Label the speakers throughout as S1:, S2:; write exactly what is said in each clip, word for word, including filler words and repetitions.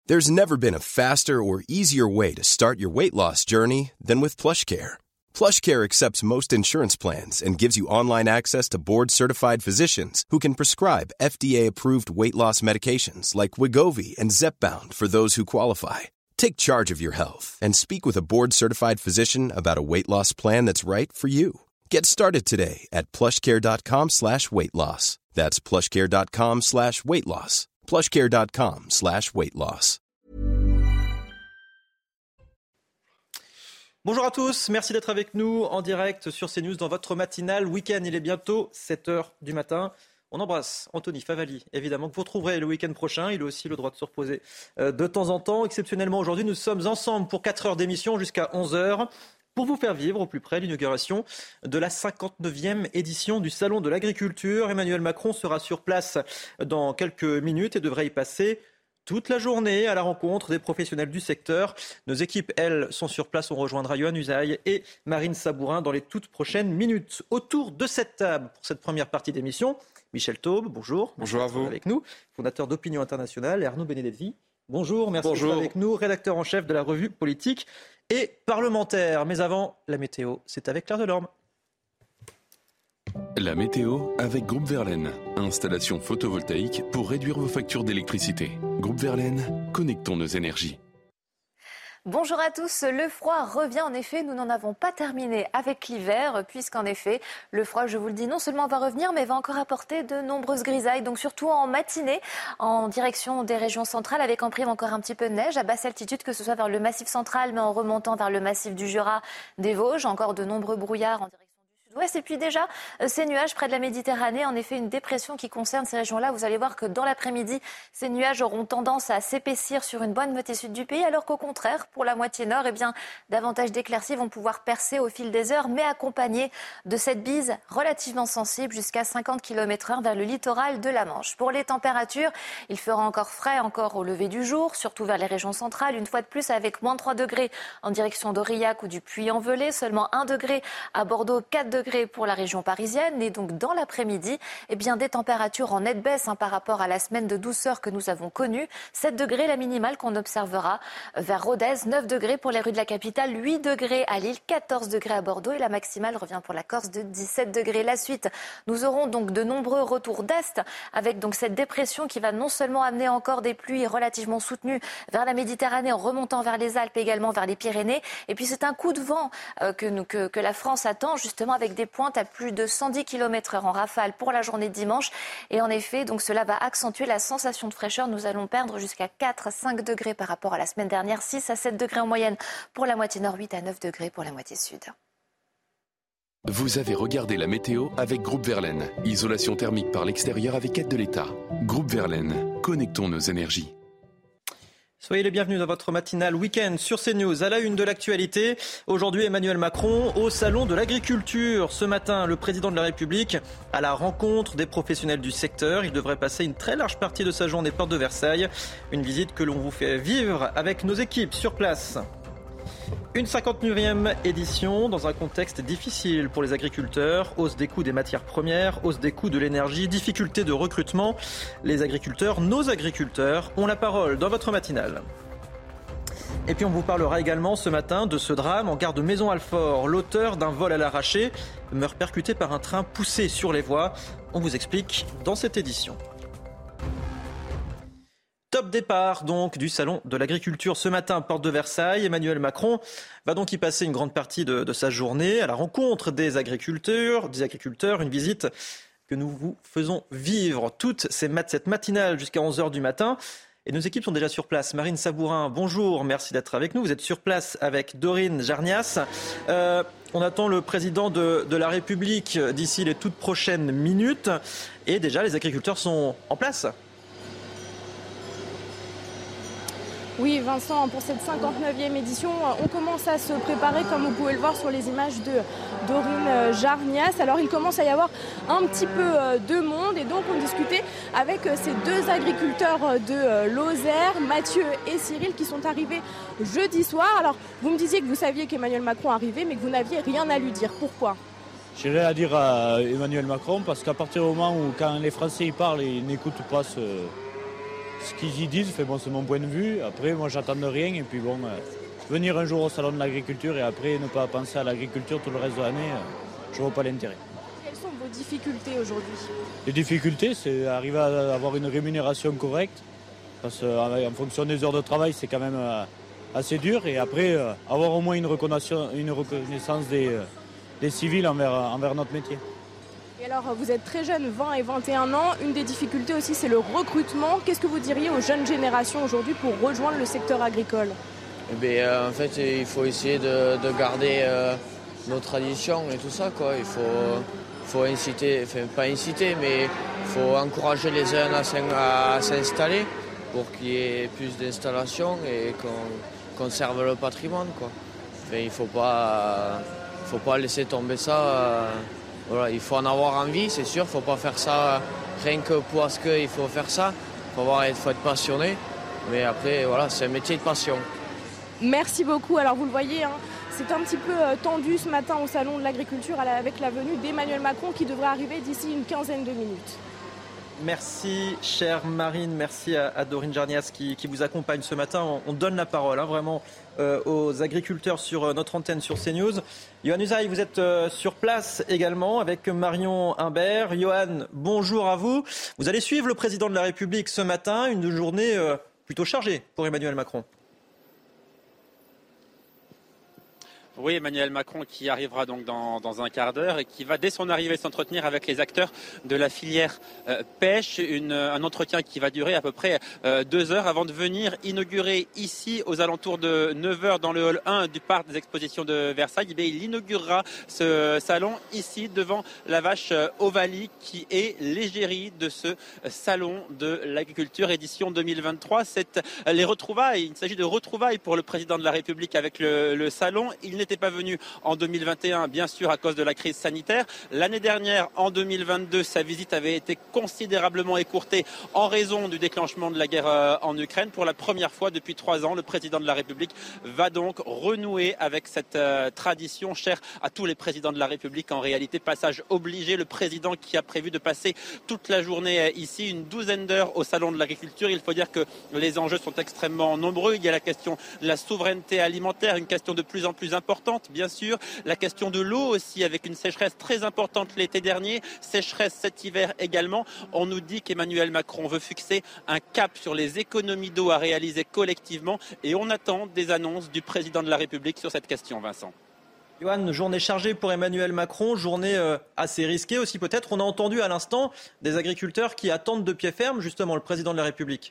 S1: There's never been a faster or easier way to start your weight loss journey than with PlushCare. PlushCare accepts most insurance plans and gives you online access to board-certified physicians who can prescribe F D A-approved weight loss medications like Wegovy and Zepbound for those who qualify. Take charge of your health and speak with a board-certified physician about a weight loss plan that's right for you. Get started today at plushcare.com slash weight loss. That's plushcare.com slash weight loss. plushcare.com slash weight loss.
S2: Bonjour à tous, merci d'être avec nous en direct sur CNews dans votre matinale week-end. Il est bientôt sept heures du matin. On embrasse Anthony Favali, évidemment, que vous retrouverez le week-end prochain. Il a aussi le droit de se reposer de temps en temps. Exceptionnellement, aujourd'hui, nous sommes ensemble pour quatre heures d'émission jusqu'à onze heures pour vous faire vivre au plus près l'inauguration de la cinquante-neuvième édition du Salon de l'Agriculture. Emmanuel Macron sera sur place dans quelques minutes et devrait y passer toute la journée à la rencontre des professionnels du secteur. Nos équipes, elles, sont sur place. On rejoindra Yohann Usaï et Marine Sabourin dans les toutes prochaines minutes. Autour de cette table, pour cette première partie d'émission, Michel Taube, bonjour.
S3: Bonjour à vous.
S2: Avec nous, fondateur d'Opinion Internationale, et Arnaud Benedetti. Bonjour, merci
S3: bonjour.
S2: d'être avec nous, rédacteur en chef de la revue politique et parlementaire. Mais avant, la météo, c'est avec Claire Delorme.
S4: La météo avec Groupe Verlaine. Installation photovoltaïque pour réduire vos factures d'électricité. Groupe Verlaine, connectons nos énergies.
S5: Bonjour à tous, le froid revient en effet, nous n'en avons pas terminé avec l'hiver puisqu'en effet le froid, je vous le dis, non seulement va revenir mais va encore apporter de nombreuses grisailles, donc surtout en matinée en direction des régions centrales avec en prime encore un petit peu de neige à basse altitude, que ce soit vers le massif central mais en remontant vers le massif du Jura, des Vosges, encore de nombreux brouillards en direction ouest. Et puis déjà, ces nuages près de la Méditerranée, en effet une dépression qui concerne ces régions-là. Vous allez voir que dans l'après-midi, ces nuages auront tendance à s'épaissir sur une bonne moitié sud du pays, alors qu'au contraire, pour la moitié nord, eh bien, davantage d'éclaircies vont pouvoir percer au fil des heures, mais accompagnées de cette bise relativement sensible jusqu'à cinquante kilomètres heure vers le littoral de la Manche. Pour les températures, il fera encore frais, encore au lever du jour, surtout vers les régions centrales, une fois de plus avec moins trois degrés en direction d'Aurillac ou du Puy-en-Velay, seulement un degré à Bordeaux, quatre degrés pour la région parisienne. Et donc dans l'après-midi, eh bien des températures en nette baisse hein, par rapport à la semaine de douceur que nous avons connue. sept degrés la minimale qu'on observera vers Rodez, neuf degrés pour les rues de la capitale, huit degrés à Lille, quatorze degrés à Bordeaux et la maximale revient pour la Corse de dix-sept degrés. La suite, nous aurons donc de nombreux retours d'est avec donc cette dépression qui va non seulement amener encore des pluies relativement soutenues vers la Méditerranée en remontant vers les Alpes, également vers les Pyrénées. Et puis c'est un coup de vent euh, que, nous, que, que la France attend justement avec des pointes à plus de cent dix kilomètres heure en rafale pour la journée de dimanche. Et en effet, donc cela va accentuer la sensation de fraîcheur. Nous allons perdre jusqu'à quatre à cinq degrés par rapport à la semaine dernière, six à sept degrés en moyenne pour la moitié nord, huit à neuf degrés pour la moitié sud.
S4: Vous avez regardé la météo avec Groupe Verlaine. Isolation thermique par l'extérieur avec aide de l'État. Groupe Verlaine, connectons nos énergies.
S2: Soyez les bienvenus dans votre matinale week-end sur CNews. À la une de l'actualité, aujourd'hui Emmanuel Macron au Salon de l'Agriculture. Ce matin, le président de la République à la rencontre des professionnels du secteur. Il devrait passer une très large partie de sa journée porte de Versailles. Une visite que l'on vous fait vivre avec nos équipes sur place. Une cinquante-neuvième édition dans un contexte difficile pour les agriculteurs. Hausse des coûts des matières premières, hausse des coûts de l'énergie, difficulté de recrutement. Les agriculteurs, nos agriculteurs, ont la parole dans votre matinale. Et puis on vous parlera également ce matin de ce drame en gare de Maisons-Alfort. L'auteur d'un vol à l'arraché meurt percuté par un train poussé sur les voies. On vous explique dans cette édition. Top départ donc du Salon de l'Agriculture ce matin, porte de Versailles. Emmanuel Macron va donc y passer une grande partie de, de sa journée à la rencontre des agriculteurs, des agriculteurs, une visite que nous vous faisons vivre toute ces mat- cette matinale jusqu'à onze heures du matin. Et nos équipes sont déjà sur place. Marine Sabourin, bonjour, merci d'être avec nous. Vous êtes sur place avec Dorine Jarnias. Euh, on attend le président de, de la République d'ici les toutes prochaines minutes. Et déjà, les agriculteurs sont en place.
S6: Oui, Vincent, pour cette cinquante-neuvième édition, on commence à se préparer, comme vous pouvez le voir sur les images de Dorine Jarnias. Alors, il commence à y avoir un petit peu de monde et donc on discutait avec ces deux agriculteurs de Lozère, Mathieu et Cyril, qui sont arrivés jeudi soir. Alors, vous me disiez que vous saviez qu'Emmanuel Macron arrivait, mais que vous n'aviez rien à lui dire. Pourquoi ?
S7: J'ai rien à dire à Emmanuel Macron parce qu'à partir du moment où, quand les Français y parlent, ils n'écoutent pas ce... ce qu'ils y disent, fait, bon, c'est mon point de vue. Après, moi, j'attends de rien. Et puis, bon, euh, venir un jour au salon de l'agriculture et après ne pas penser à l'agriculture tout le reste de l'année, euh, je ne vois pas l'intérêt.
S6: Quelles sont vos difficultés aujourd'hui ?
S7: Les difficultés, c'est arriver à avoir une rémunération correcte. Parce qu'en fonction des heures de travail, c'est quand même euh, assez dur. Et après, euh, avoir au moins une reconnaissance, une reconnaissance des, euh, des civils envers, envers notre métier.
S6: Et alors, vous êtes très jeune, vingt et vingt et un ans. Une des difficultés aussi, c'est le recrutement. Qu'est-ce que vous diriez aux jeunes générations aujourd'hui pour rejoindre le secteur agricole ?
S3: Eh bien, euh, en fait, il faut essayer de, de garder euh, nos traditions et tout ça, quoi. Il faut, faut inciter, enfin pas inciter, mais il faut encourager les jeunes à, s'in, à s'installer pour qu'il y ait plus d'installations et qu'on conserve le patrimoine, quoi. Enfin, il ne faut pas, faut pas laisser tomber ça. Euh, Voilà, il faut en avoir envie, c'est sûr. Il ne faut pas faire ça rien que parce qu'il faut faire ça. Il faut, avoir, faut être passionné. Mais après, voilà, c'est un métier de passion.
S6: Merci beaucoup. Alors vous le voyez, hein, c'est un petit peu tendu ce matin au Salon de l'Agriculture avec la venue d'Emmanuel Macron qui devrait arriver d'ici une quinzaine de minutes.
S2: Merci, chère Marine. Merci à, à Dorine Jarnias qui, qui vous accompagne ce matin. On, on donne la parole hein, vraiment euh, aux agriculteurs sur euh, notre antenne sur CNews. Yohann Usaï, vous êtes euh, sur place également avec Marion Imbert. Yohann, bonjour à vous. Vous allez suivre le président de la République ce matin. Une journée euh, plutôt chargée pour Emmanuel Macron.
S8: Oui, Emmanuel Macron qui arrivera donc dans, dans un quart d'heure et qui va dès son arrivée s'entretenir avec les acteurs de la filière euh, pêche. Une, un entretien qui va durer à peu près euh, deux heures avant de venir inaugurer ici aux alentours de neuf heures dans le hall un du parc des expositions de Versailles. Eh bien, il inaugurera ce salon ici devant la vache Ovalie qui est l'égérie de ce salon de l'agriculture édition deux mille vingt-trois. C'est les retrouvailles. Il s'agit de retrouvailles pour le président de la République avec le, le salon. Il n'est n'était pas venu en deux mille vingt et un, bien sûr, à cause de la crise sanitaire. L'année dernière, en deux mille vingt-deux, sa visite avait été considérablement écourtée en raison du déclenchement de la guerre en Ukraine. Pour la première fois depuis trois ans, le président de la République va donc renouer avec cette euh, tradition chère à tous les présidents de la République. En réalité, passage obligé, le président qui a prévu de passer toute la journée ici, une douzaine d'heures au Salon de l'Agriculture. Il faut dire que les enjeux sont extrêmement nombreux. Il y a la question de la souveraineté alimentaire, une question de plus en plus importante. Bien sûr, la question de l'eau aussi, avec une sécheresse très importante l'été dernier, sécheresse cet hiver également. On nous dit qu'Emmanuel Macron veut fixer un cap sur les économies d'eau à réaliser collectivement et on attend des annonces du président de la République sur cette question, Vincent.
S2: Yohann, journée chargée pour Emmanuel Macron, journée euh, assez risquée aussi peut-être. On a entendu à l'instant des agriculteurs qui attendent de pied ferme justement le président de la République.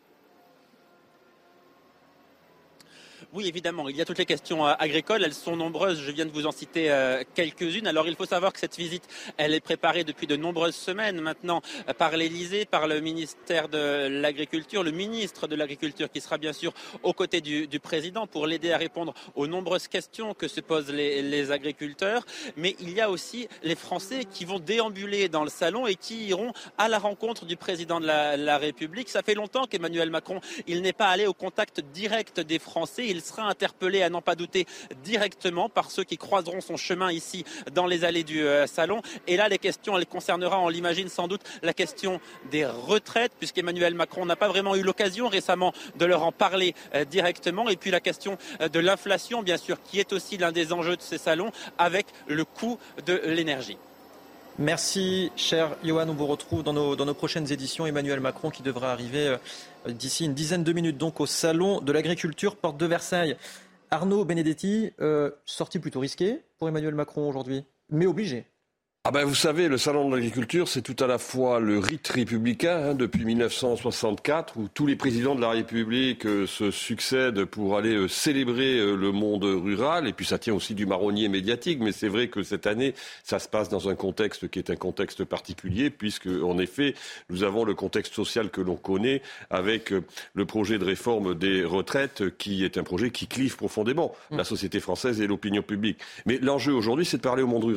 S8: Oui, évidemment, il y a toutes les questions euh, agricoles, elles sont nombreuses, je viens de vous en citer euh, quelques-unes. Alors il faut savoir que cette visite, elle est préparée depuis de nombreuses semaines maintenant euh, par l'Élysée, par le ministère de l'Agriculture, le ministre de l'Agriculture qui sera bien sûr aux côtés du, du président pour l'aider à répondre aux nombreuses questions que se posent les, les agriculteurs. Mais il y a aussi les Français qui vont déambuler dans le salon et qui iront à la rencontre du président de la, la République. Ça fait longtemps qu'Emmanuel Macron, il n'est pas allé au contact direct des Français. Il sera interpellé, à n'en pas douter, directement par ceux qui croiseront son chemin ici dans les allées du euh, salon. Et là, les questions, elles concernera, on l'imagine sans doute, la question des retraites, puisqu'Emmanuel Macron n'a pas vraiment eu l'occasion récemment de leur en parler euh, directement. Et puis la question euh, de l'inflation, bien sûr, qui est aussi l'un des enjeux de ces salons, avec le coût de l'énergie.
S2: Merci, cher Yohann. On vous retrouve dans nos, dans nos prochaines éditions. Emmanuel Macron qui devra arriver euh, d'ici une dizaine de minutes donc au Salon de l'Agriculture, porte de Versailles. Arnaud Benedetti, euh, sortie plutôt risquée pour Emmanuel Macron aujourd'hui, mais obligé.
S9: Ah ben vous savez, le Salon de l'Agriculture, c'est tout à la fois le rite républicain hein, depuis mille neuf cent soixante-quatre, où tous les présidents de la République euh, se succèdent pour aller euh, célébrer euh, le monde rural, et puis ça tient aussi du marronnier médiatique, mais c'est vrai que cette année, ça se passe dans un contexte qui est un contexte particulier, puisque en effet, nous avons le contexte social que l'on connaît, avec euh, le projet de réforme des retraites, qui est un projet qui clive profondément mmh. la société française et l'opinion publique. Mais l'enjeu aujourd'hui, c'est de parler au monde rural.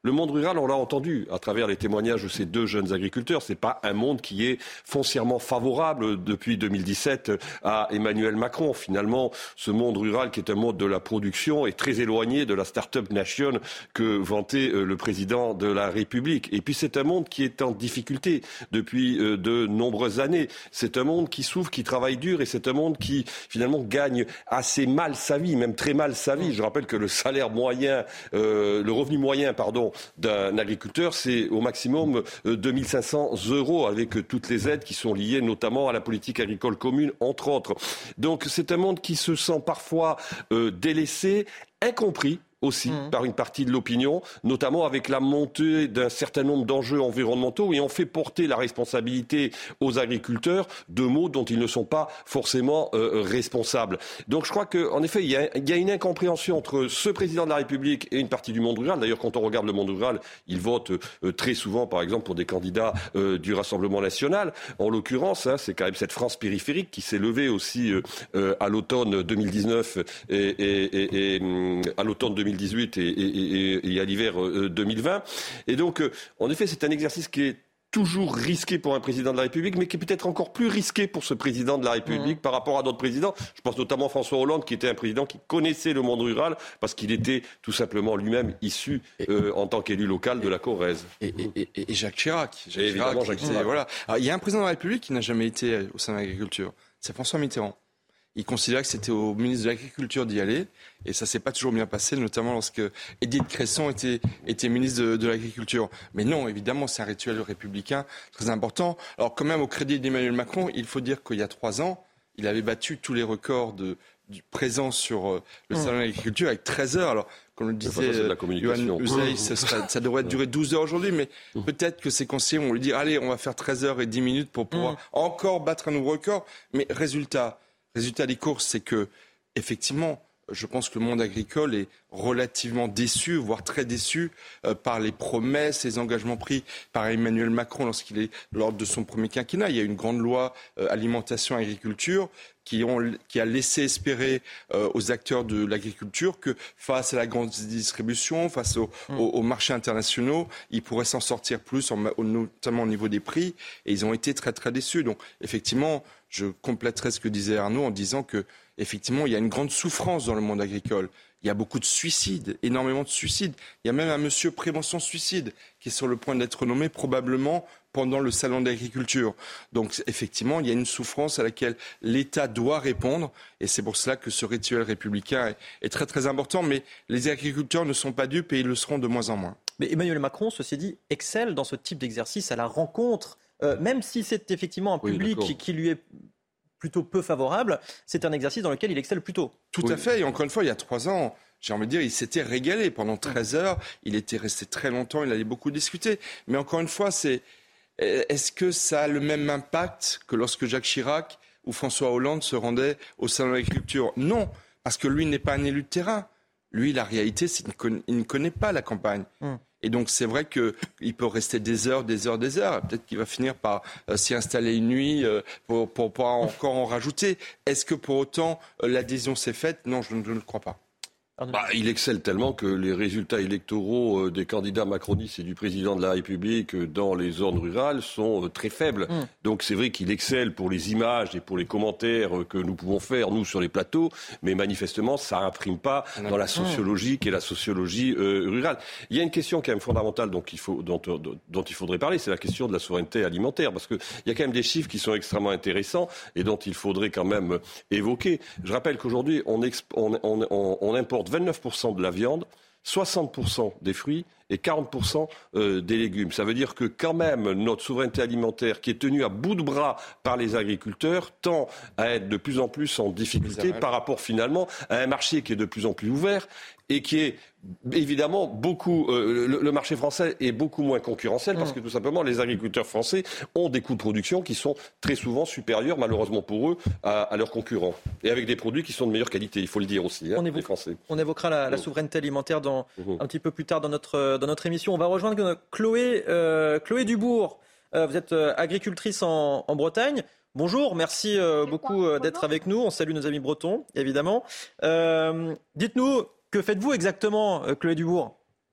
S9: Le monde rural, on l'a entendu à travers les témoignages de ces deux jeunes agriculteurs, c'est pas un monde qui est foncièrement favorable depuis deux mille dix-sept à Emmanuel Macron. Finalement, ce monde rural qui est un monde de la production est très éloigné de la start-up nation que vantait le président de la République. Et puis c'est un monde qui est en difficulté depuis de nombreuses années. C'est un monde qui souffre, qui travaille dur et c'est un monde qui finalement gagne assez mal sa vie, même très mal sa vie. Je rappelle que le salaire moyen, euh, le revenu moyen, pardon, d'un agriculteur, c'est au maximum deux mille cinq cents euros avec toutes les aides qui sont liées notamment à la politique agricole commune, entre autres. Donc c'est un monde qui se sent parfois euh, délaissé, incompris aussi mmh. par une partie de l'opinion, notamment avec la montée d'un certain nombre d'enjeux environnementaux et on fait porter la responsabilité aux agriculteurs de maux dont ils ne sont pas forcément euh, responsables. Donc je crois qu'en effet, il y, a, il y a une incompréhension entre ce président de la République et une partie du monde rural. D'ailleurs, quand on regarde le monde rural, il vote euh, très souvent, par exemple, pour des candidats euh, du Rassemblement national. En l'occurrence, hein, c'est quand même cette France périphérique qui s'est levée aussi euh, euh, à l'automne deux mille dix-neuf et, et, et, et euh, à l'automne deux mille dix-huit et, et, et, et à l'hiver deux mille vingt. Et donc, en effet, c'est un exercice qui est toujours risqué pour un président de la République, mais qui est peut-être encore plus risqué pour ce président de la République mmh. par rapport à d'autres présidents. Je pense notamment à François Hollande, qui était un président qui connaissait le monde rural, parce qu'il était tout simplement lui-même issu, euh, en tant qu'élu local, de la Corrèze.
S10: Et, et, et, et Jacques Chirac. Jacques
S9: et évidemment,
S10: Chirac,
S9: Jacques Chirac.
S10: Voilà. Alors, il y a un président de la République qui n'a jamais été au sein de l'agriculture. C'est François Mitterrand. Il considérait que c'était au ministre de l'Agriculture d'y aller, et ça s'est pas toujours bien passé, notamment lorsque Édith Cresson était, était ministre de, de l'Agriculture. Mais non, évidemment, c'est un rituel républicain très important. Alors quand même, au crédit d'Emmanuel Macron, il faut dire qu'il y a trois ans, il avait battu tous les records de, du présence sur euh, le salon de l'agriculture avec treize heures. Alors, comme le disait Yohann Usaï, ça, sera, ça devrait durer douze heures aujourd'hui, mais peut-être que ses conseillers vont lui dire, allez, on va faire treize heures et dix minutes pour pouvoir encore battre un nouveau record. Mais résultat... Résultat des courses, c'est que, effectivement, je pense que le monde agricole est relativement déçu, voire très déçu euh, par les promesses, les engagements pris par Emmanuel Macron lorsqu'il est lors de son premier quinquennat. Il y a une grande loi euh, alimentation-agriculture qui, ont, qui a laissé espérer euh, aux acteurs de l'agriculture que face à la grande distribution, face au, mmh. aux, aux marchés internationaux, ils pourraient s'en sortir plus, en, notamment au niveau des prix. Et ils ont été très très déçus. Donc effectivement, je compléterai ce que disait Arnaud en disant que effectivement, il y a une grande souffrance dans le monde agricole. Il y a beaucoup de suicides, énormément de suicides. Il y a même un monsieur prévention suicide qui est sur le point d'être nommé probablement pendant le salon d'agriculture. Donc effectivement, il y a une souffrance à laquelle l'État doit répondre et c'est pour cela que ce rituel républicain est, est très très important. Mais les agriculteurs ne sont pas dupes et ils le seront de moins en moins.
S2: Mais Emmanuel Macron, ceci dit, excelle dans ce type d'exercice à la rencontre, euh, même si c'est effectivement un public oui, qui, qui lui est plutôt peu favorable, c'est un exercice dans lequel il excelle plutôt.
S10: Tout oui. à fait, et encore une fois, il y a trois ans, j'ai envie de dire, il s'était régalé pendant treize heures, il était resté très longtemps, il allait beaucoup discuter. Mais encore une fois, c'est est-ce que ça a le même impact que lorsque Jacques Chirac ou François Hollande se rendaient au salon de l'agriculture ? Non, parce que lui n'est pas un élu de terrain. Lui, la réalité, c'est qu'il ne connaît pas la campagne. Hum. Et donc, c'est vrai qu'il peut rester des heures, des heures, des heures. Peut-être qu'il va finir par euh, s'y installer une nuit euh, pour, pour, pour encore en rajouter. Est-ce que pour autant, euh, l'adhésion s'est faite ? Non, je ne, je ne le crois pas.
S9: Bah, il excelle tellement que les résultats électoraux des candidats macronistes et du président de la République dans les zones rurales sont très faibles. Mmh. Donc c'est vrai qu'il excelle pour les images et pour les commentaires que nous pouvons faire, nous, sur les plateaux, mais manifestement, ça n'imprime pas mmh. dans la sociologie qui est la sociologie euh, rurale. Il y a une question quand même fondamentale donc, il faut, dont, dont, dont il faudrait parler, c'est la question de la souveraineté alimentaire, parce qu'il y a quand même des chiffres qui sont extrêmement intéressants et dont il faudrait quand même évoquer. Je rappelle qu'aujourd'hui, on, exp- on, on, on, on importe vingt-neuf pour cent de la viande, soixante pour cent des fruits et quarante pour cent des légumes. Ça veut dire que quand même notre souveraineté alimentaire qui est tenue à bout de bras par les agriculteurs tend à être de plus en plus en difficulté par rapport finalement à un marché qui est de plus en plus ouvert et qui est évidemment beaucoup... Euh, le, le marché français est beaucoup moins concurrentiel parce que tout simplement les agriculteurs français ont des coûts de production qui sont très souvent supérieurs malheureusement pour eux à, à leurs concurrents et avec des produits qui sont de meilleure qualité, il faut le dire aussi, hein, on évoque, les Français.
S2: On évoquera la, la souveraineté alimentaire dans, mmh. un petit peu plus tard dans notre, dans notre émission. On va rejoindre Chloé, euh, Chloé Dubourg. Euh, vous êtes agricultrice en, en Bretagne. Bonjour, merci euh, beaucoup euh, d'être avec nous. On salue nos amis bretons, évidemment. Euh, dites-nous, que faites-vous exactement, Chloé Dubourg ?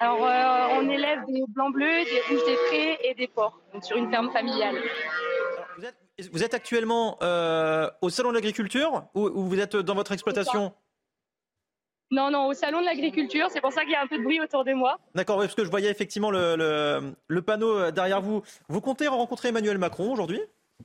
S11: Alors, euh, on élève des blancs bleus, des rouges des prés et des porcs, donc sur une ferme familiale.
S2: Alors, vous, êtes, vous êtes actuellement euh, au Salon de l'Agriculture ou, ou vous êtes dans votre exploitation ?
S11: Non, non, au Salon de l'Agriculture, c'est pour ça qu'il y a un peu de bruit autour de moi.
S2: D'accord, oui, parce que je voyais effectivement le, le, le panneau derrière vous. Vous comptez rencontrer Emmanuel Macron aujourd'hui ?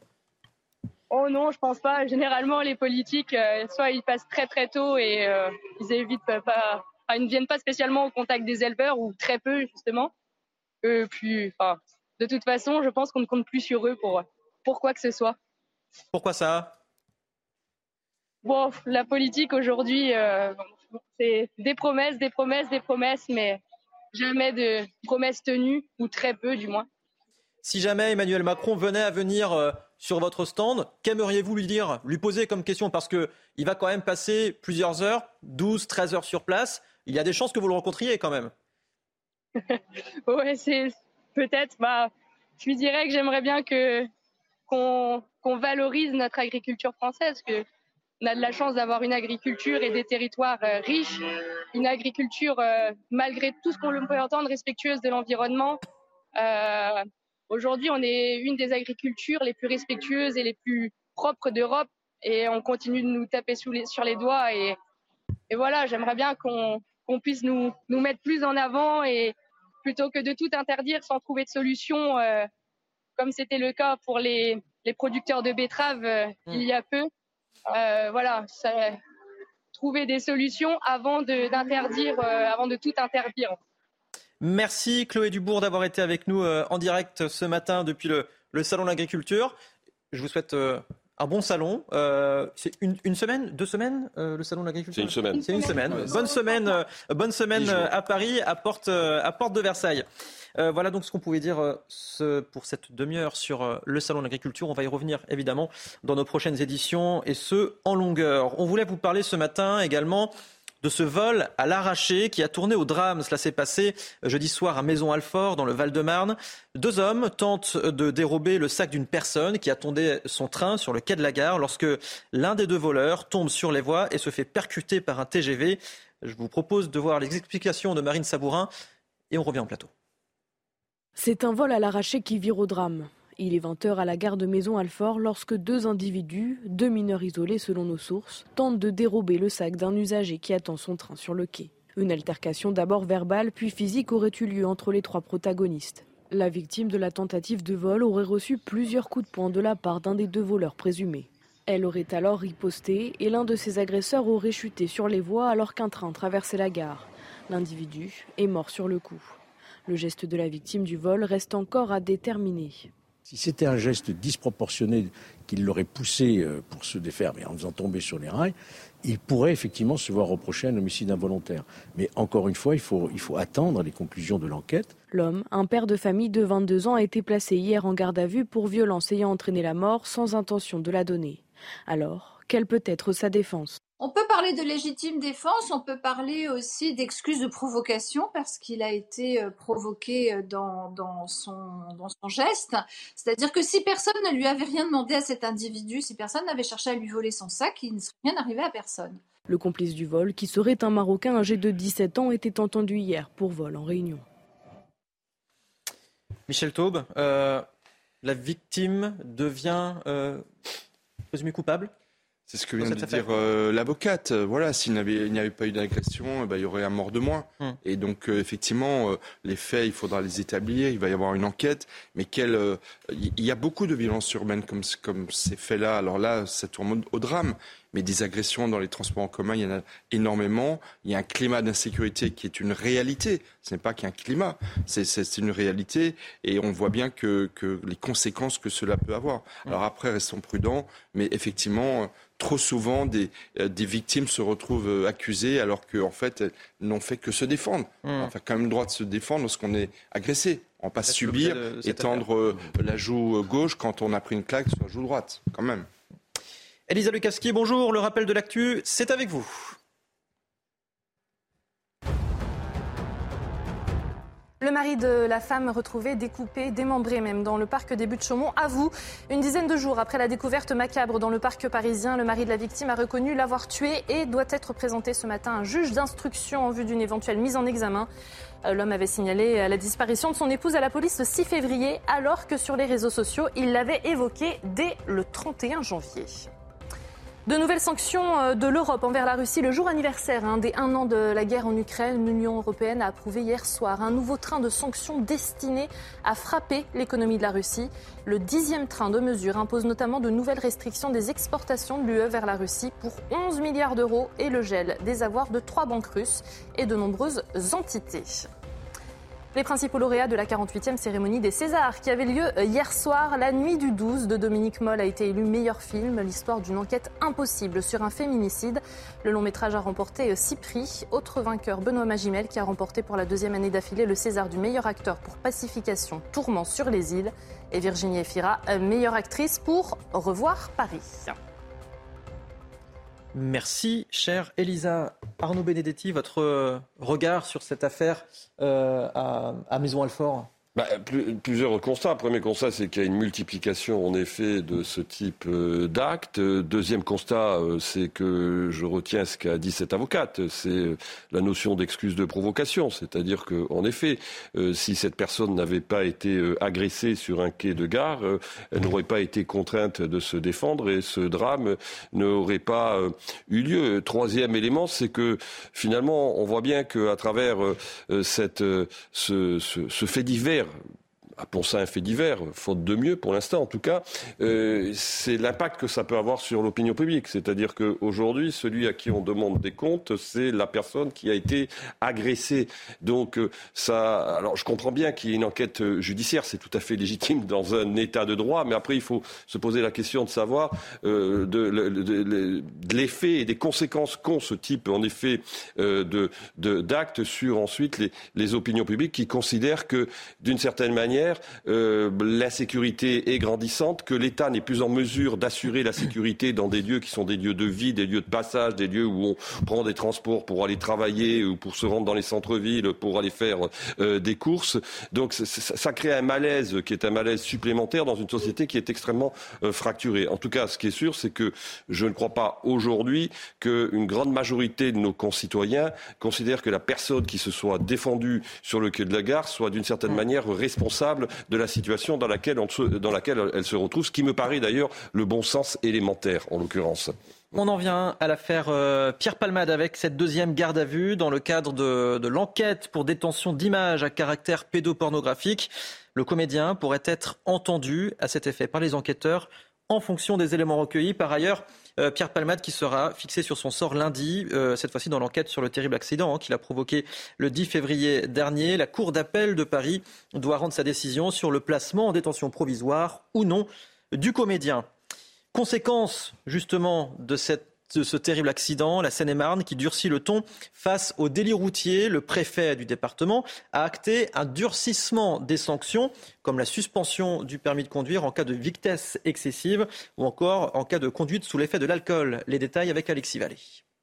S11: Oh non, je pense pas. Généralement, les politiques, euh, soit ils passent très très tôt et euh, ils évitent pas, pas enfin, ils ne viennent pas spécialement au contact des éleveurs, ou très peu justement. Euh, puis, enfin, de toute façon, je pense qu'on ne compte plus sur eux pour, pour quoi que ce soit.
S2: Pourquoi ça ?
S11: Bon, la politique aujourd'hui, euh, c'est des promesses, des promesses, des promesses, mais jamais de promesses tenues, ou très peu du moins.
S2: Si jamais Emmanuel Macron venait à venir euh, sur votre stand, qu'aimeriez-vous lui dire, lui poser comme question ? Parce qu'il va quand même passer plusieurs heures, douze, treize heures sur place. Il y a des chances que vous le rencontriez quand même.
S11: Ouais, c'est peut-être. Bah, je lui dirais que j'aimerais bien que qu'on, qu'on valorise notre agriculture française, que on a de la chance d'avoir une agriculture et des territoires euh, riches, une agriculture, euh, malgré tout ce qu'on peut entendre, respectueuse de l'environnement. Euh, aujourd'hui, on est une des agricultures les plus respectueuses et les plus propres d'Europe, et on continue de nous taper sous les, sur les doigts. Et, et voilà, j'aimerais bien qu'on, qu'on puisse nous, nous mettre plus en avant, et plutôt que de tout interdire sans trouver de solution, euh, comme c'était le cas pour les, les producteurs de betteraves euh, mmh. il y a peu. Euh, voilà, ça, trouver des solutions avant de, d'interdire, euh, avant de tout interdire.
S2: Merci Chloé Dubourg d'avoir été avec nous euh, en direct ce matin depuis le, le Salon de l'Agriculture. Je vous souhaite euh, un bon salon. Euh, c'est une, une semaine, deux semaines euh, le Salon de l'Agriculture ?
S9: C'est une semaine.
S2: C'est une semaine. Bonne semaine, euh, bonne semaine euh, à Paris, à Porte, euh, à Porte de Versailles. Euh, voilà donc ce qu'on pouvait dire euh, ce, pour cette demi-heure sur euh, le Salon de l'Agriculture. On va y revenir évidemment dans nos prochaines éditions, et ce, en longueur. On voulait vous parler ce matin également de ce vol à l'arraché qui a tourné au drame. Cela s'est passé jeudi soir à Maisons-Alfort, dans le Val-de-Marne. Deux hommes tentent de dérober le sac d'une personne qui attendait son train sur le quai de la gare lorsque l'un des deux voleurs tombe sur les voies et se fait percuter par un T G V. Je vous propose de voir les explications de Marine Sabourin et on revient en plateau.
S6: C'est un vol à l'arraché qui vire au drame. Il est vingt heures à la gare de Maisons-Alfort lorsque deux individus, deux mineurs isolés selon nos sources, tentent de dérober le sac d'un usager qui attend son train sur le quai. Une altercation d'abord verbale puis physique aurait eu lieu entre les trois protagonistes. La victime de la tentative de vol aurait reçu plusieurs coups de poing de la part d'un des deux voleurs présumés. Elle aurait alors riposté et l'un de ses agresseurs aurait chuté sur les voies alors qu'un train traversait la gare. L'individu est mort sur le coup. Le geste de la victime du vol reste encore à déterminer.
S12: Si c'était un geste disproportionné qui l'aurait poussé pour se défaire, mais en faisant tomber sur les rails, il pourrait effectivement se voir reprocher un homicide involontaire. Mais encore une fois, il faut, il faut attendre les conclusions de l'enquête.
S6: L'homme, un père de famille de vingt-deux ans, a été placé hier en garde à vue pour violence ayant entraîné la mort sans intention de la donner. Alors, quelle peut être sa défense ?
S13: On peut parler de légitime défense, on peut parler aussi d'excuse de provocation parce qu'il a été provoqué dans, dans, son, dans son geste. C'est-à-dire que si personne ne lui avait rien demandé à cet individu, si personne n'avait cherché à lui voler son sac, il ne serait rien arrivé à personne.
S6: Le complice du vol, qui serait un Marocain âgé de dix-sept ans, était entendu hier pour vol en Réunion.
S2: Michel Taube, euh, la victime devient euh, présumée coupable ?
S10: C'est ce que vient de dire euh, l'avocate. Voilà, s'il n'y avait, avait pas eu d'agression, eh ben, il y aurait un mort de moins. Hum. Et donc, euh, effectivement, euh, les faits, il faudra les établir, il va y avoir une enquête. Mais quel, euh, il y a beaucoup de violences urbaines comme, comme ces faits-là. Alors là, ça tourne au drame. Mais des agressions dans les transports en commun, il y en a énormément. Il y a un climat d'insécurité qui est une réalité. Ce n'est pas qu'un climat, c'est, c'est, c'est une réalité. Et on voit bien que, que les conséquences que cela peut avoir. Alors après, restons prudents. Mais effectivement, trop souvent, des, euh, des victimes se retrouvent accusées alors qu'en fait, elles n'ont fait que se défendre. Mmh. Enfin, quand même le droit de se défendre lorsqu'on est agressé. On ne pas subir et tendre euh, la joue gauche quand on a pris une claque sur la joue droite, quand même.
S2: Elisa Lukaski, bonjour. Le rappel de l'actu, c'est avec vous.
S5: Le
S6: Le mari de la femme retrouvée découpé, démembré même, dans le parc des Buttes-Chaumont avoue. Une dizaine de jours après la découverte macabre dans le parc parisien, le mari de la victime a reconnu l'avoir tué et doit être présenté ce matin à un juge d'instruction en vue d'une éventuelle mise en examen. L'homme avait signalé la disparition de son épouse à la police le six février, alors que sur les réseaux sociaux, il l'avait évoqué dès le trente et un janvier. De nouvelles sanctions de l'Europe envers la Russie le jour anniversaire hein, des un an de la guerre en Ukraine. L'Union européenne a approuvé hier soir un nouveau train de sanctions destiné à frapper l'économie de la Russie. Le dixième train de mesures impose notamment de nouvelles restrictions des exportations de l'U E vers la Russie pour onze milliards d'euros et le gel des avoirs de trois banques russes et de nombreuses entités. Les principaux lauréats de la quarante-huitième cérémonie des Césars qui avait lieu hier soir. La nuit du douze de Dominique Moll a été élu meilleur film. L'histoire d'une enquête impossible sur un féminicide. Le long métrage a remporté six prix. Autre vainqueur, Benoît Magimel, qui a remporté pour la deuxième année d'affilée le César du meilleur acteur pour Pacification, Tourment sur les îles. Et Virginie Efira, meilleure actrice pour Revoir Paris.
S2: Merci, chère Elisa. Arnaud Benedetti, votre regard sur cette affaire euh, à, à Maisons-Alfort ?
S9: Bah, plus, plusieurs constats. Premier constat, c'est qu'il y a une multiplication, en effet, de ce type euh, d'actes. Deuxième constat, euh, c'est que je retiens ce qu'a dit cette avocate. C'est euh, la notion d'excuse de provocation. C'est-à-dire qu'en effet, euh, si cette personne n'avait pas été euh, agressée sur un quai de gare, euh, elle n'aurait pas été contrainte de se défendre et ce drame n'aurait pas euh, eu lieu. Troisième élément, c'est que finalement, on voit bien qu'à travers euh, cette, euh, ce, ce, ce fait divers, appelons ça un fait divers, faute de mieux pour l'instant en tout cas, euh, c'est l'impact que ça peut avoir sur l'opinion publique. C'est-à-dire qu'aujourd'hui, celui à qui on demande des comptes, c'est la personne qui a été agressée. Donc euh, ça, alors je comprends bien qu'il y ait une enquête judiciaire, c'est tout à fait légitime dans un état de droit, mais après il faut se poser la question de savoir euh, de, de, de, de l'effet et des conséquences qu'ont ce type en effet euh, de, de, d'actes sur ensuite les, les opinions publiques qui considèrent que d'une certaine manière Euh, l'insécurité est grandissante, que l'État n'est plus en mesure d'assurer la sécurité dans des lieux qui sont des lieux de vie, des lieux de passage, des lieux où on prend des transports pour aller travailler ou pour se rendre dans les centres-villes, pour aller faire euh, des courses. Donc ça, ça crée un malaise qui est un malaise supplémentaire dans une société qui est extrêmement euh, fracturée. En tout cas, ce qui est sûr, c'est que je ne crois pas aujourd'hui qu'une grande majorité de nos concitoyens considèrent que la personne qui se soit défendue sur le quai de la gare soit d'une certaine manière responsable de la situation dans laquelle, on se, dans laquelle elle se retrouve, ce qui me paraît d'ailleurs le bon sens élémentaire en l'occurrence.
S2: On en vient à l'affaire euh, Pierre Palmade avec cette deuxième garde à vue dans le cadre de, de l'enquête pour détention d'images à caractère pédopornographique. Le comédien pourrait être entendu à cet effet par les enquêteurs en fonction des éléments recueillis. Par ailleurs, euh, Pierre Palmade qui sera fixé sur son sort lundi, euh, cette fois-ci dans l'enquête sur le terrible accident hein, qu'il a provoqué le dix février dernier. La Cour d'appel de Paris doit rendre sa décision sur le placement en détention provisoire ou non du comédien. Conséquence justement de cette de ce terrible accident, la Seine-et-Marne qui durcit le ton face au délit routier. Le préfet du département a acté un durcissement des sanctions, comme la suspension du permis de conduire en cas de vitesse excessive ou encore en cas de conduite sous l'effet de l'alcool. Les détails avec Alexis Vallée.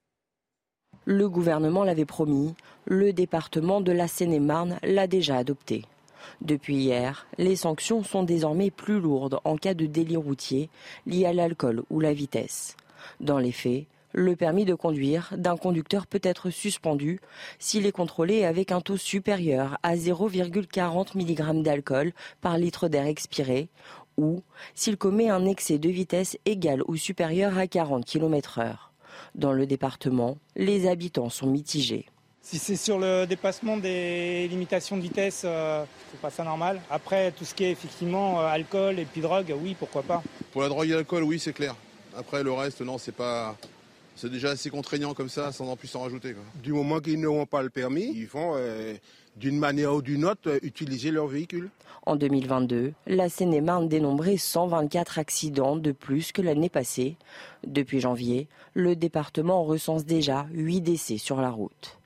S14: Le gouvernement l'avait promis, le département de la Seine-et-Marne l'a déjà adopté. Depuis hier, les sanctions sont désormais plus lourdes en cas de délit routier lié à l'alcool ou la vitesse. Dans les faits, le permis de conduire d'un conducteur peut être suspendu s'il est contrôlé avec un taux supérieur à zéro virgule quarante milligrammes d'alcool par litre d'air expiré ou s'il commet un excès de vitesse égal ou supérieur à quarante kilomètres heure. Dans le département, les habitants sont mitigés.
S15: Si c'est sur le dépassement des limitations de vitesse, euh, c'est pas ça normal. Après, tout ce qui est effectivement euh, alcool et puis drogue, oui, pourquoi pas.
S16: Pour la drogue et l'alcool, oui, c'est clair. Après, le reste, non, c'est pas... C'est déjà assez contraignant comme ça, sans en plus en rajouter, quoi.
S17: Du moment qu'ils n'auront pas le permis, ils vont, euh, d'une manière ou d'une autre, euh, utiliser leur véhicule.
S14: En deux mille vingt-deux, la Seine-et-Marne dénombrait cent vingt-quatre accidents de plus que l'année passée. Depuis janvier, le département recense déjà huit décès sur la route.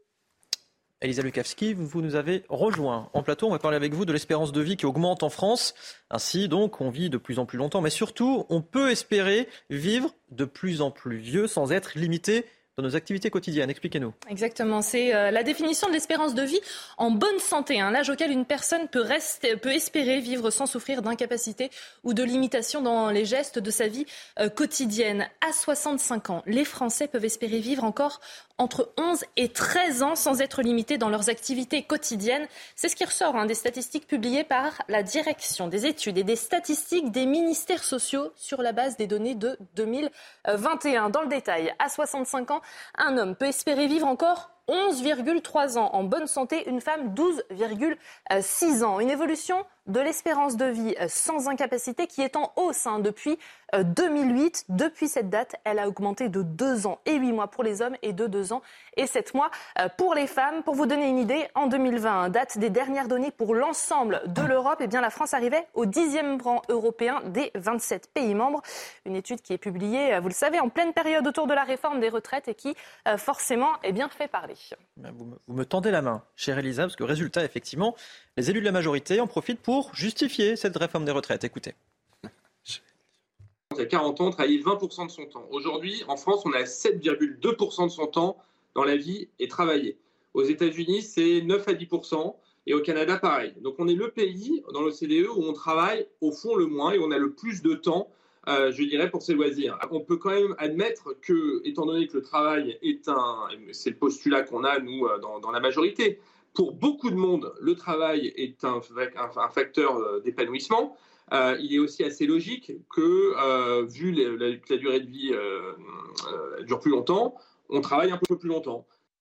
S2: Elisa Lukavski, vous nous avez rejoint en plateau. On va parler avec vous de l'espérance de vie qui augmente en France. Ainsi, donc, on vit de plus en plus longtemps. Mais surtout, on peut espérer vivre de plus en plus vieux sans être limité dans nos activités quotidiennes. Expliquez-nous.
S18: Exactement, c'est euh, la définition de l'espérance de vie en bonne santé, hein, l'âge auquel une personne peut, rester, peut espérer vivre sans souffrir d'incapacité ou de limitation dans les gestes de sa vie euh, quotidienne. À soixante-cinq ans, les Français peuvent espérer vivre encore entre onze et treize ans sans être limités dans leurs activités quotidiennes. C'est ce qui ressort hein, des statistiques publiées par la Direction des études et des statistiques des ministères sociaux sur la base des données de deux mille vingt et un. Dans le détail, à soixante-cinq ans, un homme peut espérer vivre encore onze virgule trois ans en bonne santé, une femme douze virgule six ans. Une évolution de l'espérance de vie sans incapacité qui est en hausse hein, depuis deux mille huit. Depuis cette date, elle a augmenté de deux ans et huit mois pour les hommes et de deux ans et sept mois pour les femmes. Pour vous donner une idée, en deux mille vingt, date des dernières données pour l'ensemble de l'Europe, eh bien la France arrivait au dixième rang européen des vingt-sept pays membres. Une étude qui est publiée, vous le savez, en pleine période autour de la réforme des retraites et qui forcément eh bien, fait parler.
S2: Vous me, vous me tendez la main, chère Elisa, parce que résultat, effectivement, les élus de la majorité en profitent pour justifier cette réforme des retraites. Écoutez.
S19: Il y a quarante ans, on travaillait vingt pour cent de son temps. Aujourd'hui, en France, on est à sept virgule deux pour cent de son temps dans la vie et travailler. Aux États-Unis, c'est neuf à dix pour cent et au Canada, pareil. Donc on est le pays dans l'O C D E où on travaille au fond le moins et on a le plus de temps, euh, je dirais, pour ses loisirs. On peut quand même admettre que, étant donné que le travail est un... C'est le postulat qu'on a, nous, dans, dans la majorité. Pour beaucoup de monde, le travail est un, un, un facteur d'épanouissement. Euh, il est aussi assez logique que, euh, vu les, la, que la durée de vie euh, euh, dure plus longtemps, on travaille un peu plus longtemps.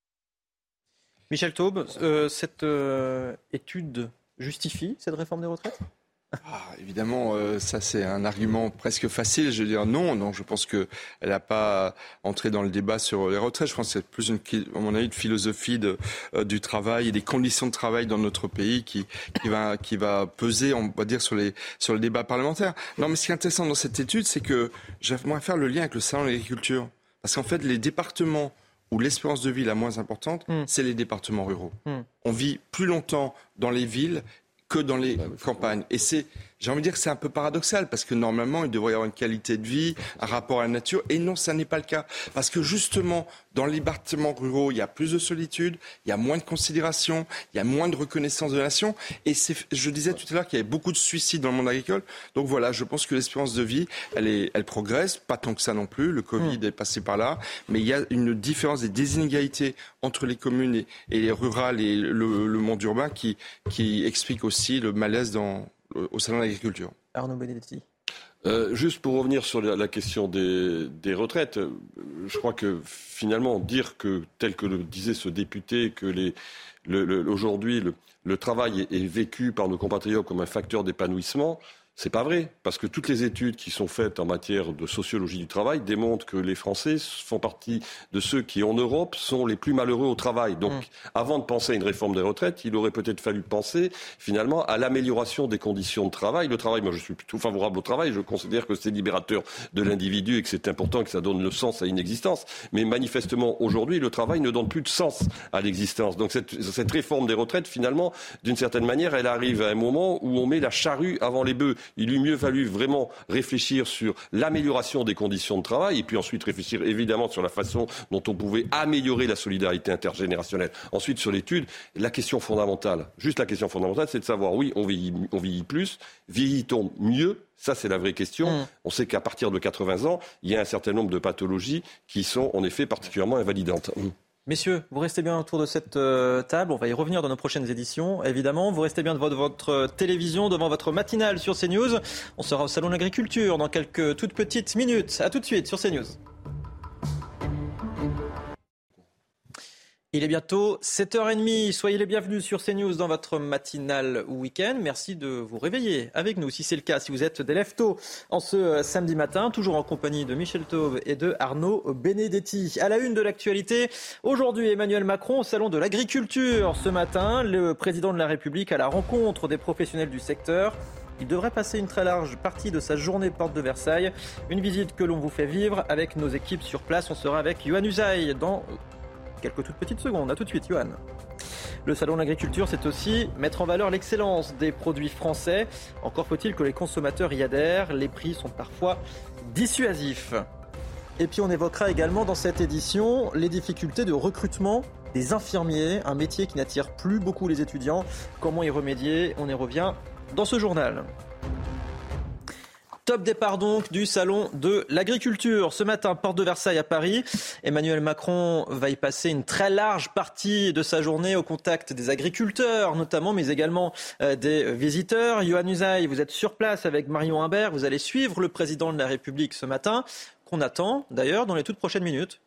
S2: Michel Taube, euh, cette euh, étude justifie cette réforme des retraites ?
S10: Ah, évidemment, euh, ça c'est un argument presque facile. Je veux dire non, non. Je pense que elle n'a pas entré dans le débat sur les retraites. Je pense que c'est plus une, à mon avis, une philosophie de, euh, du travail et des conditions de travail dans notre pays qui, qui va, qui va peser, on va dire, sur les, sur le débat parlementaire. Non, mais ce qui est intéressant dans cette étude, c'est que j'aimerais faire le lien avec le salon de l'agriculture, parce qu'en fait, les départements où l'espérance de vie est la moins importante, mmh. c'est les départements ruraux. Mmh. On vit plus longtemps dans les villes que dans les campagnes. Et c'est, j'ai envie de dire que c'est un peu paradoxal, parce que normalement, il devrait y avoir une qualité de vie, un rapport à la nature, et non, ça n'est pas le cas. Parce que justement, dans les départements ruraux, il y a plus de solitude, il y a moins de considération, il y a moins de reconnaissance de la nation, et c'est, je disais tout à l'heure qu'il y avait beaucoup de suicides dans le monde agricole. Donc voilà, je pense que l'espérance de vie, elle, est, elle progresse, pas tant que ça non plus, le Covid mmh. est passé par là, mais il y a une différence des désinégalités entre les communes et, et les rurales et le, le monde urbain qui, qui explique aussi le malaise dans, au salon de l'agriculture.
S2: Arnaud Benedetti.
S9: Euh, juste pour revenir sur la, la question des, des retraites, je crois que finalement dire que, tel que le disait ce député, que les, le, le, aujourd'hui le, le travail est, est vécu par nos compatriotes comme un facteur d'épanouissement, c'est pas vrai, parce que toutes les études qui sont faites en matière de sociologie du travail démontrent que les Français font partie de ceux qui, en Europe, sont les plus malheureux au travail. Donc, mmh. avant de penser à une réforme des retraites, il aurait peut-être fallu penser, finalement, à l'amélioration des conditions de travail. Le travail, moi, je suis plutôt favorable au travail. Je considère que c'est libérateur de l'individu et que c'est important que ça donne le sens à une existence. Mais manifestement, aujourd'hui, le travail ne donne plus de sens à l'existence. Donc, cette, cette réforme des retraites, finalement, d'une certaine manière, elle arrive à un moment où on met la charrue avant les bœufs. Il eût mieux fallu vraiment réfléchir sur l'amélioration des conditions de travail et puis ensuite réfléchir évidemment sur la façon dont on pouvait améliorer la solidarité intergénérationnelle. Ensuite, sur l'étude, la question fondamentale, juste la question fondamentale, c'est de savoir, oui, on vieillit, on vieillit plus, vieillit-on mieux ? Ça, c'est la vraie question. Mmh. On sait qu'à partir de quatre-vingts ans, il y a un certain nombre de pathologies qui sont en effet particulièrement invalidantes. Mmh.
S2: Messieurs, vous restez bien autour de cette euh, table. On va y revenir dans nos prochaines éditions, évidemment. Vous restez bien devant votre télévision, devant votre matinale sur CNews. On sera au Salon de l'Agriculture dans quelques toutes petites minutes. À tout de suite sur CNews. Il est bientôt sept heures trente. Soyez les bienvenus sur CNews dans votre matinale week-end. Merci de vous réveiller avec nous, si c'est le cas, si vous êtes des lève-tôt en ce samedi matin, toujours en compagnie de Michel Taube et de Arnaud Benedetti. À la une de l'actualité, aujourd'hui, Emmanuel Macron au Salon de l'Agriculture. Ce matin, le président de la République à la rencontre des professionnels du secteur. Il devrait passer une très large partie de sa journée porte de Versailles. Une visite que l'on vous fait vivre avec nos équipes sur place. On sera avec Yohann Usaï dans quelques toutes petites secondes. À tout de suite, Yohann. Le Salon de l'Agriculture, c'est aussi mettre en valeur l'excellence des produits français. Encore faut-il que les consommateurs y adhèrent. Les prix sont parfois dissuasifs. Et puis on évoquera également dans cette édition les difficultés de recrutement des infirmiers, un métier qui n'attire plus beaucoup les étudiants. Comment y remédier ? On y revient dans ce journal. Top départ donc du salon de l'agriculture. Ce matin, porte de Versailles à Paris. Emmanuel Macron va y passer une très large partie de sa journée au contact des agriculteurs notamment, mais également euh, des visiteurs. Yohann Usaï, vous êtes sur place avec Marion Imbert. Vous allez suivre le président de la République ce matin, qu'on attend d'ailleurs dans les toutes prochaines minutes.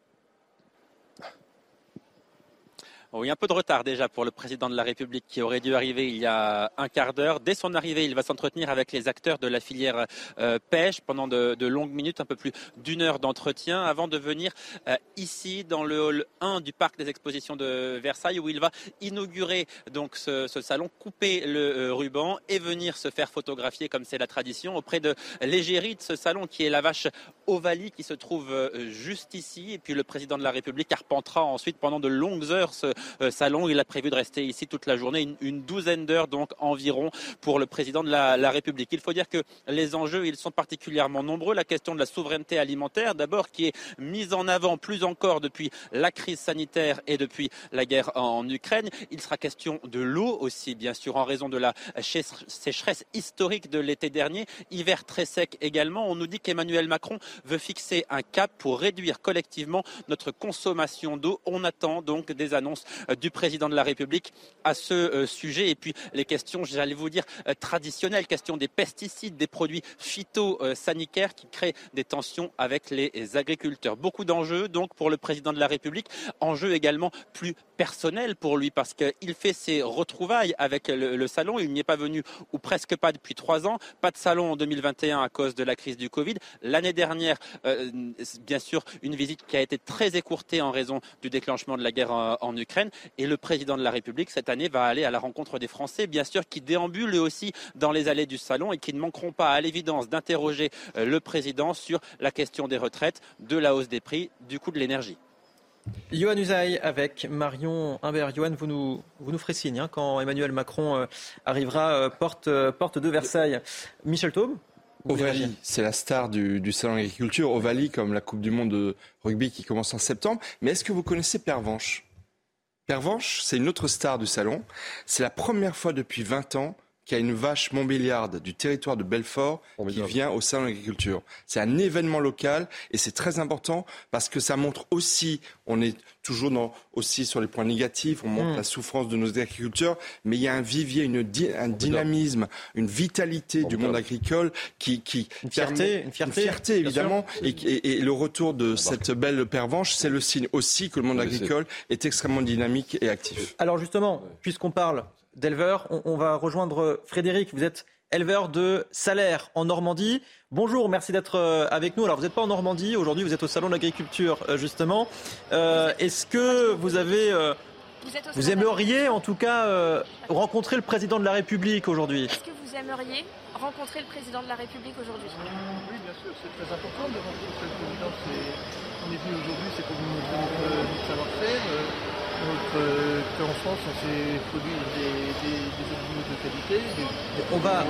S8: Oui, un peu de retard déjà pour le président de la République qui aurait dû arriver il y a un quart d'heure. Dès son arrivée, il va s'entretenir avec les acteurs de la filière euh, pêche pendant de, de longues minutes, un peu plus d'une heure d'entretien, avant de venir euh, ici dans le hall un du parc des expositions de Versailles où il va inaugurer donc ce, ce salon, couper le euh, ruban et venir se faire photographier comme c'est la tradition auprès de l'égérie de ce salon qui est la vache Ovalie qui se trouve euh, juste ici. Et puis le président de la République arpentera ensuite pendant de longues heures ce salon. Il a prévu de rester ici toute la journée, une, une douzaine d'heures donc environ pour le président de la, la République. Il faut dire que les enjeux, ils sont particulièrement nombreux. La question de la souveraineté alimentaire, d'abord, qui est mise en avant plus encore depuis la crise sanitaire et depuis la guerre en Ukraine. Il sera question de l'eau aussi, bien sûr, en raison de la sécheresse historique de l'été dernier. Hiver très sec également. On nous dit qu'Emmanuel Macron veut fixer un cap pour réduire collectivement notre consommation d'eau. On attend donc des annonces du président de la République à ce euh, sujet. Et puis les questions, j'allais vous dire, euh, traditionnelles, question des pesticides, des produits phytosanitaires euh, qui créent des tensions avec les agriculteurs. Beaucoup d'enjeux donc pour le président de la République, enjeux également plus personnels pour lui parce qu'il fait ses retrouvailles avec le, le salon. Il n'y est pas venu ou presque pas depuis trois ans. Pas de salon en deux mille vingt et un à cause de la crise du Covid. L'année dernière, euh, bien sûr, une visite qui a été très écourtée en raison du déclenchement de la guerre en, en Ukraine. Et le président de la République, cette année, va aller à la rencontre des Français, bien sûr, qui déambulent eux aussi dans les allées du salon et qui ne manqueront pas, à l'évidence, d'interroger le président sur la question des retraites, de la hausse des prix, du coût de l'énergie.
S2: Yohann Usaï avec Marion Imbert. Yohann, vous nous, vous nous ferez signe hein, quand Emmanuel Macron euh, arrivera euh, porte, euh, porte de Versailles. Michel Taube ?
S10: Ovalie, c'est la star du, du salon d'agriculture. Ovalie, comme la Coupe du Monde de rugby qui commence en septembre. Mais est-ce que vous connaissez Pervenche ? Pervenche, c'est une autre star du salon. C'est la première fois depuis vingt ans qu'il y a une vache montbéliarde du territoire de Belfort qui vient au salon de l'agriculture. C'est un événement local et c'est très important parce que ça montre aussi, on est toujours dans, aussi sur les points négatifs, on montre mmh. la souffrance de nos agriculteurs, mais il y a un vivier, une, un dynamisme, une vitalité du monde agricole qui... qui
S2: une fierté, une fierté,
S10: une fierté évidemment, et, et, et le retour de cette belle pervenche, c'est le signe aussi que le monde agricole est extrêmement dynamique et actif.
S2: Alors justement, puisqu'on parle d'éleveurs, on, on va rejoindre Frédéric. Vous êtes éleveur de Salaire en Normandie. Bonjour, merci d'être avec nous. Alors vous n'êtes pas en Normandie, aujourd'hui vous êtes au Salon de l'Agriculture justement. Euh, est-ce que vous avez... Euh, vous, vous aimeriez en tout cas euh, rencontrer le président de la République aujourd'hui ?
S6: Est-ce que vous aimeriez rencontrer le président de la République aujourd'hui ?
S20: Oui, bien sûr, c'est très important de rencontrer le président. C'est... On est venu aujourd'hui, c'est pour nous montrer notre, notre savoir-faire. Euh... Notre, euh, qu'en France, on s'est produit des, des, des animaux de qualité. Des, des
S2: on, va,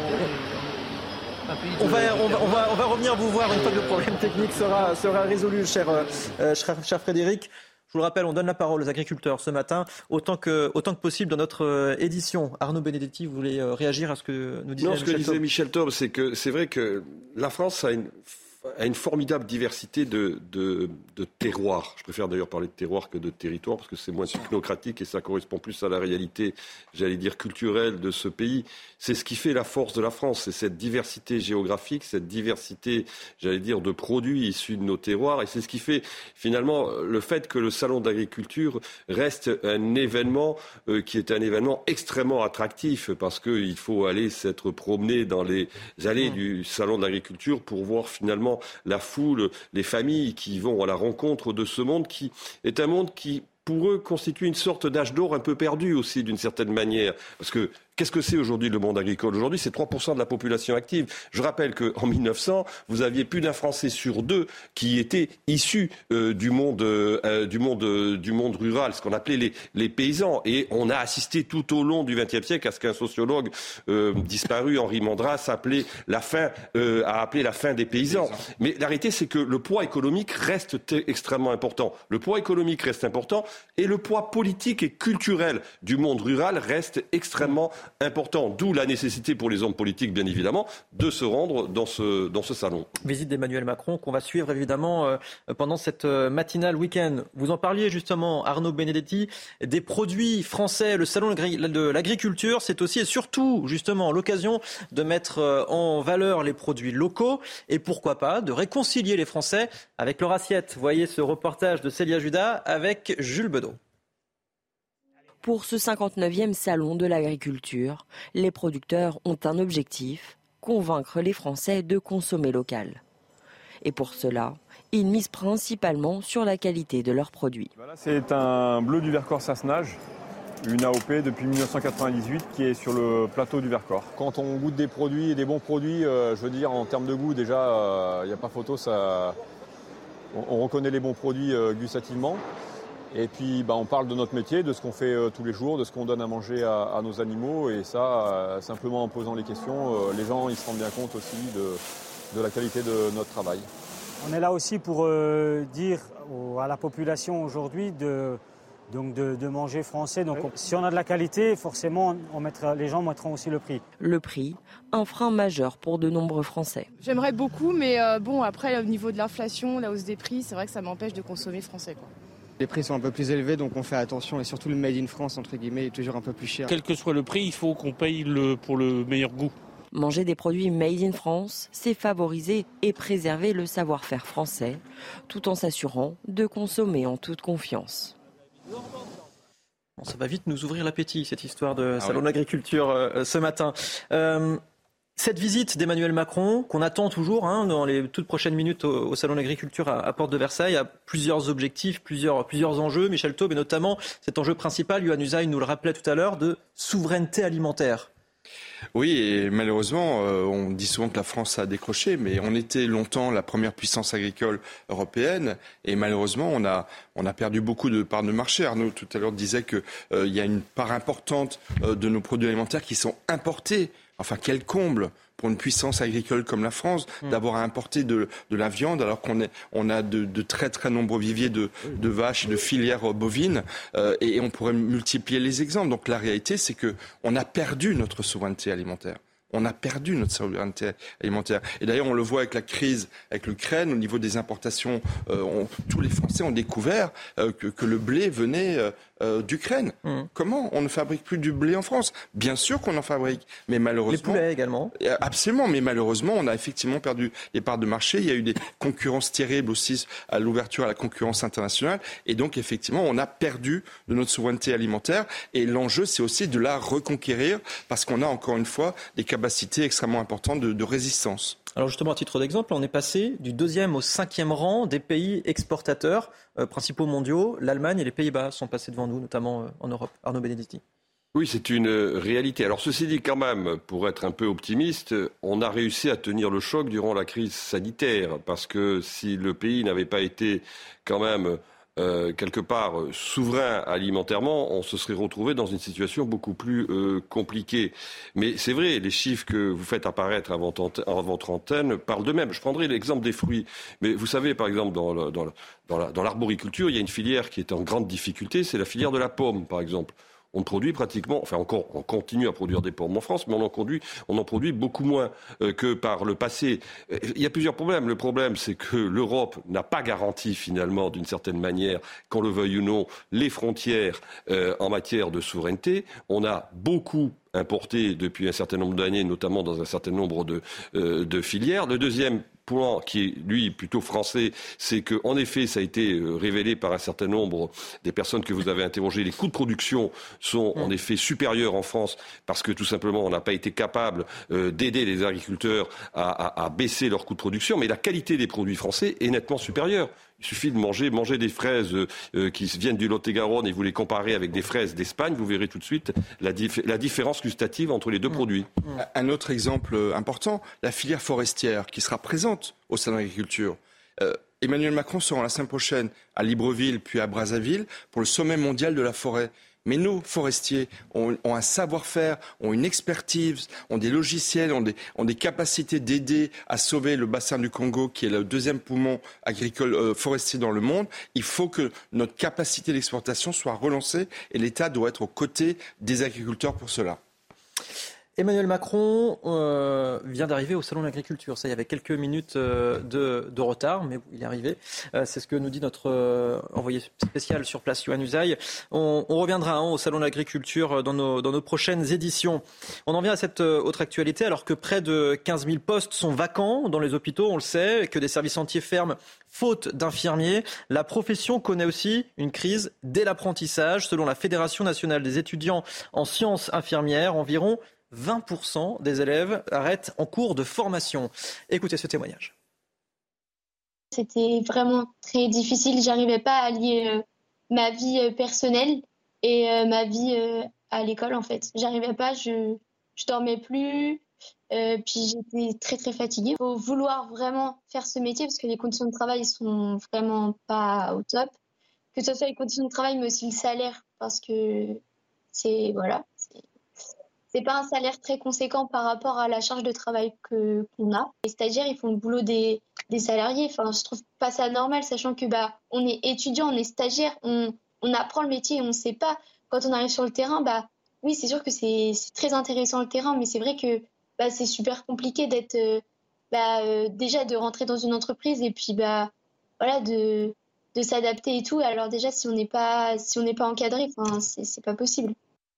S2: on, on, va, on, va, on, va, on va revenir vous voir une fois que le problème technique sera, sera résolu, cher, euh, cher, cher Frédéric. Je vous le rappelle, on donne la parole aux agriculteurs ce matin, autant que, autant que possible dans notre euh, édition. Arnaud Benedetti, vous voulez euh, réagir à ce que nous disait
S9: non,
S2: Michel Taube ?
S9: Non, ce que disait Michel Taube, c'est que c'est vrai que la France a une... a une formidable diversité de, de, de terroirs. Je préfère d'ailleurs parler de terroirs que de territoire parce que c'est moins technocratique et ça correspond plus à la réalité, j'allais dire, culturelle de ce pays. C'est ce qui fait la force de la France, c'est cette diversité géographique, cette diversité, j'allais dire, de produits issus de nos terroirs et c'est ce qui fait finalement le fait que le salon d'agriculture reste un événement euh, qui est un événement extrêmement attractif parce qu'il faut aller s'être promené dans les allées du salon d'agriculture pour voir finalement la foule, les familles qui vont à la rencontre de ce monde qui est un monde qui, pour eux, constitue une sorte d'âge d'or un peu perdu aussi d'une certaine manière. Parce que Qu'est-ce que c'est aujourd'hui le monde agricole ? Aujourd'hui, c'est trois pour cent de la population active. Je rappelle qu'en mille neuf cents, vous aviez plus d'un Français sur deux qui était issu euh, du monde, euh, du monde, euh, du monde rural, ce qu'on appelait les, les paysans. Et on a assisté tout au long du vingtième siècle à ce qu'un sociologue euh, disparu, Henri Mandras, appelait la fin, euh, a appelé la fin des paysans. Mais la réalité, c'est que le poids économique reste t- extrêmement important. Le poids économique reste important et le poids politique et culturel du monde rural reste extrêmement important. D'où la nécessité pour les hommes politiques, bien évidemment, de se rendre dans ce, dans ce salon.
S2: Visite d'Emmanuel Macron qu'on va suivre évidemment euh, pendant cette euh, matinale week-end. Vous en parliez justement, Arnaud Benedetti, des produits français. Le salon de l'agriculture, c'est aussi et surtout justement l'occasion de mettre euh, en valeur les produits locaux et pourquoi pas de réconcilier les Français avec leur assiette. Voyez ce reportage de Célia Judas avec Jules Bedeau.
S14: Pour ce cinquante-neuvième salon de l'agriculture, les producteurs ont un objectif, convaincre les Français de consommer local. Et pour cela, ils misent principalement sur la qualité de leurs produits.
S21: C'est un bleu du Vercors Sassenage, une A O P depuis mille neuf cent quatre-vingt-dix-huit qui est sur le plateau du Vercors. Quand on goûte des produits, des bons produits, euh, je veux dire en termes de goût déjà, il euh, n'y a pas photo, ça, on, on reconnaît les bons produits euh, gustativement. Et puis bah, on parle de notre métier, de ce qu'on fait euh, tous les jours, de ce qu'on donne à manger à, à nos animaux. Et ça, euh, simplement en posant les questions, euh, les gens ils se rendent bien compte aussi de, de la qualité de notre travail.
S22: On est là aussi pour euh, dire au, à la population aujourd'hui de... Donc de, de manger français. Donc on, si on a de la qualité, forcément, on mettra, les gens mettront aussi le prix.
S14: Le prix, un frein majeur pour de nombreux Français.
S6: J'aimerais beaucoup, mais euh, bon, après, au niveau de l'inflation, la hausse des prix, c'est vrai que ça m'empêche de consommer français, quoi.
S23: Les prix sont un peu plus élevés, donc on fait attention. Et surtout, le Made in France, entre guillemets, est toujours un peu plus cher.
S24: Quel que soit le prix, il faut qu'on paye le, pour le meilleur goût.
S14: Manger des produits Made in France, c'est favoriser et préserver le savoir-faire français, tout en s'assurant de consommer en toute confiance.
S2: Bon, ça va vite nous ouvrir l'appétit, cette histoire de
S10: ah
S2: salon
S10: oui.
S2: de l'agriculture euh, ce matin. Euh, cette visite d'Emmanuel Macron, qu'on attend toujours hein, dans les toutes prochaines minutes au, au salon de l'agriculture à, à Porte de Versailles, a plusieurs objectifs, plusieurs, plusieurs enjeux. Michel Taube, et notamment cet enjeu principal, Yohann Usaï nous le rappelait tout à l'heure, de souveraineté alimentaire.
S10: Oui, et malheureusement, euh, on dit souvent que la France a décroché, mais on était longtemps la première puissance agricole européenne, et malheureusement, on a, on a perdu beaucoup de parts de marché. Arnaud, tout à l'heure, disait qu'il euh, y a une part importante euh, de nos produits alimentaires qui sont importés. Enfin, quel comble pour une puissance agricole comme la France, mmh. d'avoir à importer de, de la viande alors qu'on est, on a de, de très très nombreux viviers de, de vaches et de filières bovines euh, et, et on pourrait multiplier les exemples. Donc la réalité, c'est que on a perdu notre souveraineté alimentaire. On a perdu notre souveraineté alimentaire. Et d'ailleurs, on le voit avec la crise avec l'Ukraine, au niveau des importations. Euh, on, tous les Français ont découvert euh, que, que le blé venait euh, euh, d'Ukraine. Mmh. Comment ? On ne fabrique plus du blé en France. Bien sûr qu'on en fabrique, mais malheureusement...
S2: Les poulets également.
S10: Absolument, mais malheureusement, on a effectivement perdu les parts de marché. Il y a eu des concurrences terribles aussi à l'ouverture à la concurrence internationale. Et donc, effectivement, on a perdu de notre souveraineté alimentaire. Et l'enjeu, c'est aussi de la reconquérir, parce qu'on a, encore une fois, des capacités capacité extrêmement importante de, de résistance.
S2: Alors justement, à titre d'exemple, on est passé du deuxième au cinquième rang des pays exportateurs euh, principaux mondiaux. L'Allemagne et les Pays-Bas sont passés devant nous, notamment euh, en Europe. Arnaud Benedetti.
S9: Oui, c'est une réalité. Alors ceci dit, quand même, pour être un peu optimiste, on a réussi à tenir le choc durant la crise sanitaire, parce que si le pays n'avait pas été quand même... Euh, quelque part euh, souverain alimentairement, on se serait retrouvé dans une situation beaucoup plus euh, compliquée. Mais c'est vrai, les chiffres que vous faites apparaître à votre antenne parlent d'eux-mêmes. Je prendrai l'exemple des fruits. Mais vous savez, par exemple, dans, le, dans, le, dans, la, dans l'arboriculture, il y a une filière qui est en grande difficulté, c'est la filière de la pomme, par exemple. On produit pratiquement, enfin encore, on continue à produire des pommes en France, mais on en produit, on en produit beaucoup moins euh, que par le passé. Il y a plusieurs problèmes. Le problème, c'est que l'Europe n'a pas garanti finalement, d'une certaine manière, qu'on le veuille ou non, les frontières euh, en matière de souveraineté. On a beaucoup importé depuis un certain nombre d'années, notamment dans un certain nombre de, euh, de filières. Le deuxième point, qui est, lui, plutôt français, c'est qu'en effet, ça a été révélé par un certain nombre des personnes que vous avez interrogées, les coûts de production sont en effet supérieurs en France parce que, tout simplement, on n'a pas été capable euh, d'aider les agriculteurs à, à, à baisser leurs coûts de production, mais la qualité des produits français est nettement supérieure. Il suffit de manger, manger des fraises euh, qui viennent du Lot-et-Garonne et vous les comparez avec des fraises d'Espagne, vous verrez tout de suite la, dif- la différence gustative entre les deux mmh. produits.
S10: Mmh. Un autre exemple important, la filière forestière qui sera présente au Salon de l'agriculture. Euh, Emmanuel Macron sera la semaine prochaine à Libreville puis à Brazzaville pour le sommet mondial de la forêt. Mais nos forestiers ont, ont un savoir-faire, ont une expertise, ont des logiciels, ont des, ont des capacités d'aider à sauver le bassin du Congo, qui est le deuxième poumon agricole euh, forestier dans le monde. Il faut que notre capacité d'exportation soit relancée et l'État doit être aux côtés des agriculteurs pour cela.
S2: Emmanuel Macron euh, vient d'arriver au Salon de l'Agriculture. Ça, il y avait quelques minutes euh, de, de retard, mais il est arrivé. Euh, c'est ce que nous dit notre euh, envoyé spécial sur place, Yohann Usaï. On, on reviendra hein, au Salon de l'Agriculture dans nos, dans nos prochaines éditions. On en vient à cette euh, autre actualité, alors que près de quinze mille postes sont vacants dans les hôpitaux, on le sait, que des services entiers ferment faute d'infirmiers. La profession connaît aussi une crise dès l'apprentissage. Selon la Fédération nationale des étudiants en sciences infirmières, environ vingt pour cent des élèves arrêtent en cours de formation. Écoutez ce témoignage.
S1: C'était vraiment très difficile. J'arrivais pas à lier euh, ma vie euh, personnelle et euh, ma vie euh, à l'école, en fait. J'arrivais pas, je, je dormais plus, euh, puis j'étais très très fatiguée. Il faut vouloir vraiment faire ce métier parce que les conditions de travail sont vraiment pas au top. Que ce soit les conditions de travail, mais aussi le salaire, parce que c'est, voilà, c'est... C'est pas un salaire très conséquent par rapport à la charge de travail que, qu'on a. Les stagiaires, ils font le boulot des, des salariés. Enfin, je trouve pas ça normal, sachant que bah, on est étudiant, on est stagiaire, on, on apprend le métier et on sait pas. Quand on arrive sur le terrain, bah, oui, c'est sûr que c'est, c'est très intéressant le terrain, mais c'est vrai que bah, c'est super compliqué d'être, euh, bah, euh, déjà de rentrer dans une entreprise et puis bah, voilà, de, de s'adapter et tout. Alors déjà, si on n'est pas, si on n'est pas encadré, enfin, c'est, c'est pas possible.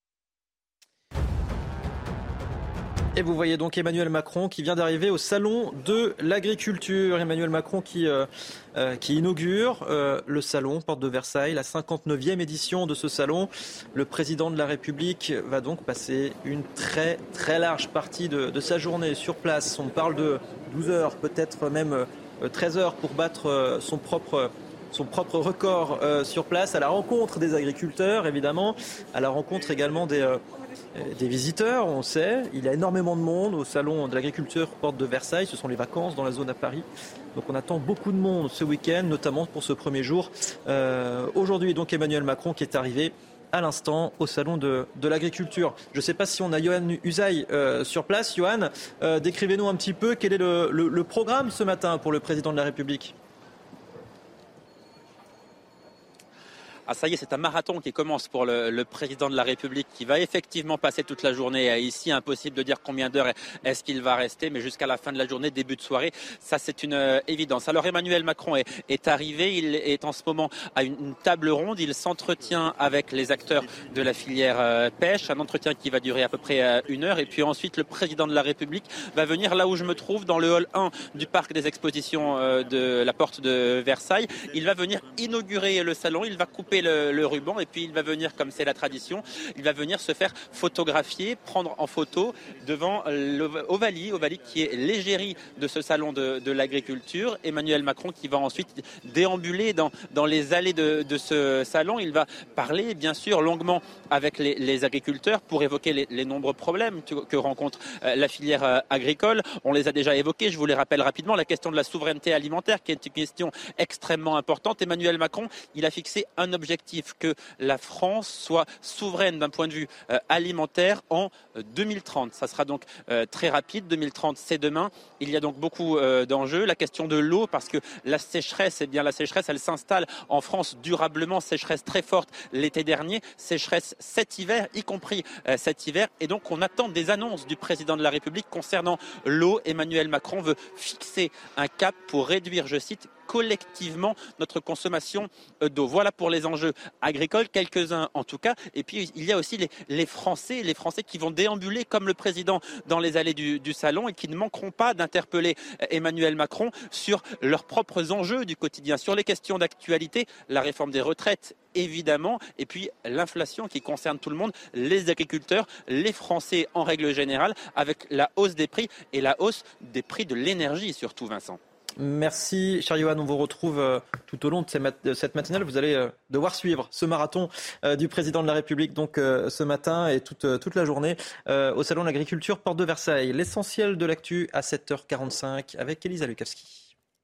S2: Et vous voyez donc Emmanuel Macron qui vient d'arriver au Salon de l'Agriculture. Emmanuel Macron qui, euh, euh, qui inaugure euh, le salon, porte de Versailles, la cinquante-neuvième édition de ce salon. Le président de la République va donc passer une très très large partie de, de sa journée sur place. On parle de douze heures, peut-être même euh, treize heures pour battre euh, son propre... son propre record euh, sur place, à la rencontre des agriculteurs, évidemment, à la rencontre également des, euh, des visiteurs, on sait. Il y a énormément de monde au Salon de l'Agriculture, porte de Versailles. Ce sont les vacances dans la zone à Paris. Donc on attend beaucoup de monde ce week-end, notamment pour ce premier jour. Euh, aujourd'hui, donc, Emmanuel Macron qui est arrivé à l'instant au Salon de, de l'Agriculture. Je ne sais pas si on a Yohann Usaï euh, sur place. Yohann, euh, décrivez-nous un petit peu quel est le, le, le programme ce matin pour le président de la République.
S8: Ah ça y est, c'est un marathon qui commence pour le, le président de la République qui va effectivement passer toute la journée ici. Impossible de dire combien d'heures est-ce qu'il va rester, mais jusqu'à la fin de la journée, début de soirée, ça c'est une euh, évidence. Alors Emmanuel Macron est, est arrivé, il est en ce moment à une, une table ronde, il s'entretient avec les acteurs de la filière euh, pêche, un entretien qui va durer à peu près euh, une heure, et puis ensuite le président de la République va venir là où je me trouve, dans le hall un du parc des expositions euh, de la porte de Versailles. Il va venir inaugurer le salon, il va couper Le, le ruban et puis il va venir, comme c'est la tradition, il va venir se faire photographier, prendre en photo devant l'Ovalie, Ovalie qui est l'égérie de ce salon de, de l'agriculture. Emmanuel Macron qui va ensuite déambuler dans, dans les allées de, de ce salon. Il va parler bien sûr longuement avec les, les agriculteurs pour évoquer les, les nombreux problèmes que, que rencontre la filière agricole. On les a déjà évoqués, je vous les rappelle rapidement. La question de la souveraineté alimentaire qui est une question extrêmement importante. Emmanuel Macron, il a fixé un objectif, que la France soit souveraine d'un point de vue euh, alimentaire en euh, deux mille trente. Ça sera donc euh, très rapide. deux mille trente, c'est demain. Il y a donc beaucoup euh, d'enjeux. La question de l'eau, parce que la sécheresse, eh bien la sécheresse, elle s'installe en France durablement. Sécheresse très forte l'été dernier, sécheresse cet hiver, y compris euh, cet hiver. Et donc on attend des annonces du président de la République concernant l'eau. Emmanuel Macron veut fixer un cap pour réduire, je cite, collectivement notre consommation d'eau. Voilà pour les enjeux agricoles, quelques-uns en tout cas. Et puis il y a aussi les, les Français, les Français qui vont déambuler comme le président dans les allées du, du salon et qui ne manqueront pas d'interpeller Emmanuel Macron sur leurs propres enjeux du quotidien, sur les questions d'actualité, la réforme des retraites évidemment, et puis l'inflation qui concerne tout le monde, les agriculteurs, les Français en règle générale, avec la hausse des prix et la hausse des prix de l'énergie surtout, Vincent.
S2: Merci, cher Johan. On vous retrouve euh, tout au long de, ces mat- de cette matinale. Vous allez euh, devoir suivre ce marathon euh, du président de la République donc euh, ce matin et toute, euh, toute la journée euh, au Salon de l'Agriculture, Porte de Versailles. L'essentiel de l'actu à sept heures quarante-cinq avec Elisa Lukavski.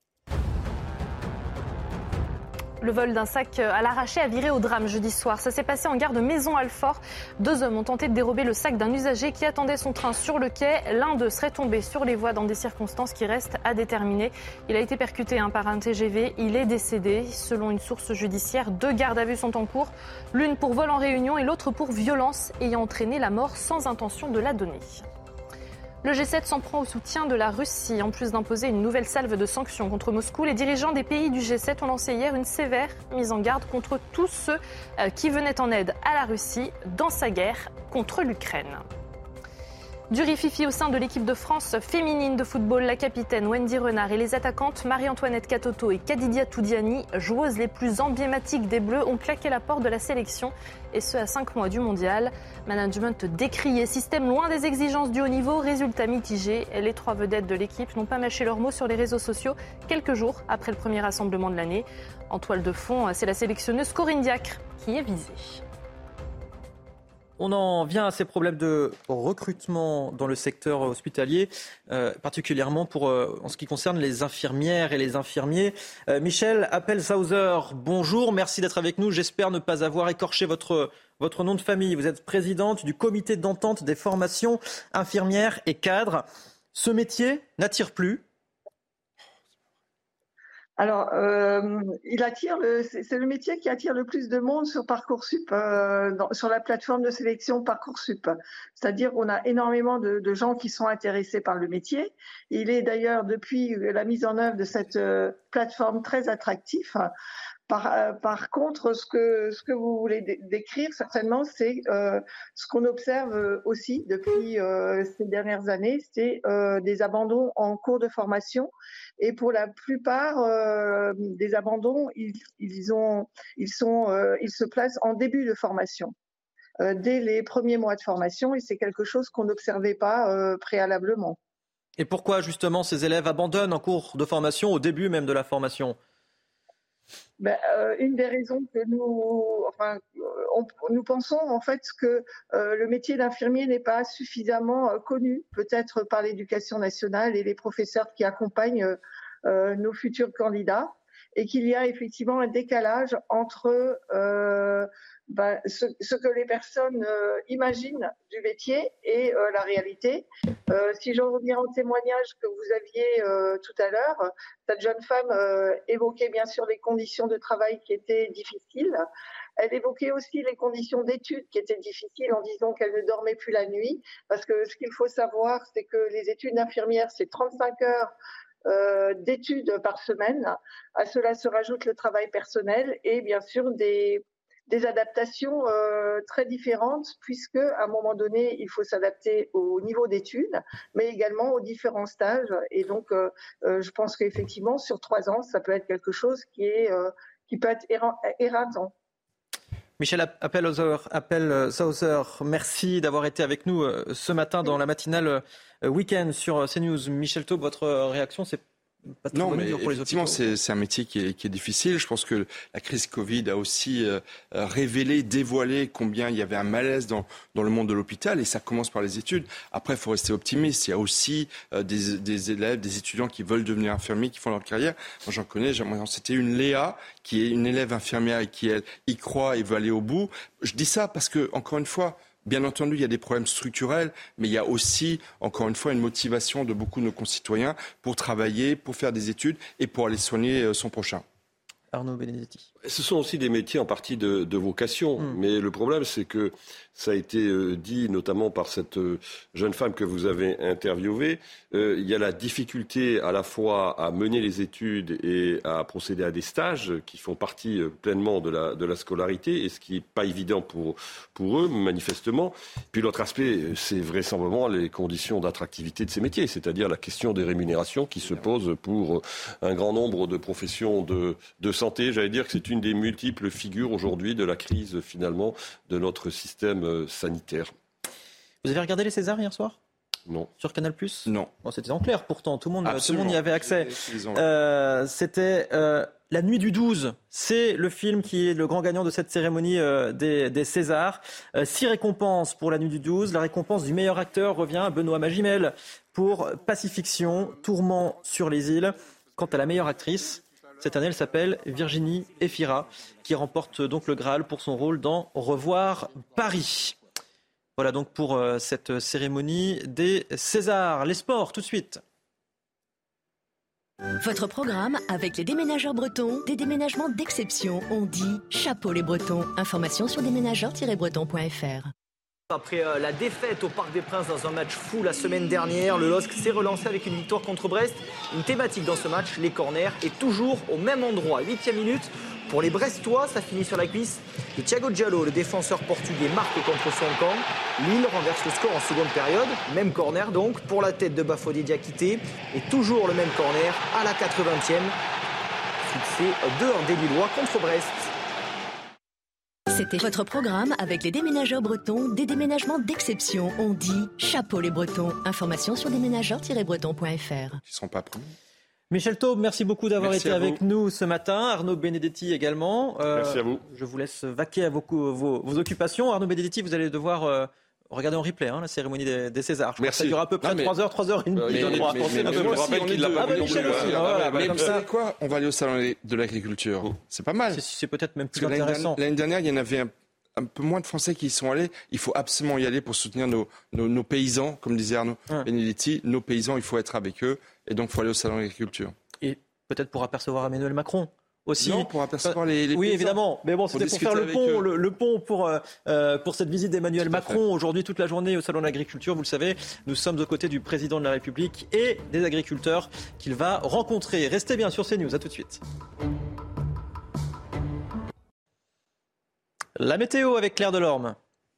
S18: Le vol d'un sac à l'arraché a viré au drame jeudi soir. Ça s'est passé en gare de Maison-Alfort. Deux hommes ont tenté de dérober le sac d'un usager qui attendait son train sur le quai. L'un d'eux serait tombé sur les voies dans des circonstances qui restent à déterminer. Il a été percuté hein, par un T G V. Il est décédé. Selon une source judiciaire, deux gardes à vue sont en cours. L'une pour vol en réunion et l'autre pour violence ayant entraîné la mort sans intention de la donner. Le G sept s'en prend au soutien de la Russie. En plus d'imposer une nouvelle salve de sanctions contre Moscou, les dirigeants des pays du G sept ont lancé hier une sévère mise en garde contre tous ceux qui venaient en aide à la Russie dans sa guerre contre l'Ukraine. Du rififi au sein de l'équipe de France féminine de football, la capitaine Wendy Renard et les attaquantes Marie-Antoinette Katoto et Kadidia Toudiani, joueuses les plus emblématiques des Bleus, ont claqué la porte de la sélection, et ce à cinq mois du mondial. Management décrié, système loin des exigences du haut niveau, résultat mitigé. Les trois vedettes de l'équipe n'ont pas mâché leurs mots sur les réseaux sociaux quelques jours après le premier rassemblement de l'année. En toile de fond, c'est la sélectionneuse Corinne Diacre qui est visée.
S2: On en vient à ces problèmes de recrutement dans le secteur hospitalier, euh, particulièrement pour, euh, en ce qui concerne les infirmières et les infirmiers. Euh, Michel Appel-Sauser, bonjour, merci d'être avec nous. J'espère ne pas avoir écorché votre, votre nom de famille. Vous êtes présidente du comité d'entente des formations infirmières et cadres. Ce métier n'attire plus ?
S3: Alors, euh, il attire le, c'est le métier qui attire le plus de monde sur Parcoursup, euh, dans, sur la plateforme de sélection Parcoursup. C'est-à-dire qu'on a énormément de, de gens qui sont intéressés par le métier. Il est d'ailleurs, depuis la mise en œuvre de cette euh, plateforme, très attractif. Par, euh, par contre, ce que, ce que vous voulez dé- décrire, certainement, c'est euh, ce qu'on observe aussi depuis euh, ces dernières années, c'est euh, des abandons en cours de formation. Et pour la plupart euh, des abandons, ils, ils, ont, ils, sont, euh, ils se placent en début de formation, euh, dès les premiers mois de formation, et c'est quelque chose qu'on n'observait pas euh, préalablement.
S2: Et pourquoi justement ces élèves abandonnent en cours de formation, au début même de la formation ?
S3: Ben, euh, une des raisons que nous, enfin, on, nous pensons en fait que euh, le métier d'infirmier n'est pas suffisamment euh, connu, peut-être par l'éducation nationale et les professeurs qui accompagnent euh, nos futurs candidats, et qu'il y a effectivement un décalage entre euh, ben, ce, ce que les personnes euh, imaginent du métier et euh, la réalité. Euh, si j'en reviens au témoignage que vous aviez euh, tout à l'heure, cette jeune femme euh, évoquait bien sûr les conditions de travail qui étaient difficiles. Elle évoquait aussi les conditions d'études qui étaient difficiles en disant qu'elle ne dormait plus la nuit, parce que ce qu'il faut savoir, c'est que les études d'infirmière, c'est trente-cinq heures Euh, d'études par semaine. À cela se rajoute le travail personnel et bien sûr des, des adaptations euh, très différentes, puisque à un moment donné, il faut s'adapter au niveau d'études, mais également aux différents stages. Et donc, euh, euh, je pense qu'effectivement, sur trois ans, ça peut être quelque chose qui, est, euh, qui peut être éreintant.
S2: Michel Appel-Sauser, merci d'avoir été avec nous ce matin dans la matinale week-end sur CNews. Michel Taube, votre réaction, c'est pas très
S10: non,
S2: bonne
S10: mais
S2: pour les
S10: effectivement, c'est, c'est un métier qui est, qui est difficile. Je pense que la crise Covid a aussi euh, révélé, dévoilé combien il y avait un malaise dans, dans le monde de l'hôpital, et ça commence par les études. Après, il faut rester optimiste. Il y a aussi euh, des, des élèves, des étudiants qui veulent devenir infirmiers, qui font leur carrière. Moi, j'en connais. Moi, c'était une Léa qui est une élève infirmière et qui, elle, y croit et veut aller au bout. Je dis ça parce que, encore une fois, bien entendu, il y a des problèmes structurels, mais il y a aussi, encore une fois, une motivation de beaucoup de nos concitoyens pour travailler, pour faire des études et pour aller soigner son prochain.
S2: Arnaud Benedetti.
S9: Ce sont aussi des métiers en partie de, de vocation, mmh. mais le problème, c'est que ça a été euh, dit notamment par cette euh, jeune femme que vous avez interviewée. Euh, il y a la difficulté à la fois à mener les études et à procéder à des stages qui font partie euh, pleinement de la, de la scolarité, et ce qui n'est pas évident pour, pour eux, manifestement. Puis l'autre aspect, c'est vraisemblablement les conditions d'attractivité de ces métiers, c'est-à-dire la question des rémunérations qui se pose pour un grand nombre de professions de, de santé. J'allais dire que c'est une des multiples figures aujourd'hui de la crise, finalement, de notre système sanitaire.
S2: Vous avez regardé les Césars hier soir ?
S9: Non.
S2: Sur Canal plus?
S10: Non.
S2: Bon, c'était en clair pourtant, tout le monde, tout le monde y
S10: Absolument.
S2: avait accès.
S10: Ils ont-
S2: Euh, c'était euh, La Nuit du douze. C'est le film qui est le grand gagnant de cette cérémonie euh, des, des Césars. Euh, six récompenses pour La Nuit du douze. La récompense du meilleur acteur revient à Benoît Magimel pour Pacifiction, Tourment sur les îles. Quant à la meilleure actrice, cette année, elle s'appelle Virginie Efira, qui remporte donc le Graal pour son rôle dans Au revoir Paris. Voilà donc pour euh, cette cérémonie des Césars. Les sports, tout de suite.
S4: Votre programme avec les déménageurs bretons, des déménagements d'exception. On dit chapeau les Bretons. Information sur déménageurs tiret breton point f r.
S7: Après euh, la défaite au Parc des Princes dans un match fou la semaine dernière, le L O S C s'est relancé avec une victoire contre Brest. Une thématique dans ce match, les corners, et toujours au même endroit. Huitième minute, pour les Brestois, ça finit sur la cuisse de Thiago Diallo, le défenseur portugais marque contre son camp. Lille renverse le score en seconde période, même corner donc, pour la tête de Bafodé Diakité. Et toujours le même corner à la quatre-vingtième. Succès deux un des Lillois contre Brest.
S4: C'était votre programme avec les déménageurs bretons, des déménagements d'exception. On dit chapeau les Bretons. Information sur déménageurs tiret breton point f r.
S10: Qui ne sont pas pris.
S2: Michel Taube, merci beaucoup d'avoir
S10: Merci
S2: été
S10: à
S2: avec
S10: vous.
S2: nous ce matin. Arnaud Benedetti également. Euh,
S9: Merci à vous.
S2: Je vous laisse vaquer à vos, vos, vos occupations. Arnaud Benedetti, vous allez devoir euh, regarder en replay hein, la cérémonie des, des Césars. Je crois que ça
S9: Merci.
S2: dure à peu près
S10: Non, mais-
S2: trois heures, trois heures et demie.
S10: Mais-
S2: je
S10: mais-
S2: crois.
S10: mais- mais- mais-
S9: Je
S10: moi
S9: vous
S10: aussi,
S9: rappelle
S10: on
S9: qu'il
S10: est
S9: l'a
S10: deux.
S9: pas
S2: Ah bah,
S9: vu non
S2: Michel
S9: plus,
S2: aussi.
S9: hein.
S2: Ah, voilà, bah,
S10: Mais
S2: comme
S10: vous
S2: ça,
S10: savez quoi? On va aller au salon de l'agriculture. C'est pas mal.
S2: c'est- c'est peut-être même plus
S10: Parce que l'année
S2: intéressant.
S10: dernière, l'année dernière, il y en avait un, un peu moins de Français qui y sont allés. Il faut absolument y aller pour soutenir nos, nos, nos paysans, comme disait Arnaud
S2: Ouais.
S10: Benedetti. Nos paysans, il faut être avec eux. Et donc, il faut aller au salon de l'agriculture.
S2: Et peut-être pour apercevoir Emmanuel Macron. Aussi.
S10: Non, pour apercevoir les, les
S2: Oui,
S10: paysans.
S2: évidemment. Mais bon, c'était pour
S10: discuter
S2: faire le
S10: avec
S2: pont,
S10: eux.
S2: le, le pont pour, euh, euh, pour cette visite d'Emmanuel
S10: Tout à
S2: Macron. Aujourd'hui, toute la journée au Salon de l'Agriculture, vous le savez, nous sommes aux côtés du président de la République et des agriculteurs qu'il va rencontrer. Restez bien sur CNews. À tout de suite. La météo avec Claire Delorme.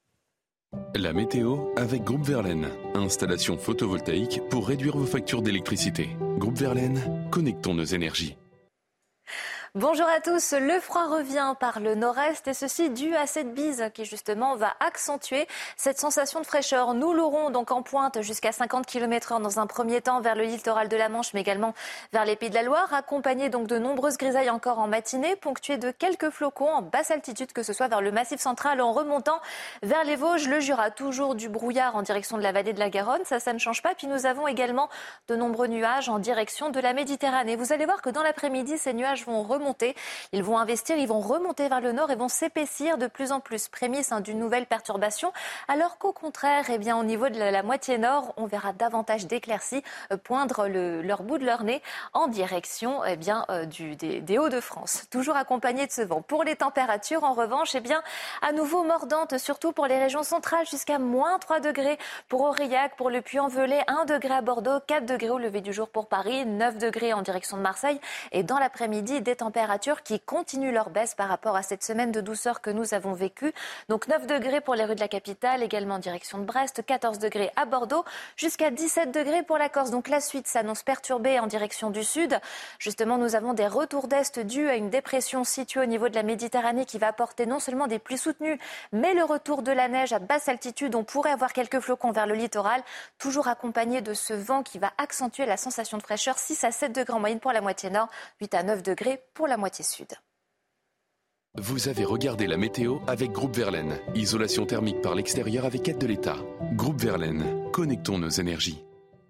S11: La météo avec Groupe Verlaine. Installation photovoltaïque pour réduire vos factures d'électricité. Groupe Verlaine, connectons nos énergies.
S5: Bonjour à tous, le froid revient par le nord-est et ceci dû à cette bise qui justement va accentuer cette sensation de fraîcheur. Nous l'aurons donc en pointe jusqu'à cinquante kilomètres heure dans un premier temps vers le littoral de la Manche mais également vers les Pays de la Loire, accompagné donc de nombreuses grisailles encore en matinée, ponctuées de quelques flocons en basse altitude que ce soit vers le Massif central en remontant vers les Vosges, le Jura, toujours du brouillard en direction de la vallée de la Garonne, ça ça ne change pas. Puis nous avons également de nombreux nuages en direction de la Méditerranée. Vous allez voir que dans l'après-midi ces nuages vont remonter. Ils vont investir, ils vont remonter vers le nord et vont s'épaissir de plus en plus. Prémisse hein, d'une nouvelle perturbation, alors qu'au contraire, eh bien, au niveau de la, la moitié nord, on verra davantage d'éclaircies euh, poindre le, leur bout de leur nez en direction eh bien, euh, du, des, des Hauts-de-France. Toujours accompagné de ce vent. Pour les températures, en revanche, eh bien, à nouveau mordantes, surtout pour les régions centrales, jusqu'à moins trois degrés pour Aurillac, pour le Puy-en-Velay, un degré à Bordeaux, quatre degrés au lever du jour pour Paris, neuf degrés en direction de Marseille. Et dans l'après-midi, des températures qui continuent leur baisse par rapport à cette semaine de douceur que nous avons vécue. Donc neuf degrés pour les rues de la capitale, également en direction de Brest, quatorze degrés à Bordeaux, jusqu'à dix-sept degrés pour la Corse. Donc la suite s'annonce perturbée en direction du sud. Justement, nous avons des retours d'est dus à une dépression située au niveau de la Méditerranée qui va apporter non seulement des pluies soutenues, mais le retour de la neige à basse altitude. On pourrait avoir quelques flocons vers le littoral, toujours accompagné de ce vent qui va accentuer la sensation de fraîcheur. six à sept degrés en moyenne pour la moitié nord, huit à neuf degrés pour la moitié sud.
S11: Vous avez regardé la météo avec Groupe Verlaine. Isolation thermique par l'extérieur avec aide de l'État. Groupe Verlaine, connectons nos énergies.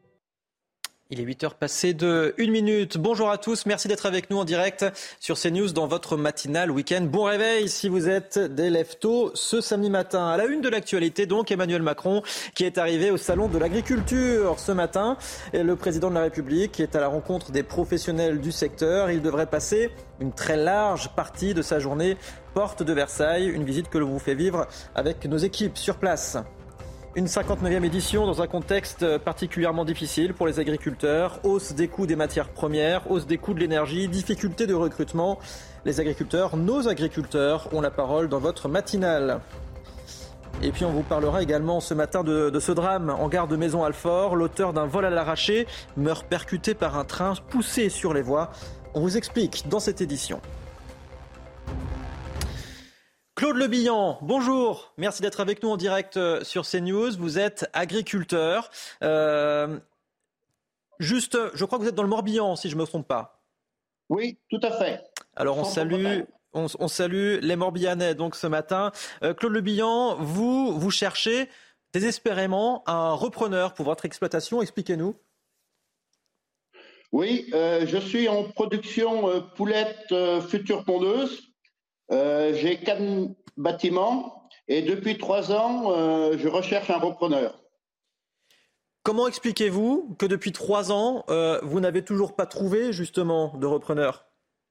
S2: Il est huit heures passées de une minute. Bonjour à tous, merci d'être avec nous en direct sur CNews dans votre matinale week-end. Bon réveil si vous êtes des lève-tôt ce samedi matin. À la une de l'actualité, donc, Emmanuel Macron qui est arrivé au Salon de l'Agriculture ce matin. Et le président de la République qui est à la rencontre des professionnels du secteur. Il devrait passer une très large partie de sa journée porte de Versailles. Une visite que l'on vous fait vivre avec nos équipes sur place. Une cinquante-neuvième édition dans un contexte particulièrement difficile pour les agriculteurs. Hausse des coûts des matières premières, hausse des coûts de l'énergie, difficultés de recrutement. Les agriculteurs, nos agriculteurs, ont la parole dans votre matinale. Et puis on vous parlera également ce matin de, de ce drame en gare de Maison-Alfort. L'auteur d'un vol à l'arraché meurt percuté par un train poussé sur les voies. On vous explique dans cette édition. Claude Le Bihan, bonjour. Merci d'être avec nous en direct sur CNews. Vous êtes agriculteur. Euh, juste, je crois que vous êtes dans le Morbihan, si je ne me trompe pas.
S12: Oui, tout à fait.
S2: Alors on salue, on, on salue les Morbihanais donc ce matin. Euh, Claude Le Bihan, vous, vous cherchez désespérément un repreneur pour votre exploitation. Expliquez-nous.
S12: Oui, euh, je suis en production euh, poulette euh, future pondeuse. Euh, j'ai quatre bâtiments et depuis trois ans, euh, je recherche un repreneur.
S2: Comment expliquez-vous que depuis trois ans, euh, vous n'avez toujours pas trouvé justement de repreneur ?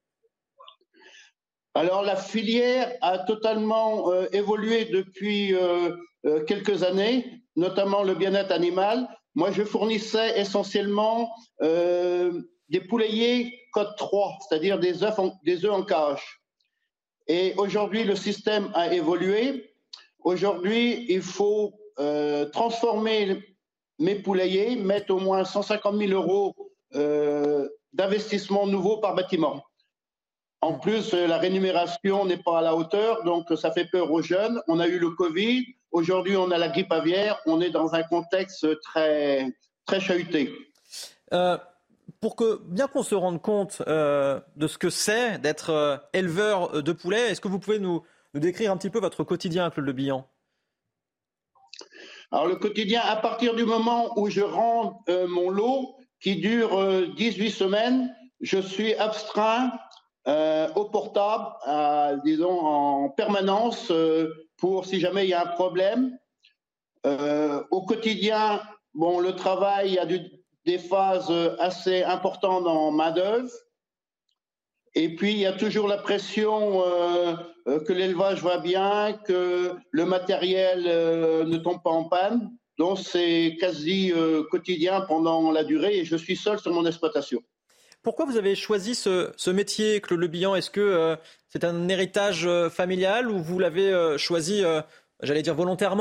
S12: Alors la filière a totalement euh, évolué depuis euh, euh, quelques années, notamment le bien-être animal. Moi, je fournissais essentiellement euh, des poulaillers code trois, c'est-à-dire des œufs en, des œufs en cage. Et aujourd'hui, le système a évolué. Aujourd'hui, il faut euh, transformer mes poulaillers, mettre au moins cent cinquante mille euros euh, d'investissement nouveau par bâtiment. En plus, la rémunération n'est pas à la hauteur, donc ça fait peur aux jeunes. On a eu le Covid, aujourd'hui on a la grippe aviaire, on est dans un contexte très, très chahuté.
S2: Euh, pour que, bien qu'on se rende compte euh, de ce que c'est d'être euh, éleveur de poulets, est-ce que vous pouvez nous, nous décrire un petit peu votre quotidien, Claude Le Bihan ?
S12: Alors le quotidien, à partir du moment où je rends euh, mon lot, qui dure euh, dix-huit semaines, je suis abstrait Euh, au portable, euh, disons en permanence, euh, pour si jamais il y a un problème. Euh, au quotidien, bon, le travail, il y a du, des phases assez importantes en main-d'œuvre. Et puis, il y a toujours la pression euh, euh, que l'élevage va bien, que le matériel euh, ne tombe pas en panne. Donc, c'est quasi euh, quotidien pendant la durée et je suis seul sur mon exploitation.
S2: Pourquoi vous avez choisi ce, ce métier, Claude Le Bihan ? Est-ce que euh, c'est un héritage euh, familial ou vous l'avez euh, choisi, euh, j'allais dire, volontairement ?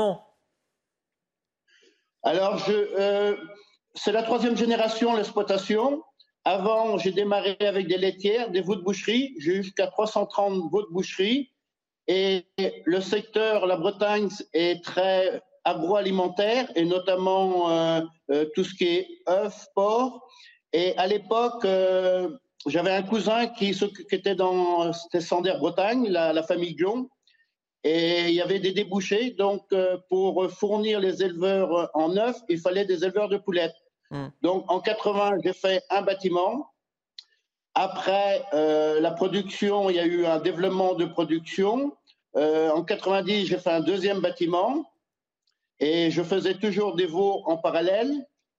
S12: Alors, je, euh, c'est la troisième génération, l'exploitation. Avant, j'ai démarré avec des laitières, des veaux de boucherie. J'ai eu jusqu'à trois cent trente veaux de boucherie. Et le secteur, la Bretagne, est très agroalimentaire, et notamment euh, euh, tout ce qui est œufs, porc. Et à l'époque, euh, j'avais un cousin qui, qui était dans Sanderre Bretagne, la, la famille Dion, et il y avait des débouchés. Donc, euh, pour fournir les éleveurs en œufs, il fallait des éleveurs de poulettes. Mmh. Donc, en quatre-vingts, j'ai fait un bâtiment. Après euh, la production, il y a eu un développement de production. Euh, en quatre-vingt-dix, j'ai fait un deuxième bâtiment et je faisais toujours des veaux en parallèle.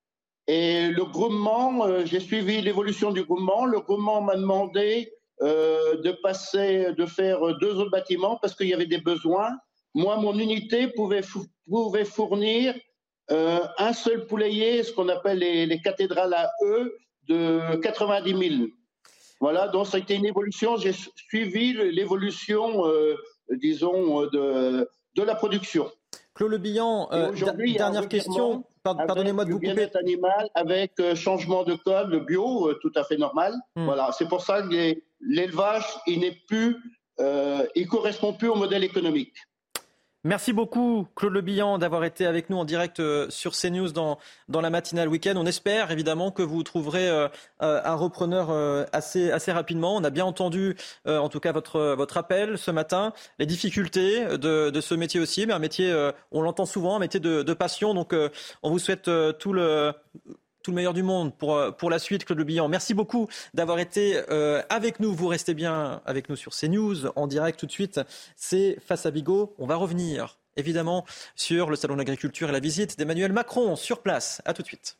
S12: Et le groupement, euh, j'ai suivi l'évolution du groupement. Le groupement m'a demandé euh, de passer, de faire deux autres bâtiments parce qu'il y avait des besoins. Moi, mon unité pouvait, fou- pouvait fournir euh, un seul poulailler, ce qu'on appelle les, les cathédrales à eux, de quatre-vingt-dix mille. Voilà, donc ça a été une évolution. J'ai suivi l'évolution, euh, disons, de, de la production.
S2: Claude Le Bihan, euh, d- dernière question. Pardonnez-moi de vous couper.
S12: Bien-être animal avec euh, changement de code, le bio, euh, tout à fait normal. Hmm. Voilà, c'est pour ça que les, l'élevage, il n'est plus, euh, il correspond plus au modèle économique.
S2: Merci beaucoup, Claude Le Bihan, d'avoir été avec nous en direct euh, sur CNews dans, dans la matinale week-end. On espère évidemment que vous trouverez euh, euh, un repreneur euh, assez, assez rapidement. On a bien entendu, euh, en tout cas, votre, votre appel ce matin, les difficultés de, de ce métier aussi, mais un métier, euh, on l'entend souvent, un métier de, de passion. Donc, euh, on vous souhaite euh, tout le... tout le meilleur du monde pour, pour la suite, Claude Le Bihan. Merci beaucoup d'avoir été euh, avec nous. Vous restez bien avec nous sur CNews en direct tout de suite. C'est Face à Bigot. On va revenir évidemment sur le Salon de l'Agriculture et la visite d'Emmanuel Macron sur place. À tout de suite.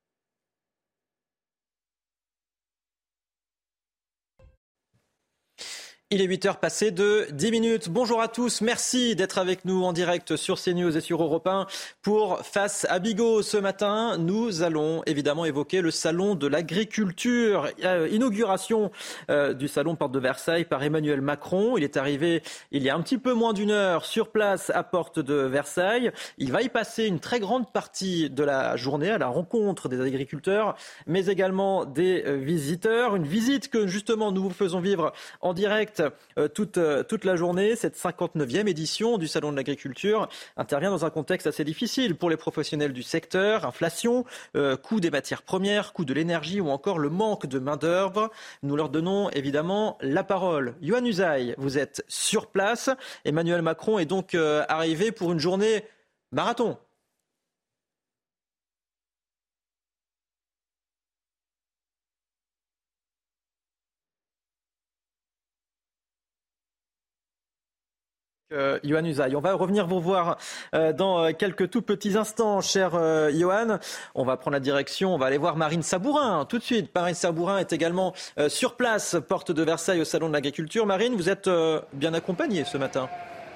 S2: Il est huit heures passées de dix minutes. Bonjour à tous, merci d'être avec nous en direct sur CNews et sur Europe un pour Face à Bigot. Ce matin, nous allons évidemment évoquer le Salon de l'Agriculture. Euh, inauguration euh, du Salon Porte de Versailles par Emmanuel Macron. Il est arrivé il y a un petit peu moins d'une heure sur place à Porte de Versailles. Il va y passer une très grande partie de la journée à la rencontre des agriculteurs, mais également des euh, visiteurs. Une visite que justement nous vous faisons vivre en direct direct euh, toute, euh, toute la journée. Cette cinquante-neuvième édition du Salon de l'Agriculture intervient dans un contexte assez difficile pour les professionnels du secteur. Inflation, euh, coût des matières premières, coût de l'énergie ou encore le manque de main-d'œuvre. Nous leur donnons évidemment la parole. Yohann Usaï, vous êtes sur place. Emmanuel Macron est donc euh, arrivé pour une journée marathon. Euh, Yohann Usaï. On va revenir vous voir euh, dans quelques tout petits instants, cher euh, Yohann. On va prendre la direction, on va aller voir Marine Sabourin tout de suite. Marine Sabourin est également euh, sur place, porte de Versailles au Salon de l'Agriculture. Marine, vous êtes euh, bien accompagnée ce matin.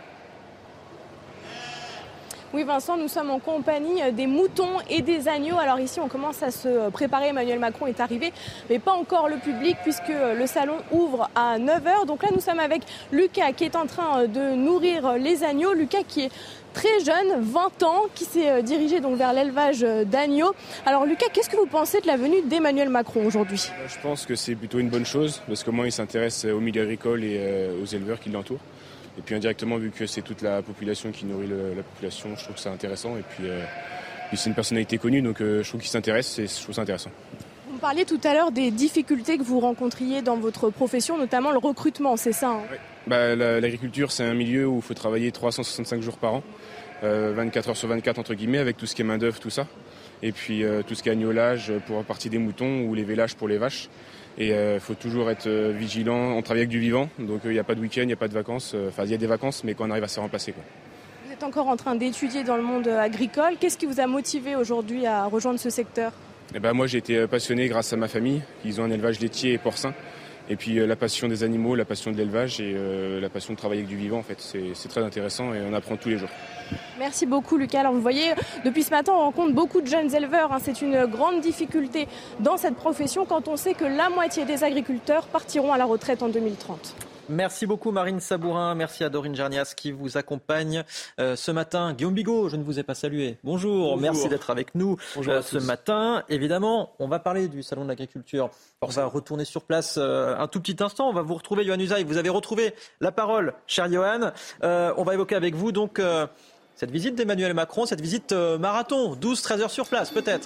S6: Oui Vincent, nous sommes en compagnie des moutons et des agneaux. Alors ici on commence à se préparer, Emmanuel Macron est arrivé, mais pas encore le public puisque le salon ouvre à neuf heures. Donc là nous sommes avec Lucas qui est en train de nourrir les agneaux. Lucas qui est très jeune, vingt ans, qui s'est dirigé donc vers l'élevage d'agneaux. Alors Lucas, qu'est-ce que vous pensez de la venue d'Emmanuel Macron aujourd'hui ?
S13: Je pense que c'est plutôt une bonne chose parce qu'au moins il s'intéresse au milieu agricole et aux éleveurs qui l'entourent. Et puis indirectement, vu que c'est toute la population qui nourrit le, la population, je trouve que c'est intéressant. Et puis, euh, puis c'est une personnalité connue, donc euh, je trouve qu'il s'intéresse et je trouve ça intéressant.
S6: Vous me parliez tout à l'heure des difficultés que vous rencontriez dans votre profession, notamment le recrutement, c'est ça hein ?
S13: Oui. Bah, la, l'agriculture, c'est un milieu où il faut travailler trois cent soixante-cinq jours par an, euh, vingt-quatre heures sur vingt-quatre entre guillemets, avec tout ce qui est main-d'œuvre, tout ça. Et puis euh, tout ce qui est agnolage pour la partie des moutons ou les vélages pour les vaches. Et il euh, faut toujours être euh, vigilant, on travaille avec du vivant, donc il euh, n'y a pas de week-end, il n'y a pas de vacances, enfin euh, il y a des vacances mais qu'on arrive à se remplacer. Quoi.
S6: Vous êtes encore en train d'étudier dans le monde agricole, qu'est-ce qui vous a motivé aujourd'hui à rejoindre ce secteur ?
S13: Eh ben, moi j'ai été passionné grâce à ma famille, ils ont un élevage laitier et porcin, et puis euh, la passion des animaux, la passion de l'élevage et euh, la passion de travailler avec du vivant en fait, c'est, c'est très intéressant et on apprend tous les jours.
S6: Merci beaucoup Lucas. Alors vous voyez, depuis ce matin on rencontre beaucoup de jeunes éleveurs. Hein. C'est une grande difficulté dans cette profession quand on sait que la moitié des agriculteurs partiront à la retraite en deux mille trente.
S2: Merci beaucoup Marine Sabourin, merci à Dorine Jarnias qui vous accompagne euh, ce matin. Guillaume Bigot, je ne vous ai pas salué. Bonjour, Bonjour. Merci d'être avec nous euh, ce matin. Évidemment, on va parler du Salon de l'Agriculture. On va retourner sur place euh, un tout petit instant. On va vous retrouver, Yohann Usaï. Vous avez retrouvé la parole, cher Yohann. Euh, on va évoquer avec vous donc euh, cette visite d'Emmanuel Macron, cette visite euh, marathon, douze treize heures sur place peut-être.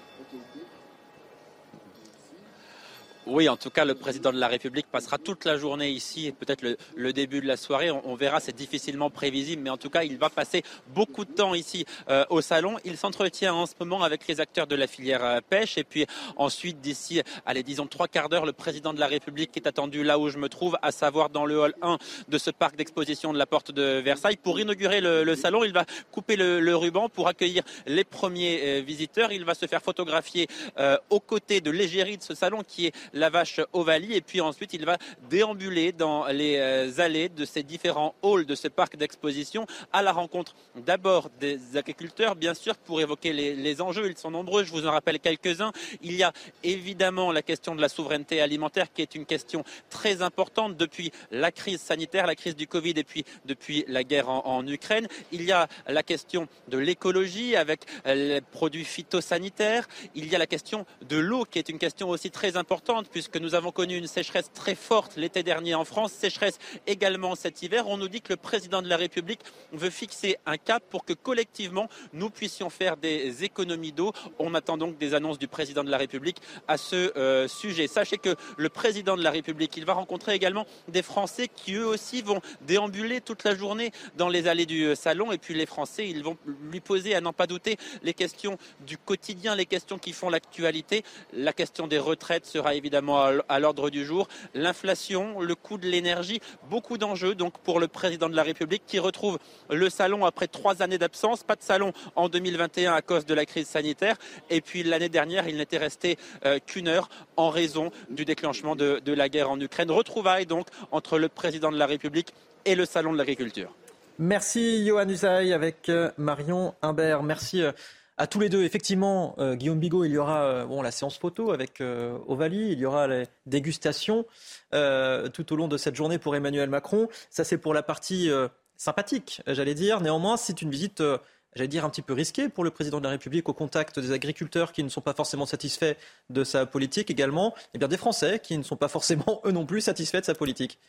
S8: Oui, en tout cas, le président de la République passera toute la journée ici et peut-être le, le début de la soirée. On, on verra, c'est difficilement prévisible, mais en tout cas, il va passer beaucoup de temps ici euh, au salon. Il s'entretient en ce moment avec les acteurs de la filière euh, pêche. Et puis ensuite, d'ici, allez, disons trois quarts d'heure, le président de la République est attendu là où je me trouve, à savoir dans le hall un de ce parc d'exposition de la Porte de Versailles. Pour inaugurer le, le salon, il va couper le, le ruban pour accueillir les premiers euh, visiteurs. Il va se faire photographier euh, aux côtés de l'égérie de ce salon qui est la vache Ovalie, et puis ensuite il va déambuler dans les euh, allées de ces différents halls de ce parc d'exposition à la rencontre d'abord des agriculteurs, bien sûr, pour évoquer les, les enjeux. Ils sont nombreux, je vous en rappelle quelques-uns. Il y a évidemment la question de la souveraineté alimentaire qui est une question très importante depuis la crise sanitaire, la crise du Covid et puis depuis la guerre en, en Ukraine. Il y a la question de l'écologie avec les produits phytosanitaires. Il y a la question de l'eau qui est une question aussi très importante puisque nous avons connu une sécheresse très forte l'été dernier en France, sécheresse également cet hiver. On nous dit que le président de la République veut fixer un cap pour que collectivement nous puissions faire des économies d'eau. On attend donc des annonces du président de la République à ce euh, sujet. Sachez que le président de la République, il va rencontrer également des Français qui eux aussi vont déambuler toute la journée dans les allées du salon, et puis les Français, ils vont lui poser, à n'en pas douter, les questions du quotidien, les questions qui font l'actualité. La question des retraites sera évidemment à l'ordre du jour, l'inflation, le coût de l'énergie, beaucoup d'enjeux donc pour le président de la République qui retrouve le salon après trois années d'absence. Pas de salon en deux mille vingt et un à cause de la crise sanitaire, et puis l'année dernière il n'était resté euh, qu'une heure en raison du déclenchement de, de la guerre en Ukraine. Retrouvailles donc entre le président de la République et le salon de l'agriculture.
S2: Merci Yohann Usaï avec euh, Marion Imbert. Merci euh, à tous les deux. Effectivement, euh, Guillaume Bigot, il y aura euh, bon, la séance photo avec euh, Ovalie, il y aura les dégustations euh, tout au long de cette journée pour Emmanuel Macron. Ça, c'est pour la partie euh, sympathique, j'allais dire. Néanmoins, c'est une visite, euh, j'allais dire, un petit peu risquée pour le président de la République au contact des agriculteurs qui ne sont pas forcément satisfaits de sa politique, également et bien, des Français qui ne sont pas forcément, eux non plus, satisfaits de sa politique.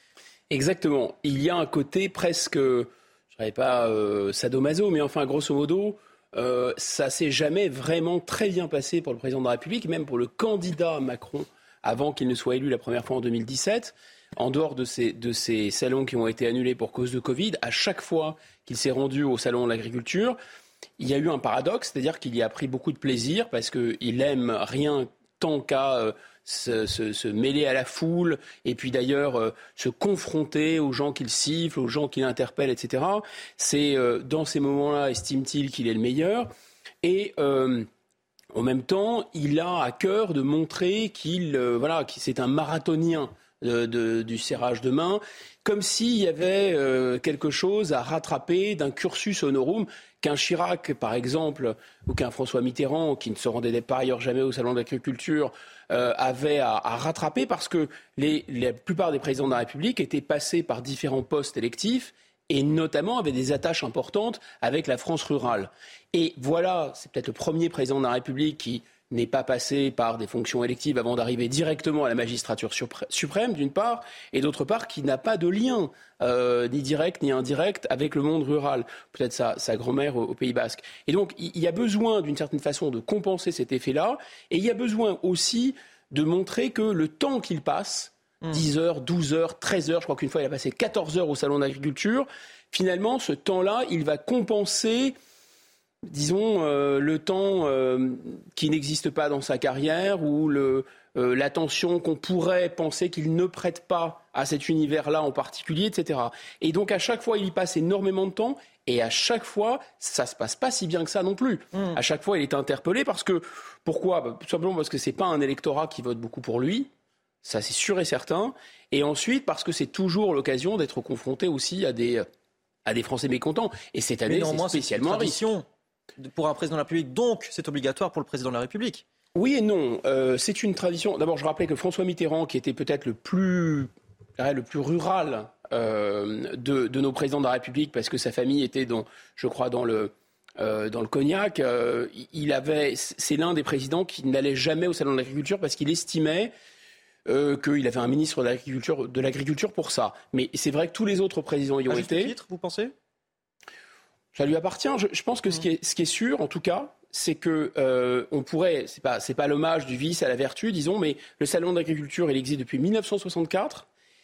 S15: Exactement. Il y a un côté presque, je ne dirais pas euh, sadomaso, mais enfin, grosso modo, euh, ça ne s'est jamais vraiment très bien passé pour le président de la République, même pour le candidat Macron, avant qu'il ne soit élu la première fois en deux mille dix-sept. En dehors de ces, de ces salons qui ont été annulés pour cause de Covid, à chaque fois qu'il s'est rendu au salon de l'agriculture, il y a eu un paradoxe, c'est-à-dire qu'il y a pris beaucoup de plaisir parce qu'il aime rien tant qu'à euh, se, se, se mêler à la foule et puis d'ailleurs euh, se confronter aux gens qu'il siffle, aux gens qu'il interpelle, et cetera. C'est euh, dans ces moments-là, estime-t-il qu'il est le meilleur. Et euh, en même temps, il a à cœur de montrer qu'il, euh, voilà, que c'est un marathonien de, de, du serrage de main, comme s'il y avait euh, quelque chose à rattraper d'un cursus honorum qu'un Chirac, par exemple, ou qu'un François Mitterrand, qui ne se rendait par ailleurs jamais au Salon de l'agriculture, euh, avait à, à rattraper parce que les, la plupart des présidents de la République étaient passés par différents postes électifs et notamment avaient des attaches importantes avec la France rurale. Et voilà, c'est peut-être le premier président de la République qui n'est pas passé par des fonctions électives avant d'arriver directement à la magistrature suprême, d'une part, et d'autre part, qui n'a pas de lien, euh, ni direct ni indirect, avec le monde rural, peut-être sa, sa grand-mère au, au Pays Basque. Et donc, il y a besoin, d'une certaine façon, de compenser cet effet-là, et il y a besoin aussi de montrer que le temps qu'il passe, mmh. dix heures, douze heures, treize heures, je crois qu'une fois, il a passé quatorze heures au Salon d'agriculture, finalement, ce temps-là, il va compenser... disons, euh, le temps euh, qui n'existe pas dans sa carrière ou le, euh, l'attention qu'on pourrait penser qu'il ne prête pas à cet univers-là en particulier, et cetera. Et donc, à chaque fois, il y passe énormément de temps et à chaque fois, ça ne se passe pas si bien que ça non plus. Mmh. À chaque fois, il est interpellé parce que... Pourquoi ? Bah, tout simplement parce que ce n'est pas un électorat qui vote beaucoup pour lui. Ça, c'est sûr et certain. Et ensuite, parce que c'est toujours l'occasion d'être confronté aussi à des, à des Français mécontents. Et cette année, c'est spécialement un risque.
S2: Pour un président de la République, donc c'est obligatoire pour le président de la République.
S15: Oui et non. Euh, c'est une tradition. D'abord, je rappelais que François Mitterrand, qui était peut-être le plus, le plus rural euh, de, de nos présidents de la République, parce que sa famille était, dans, je crois, dans le, euh, dans le Cognac, euh, il avait, c'est l'un des présidents qui n'allait jamais au Salon de l'agriculture parce qu'il estimait euh, qu'il avait un ministre de l'agriculture, de l'agriculture pour ça. Mais c'est vrai que tous les autres présidents y ont
S2: à
S15: été.
S2: À juste titre, vous pensez ?
S15: Ça lui appartient. Je, je pense que mmh. ce, qui est, ce qui est sûr, en tout cas, c'est que euh, on pourrait, c'est pas, c'est pas l'hommage du vice à la vertu, disons, mais le salon d'agriculture, il existe depuis dix-neuf cent soixante-quatre,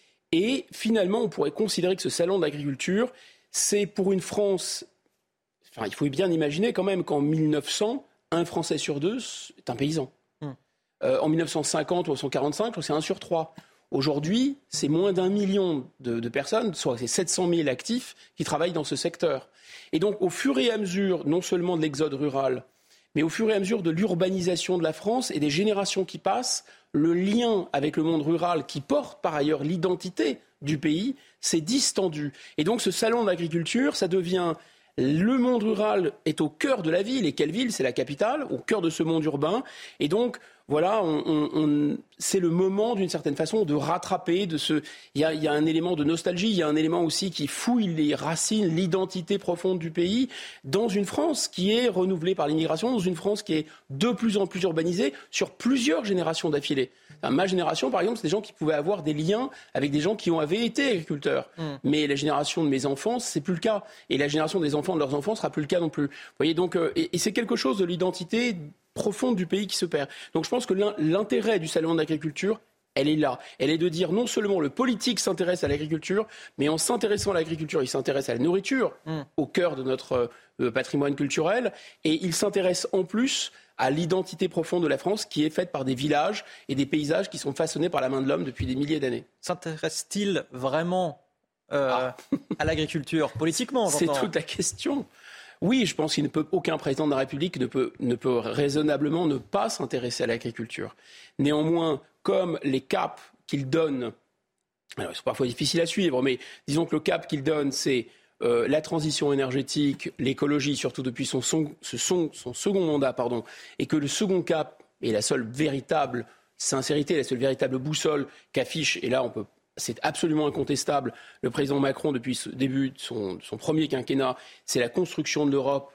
S15: et finalement, on pourrait considérer que ce salon d'agriculture, c'est pour une France. Enfin, il faut bien imaginer quand même qu'en mille neuf cents, un Français sur deux est un paysan. Mmh. Euh, en mille neuf cent cinquante ou mille neuf cent quarante-cinq, c'est un sur trois. Aujourd'hui, c'est moins d'un million de, de personnes, soit c'est sept cent mille actifs qui travaillent dans ce secteur. Et donc, au fur et à mesure, non seulement de l'exode rural, mais au fur et à mesure de l'urbanisation de la France et des générations qui passent, le lien avec le monde rural, qui porte par ailleurs l'identité du pays, s'est distendu. Et donc, ce salon de l'agriculture, ça devient... Le monde rural est au cœur de la ville. Et quelle ville ? C'est la capitale, au cœur de ce monde urbain. Et donc, voilà, on, on, on, c'est le moment, d'une certaine façon, de rattraper. De ce... il, y a, il y a un élément de nostalgie, il y a un élément aussi qui fouille les racines, l'identité profonde du pays, dans une France qui est renouvelée par l'immigration, dans une France qui est de plus en plus urbanisée, sur plusieurs générations d'affilée. Ma génération, par exemple, c'est des gens qui pouvaient avoir des liens avec des gens qui ont, avaient été agriculteurs. Mmh. Mais la génération de mes enfants, c'est plus le cas. Et la génération des enfants de leurs enfants sera plus le cas non plus. Vous voyez, donc, euh, et, et c'est quelque chose de l'identité profonde du pays qui se perd. Donc je pense que l'intérêt du salon de l'agriculture, elle est là. Elle est de dire non seulement le politique s'intéresse à l'agriculture, mais en s'intéressant à l'agriculture, il s'intéresse à la nourriture, mmh. au cœur de notre euh, patrimoine culturel, et il s'intéresse en plus à l'identité profonde de la France qui est faite par des villages et des paysages qui sont façonnés par la main de l'homme depuis des milliers d'années.
S2: S'intéresse-t-il vraiment euh, ah. à l'agriculture politiquement ?
S15: C'est toute la question. Oui, je pense qu'il ne peut, aucun président de la République ne peut, ne peut raisonnablement ne pas s'intéresser à l'agriculture. Néanmoins, comme les caps qu'il donne, alors ils sont parfois difficiles à suivre, mais disons que le cap qu'il donne, c'est Euh, la transition énergétique, l'écologie, surtout depuis son, son, son, son second mandat, pardon, et que le second cap est la seule véritable sincérité, la seule véritable boussole qu'affiche, et là on peut, c'est absolument incontestable, le président Macron depuis le début de son, son premier quinquennat, c'est la construction de l'Europe.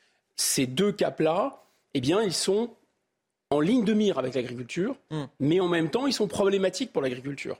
S15: Ces deux caps-là, eh bien, ils sont en ligne de mire avec l'agriculture, mmh. mais en même temps, ils sont problématiques pour l'agriculture.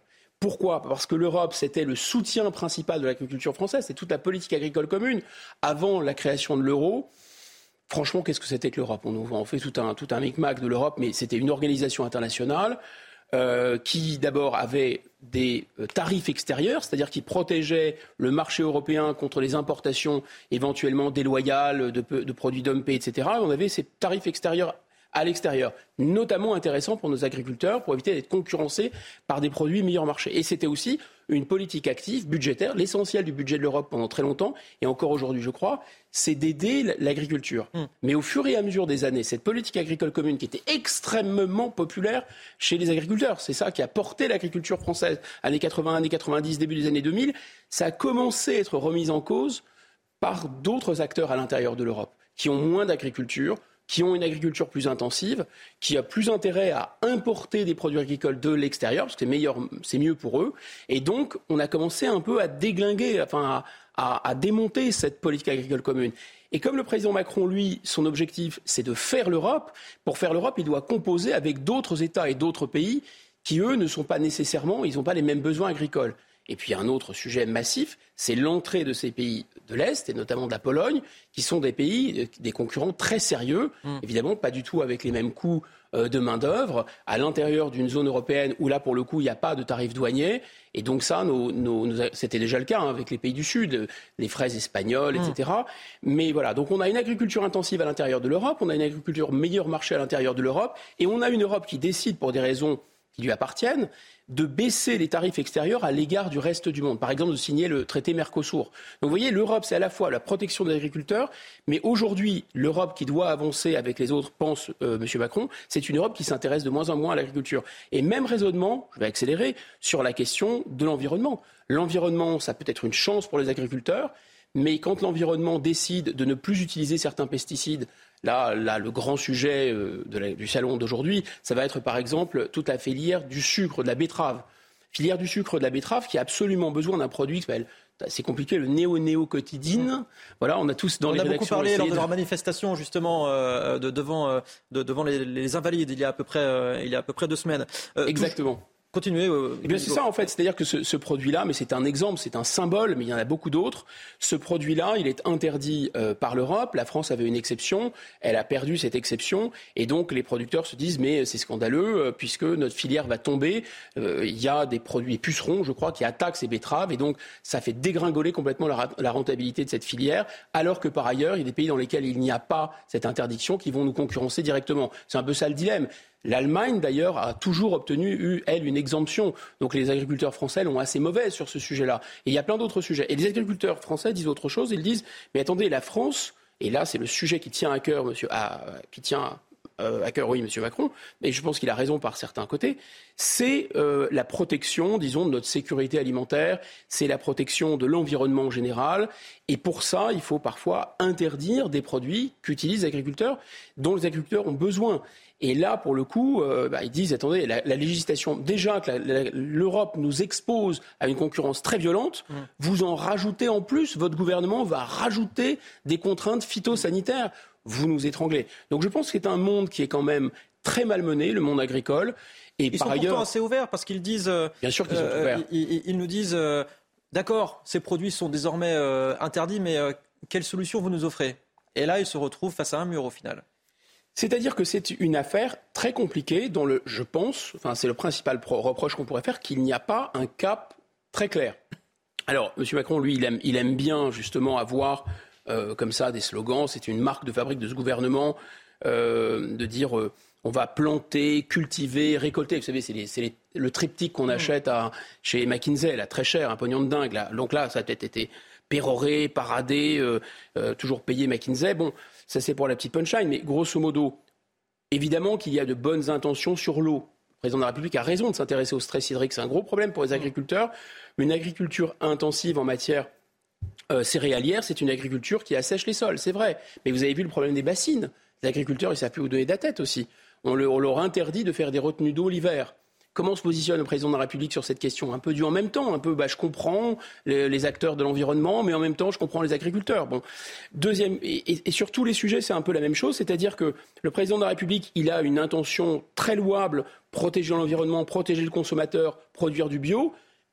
S15: Pourquoi ? Parce que l'Europe, c'était le soutien principal de l'agriculture française, c'est toute la politique agricole commune avant la création de l'euro. Franchement, qu'est-ce que c'était que l'Europe ? On, on fait tout un, tout un micmac de l'Europe, mais c'était une organisation internationale euh, qui, d'abord, avait des tarifs extérieurs, c'est-à-dire qui protégeait le marché européen contre les importations éventuellement déloyales de, de produits dumpés, et cetera. On avait ces tarifs extérieurs à l'extérieur, notamment intéressant pour nos agriculteurs, pour éviter d'être concurrencés par des produits meilleurs marchés. Et c'était aussi une politique active, budgétaire. L'essentiel du budget de l'Europe pendant très longtemps, et encore aujourd'hui je crois, c'est d'aider l'agriculture. Mmh. Mais au fur et à mesure des années, cette politique agricole commune qui était extrêmement populaire chez les agriculteurs, c'est ça qui a porté l'agriculture française, années quatre-vingts, années quatre-vingt-dix, début des années deux mille, ça a commencé à être remis en cause par d'autres acteurs à l'intérieur de l'Europe, qui ont moins d'agriculture, qui ont une agriculture plus intensive, qui a plus intérêt à importer des produits agricoles de l'extérieur, parce que c'est meilleur, c'est mieux pour eux. Et donc, on a commencé un peu à déglinguer, enfin, à, à, à démonter cette politique agricole commune. Et comme le président Macron, lui, son objectif, c'est de faire l'Europe, pour faire l'Europe, il doit composer avec d'autres États et d'autres pays qui, eux, ne sont pas nécessairement, ils n'ont pas les mêmes besoins agricoles. Et puis un autre sujet massif, c'est l'entrée de ces pays de l'Est, et notamment de la Pologne, qui sont des pays, des concurrents très sérieux, mmh. évidemment pas du tout avec les mêmes coûts de main-d'œuvre, à l'intérieur d'une zone européenne où là, pour le coup, il n'y a pas de tarifs douaniers. Et donc ça, nos, nos, nos, c'était déjà le cas hein, avec les pays du Sud, les fraises espagnoles, mmh. et cetera. Mais voilà, donc on a une agriculture intensive à l'intérieur de l'Europe, on a une agriculture meilleur marché à l'intérieur de l'Europe, et on a une Europe qui décide, pour des raisons qui lui appartiennent, de baisser les tarifs extérieurs à l'égard du reste du monde. Par exemple, de signer le traité Mercosur. Donc vous voyez, l'Europe, c'est à la fois la protection des agriculteurs, mais aujourd'hui, l'Europe qui doit avancer avec les autres, pense euh, M. Macron, c'est une Europe qui s'intéresse de moins en moins à l'agriculture. Et même raisonnement, je vais accélérer, sur la question de l'environnement. L'environnement, ça peut être une chance pour les agriculteurs, mais quand l'environnement décide de ne plus utiliser certains pesticides, Là, là, le grand sujet euh, de la, du salon d'aujourd'hui, ça va être par exemple toute la filière du sucre, de la betterave. Filière du sucre, de la betterave qui a absolument besoin d'un produit qui s'appelle, c'est compliqué, le néo-néo-cotidine. Voilà, on a tous dans
S2: on
S15: les
S2: rédactions... On a beaucoup parlé lors de, de leur manifestation justement euh, de, devant, euh, de, devant les, les Invalides il y a à peu près, euh, il y a à peu près deux semaines.
S15: Euh, Exactement.
S2: Tout... Continuez. Euh,
S15: eh bien, c'est ça en fait, c'est-à-dire que ce, ce produit-là, mais c'est un exemple, c'est un symbole, mais il y en a beaucoup d'autres. Ce produit-là, il est interdit euh, par l'Europe. La France avait une exception, elle a perdu cette exception, et donc les producteurs se disent mais c'est scandaleux euh, puisque notre filière va tomber. Euh, il y a des produits pucerons, je crois, qui attaquent ces betteraves, et donc ça fait dégringoler complètement la, la rentabilité de cette filière, alors que par ailleurs, il y a des pays dans lesquels il n'y a pas cette interdiction qui vont nous concurrencer directement. C'est un peu ça le dilemme. L'Allemagne, d'ailleurs, a toujours obtenu, eu, elle, une exemption. Donc les agriculteurs français l'ont assez mauvaise sur ce sujet-là. Et il y a plein d'autres sujets. Et les agriculteurs français disent autre chose. Ils disent, mais attendez, la France, et là c'est le sujet qui tient à cœur, monsieur, à, qui tient euh, à cœur, oui, monsieur Macron, mais je pense qu'il a raison par certains côtés, c'est euh, la protection, disons, de notre sécurité alimentaire, c'est la protection de l'environnement en général. Et pour ça, il faut parfois interdire des produits qu'utilisent les agriculteurs, dont les agriculteurs ont besoin. Et là, pour le coup, euh, bah, ils disent, attendez, la, la législation, déjà que la, la, l'Europe nous expose à une concurrence très violente, mmh. vous en rajoutez en plus, votre gouvernement va rajouter des contraintes phytosanitaires, vous nous étranglez. Donc je pense que c'est un monde qui est quand même très malmené, le monde agricole. Et
S2: ils
S15: par
S2: sont
S15: ailleurs,
S2: pourtant assez ouverts parce qu'ils disent... Euh,
S15: Bien sûr qu'ils sont
S2: euh,
S15: ouverts.
S2: Ils, ils, ils nous disent, euh, d'accord, ces produits sont désormais euh, interdits, mais euh, quelle solution vous nous offrez ? Et là, ils se retrouvent face à un mur au final.
S15: C'est-à-dire que c'est une affaire très compliquée dont le, je pense, enfin c'est le principal pro- reproche qu'on pourrait faire, qu'il n'y a pas un cap très clair. Alors, M. Macron, lui, il aime, il aime bien justement avoir euh, comme ça des slogans. C'est une marque de fabrique de ce gouvernement euh, de dire euh, on va planter, cultiver, récolter. Vous savez, c'est, les, c'est les, le triptyque qu'on achète à, chez McKinsey, là, très cher, un pognon de dingue. Là. Donc là, ça a peut-être été péroré, paradé, euh, euh, toujours payé McKinsey. Bon, ça c'est pour la petite punchline, mais grosso modo, évidemment qu'il y a de bonnes intentions sur l'eau. Le président de la République a raison de s'intéresser au stress hydrique, c'est un gros problème pour les agriculteurs. Une agriculture intensive en matière euh, céréalière, c'est une agriculture qui assèche les sols, c'est vrai. Mais vous avez vu le problème des bassines. Les agriculteurs, ils ne savent plus où donner de la tête aussi. On leur, on leur interdit de faire des retenues d'eau l'hiver. Comment se positionne le président de la République sur cette question ? Un peu du en même temps, un peu bah, je comprends les, les acteurs de l'environnement, mais en même temps je comprends les agriculteurs. Bon. Deuxième, et, et, et sur tous les sujets, c'est un peu la même chose, c'est-à-dire que le président de la République, il a une intention très louable, protéger l'environnement, protéger le consommateur, produire du bio,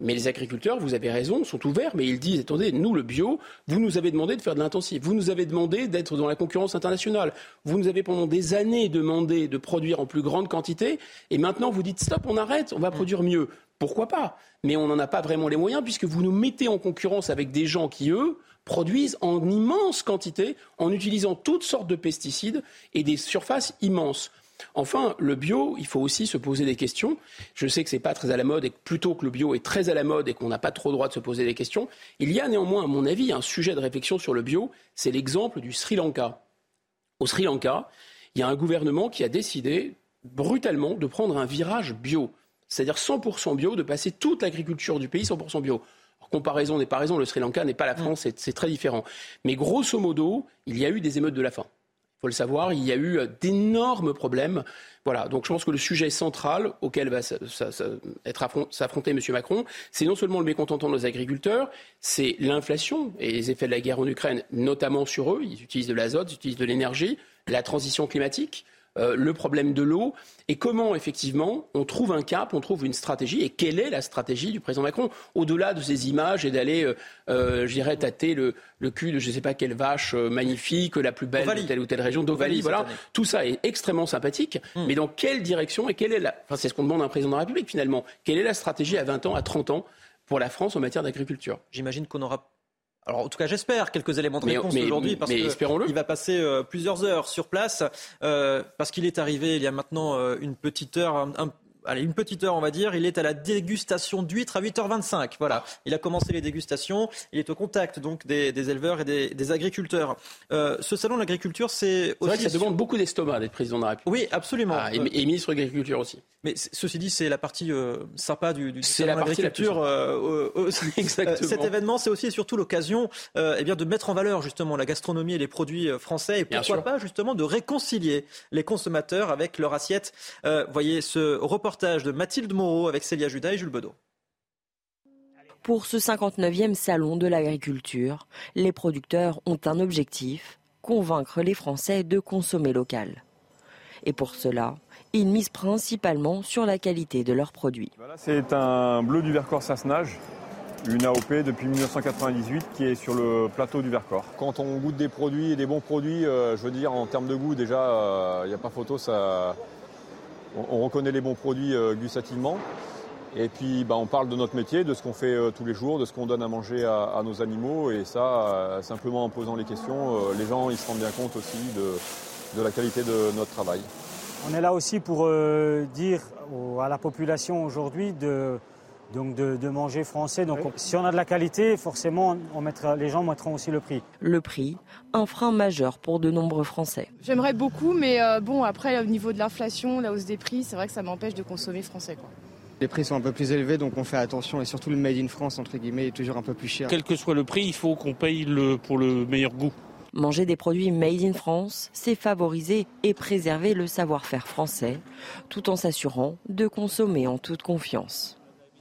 S15: Mais les agriculteurs, vous avez raison, sont ouverts, mais ils disent, attendez, nous, le bio, vous nous avez demandé de faire de l'intensif, vous nous avez demandé d'être dans la concurrence internationale, vous nous avez pendant des années demandé de produire en plus grande quantité, et maintenant vous dites, stop, on arrête, on va produire mieux. Pourquoi pas ? Mais on n'en a pas vraiment les moyens, puisque vous nous mettez en concurrence avec des gens qui, eux, produisent en immense quantité, en utilisant toutes sortes de pesticides et des surfaces immenses. Enfin, le bio, il faut aussi se poser des questions. Je sais que ce n'est pas très à la mode et que plutôt que le bio est très à la mode et qu'on n'a pas trop le droit de se poser des questions, il y a néanmoins, à mon avis, un sujet de réflexion sur le bio, c'est l'exemple du Sri Lanka. Au Sri Lanka, il y a un gouvernement qui a décidé brutalement de prendre un virage bio, c'est-à-dire cent pour cent bio, de passer toute l'agriculture du pays cent pour cent bio. Alors, comparaison n'est pas raison, le Sri Lanka n'est pas la France, c'est, c'est très différent. Mais grosso modo, il y a eu des émeutes de la faim. Il faut le savoir, il y a eu d'énormes problèmes. Voilà, donc je pense que le sujet central auquel va ça, ça, ça, être affront, s'affronter M. Macron, c'est non seulement le mécontentement de nos agriculteurs, c'est l'inflation et les effets de la guerre en Ukraine, notamment sur eux. Ils utilisent de l'azote, ils utilisent de l'énergie, la transition climatique, euh, le problème de l'eau, et comment effectivement on trouve un cap, on trouve une stratégie, et quelle est la stratégie du président Macron, au-delà de ces images et d'aller, euh, euh, je dirais, tâter le, le cul de je ne sais pas quelle vache euh, magnifique, la plus belle de telle ou telle région, d'Ovalie, voilà. Tout ça est extrêmement sympathique, mmh. mais dans quelle direction et quelle est la... Enfin, c'est ce qu'on demande à un président de la République finalement. Quelle est la stratégie à vingt ans, à trente ans pour la France en matière d'agriculture ?
S2: J'imagine qu'on aura... Alors, en tout cas, j'espère quelques éléments de réponse
S15: mais, mais,
S2: aujourd'hui parce qu'il va passer euh, plusieurs heures sur place euh, parce qu'il est arrivé il y a maintenant euh, une petite heure, un, un, allez, une petite heure, on va dire. Il est à la dégustation d'huîtres à huit heures vingt-cinq. Voilà, il a commencé les dégustations. Il est au contact donc des, des éleveurs et des, des agriculteurs. Euh, ce salon de l'agriculture, c'est aussi...
S15: C'est vrai que ça demande beaucoup d'estomac d'être président de la République.
S2: Oui, absolument.
S15: Ah, et, et ministre de l'Agriculture aussi.
S2: Mais ceci dit, c'est la partie euh, sympa du, du
S15: c'est
S2: salon
S15: la partie
S2: d'agriculture. Euh, euh, euh,
S15: Exactement.
S2: Cet événement, c'est aussi et surtout l'occasion euh, eh bien, de mettre en valeur justement la gastronomie et les produits français et pourquoi pas justement de réconcilier les consommateurs avec leur assiette. Euh, voyez ce reportage de Mathilde Moreau avec Célia Judas et Jules Bedeau.
S14: Pour ce cinquante-neuvième salon de l'agriculture, les producteurs ont un objectif, convaincre les Français de consommer local. Et pour cela, ils misent principalement sur la qualité de leurs produits.
S21: Voilà, c'est un bleu du Vercors Sassenage, une A O P depuis dix-neuf cent quatre-vingt-dix-huit qui est sur le plateau du Vercors. Quand on goûte des produits et des bons produits, euh, je veux dire en termes de goût déjà, il euh, n'y a pas photo, ça, on, on reconnaît les bons produits euh, gustativement. Et puis bah, on parle de notre métier, de ce qu'on fait euh, tous les jours, de ce qu'on donne à manger à, à nos animaux. Et ça, euh, simplement en posant les questions, euh, les gens ils se rendent bien compte aussi de, de la qualité de notre travail.
S22: On est là aussi pour euh, dire au, à la population aujourd'hui de, donc de, de manger français. Donc oui. Si on a de la qualité, forcément on mettra, les gens mettront aussi le prix.
S14: Le prix, un frein majeur pour de nombreux Français.
S6: J'aimerais beaucoup, mais euh, bon après au niveau de l'inflation, la hausse des prix, c'est vrai que ça m'empêche de consommer français, quoi.
S23: Les prix sont un peu plus élevés, donc on fait attention. Et surtout le made in France, entre guillemets, est toujours un peu plus cher.
S24: Quel que soit le prix, il faut qu'on paye le, pour le meilleur goût.
S14: Manger des produits made in France, c'est favoriser et préserver le savoir-faire français, tout en s'assurant de consommer en toute confiance.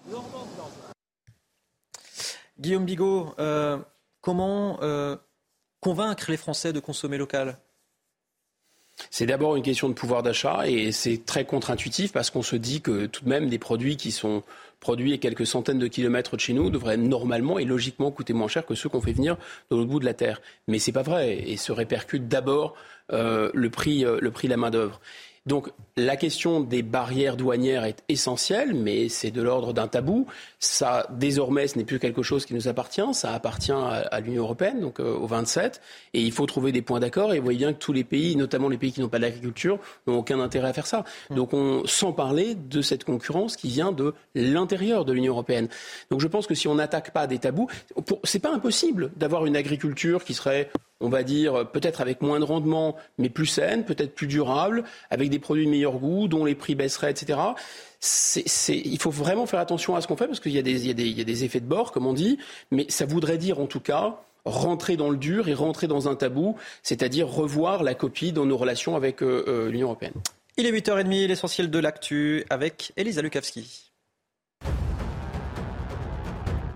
S2: Guillaume Bigot, euh, comment euh, convaincre les Français de consommer local ?
S15: C'est d'abord une question de pouvoir d'achat et c'est très contre-intuitif parce qu'on se dit que tout de même des produits qui sont produits à quelques centaines de kilomètres de chez nous devraient normalement et logiquement coûter moins cher que ceux qu'on fait venir de l'autre bout de la terre. Mais c'est pas vrai et se répercute d'abord euh, le prix, euh, le prix de la main-d'œuvre. Donc la question des barrières douanières est essentielle, mais c'est de l'ordre d'un tabou. Ça, désormais, ce n'est plus quelque chose qui nous appartient, ça appartient à, à l'Union européenne, donc euh, aux vingt-sept, et il faut trouver des points d'accord. Et vous voyez bien que tous les pays, notamment les pays qui n'ont pas d'agriculture, n'ont aucun intérêt à faire ça. Donc on, sans parler de cette concurrence qui vient de l'intérieur de l'Union européenne. Donc je pense que si on n'attaque pas des tabous, pour, c'est pas impossible d'avoir une agriculture qui serait, on va dire, peut-être avec moins de rendement, mais plus saine, peut-être plus durable, avec des produits de meilleur goût, dont les prix baisseraient, et cetera. C'est, c'est, il faut vraiment faire attention à ce qu'on fait, parce qu'il y a des, il y a des, il y a des effets de bord, comme on dit, mais ça voudrait dire, en tout cas, rentrer dans le dur et rentrer dans un tabou, c'est-à-dire revoir la copie dans nos relations avec euh, euh, l'Union européenne.
S2: Il est huit heures trente, l'essentiel de l'actu, avec Elisa Lukavski.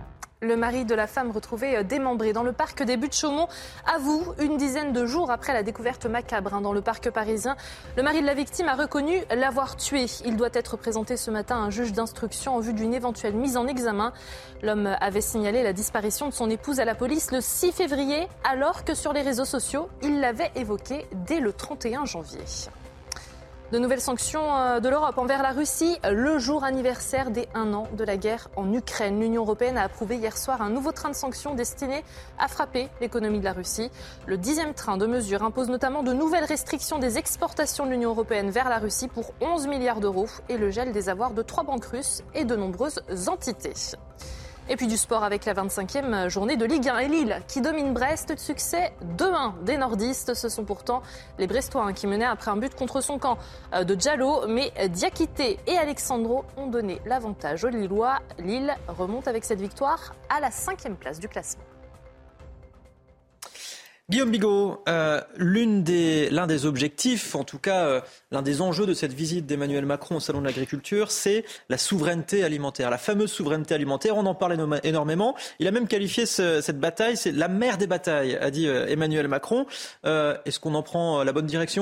S18: Le mari de la femme retrouvée démembrée dans le parc des Buttes-Chaumont avoue une dizaine de jours après la découverte macabre dans le parc parisien. Le mari de la victime a reconnu l'avoir tué. Il doit être présenté ce matin à un juge d'instruction en vue d'une éventuelle mise en examen. L'homme avait signalé la disparition de son épouse à la police le six février, alors que sur les réseaux sociaux, il l'avait évoqué dès le trente et un janvier. De nouvelles sanctions de l'Europe envers la Russie, le jour anniversaire des un an de la guerre en Ukraine. L'Union européenne a approuvé hier soir un nouveau train de sanctions destiné à frapper l'économie de la Russie. Le dixième train de mesures impose notamment de nouvelles restrictions des exportations de l'Union européenne vers la Russie pour onze milliards d'euros et le gel des avoirs de trois banques russes et de nombreuses entités. Et puis du sport avec la vingt-cinquième journée de Ligue un et Lille qui domine Brest de succès deux un des nordistes. Ce sont pourtant les Brestois qui menaient après un but contre son camp de Diallo. Mais Diakité et Alexandro ont donné l'avantage aux Lillois. Lille remonte avec cette victoire à la cinquième place du classement.
S2: Guillaume Bigot, euh, l'une des, l'un des objectifs, en tout cas euh, l'un des enjeux de cette visite d'Emmanuel Macron au Salon de l'Agriculture, c'est la souveraineté alimentaire, la fameuse souveraineté alimentaire. On en parle énormément. Il a même qualifié ce, cette bataille, c'est la mère des batailles, a dit euh, Emmanuel Macron. Euh, est-ce qu'on en prend euh, la bonne direction ?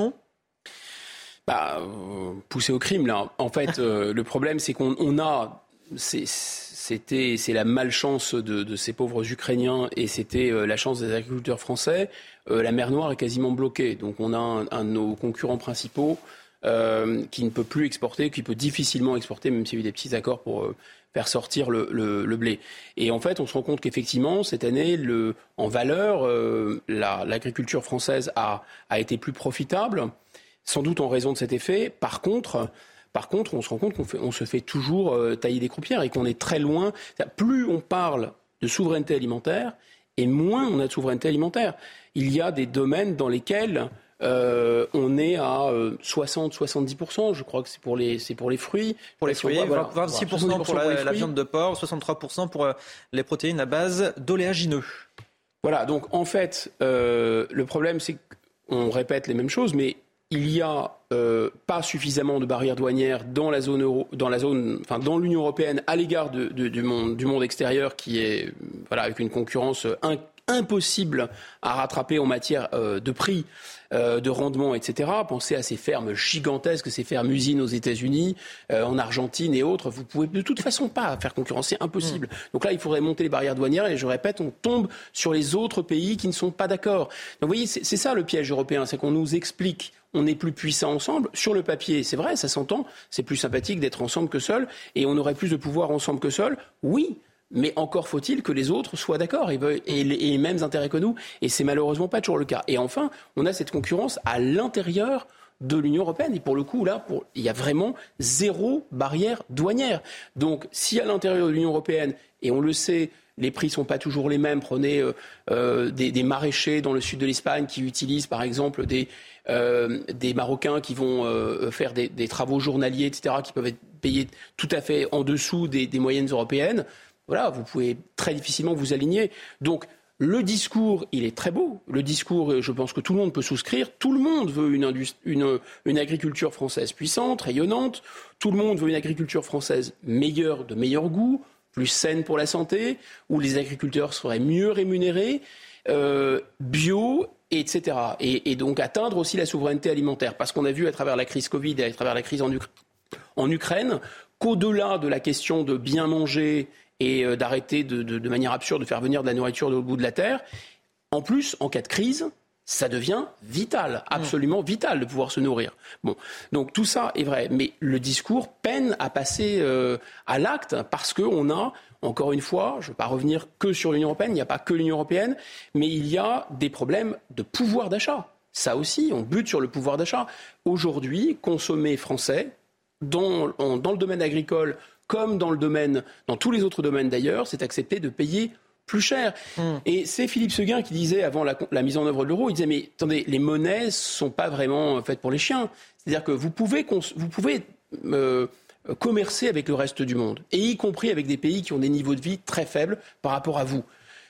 S15: Bah, euh, pousser au crime là. En fait, euh, le problème c'est qu'on on a... C'est, C'était, c'est la malchance de, de ces pauvres Ukrainiens et c'était euh, la chance des agriculteurs français. Euh, la mer Noire est quasiment bloquée. Donc on a un, un de nos concurrents principaux euh, qui ne peut plus exporter, qui peut difficilement exporter, même s'il y a eu des petits accords pour euh, faire sortir le, le, le blé. Et en fait, on se rend compte qu'effectivement, cette année, le, en valeur, euh, la, l'agriculture française a, a été plus profitable, sans doute en raison de cet effet. Par contre... Par contre, on se rend compte qu'on fait, on se fait toujours euh, tailler des croupières et qu'on est très loin. Plus on parle de souveraineté alimentaire, et moins on a de souveraineté alimentaire. Il y a des domaines dans lesquels euh, on est à euh, soixante à soixante-dix pour cent. Je crois que c'est pour les, c'est pour les fruits. Pour les
S2: fruits, voilà, vingt-six pour cent pour, la, pour la viande de porc, soixante-trois pour cent pour euh, les protéines à base d'oléagineux.
S15: Voilà, donc en fait, euh, le problème, c'est qu'on répète les mêmes choses, mais il y a euh, pas suffisamment de barrières douanières dans la zone euro, dans la zone, enfin dans l'Union européenne à l'égard de, de, du monde, du monde extérieur qui est, voilà, avec une concurrence in, impossible à rattraper en matière euh, de prix, euh, de rendement, et cetera. Pensez à ces fermes gigantesques, ces fermes usines aux États-Unis, euh, en Argentine et autres. Vous pouvez de toute façon pas faire concurrence, c'est impossible. Mmh. Donc là, il faudrait monter les barrières douanières et je répète, on tombe sur les autres pays qui ne sont pas d'accord. Donc vous voyez, c'est, c'est ça le piège européen, c'est qu'on nous explique. On est plus puissant ensemble. Sur le papier, c'est vrai, ça s'entend. C'est plus sympathique d'être ensemble que seul. Et on aurait plus de pouvoir ensemble que seul. Oui, mais encore faut-il que les autres soient d'accord et aient les mêmes intérêts que nous. Et c'est malheureusement pas toujours le cas. Et enfin, on a cette concurrence à l'intérieur de l'Union européenne. Et pour le coup, là, pour, il y a vraiment zéro barrière douanière. Donc, si à l'intérieur de l'Union européenne, et on le sait, les prix ne sont pas toujours les mêmes. Prenez euh, euh, des, des maraîchers dans le sud de l'Espagne qui utilisent, par exemple, des, euh, des Marocains qui vont euh, faire des, des travaux journaliers, et cetera, qui peuvent être payés tout à fait en dessous des, des moyennes européennes. Voilà, vous pouvez très difficilement vous aligner. Donc, le discours, il est très beau. Le discours, je pense que tout le monde peut souscrire. Tout le monde veut une, industrie, une, une agriculture française puissante, rayonnante. Tout le monde veut une agriculture française meilleure, de meilleur goût, plus saine pour la santé, où les agriculteurs seraient mieux rémunérés, euh, bio, et cetera. Et, et donc atteindre aussi la souveraineté alimentaire. Parce qu'on a vu à travers la crise Covid et à travers la crise en, Ukra- en Ukraine qu'au-delà de la question de bien manger et euh, d'arrêter de, de, de manière absurde de faire venir de la nourriture de l'autre bout de la terre, en plus, en cas de crise, ça devient vital, absolument vital de pouvoir se nourrir. Bon, donc tout ça est vrai, mais le discours peine à passer euh, à l'acte parce qu'on a, encore une fois, je ne veux pas revenir que sur l'Union européenne, il n'y a pas que l'Union européenne, mais il y a des problèmes de pouvoir d'achat. Ça aussi, on bute sur le pouvoir d'achat. Aujourd'hui, consommer français, dans, en, dans le domaine agricole comme dans le domaine, dans tous les autres domaines d'ailleurs, c'est accepter de payer plus cher. Mmh. Et c'est Philippe Séguin qui disait avant la, la mise en œuvre de l'euro, il disait mais attendez, les monnaies ne sont pas vraiment faites pour les chiens. C'est-à-dire que vous pouvez, cons- vous pouvez euh, commercer avec le reste du monde, et y compris avec des pays qui ont des niveaux de vie très faibles par rapport à vous.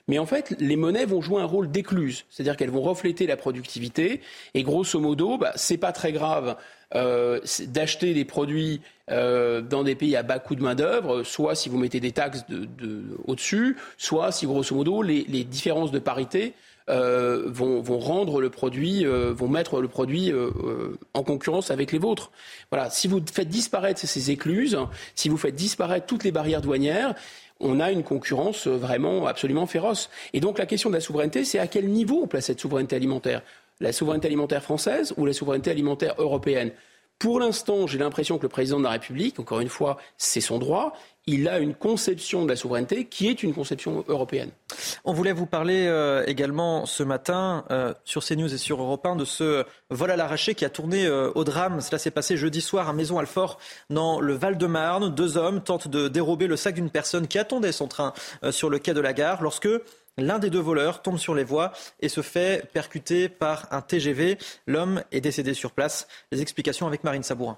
S15: Mais en fait, les monnaies vont jouer un rôle d'écluse, c'est-à-dire qu'elles vont refléter la productivité. Et grosso modo, bah, c'est pas très grave euh, d'acheter des produits euh, dans des pays à bas coût de main d'œuvre, soit si vous mettez des taxes de, de, au-dessus, soit si grosso modo les, les différences de parité euh, vont, vont rendre le produit, euh, vont mettre le produit euh, euh, en concurrence avec les vôtres. Voilà. Si vous faites disparaître ces écluses, si vous faites disparaître toutes les barrières douanières, on a une concurrence vraiment absolument féroce. Et donc la question de la souveraineté, c'est à quel niveau on place cette souveraineté alimentaire ? La souveraineté alimentaire française ou la souveraineté alimentaire européenne ? Pour l'instant, j'ai l'impression que le président de la République, encore une fois, c'est son droit, il a une conception de la souveraineté qui est une conception européenne.
S2: On voulait vous parler euh, également ce matin euh, sur CNews et sur Europe un de ce vol à l'arraché qui a tourné euh, au drame. Cela s'est passé jeudi soir à Maisons-Alfort dans le Val-de-Marne. Deux hommes tentent de dérober le sac d'une personne qui attendait son train euh, sur le quai de la gare lorsque l'un des deux voleurs tombe sur les voies et se fait percuter par un T G V. L'homme est décédé sur place. Les explications avec Marine Sabourin.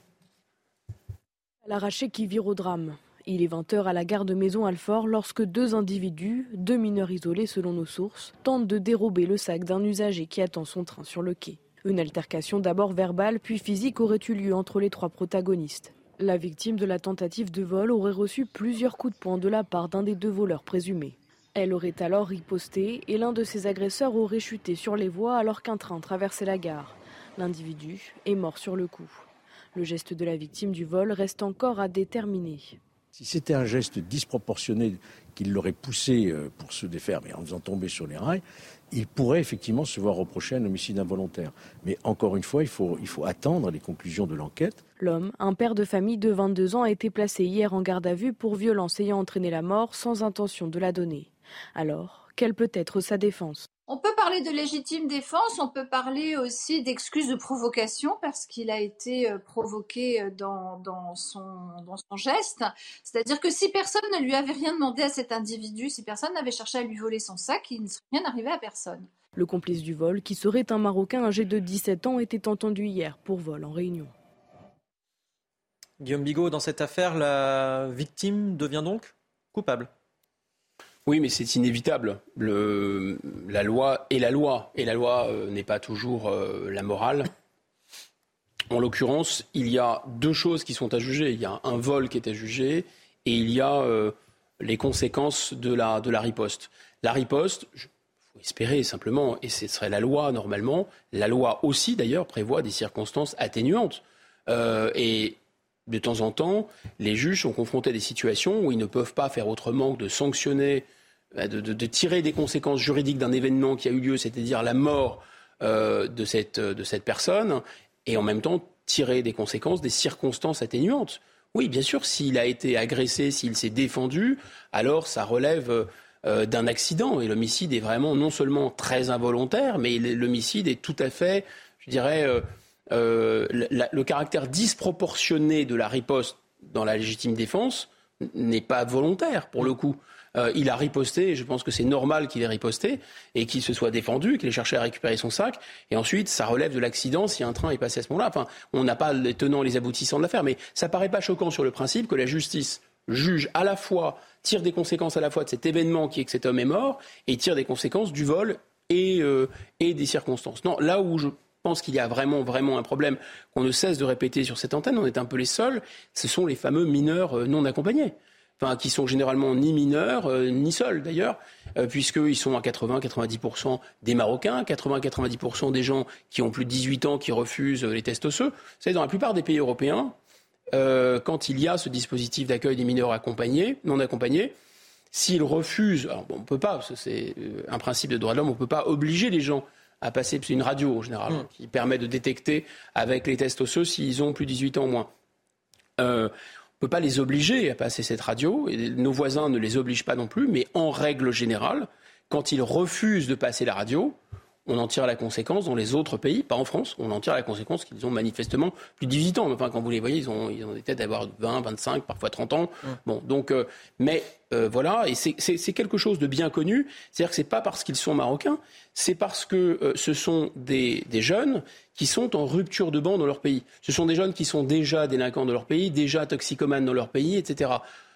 S6: L'arraché qui vire au drame. Il est vingt heures à la gare de Maisons-Alfort lorsque deux individus, deux mineurs isolés selon nos sources, tentent de dérober le sac d'un usager qui attend son train sur le quai. Une altercation d'abord verbale puis physique aurait eu lieu entre les trois protagonistes. La victime de la tentative de vol aurait reçu plusieurs coups de poing de la part d'un des deux voleurs présumés. Elle aurait alors riposté et l'un de ses agresseurs aurait chuté sur les voies alors qu'un train traversait la gare. L'individu est mort sur le coup. Le geste de la victime du vol reste encore à déterminer.
S16: Si c'était un geste disproportionné qui l'aurait poussé pour se défaire, mais en faisant tomber sur les rails, il pourrait effectivement se voir reprocher un homicide involontaire. Mais encore une fois, il faut, il faut attendre les conclusions de l'enquête.
S6: L'homme, un père de famille de vingt-deux ans, a été placé hier en garde à vue pour violence ayant entraîné la mort sans intention de la donner. Alors, quelle peut être sa défense ?
S17: On peut parler de légitime défense, on peut parler aussi d'excuse de provocation parce qu'il a été provoqué dans, dans, son, dans son geste. C'est-à-dire que si personne ne lui avait rien demandé à cet individu, si personne n'avait cherché à lui voler son sac, il ne serait rien arrivé à personne.
S6: Le complice du vol, qui serait un Marocain âgé de dix-sept ans, était entendu hier pour vol en Réunion.
S2: Guillaume Bigot, dans cette affaire, la victime devient donc coupable ?
S15: Oui, mais c'est inévitable. Le, la loi est la loi. Et la loi euh, n'est pas toujours euh, la morale. En l'occurrence, il y a deux choses qui sont à juger. Il y a un vol qui est à juger et il y a euh, les conséquences de la, de la riposte. La riposte, il faut espérer simplement, et ce serait la loi normalement, la loi aussi d'ailleurs prévoit des circonstances atténuantes. Euh, et de temps en temps, les juges sont confrontés à des situations où ils ne peuvent pas faire autrement que de sanctionner, de, de, de tirer des conséquences juridiques d'un événement qui a eu lieu, c'est-à-dire la mort euh, de, cette, de cette personne, et en même temps tirer des conséquences des circonstances atténuantes. Oui, bien sûr, s'il a été agressé, s'il s'est défendu, alors ça relève euh, d'un accident. Et l'homicide est vraiment non seulement très involontaire, mais l'homicide est tout à fait, je dirais... Euh, Euh, la, le caractère disproportionné de la riposte dans la légitime défense n'est pas volontaire pour le coup. Euh, il a riposté et je pense que c'est normal qu'il ait riposté et qu'il se soit défendu, qu'il ait cherché à récupérer son sac. Et ensuite, ça relève de l'accident si un train est passé à ce moment-là. Enfin, on n'a pas les tenants et les aboutissants de l'affaire, mais ça paraît pas choquant sur le principe que la justice juge à la fois, tire des conséquences à la fois de cet événement qui est que cet homme est mort et tire des conséquences du vol et, euh, et des circonstances. Non, là où je Je pense qu'il y a vraiment, vraiment un problème qu'on ne cesse de répéter sur cette antenne, on est un peu les seuls, ce sont les fameux mineurs non accompagnés. Enfin, qui sont généralement ni mineurs, euh, ni seuls d'ailleurs, euh, puisqu'ils sont à quatre-vingts à quatre-vingt-dix pour cent des Marocains, quatre-vingts à quatre-vingt-dix pour cent des gens qui ont plus de dix-huit ans qui refusent les tests osseux. Vous savez, dans la plupart des pays européens, euh, quand il y a ce dispositif d'accueil des mineurs accompagnés, non accompagnés, s'ils refusent, alors bon, on ne peut pas, parce que c'est un principe de droit de l'homme, on ne peut pas obliger les gens à passer, c'est une radio en général, mmh. qui permet de détecter avec les tests osseux s'ils ont plus de dix-huit ans ou moins. Euh, on ne peut pas les obliger à passer cette radio, et nos voisins ne les obligent pas non plus, mais en règle générale, quand ils refusent de passer la radio, on en tire la conséquence dans les autres pays, pas en France, on en tire la conséquence qu'ils ont manifestement plus de dix-huit ans. Enfin, quand vous les voyez, ils ont, ils ont des têtes d'avoir vingt, vingt-cinq, parfois trente ans. Mmh. Bon, donc, euh, mais euh, voilà, et c'est, c'est, c'est quelque chose de bien connu. C'est-à-dire que c'est pas parce qu'ils sont marocains, c'est parce que euh, ce sont des, des jeunes qui sont en rupture de ban dans leur pays. Ce sont des jeunes qui sont déjà délinquants dans leur pays, déjà toxicomanes dans leur pays, et cetera.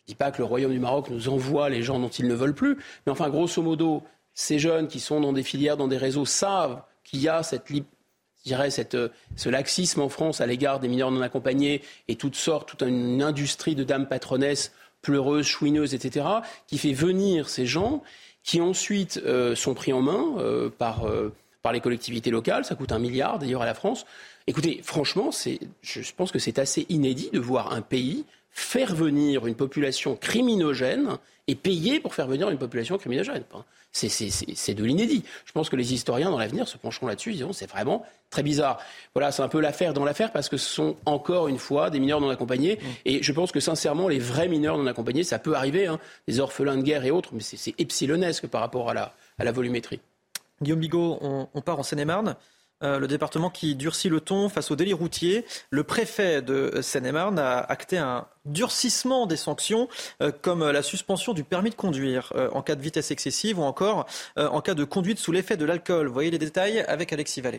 S15: Je ne dis pas que le Royaume du Maroc nous envoie les gens dont ils ne veulent plus, mais enfin, grosso modo, ces jeunes qui sont dans des filières, dans des réseaux, savent qu'il y a cette, je dirais, cette, ce laxisme en France à l'égard des mineurs non accompagnés et toutes sortes, toute une industrie de dames patronesses pleureuses, chouineuses, et cetera, qui fait venir ces gens qui ensuite euh, sont pris en main euh, par, euh, par les collectivités locales. Ça coûte un milliard d'ailleurs à la France. Écoutez, franchement, c'est, je pense que c'est assez inédit de voir un pays faire venir une population criminogène et payer pour faire venir une population criminogène. C'est, c'est, c'est, c'est de l'inédit. Je pense que les historiens, dans l'avenir, se pencheront là-dessus. Ils diront c'est vraiment très bizarre. Voilà, c'est un peu l'affaire dans l'affaire parce que ce sont encore une fois des mineurs non accompagnés. Mmh. Et je pense que sincèrement, les vrais mineurs non accompagnés, ça peut arriver, hein, des orphelins de guerre et autres, mais c'est, c'est epsilonesque par rapport à la, à la volumétrie.
S2: Guillaume Bigot, on, on part en Seine-et-Marne. Euh, le département qui durcit le ton face au délit routier. Le préfet de Seine-et-Marne a acté un durcissement des sanctions, euh, comme la suspension du permis de conduire euh, en cas de vitesse excessive ou encore euh, en cas de conduite sous l'effet de l'alcool. Vous voyez les détails avec Alexis Vallée.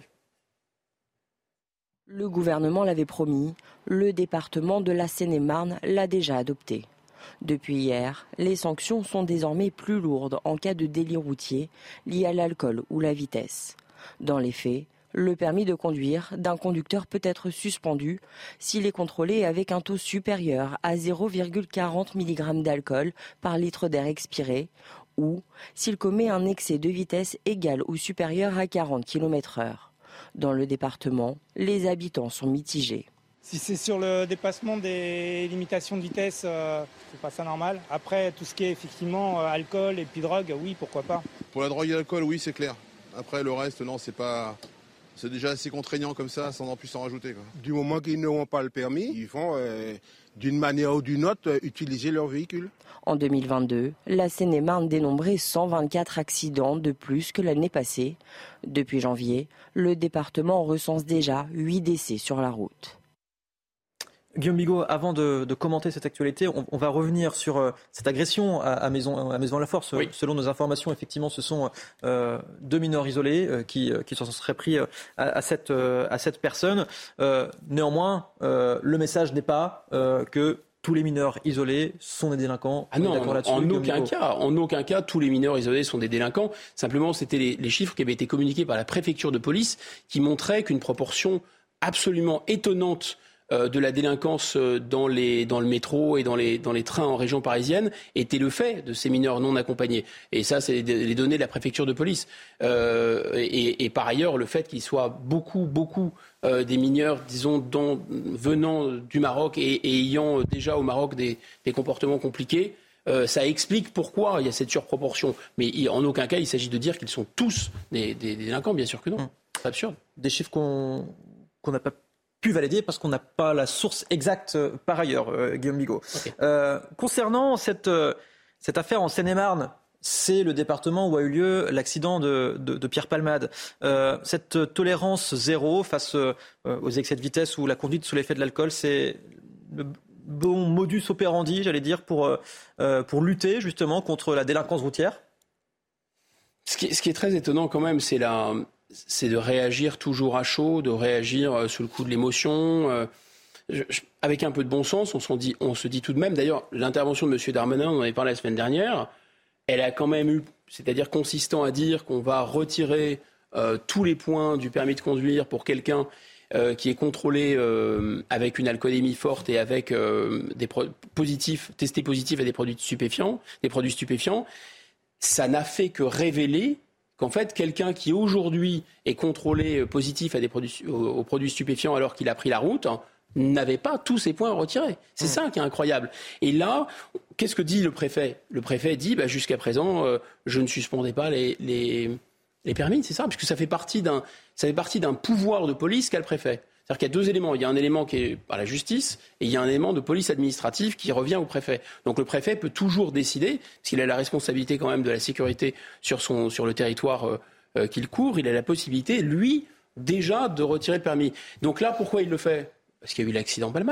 S14: Le gouvernement l'avait promis, le département de la Seine-et-Marne l'a déjà adopté. Depuis hier, les sanctions sont désormais plus lourdes en cas de délit routier lié à l'alcool ou la vitesse. Dans les faits, le permis de conduire d'un conducteur peut être suspendu s'il est contrôlé avec un taux supérieur à zéro virgule quarante milligrammes d'alcool par litre d'air expiré ou s'il commet un excès de vitesse égal ou supérieur à quarante kilomètres heure. Dans le département, les habitants sont mitigés.
S1: Si c'est sur le dépassement des limitations de vitesse, euh, c'est pas ça normal. Après, tout ce qui est effectivement euh, alcool et puis drogue, oui, pourquoi pas.
S3: Pour la drogue et l'alcool, oui, c'est clair. Après, le reste, non, c'est pas... C'est déjà assez contraignant comme ça, sans en plus en rajouter, quoi.
S19: Du moment qu'ils n'auront pas le permis, ils vont, euh, d'une manière ou d'une autre, euh, utiliser leur véhicule.
S14: En deux mille vingt-deux, la Seine-et-Marne dénombrait cent vingt-quatre accidents de plus que l'année passée. Depuis janvier, le département recense déjà huit décès sur la route.
S2: Guillaume Bigot, avant de, de commenter cette actualité, on, on va revenir sur euh, cette agression à, à Maison à Maison Laforce. Oui. Selon nos informations, effectivement, ce sont euh, deux mineurs isolés euh, qui, euh, qui s'en seraient pris euh, à, à, cette, euh, à cette personne. Euh, néanmoins, euh, le message n'est pas euh, que tous les mineurs isolés sont des délinquants.
S15: Ah non, en, en aucun cas, en aucun cas, tous les mineurs isolés sont des délinquants. Simplement, c'était les, les chiffres qui avaient été communiqués par la préfecture de police qui montraient qu'une proportion absolument étonnante de la délinquance dans, les, dans le métro et dans les, dans les trains en région parisienne était le fait de ces mineurs non accompagnés. Et ça, c'est les données de la préfecture de police. Euh, et, et par ailleurs, le fait qu'il soit beaucoup, beaucoup euh, des mineurs, disons, dont, venant du Maroc et, et ayant déjà au Maroc des, des comportements compliqués, euh, ça explique pourquoi il y a cette surproportion. Mais il, en aucun cas, il s'agit de dire qu'ils sont tous des, des, des délinquants, bien sûr que non. Hum. C'est absurde.
S2: Des chiffres qu'on qu'on n'a pas pu valider parce qu'on n'a pas la source exacte euh, par ailleurs, euh, Guillaume Bigot. Okay. Euh, concernant cette, euh, cette affaire en Seine-et-Marne, c'est le département où a eu lieu l'accident de, de, de Pierre Palmade. Euh, cette tolérance zéro face euh, aux excès de vitesse ou la conduite sous l'effet de l'alcool, c'est le bon modus operandi, j'allais dire, pour, euh, pour lutter justement contre la délinquance routière.
S15: Ce qui, ce qui est très étonnant quand même, c'est la... c'est de réagir toujours à chaud, de réagir sous le coup de l'émotion. Euh, je, je, avec un peu de bon sens, on, s'en dit, on se dit tout de même, d'ailleurs, l'intervention de M. Darmanin, on en avait parlé la semaine dernière, elle a quand même eu, c'est-à-dire consistant à dire qu'on va retirer euh, tous les points du permis de conduire pour quelqu'un euh, qui est contrôlé euh, avec une alcoolémie forte et avec euh, des pro- positifs, testé positif à des produits stupéfiants, des produits stupéfiants. Ça n'a fait que révéler qu'en fait, quelqu'un qui aujourd'hui est contrôlé positif à des produits, aux, aux produits stupéfiants alors qu'il a pris la route, hein, n'avait pas tous ses points retirés. C'est mmh. ça qui est incroyable. Et là, qu'est-ce que dit le préfet ? Le préfet dit, bah, jusqu'à présent, euh, je ne suspendais pas les, les, les permis, c'est ça, puisque ça fait partie d'un, ça fait partie d'un pouvoir de police qu'a le préfet. C'est-à-dire qu'il y a deux éléments. Il y a un élément qui est à la justice et il y a un élément de police administrative qui revient au préfet. Donc le préfet peut toujours décider, parce qu'il a la responsabilité quand même de la sécurité sur, son, sur le territoire euh, euh, qu'il court, il a la possibilité, lui, déjà, de retirer le permis. Donc là, pourquoi il le fait ? Parce qu'il y a eu l'accident Palmade.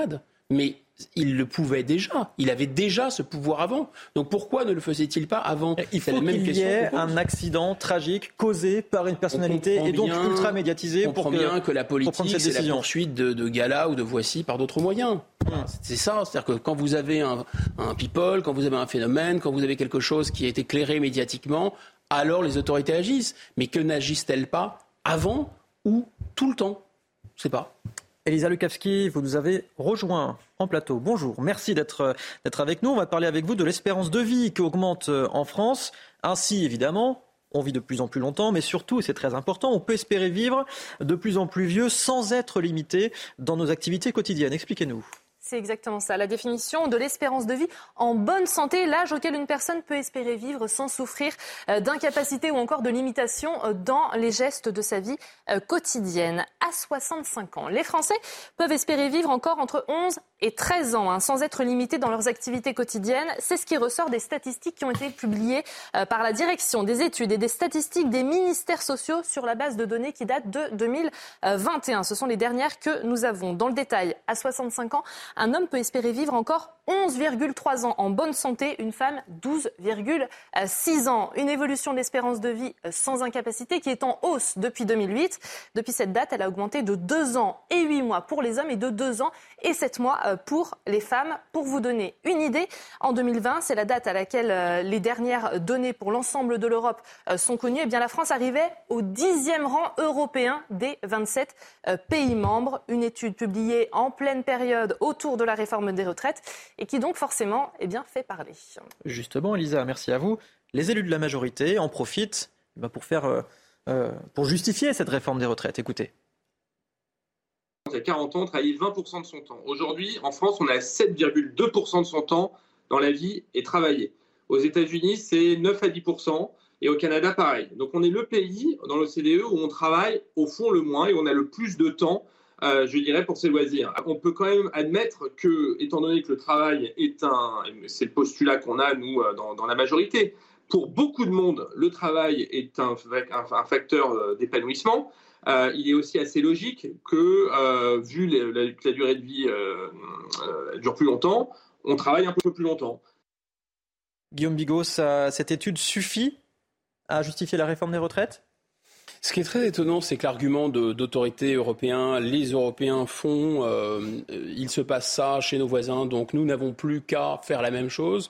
S15: Mais il le pouvait déjà. Il avait déjà ce pouvoir avant. Donc pourquoi ne le faisait-il pas avant ?
S2: Il faut qu'il y ait un accident tragique causé par une personnalité et donc
S15: bien,
S2: ultra médiatisé
S15: on
S2: pour
S15: comprend
S2: que,
S15: bien que la politique, c'est la poursuite de, de Gala ou de Voici par d'autres moyens. Voilà, c'est ça. C'est-à-dire que quand vous avez un, un people, quand vous avez un phénomène, quand vous avez quelque chose qui est éclairé médiatiquement, alors les autorités agissent. Mais que n'agissent-elles pas avant ou tout le temps ? Je ne sais pas.
S2: Elisa Lukavski, vous nous avez rejoint en plateau. Bonjour, merci d'être, d'être avec nous. On va parler avec vous de l'espérance de vie qui augmente en France. Ainsi, évidemment, on vit de plus en plus longtemps, mais surtout, et c'est très important, on peut espérer vivre de plus en plus vieux sans être limité dans nos activités quotidiennes. Expliquez-nous.
S18: C'est exactement ça, la définition de l'espérance de vie en bonne santé, l'âge auquel une personne peut espérer vivre sans souffrir d'incapacité ou encore de limitation dans les gestes de sa vie quotidienne. À soixante-cinq ans, les Français peuvent espérer vivre encore entre onze et treize ans, hein, sans être limités dans leurs activités quotidiennes. C'est ce qui ressort des statistiques qui ont été publiées euh, par la Direction des études et des statistiques des ministères sociaux sur la base de données qui date de deux mille vingt et un. Ce sont les dernières que nous avons. Dans le détail, à soixante-cinq ans, un homme peut espérer vivre encore onze virgule trois ans en bonne santé, une femme douze virgule six ans. Une évolution de l'espérance de vie sans incapacité qui est en hausse depuis deux mille huit. Depuis cette date, elle a augmenté de deux ans et huit mois pour les hommes et de deux ans et sept mois pour les femmes. Pour vous donner une idée, en deux mille vingt, c'est la date à laquelle les dernières données pour l'ensemble de l'Europe sont connues. Eh bien, la France arrivait au dixième rang européen des vingt-sept pays membres. Une étude publiée en pleine période autour de la réforme des retraites et qui donc forcément eh bien, fait parler.
S2: Justement, Elisa, merci à vous. Les élus de la majorité en profitent pour, faire, euh, euh, pour justifier cette réforme des retraites. Écoutez.
S4: Il y a quarante ans, on travaillait vingt pour cent de son temps. Aujourd'hui, en France, on a sept virgule deux pour cent de son temps dans la vie et travailler. Aux États-Unis, c'est neuf à dix pour cent et au Canada, pareil. Donc on est le pays dans l'O C D E où on travaille au fond le moins et on a le plus de temps, euh, je dirais, pour ses loisirs. On peut quand même admettre que, étant donné que le travail est un, c'est le postulat qu'on a, nous, dans, dans la majorité, pour beaucoup de monde, le travail est un, un, un facteur d'épanouissement. Euh, il est aussi assez logique que, euh, vu les, la, la durée de vie euh, euh, dure plus longtemps, on travaille un peu plus longtemps.
S2: Guillaume Bigot, ça, cette étude suffit à justifier la réforme des retraites ?
S15: Ce qui est très étonnant, c'est que l'argument de, d'autorité européen, les Européens font, euh, il se passe ça chez nos voisins, donc nous n'avons plus qu'à faire la même chose.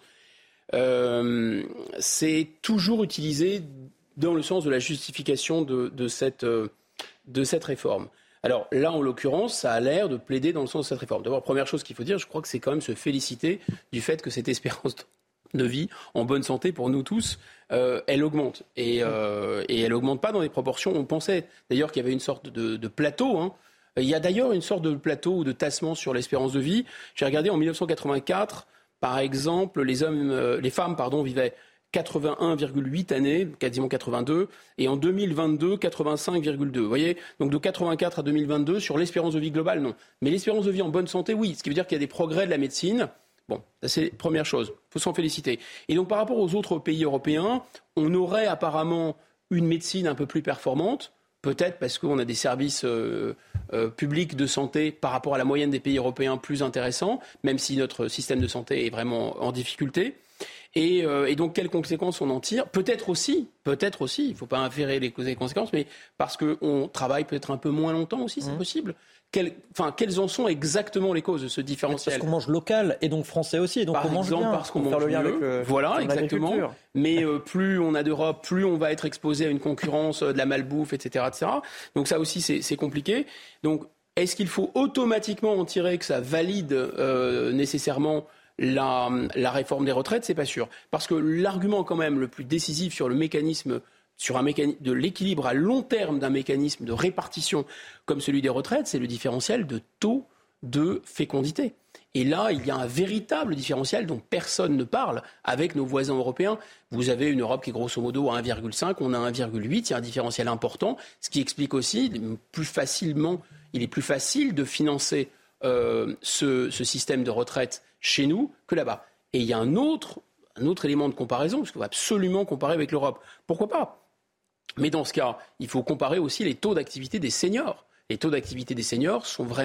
S15: Euh, c'est toujours utilisé dans le sens de la justification de, de cette... Euh, de cette réforme. Alors là, en l'occurrence, ça a l'air de plaider dans le sens de cette réforme. D'abord, première chose qu'il faut dire, je crois que c'est quand même se féliciter du fait que cette espérance de vie en bonne santé pour nous tous, euh, elle augmente. Et, euh, et elle augmente pas dans les proportions où on pensait. D'ailleurs qu'il y avait une sorte de, de plateau. Hein. Il y a d'ailleurs une sorte de plateau ou de tassement sur l'espérance de vie. J'ai regardé en dix-neuf cent quatre-vingt-quatre, par exemple, les, hommes, euh, les femmes pardon, vivaient quatre-vingt-un virgule huit années, quasiment quatre-vingt-deux, et en deux mille vingt-deux, quatre-vingt-cinq virgule deux. Vous voyez, donc de quatre-vingt-quatre à deux mille vingt-deux, sur l'espérance de vie globale, non. Mais l'espérance de vie en bonne santé, oui. Ce qui veut dire qu'il y a des progrès de la médecine. Bon, ça c'est la première chose. Il faut s'en féliciter. Et donc par rapport aux autres pays européens, on aurait apparemment une médecine un peu plus performante, peut-être parce qu'on a des services euh, euh, publics de santé par rapport à la moyenne des pays européens plus intéressants, même si notre système de santé est vraiment en difficulté. Et, euh, et donc, quelles conséquences on en tire ? Peut-être aussi, peut-être aussi, il ne faut pas inférer les causes et les conséquences, mais parce qu'on travaille peut-être un peu moins longtemps aussi, c'est mmh. possible. Quelles, enfin, quelles en sont exactement les causes de ce différentiel ?
S2: Parce qu'on mange local et donc français aussi, et donc
S15: Par
S2: on mange
S15: exemple,
S2: bien.
S15: Parce qu'on mange mieux, avec le, voilà, exactement. Mais euh, plus on a d'Europe, plus on va être exposé à une concurrence, euh, de la malbouffe, et cetera, et cetera. Donc ça aussi, c'est, c'est compliqué. Donc, est-ce qu'il faut automatiquement en tirer que ça valide euh, nécessairement La, la réforme des retraites, c'est pas sûr. Parce que l'argument quand même le plus décisif sur le mécanisme, sur un mécanisme de l'équilibre à long terme d'un mécanisme de répartition comme celui des retraites, c'est le différentiel de taux de fécondité. Et là, il y a un véritable différentiel dont personne ne parle avec nos voisins européens. Vous avez une Europe qui est grosso modo à un virgule cinq, on a un virgule huit, il y a un différentiel important, ce qui explique aussi plus facilement, il est plus facile de financer euh, ce, ce système de retraite chez nous que là-bas. Et il y a un autre, un autre élément de comparaison, parce qu'on va absolument comparer avec l'Europe. Pourquoi pas ? Mais dans ce cas, il faut comparer aussi les taux d'activité des seniors. Les taux d'activité des seniors sont vraiment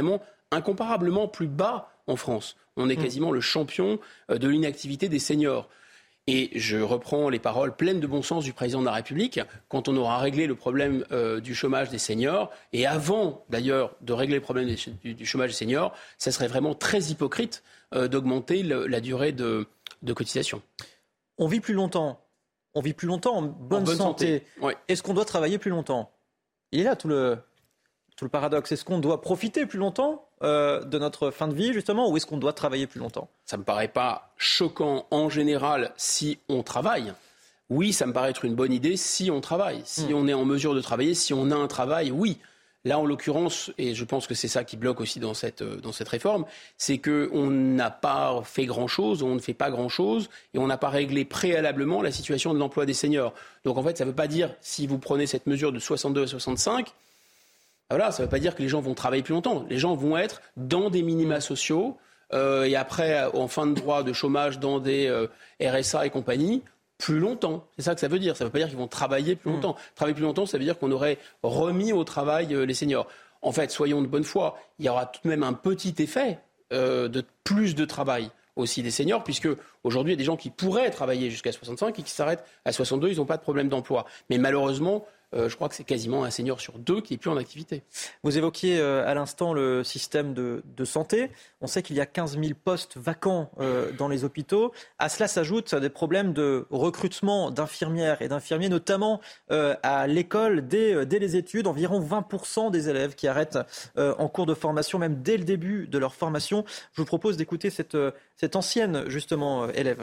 S15: incomparablement plus bas en France. On est quasiment le champion de l'inactivité des seniors. Et je reprends les paroles pleines de bon sens du président de la République. Quand on aura réglé le problème euh, du chômage des seniors, et avant d'ailleurs de régler le problème des, du, du chômage des seniors, ça serait vraiment très hypocrite euh, d'augmenter le, la durée de, de cotisation.
S2: On vit plus longtemps. On vit plus longtemps en bonne,
S15: en bonne
S2: santé.
S15: santé. Ouais.
S2: Est-ce qu'on doit travailler plus longtemps ? Il est là tout le, tout le paradoxe. Est-ce qu'on doit profiter plus longtemps euh, de notre fin de vie, justement, ou est-ce qu'on doit travailler plus longtemps ?
S15: Ça ne me paraît pas choquant en général si on travaille. Oui, ça me paraît être une bonne idée si on travaille. Si mmh. on est en mesure de travailler, si on a un travail, oui. Là, en l'occurrence, et je pense que c'est ça qui bloque aussi dans cette, dans cette réforme, c'est qu'on n'a pas fait grand-chose, on ne fait pas grand-chose, et on n'a pas réglé préalablement la situation de l'emploi des seniors. Donc en fait, ça ne veut pas dire, si vous prenez cette mesure de soixante-deux à soixante-cinq, voilà, ça ne veut pas dire que les gens vont travailler plus longtemps. Les gens vont être dans des minima sociaux, euh, et après, en fin de droit de chômage, dans des euh, R S A et compagnie, plus longtemps. C'est ça que ça veut dire. Ça ne veut pas dire qu'ils vont travailler plus longtemps. Mmh. Travailler plus longtemps, ça veut dire qu'on aurait remis au travail euh, les seniors. En fait, soyons de bonne foi, il y aura tout de même un petit effet euh, de plus de travail aussi des seniors, puisque aujourd'hui, il y a des gens qui pourraient travailler jusqu'à soixante-cinq et qui s'arrêtent à soixante-deux, ils n'ont pas de problème d'emploi. Mais malheureusement, Euh, je crois que c'est quasiment un senior sur deux qui n'est plus en activité.
S2: Vous évoquiez euh, à l'instant le système de, de santé. On sait qu'il y a quinze mille postes vacants euh, dans les hôpitaux. À cela s'ajoutent des problèmes de recrutement d'infirmières et d'infirmiers, notamment euh, à l'école dès, dès les études. Environ vingt pour cent des élèves qui arrêtent euh, en cours de formation, même dès le début de leur formation. Je vous propose d'écouter cette, cette ancienne, justement, euh, élève.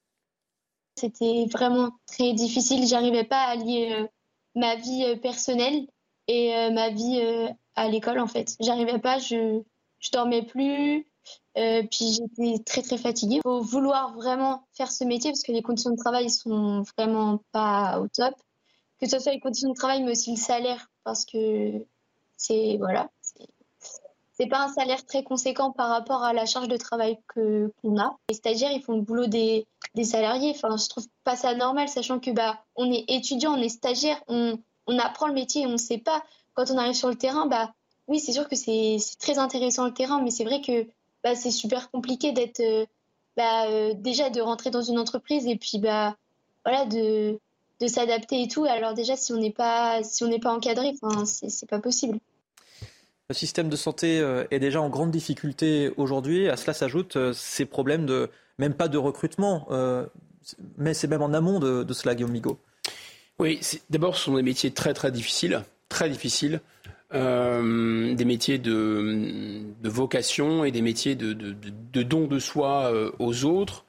S7: C'était vraiment très difficile. J'arrivais pas à lier euh... ma vie personnelle et euh, ma vie euh, à l'école, en fait. J'arrivais pas, je, je dormais plus, euh, puis j'étais très, très fatiguée. Il faut vouloir vraiment faire ce métier parce que les conditions de travail sont vraiment pas au top. Que ce soit les conditions de travail, mais aussi le salaire, parce que c'est, voilà, c'est, c'est pas un salaire très conséquent par rapport à la charge de travail que, qu'on a. Les stagiaires, ils font le boulot des, des salariés. Enfin, je trouve pas ça normal, sachant que bah, on est étudiant, on est stagiaire, on, on apprend le métier et on ne sait pas. Quand on arrive sur le terrain, bah, oui, c'est sûr que c'est, c'est très intéressant le terrain, mais c'est vrai que bah, c'est super compliqué d'être, euh, bah, euh, déjà de rentrer dans une entreprise et puis bah, voilà, de, de s'adapter et tout. Alors déjà, si on n'est pas, si on n'est pas encadré, enfin, c'est, c'est pas possible.
S2: Le système de santé est déjà en grande difficulté aujourd'hui. À cela s'ajoutent ces problèmes de, même pas de recrutement, euh, mais c'est même en amont de, de cela, Guillaume Bigot.
S15: Oui, c'est, d'abord, ce sont des métiers très très difficiles, très difficiles, euh, des métiers de, de vocation et des métiers de, de, de, de don de soi euh, aux autres.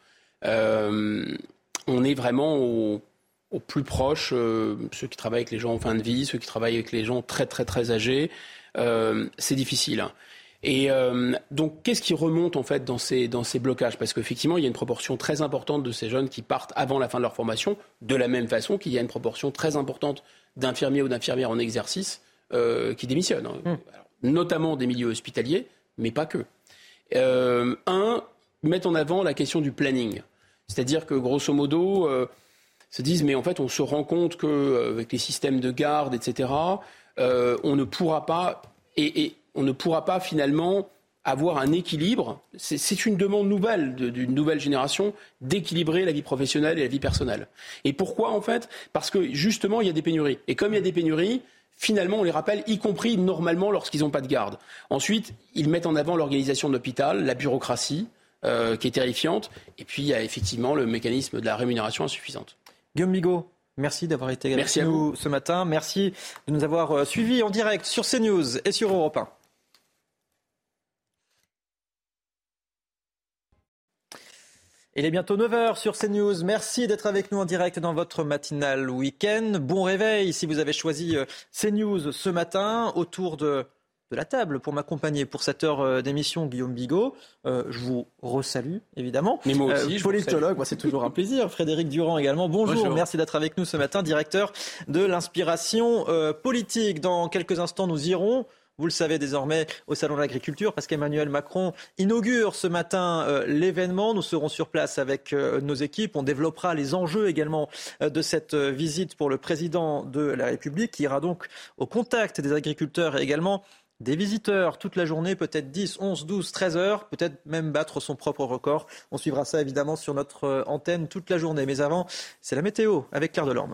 S15: Euh, on est vraiment au, au plus proche, euh, ceux qui travaillent avec les gens en fin de vie, ceux qui travaillent avec les gens très très très âgés. Euh, c'est difficile. Et euh, donc, qu'est-ce qui remonte en fait dans ces, dans ces blocages ? Parce qu'effectivement, il y a une proportion très importante de ces jeunes qui partent avant la fin de leur formation, de la même façon qu'il y a une proportion très importante d'infirmiers ou d'infirmières en exercice euh, qui démissionnent. Mmh. Alors, notamment des milieux hospitaliers, mais pas que. Euh, un, mettre en avant la question du planning. C'est-à-dire que, grosso modo, euh, se disent, mais en fait, on se rend compte qu'avec les systèmes de garde, et cetera, Euh, on ne pourra pas et, et on ne pourra pas finalement avoir un équilibre. C'est, c'est une demande nouvelle de, d'une nouvelle génération d'équilibrer la vie professionnelle et la vie personnelle. Et pourquoi en fait ? Parce que justement il y a des pénuries. Et comme il y a des pénuries, finalement on les rappelle, y compris normalement lorsqu'ils n'ont pas de garde. Ensuite, ils mettent en avant l'organisation de l'hôpital, la bureaucratie euh, qui est terrifiante. Et puis il y a effectivement le mécanisme de la rémunération insuffisante.
S2: Guillaume Bigot. Merci d'avoir été avec Merci nous ce matin. Merci de nous avoir suivis en direct sur CNews et sur Europe un. Il est bientôt neuf heures sur CNews. Merci d'être avec nous en direct dans votre matinale week-end. Bon réveil si vous avez choisi CNews ce matin autour de... de la table pour m'accompagner pour cette heure d'émission, Guillaume Bigot. Euh, je vous resalue, évidemment.
S15: Mais moi aussi, euh,
S2: politologue, moi, c'est toujours un plaisir. Frédéric Durand également. Bonjour, Bonjour. Merci d'être avec nous ce matin, directeur de l'inspiration euh, politique. Dans quelques instants, nous irons, vous le savez désormais, au Salon de l'Agriculture, parce qu'Emmanuel Macron inaugure ce matin euh, l'événement. Nous serons sur place avec euh, nos équipes. On développera les enjeux également euh, de cette euh, visite pour le président de la République, qui ira donc au contact des agriculteurs et également des visiteurs toute la journée, peut-être dix, onze, douze, treize heures, peut-être même battre son propre record. On suivra ça évidemment sur notre antenne toute la journée. Mais avant, c'est la météo avec Claire Delorme.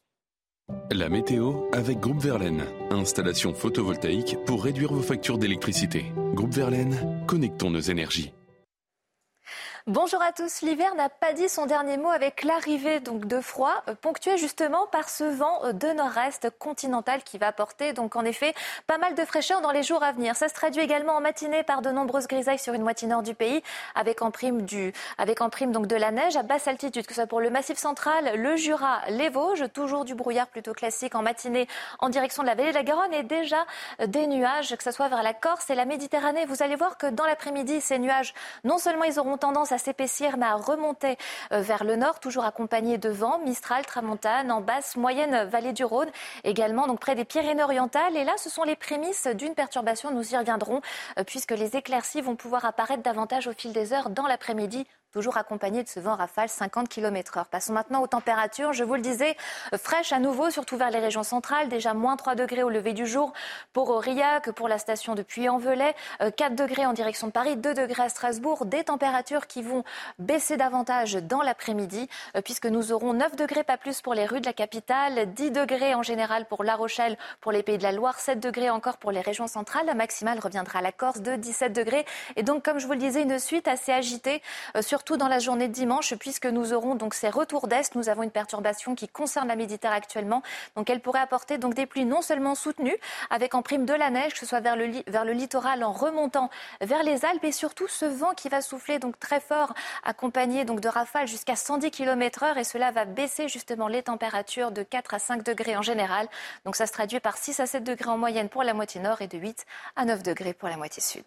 S11: La météo avec Groupe Verlaine. Installation photovoltaïque pour réduire vos factures d'électricité. Groupe Verlaine, connectons nos énergies.
S5: Bonjour à tous. L'hiver n'a pas dit son dernier mot avec l'arrivée donc de froid, ponctué justement par ce vent de nord-est continental qui va apporter donc en effet pas mal de fraîcheur dans les jours à venir. Ça se traduit également en matinée par de nombreuses grisailles sur une moitié nord du pays, avec en prime du, avec en prime donc de la neige à basse altitude, que ce soit pour le Massif central, le Jura, les Vosges, toujours du brouillard plutôt classique en matinée en direction de la vallée de la Garonne et déjà des nuages, que ce soit vers la Corse et la Méditerranée. Vous allez voir que dans l'après-midi, ces nuages, non seulement ils auront tendance à s'épaissir, mais à remonter vers le nord, toujours accompagnés de vent, Mistral, Tramontane, en basse, moyenne vallée du Rhône, également donc près des Pyrénées-Orientales. Et là, ce sont les prémices d'une perturbation, nous y reviendrons, puisque les éclaircies vont pouvoir apparaître davantage au fil des heures dans l'après-midi, toujours accompagné de ce vent rafale cinquante kilomètres heure. Passons maintenant aux températures. Je vous le disais, fraîches à nouveau, surtout vers les régions centrales. Déjà moins trois degrés au lever du jour pour Aurillac, pour la station de Puy-en-Velay. quatre degrés en direction de Paris, deux degrés à Strasbourg. Des températures qui vont baisser davantage dans l'après-midi, puisque nous aurons neuf degrés, pas plus pour les rues de la capitale, dix degrés en général pour La Rochelle, pour les Pays de la Loire, sept degrés encore pour les régions centrales. La maximale reviendra à la Corse de dix-sept degrés. Et donc, comme je vous le disais, une suite assez agitée sur Surtout dans la journée de dimanche, puisque nous aurons donc ces retours d'Est. Nous avons une perturbation qui concerne la Méditerranée actuellement. Donc elle pourrait apporter donc des pluies non seulement soutenues, avec en prime de la neige, que ce soit vers le, vers le littoral en remontant vers les Alpes, et surtout ce vent qui va souffler donc très fort, accompagné donc de rafales jusqu'à cent dix kilomètres heure. Et cela va baisser justement les températures de quatre à cinq degrés en général. Donc ça se traduit par six à sept degrés en moyenne pour la moitié nord et de huit à neuf degrés pour la moitié sud.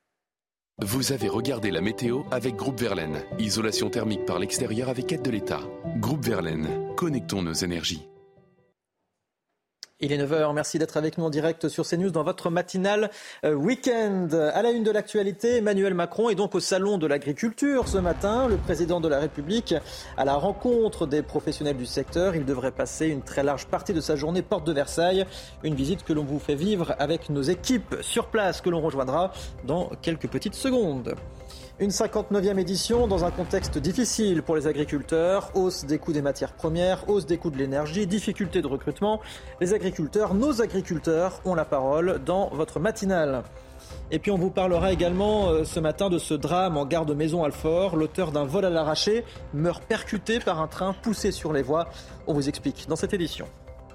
S11: Vous avez regardé la météo avec Groupe Verlaine. Isolation thermique par l'extérieur avec aide de l'État. Groupe Verlaine, connectons nos énergies.
S2: Il est neuf heures, merci d'être avec nous en direct sur CNews dans votre matinale week-end. À la une de l'actualité, Emmanuel Macron est donc au salon de l'agriculture ce matin. Le président de la République à la rencontre des professionnels du secteur. Il devrait passer une très large partie de sa journée porte de Versailles. Une visite que l'on vous fait vivre avec nos équipes sur place que l'on rejoindra dans quelques petites secondes. Une cinquante-neuvième édition dans un contexte difficile pour les agriculteurs. Hausse des coûts des matières premières, hausse des coûts de l'énergie, difficultés de recrutement. Les agriculteurs, nos agriculteurs, ont la parole dans votre matinale. Et puis on vous parlera également euh, ce matin de ce drame en gare de Maison-Alfort. L'auteur d'un vol à l'arraché meurt percuté par un train poussé sur les voies. On vous explique dans cette édition.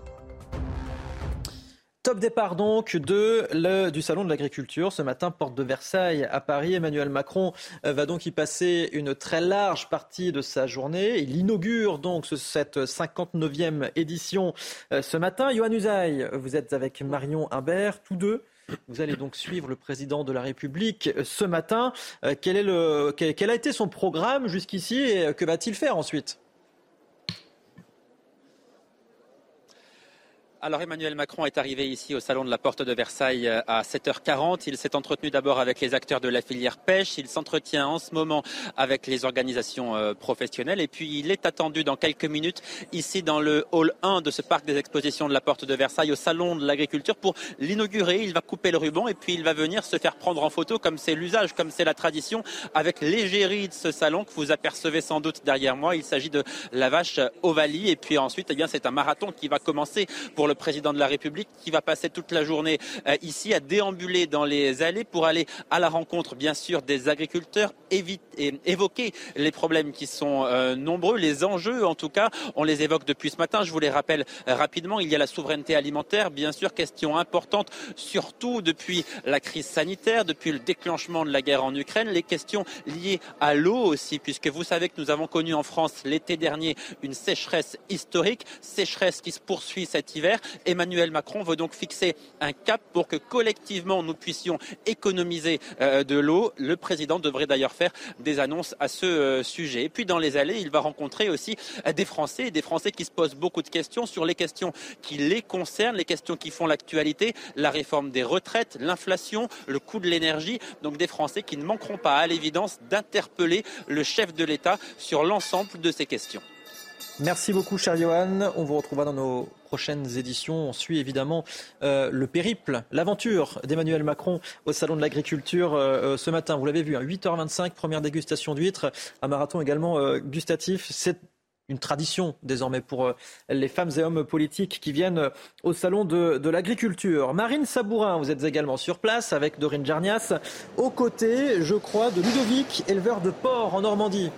S2: Top départ donc de le, du Salon de l'Agriculture. Ce matin, porte de Versailles à Paris. Emmanuel Macron va donc y passer une très large partie de sa journée. Il inaugure donc ce, cette cinquante-neuvième édition ce matin. Yohann Usaï, vous êtes avec Marion Imbert, tous deux. Vous allez donc suivre le président de la République ce matin. Quel, est le, quel, quel a été son programme jusqu'ici et que va-t-il faire ensuite ?
S8: Alors Emmanuel Macron est arrivé ici au salon de la Porte de Versailles à sept heures quarante. Il s'est entretenu d'abord avec les acteurs de la filière pêche. Il s'entretient en ce moment avec les organisations euh, professionnelles. Et puis il est attendu dans quelques minutes ici dans le hall un de ce parc des expositions de la Porte de Versailles au salon de l'agriculture pour l'inaugurer. Il va couper le ruban et puis il va venir se faire prendre en photo comme c'est l'usage, comme c'est la tradition avec l'égérie de ce salon que vous apercevez sans doute derrière moi. Il s'agit de la vache Ovalie. Et puis ensuite, eh bien, c'est un marathon qui va commencer pour le président de la République qui va passer toute la journée euh, ici à déambuler dans les allées pour aller à la rencontre bien sûr des agriculteurs, évite, et évoquer les problèmes qui sont euh, nombreux, les enjeux en tout cas, on les évoque depuis ce matin, je vous les rappelle euh, rapidement, il y a la souveraineté alimentaire, bien sûr, question importante, surtout depuis la crise sanitaire, depuis le déclenchement de la guerre en Ukraine, les questions liées à l'eau aussi, puisque vous savez que nous avons connu en France l'été dernier une sécheresse historique, sécheresse qui se poursuit cet hiver. Emmanuel Macron veut donc fixer un cap pour que collectivement nous puissions économiser euh, de l'eau. Le président devrait d'ailleurs faire des annonces à ce euh, sujet. Et puis dans les allées, il va rencontrer aussi euh, des Français, des Français qui se posent beaucoup de questions sur les questions qui les concernent, les questions qui font l'actualité, la réforme des retraites, l'inflation, le coût de l'énergie. Donc des Français qui ne manqueront pas à l'évidence d'interpeller le chef de l'État sur l'ensemble de ces questions.
S2: Merci beaucoup, cher Johan. On vous retrouvera dans nos prochaines éditions. On suit évidemment euh, le périple, l'aventure d'Emmanuel Macron au Salon de l'Agriculture euh, ce matin. Vous l'avez vu, à huit heures vingt-cinq, première dégustation d'huîtres, un marathon également euh, gustatif. C'est une tradition désormais pour euh, les femmes et hommes politiques qui viennent euh, au Salon de, de l'Agriculture. Marine Sabourin, vous êtes également sur place avec Dorine Jarnias, aux côtés, je crois, de Ludovic, éleveur de porcs en Normandie.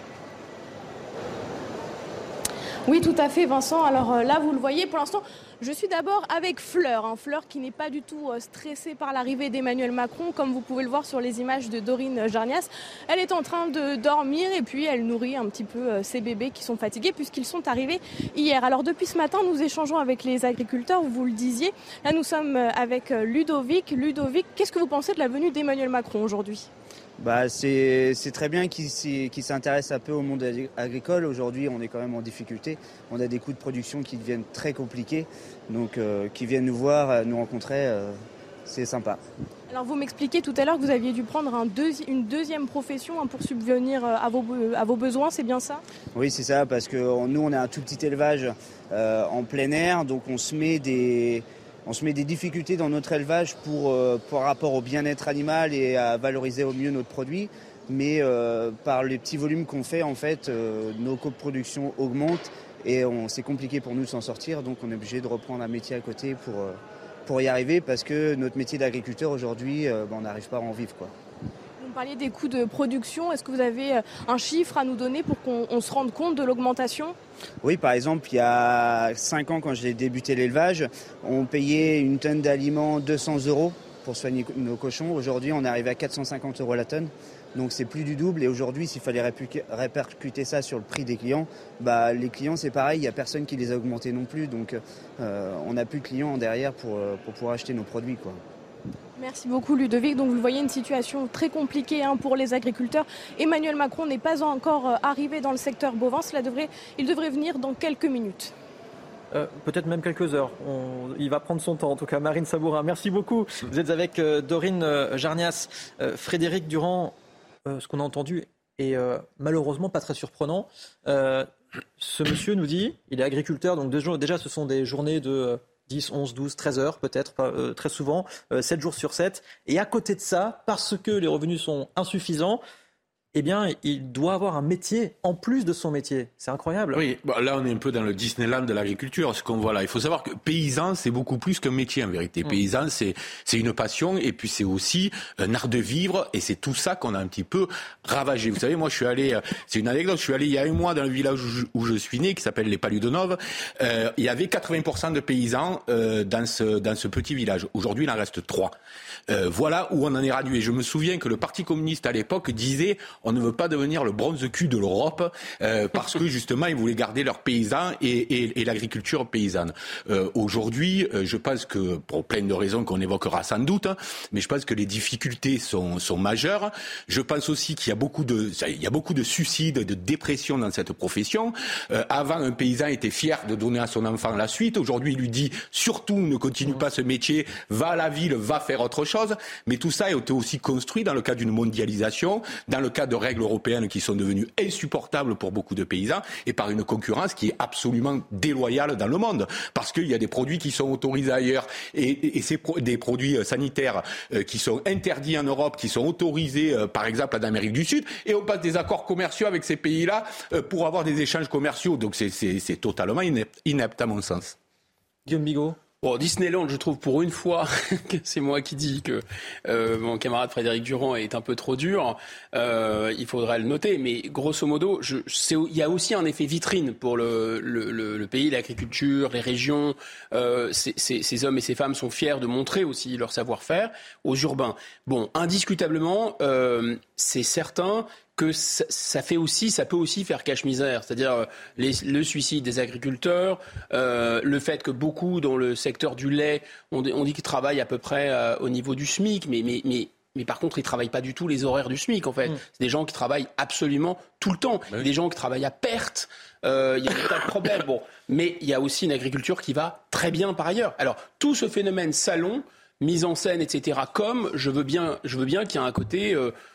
S6: Oui, tout à fait, Vincent. Alors euh, là, vous le voyez, pour l'instant, je suis d'abord avec Fleur. Hein. Fleur qui n'est pas du tout euh, stressée par l'arrivée d'Emmanuel Macron, comme vous pouvez le voir sur les images de Dorine Jarnias. Elle est en train de dormir et puis elle nourrit un petit peu euh, ses bébés qui sont fatigués puisqu'ils sont arrivés hier. Alors depuis ce matin, nous échangeons avec les agriculteurs, vous le disiez. Là, nous sommes avec Ludovic. Ludovic, qu'est-ce que vous pensez de la venue d'Emmanuel Macron aujourd'hui ?
S9: Bah, c'est, c'est très bien qu'il, qu'il s'intéresse un peu au monde agricole. Aujourd'hui, on est quand même en difficulté. On a des coûts de production qui deviennent très compliqués. Donc, euh, qu'ils viennent nous voir, nous rencontrer, euh, c'est sympa.
S6: Alors, vous m'expliquiez tout à l'heure que vous aviez dû prendre un deuxi- une deuxième profession hein, pour subvenir à vos, à vos besoins, c'est bien ça ?
S9: Oui, c'est ça, parce que nous, on a un tout petit élevage euh, en plein air. Donc, on se met des... On se met des difficultés dans notre élevage pour, euh, par rapport au bien-être animal et à valoriser au mieux notre produit. Mais euh, par les petits volumes qu'on fait, en fait, euh, nos coproductions augmentent et on, c'est compliqué pour nous de s'en sortir. Donc on est obligé de reprendre un métier à côté pour, euh, pour y arriver parce que notre métier d'agriculteur aujourd'hui, euh, ben, on n'arrive pas à en vivre, quoi.
S6: Vous parliez des coûts de production. Est-ce que vous avez un chiffre à nous donner pour qu'on on se rende compte de l'augmentation ?
S9: Oui, par exemple, il y a cinq ans, quand j'ai débuté l'élevage, on payait une tonne d'aliments deux cents euros pour soigner nos cochons. Aujourd'hui, on est arrivé à quatre cent cinquante euros la tonne. Donc c'est plus du double. Et aujourd'hui, s'il fallait répercuter ça sur le prix des clients, bah, les clients, c'est pareil, il n'y a personne qui les a augmentés non plus. Donc euh, on n'a plus de clients derrière pour, pour pouvoir acheter nos produits, quoi.
S6: Merci beaucoup Ludovic. Donc vous voyez une situation très compliquée hein, pour les agriculteurs. Emmanuel Macron n'est pas encore euh, arrivé dans le secteur bovin. Cela devrait, il devrait venir dans quelques minutes.
S2: Euh, peut-être même quelques heures. On, il va prendre son temps en tout cas. Marine Sabourin, merci beaucoup. Vous êtes avec euh, Dorine euh, Jarnias. Euh, Frédéric Durand, euh, ce qu'on a entendu est euh, malheureusement pas très surprenant. Euh, ce monsieur nous dit, il est agriculteur, donc déjà ce sont des journées de... Euh, dix, onze, douze, treize heures peut-être, euh, très souvent, euh, sept jours sur sept. Et à côté de ça, parce que les revenus sont insuffisants, eh bien, il doit avoir un métier en plus de son métier. C'est incroyable.
S10: Oui, bon, là, on est un peu dans le Disneyland de l'agriculture, ce qu'on voit là. Il faut savoir que paysan, c'est beaucoup plus qu'un métier, en vérité. Mmh. Paysan, c'est, c'est une passion, et puis c'est aussi un art de vivre, et c'est tout ça qu'on a un petit peu ravagé. Vous savez, moi, je suis allé, c'est une anecdote, je suis allé il y a un mois dans le village où je, où je suis né, qui s'appelle les Paludonov. Euh, il y avait quatre-vingts pour cent de paysans euh, dans ce, dans ce petit village. Aujourd'hui, il en reste trois. Euh, voilà où on en est rendu. Et je me souviens que le Parti communiste, à l'époque, disait on ne veut pas devenir le bronze-cul de l'Europe euh, parce que, justement, ils voulaient garder leurs paysans et, et, et l'agriculture paysanne. Euh, aujourd'hui, euh, je pense que, pour plein de raisons qu'on évoquera sans doute, hein, mais je pense que les difficultés sont, sont majeures. Je pense aussi qu'il y a beaucoup de, il y a beaucoup de suicides, de dépression dans cette profession. Euh, avant, un paysan était fier de donner à son enfant la suite. Aujourd'hui, il lui dit surtout ne continue pas ce métier, va à la ville, va faire autre chose. Mais tout ça a été aussi construit dans le cadre d'une mondialisation, dans le cadre de règles européennes qui sont devenues insupportables pour beaucoup de paysans et par une concurrence qui est absolument déloyale dans le monde. Parce qu'il y a des produits qui sont autorisés ailleurs et, et, et c'est pro- des produits sanitaires euh, qui sont interdits en Europe, qui sont autorisés euh, par exemple en Amérique du Sud et on passe des accords commerciaux avec ces pays-là euh, pour avoir des échanges commerciaux. Donc c'est, c'est, c'est totalement inepte, inepte à mon sens.
S2: Guillaume Bigot.
S15: Bon, Disneyland, je trouve pour une fois que c'est moi qui dis que euh, mon camarade Frédéric Durand est un peu trop dur. Euh, il faudrait le noter, mais grosso modo, je, c'est, il y a aussi un effet vitrine pour le, le, le, le pays, l'agriculture, les régions. Euh, c'est, c'est, ces hommes et ces femmes sont fiers de montrer aussi leur savoir-faire aux urbains. Bon, indiscutablement, euh, c'est certain que ça, ça fait aussi, ça peut aussi faire cache-misère, c'est-à-dire les, le suicide des agriculteurs, euh, le fait que beaucoup dans le secteur du lait, on, on dit qu'ils travaillent à peu près euh, au niveau du SMIC, mais, mais, mais, mais par contre ils travaillent pas du tout les horaires du SMIC en fait. Mmh. C'est des gens qui travaillent absolument tout le temps, bah oui. Des gens qui travaillent à perte. Il euh, y a des tas de problèmes. Bon, mais il y a aussi une agriculture qui va très bien par ailleurs. Alors tout ce phénomène salon, mise en scène, et cetera. Comme je veux bien, je veux bien qu'il y ait un côté euh,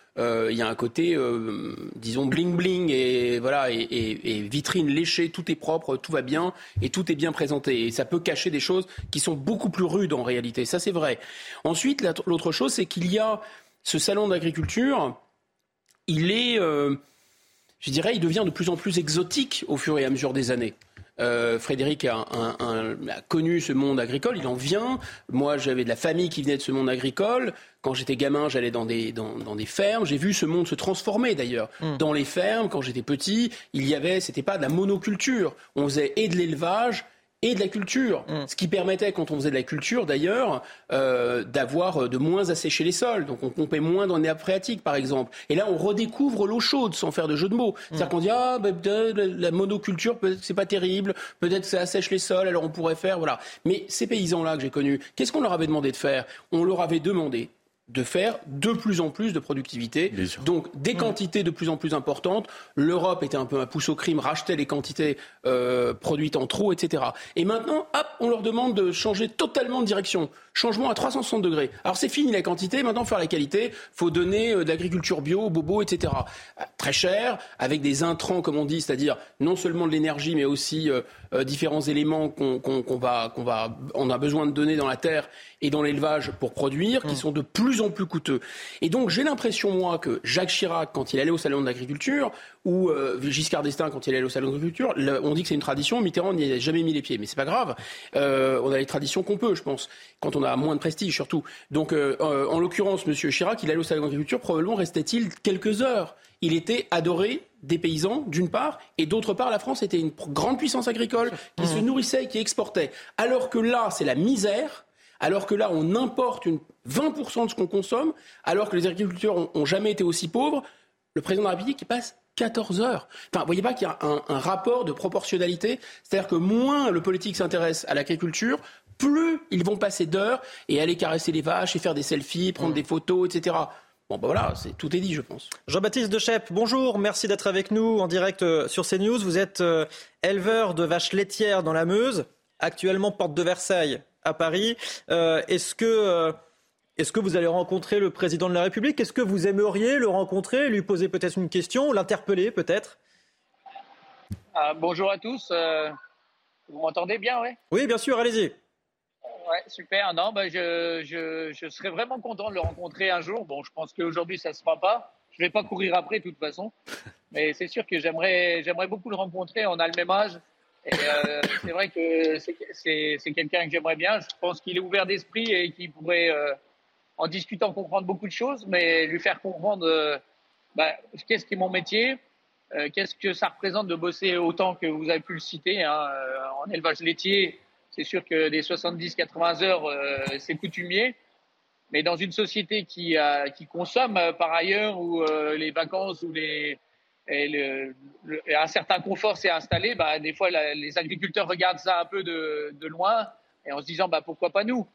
S15: euh, il y a un côté, euh, disons, bling-bling et, voilà, et, et, et vitrine léchée, tout est propre, tout va bien et tout est bien présenté. Et ça peut cacher des choses qui sont beaucoup plus rudes en réalité, ça c'est vrai. Ensuite, l'autre chose, c'est qu'il y a ce salon d'agriculture, il est, euh, je dirais, il devient de plus en plus exotique au fur et à mesure des années. Euh, Frédéric a, un, un, a connu ce monde agricole, il en vient. Moi, j'avais de la famille qui venait de ce monde agricole. Quand j'étais gamin, j'allais dans des, dans, dans des fermes. J'ai vu ce monde se transformer d'ailleurs. Mmh. Dans les fermes, quand j'étais petit, il y avait, c'était pas de la monoculture. On faisait et de l'élevage et de la culture. Mmh. Ce qui permettait, quand on faisait de la culture d'ailleurs, euh, d'avoir de moins assécher les sols. Donc on pompait moins dans les nappes phréatiques par exemple. Et là on redécouvre l'eau chaude sans faire de jeu de mots. Mmh. C'est-à-dire qu'on dit ah bah, la monoculture peut-être que c'est pas terrible, peut-être que ça assèche les sols, alors on pourrait faire voilà. Mais ces paysans-là que j'ai connus, qu'est-ce qu'on leur avait demandé de faire ? On leur avait demandé de faire de plus en plus de productivité, donc des quantités de plus en plus importantes. L'Europe était un peu un pouce au crime, rachetait les quantités euh, produites en trop, et cetera. Et maintenant, hop, on leur demande de changer totalement de direction. Changement à trois cent soixante degrés. Alors c'est fini la quantité, maintenant il faut faire la qualité, il faut donner euh, de l'agriculture bio, bobo, et cetera. Euh, très cher, avec des intrants, comme on dit, c'est-à-dire non seulement de l'énergie, mais aussi euh, euh, différents éléments qu'on, qu'on, qu'on va, qu'on va, on a besoin de donner dans la terre et dans l'élevage pour produire, qui mmh. sont de plus en plus coûteux. Et donc j'ai l'impression, moi, que Jacques Chirac, quand il allait au salon de l'agriculture, ou euh, Giscard d'Estaing, quand il allait au salon de l'agriculture, le, on dit que c'est une tradition, Mitterrand n'y a jamais mis les pieds, mais c'est pas grave. Euh, on a les traditions qu'on peut, je pense, quand on a moins de prestige surtout. Donc euh, euh, en l'occurrence, M. Chirac, il allait au salon de l'agriculture, probablement restait-il quelques heures. Il était adoré des paysans, d'une part, et d'autre part, la France était une grande puissance agricole qui mmh. se nourrissait et qui exportait. Alors que là, c'est la misère. Alors que là, on importe une vingt pour cent de ce qu'on consomme, alors que les agriculteurs ont, ont jamais été aussi pauvres, le président de la République, il passe quatorze heures. Enfin, vous voyez pas qu'il y a un, un rapport de proportionnalité, c'est-à-dire que moins le politique s'intéresse à l'agriculture, plus ils vont passer d'heures et aller caresser les vaches et faire des selfies, prendre mmh. des photos, et cetera. Bon, ben voilà, c'est, tout est dit, je pense.
S2: Jean-Baptiste Deschêpe, bonjour, merci d'être avec nous en direct sur CNews. Vous êtes euh, éleveur de vaches laitières dans la Meuse, actuellement porte de Versailles à Paris. Euh, est-ce que, euh, est-ce que vous allez rencontrer le président de la République ? Est-ce que vous aimeriez le rencontrer, lui poser peut-être une question, l'interpeller peut-être ?
S12: ah, Bonjour à tous. Euh, vous m'entendez bien, oui ?
S2: Oui, bien sûr, allez-y.
S12: Ouais, super. Non, bah, je, je, je serais vraiment content de le rencontrer un jour. Bon, je pense qu'aujourd'hui, ça ne se fera pas. Je ne vais pas courir après, de toute façon. Mais c'est sûr que j'aimerais, j'aimerais beaucoup le rencontrer. On a le même âge. Et euh, c'est vrai que c'est, c'est, c'est quelqu'un que j'aimerais bien. Je pense qu'il est ouvert d'esprit et qu'il pourrait, euh, en discutant, comprendre beaucoup de choses, mais lui faire comprendre euh, bah, qu'est-ce qui est mon métier, euh, qu'est-ce que ça représente de bosser autant que vous avez pu le citer. Hein, euh, en élevage laitier, c'est sûr que des soixante-dix à quatre-vingts heures, euh, c'est coutumier. Mais dans une société qui, a, qui consomme euh, par ailleurs, où euh, les vacances ou les... Et le, le, un certain confort s'est installé, bah, des fois la, les agriculteurs regardent ça un peu de, de loin et en se disant bah, pourquoi pas nous.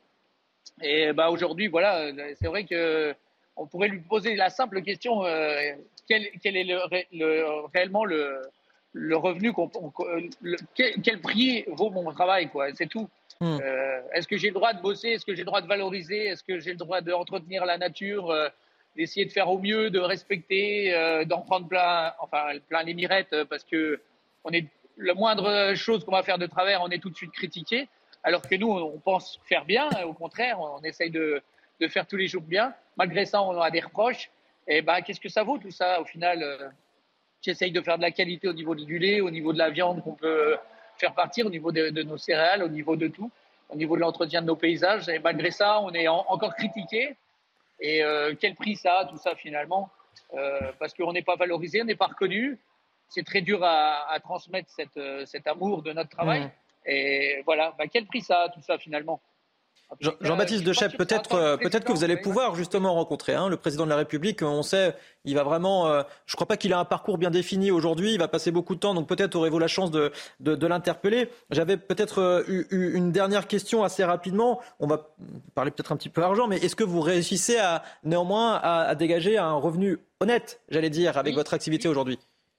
S12: Et bah, aujourd'hui, voilà, c'est vrai qu'on pourrait lui poser la simple question euh, quel, quel est le, le, réellement le, le revenu, qu'on, le, quel, quel prix vaut mon travail, quoi, c'est tout. Mmh. Euh, est-ce que j'ai le droit de bosser ? Est-ce que j'ai le droit de valoriser ? Est-ce que j'ai le droit d'entretenir la nature ? euh, d'essayer de faire au mieux, de respecter, euh, d'en prendre plein, enfin plein les mirettes, parce que on est la moindre chose qu'on va faire de travers, on est tout de suite critiqué, alors que nous, on pense faire bien, au contraire, on essaye de, de faire tous les jours bien. Malgré ça, on a des reproches. Et ben, qu'est-ce que ça vaut tout ça au final euh, J'essaye de faire de la qualité au niveau du lait, au niveau de la viande qu'on peut faire partir, au niveau de, de nos céréales, au niveau de tout, au niveau de l'entretien de nos paysages. Et malgré ça, on est en, encore critiqué. Et euh, quel prix ça a, tout ça, finalement euh, parce qu'on n'est pas valorisé, on n'est pas reconnu. C'est très dur à, à transmettre cette, euh, cet amour de notre travail. Mmh. Et voilà, bah, quel prix ça a, tout ça, finalement.
S2: Jean, Jean-Baptiste Deschêpe, peut-être, euh, peut-être que vous allez pouvoir justement rencontrer hein, le président de la République. On sait, il va vraiment. Euh, je ne crois pas qu'il a un parcours bien défini aujourd'hui. Il va passer beaucoup de temps, donc peut-être aurez-vous la chance de, de, de l'interpeller. J'avais peut-être euh, eu, eu une dernière question assez rapidement. On va parler peut-être un petit peu argent, mais est-ce que vous réussissez à néanmoins à, à dégager un revenu honnête, j'allais dire, avec oui. votre activité aujourd'hui ?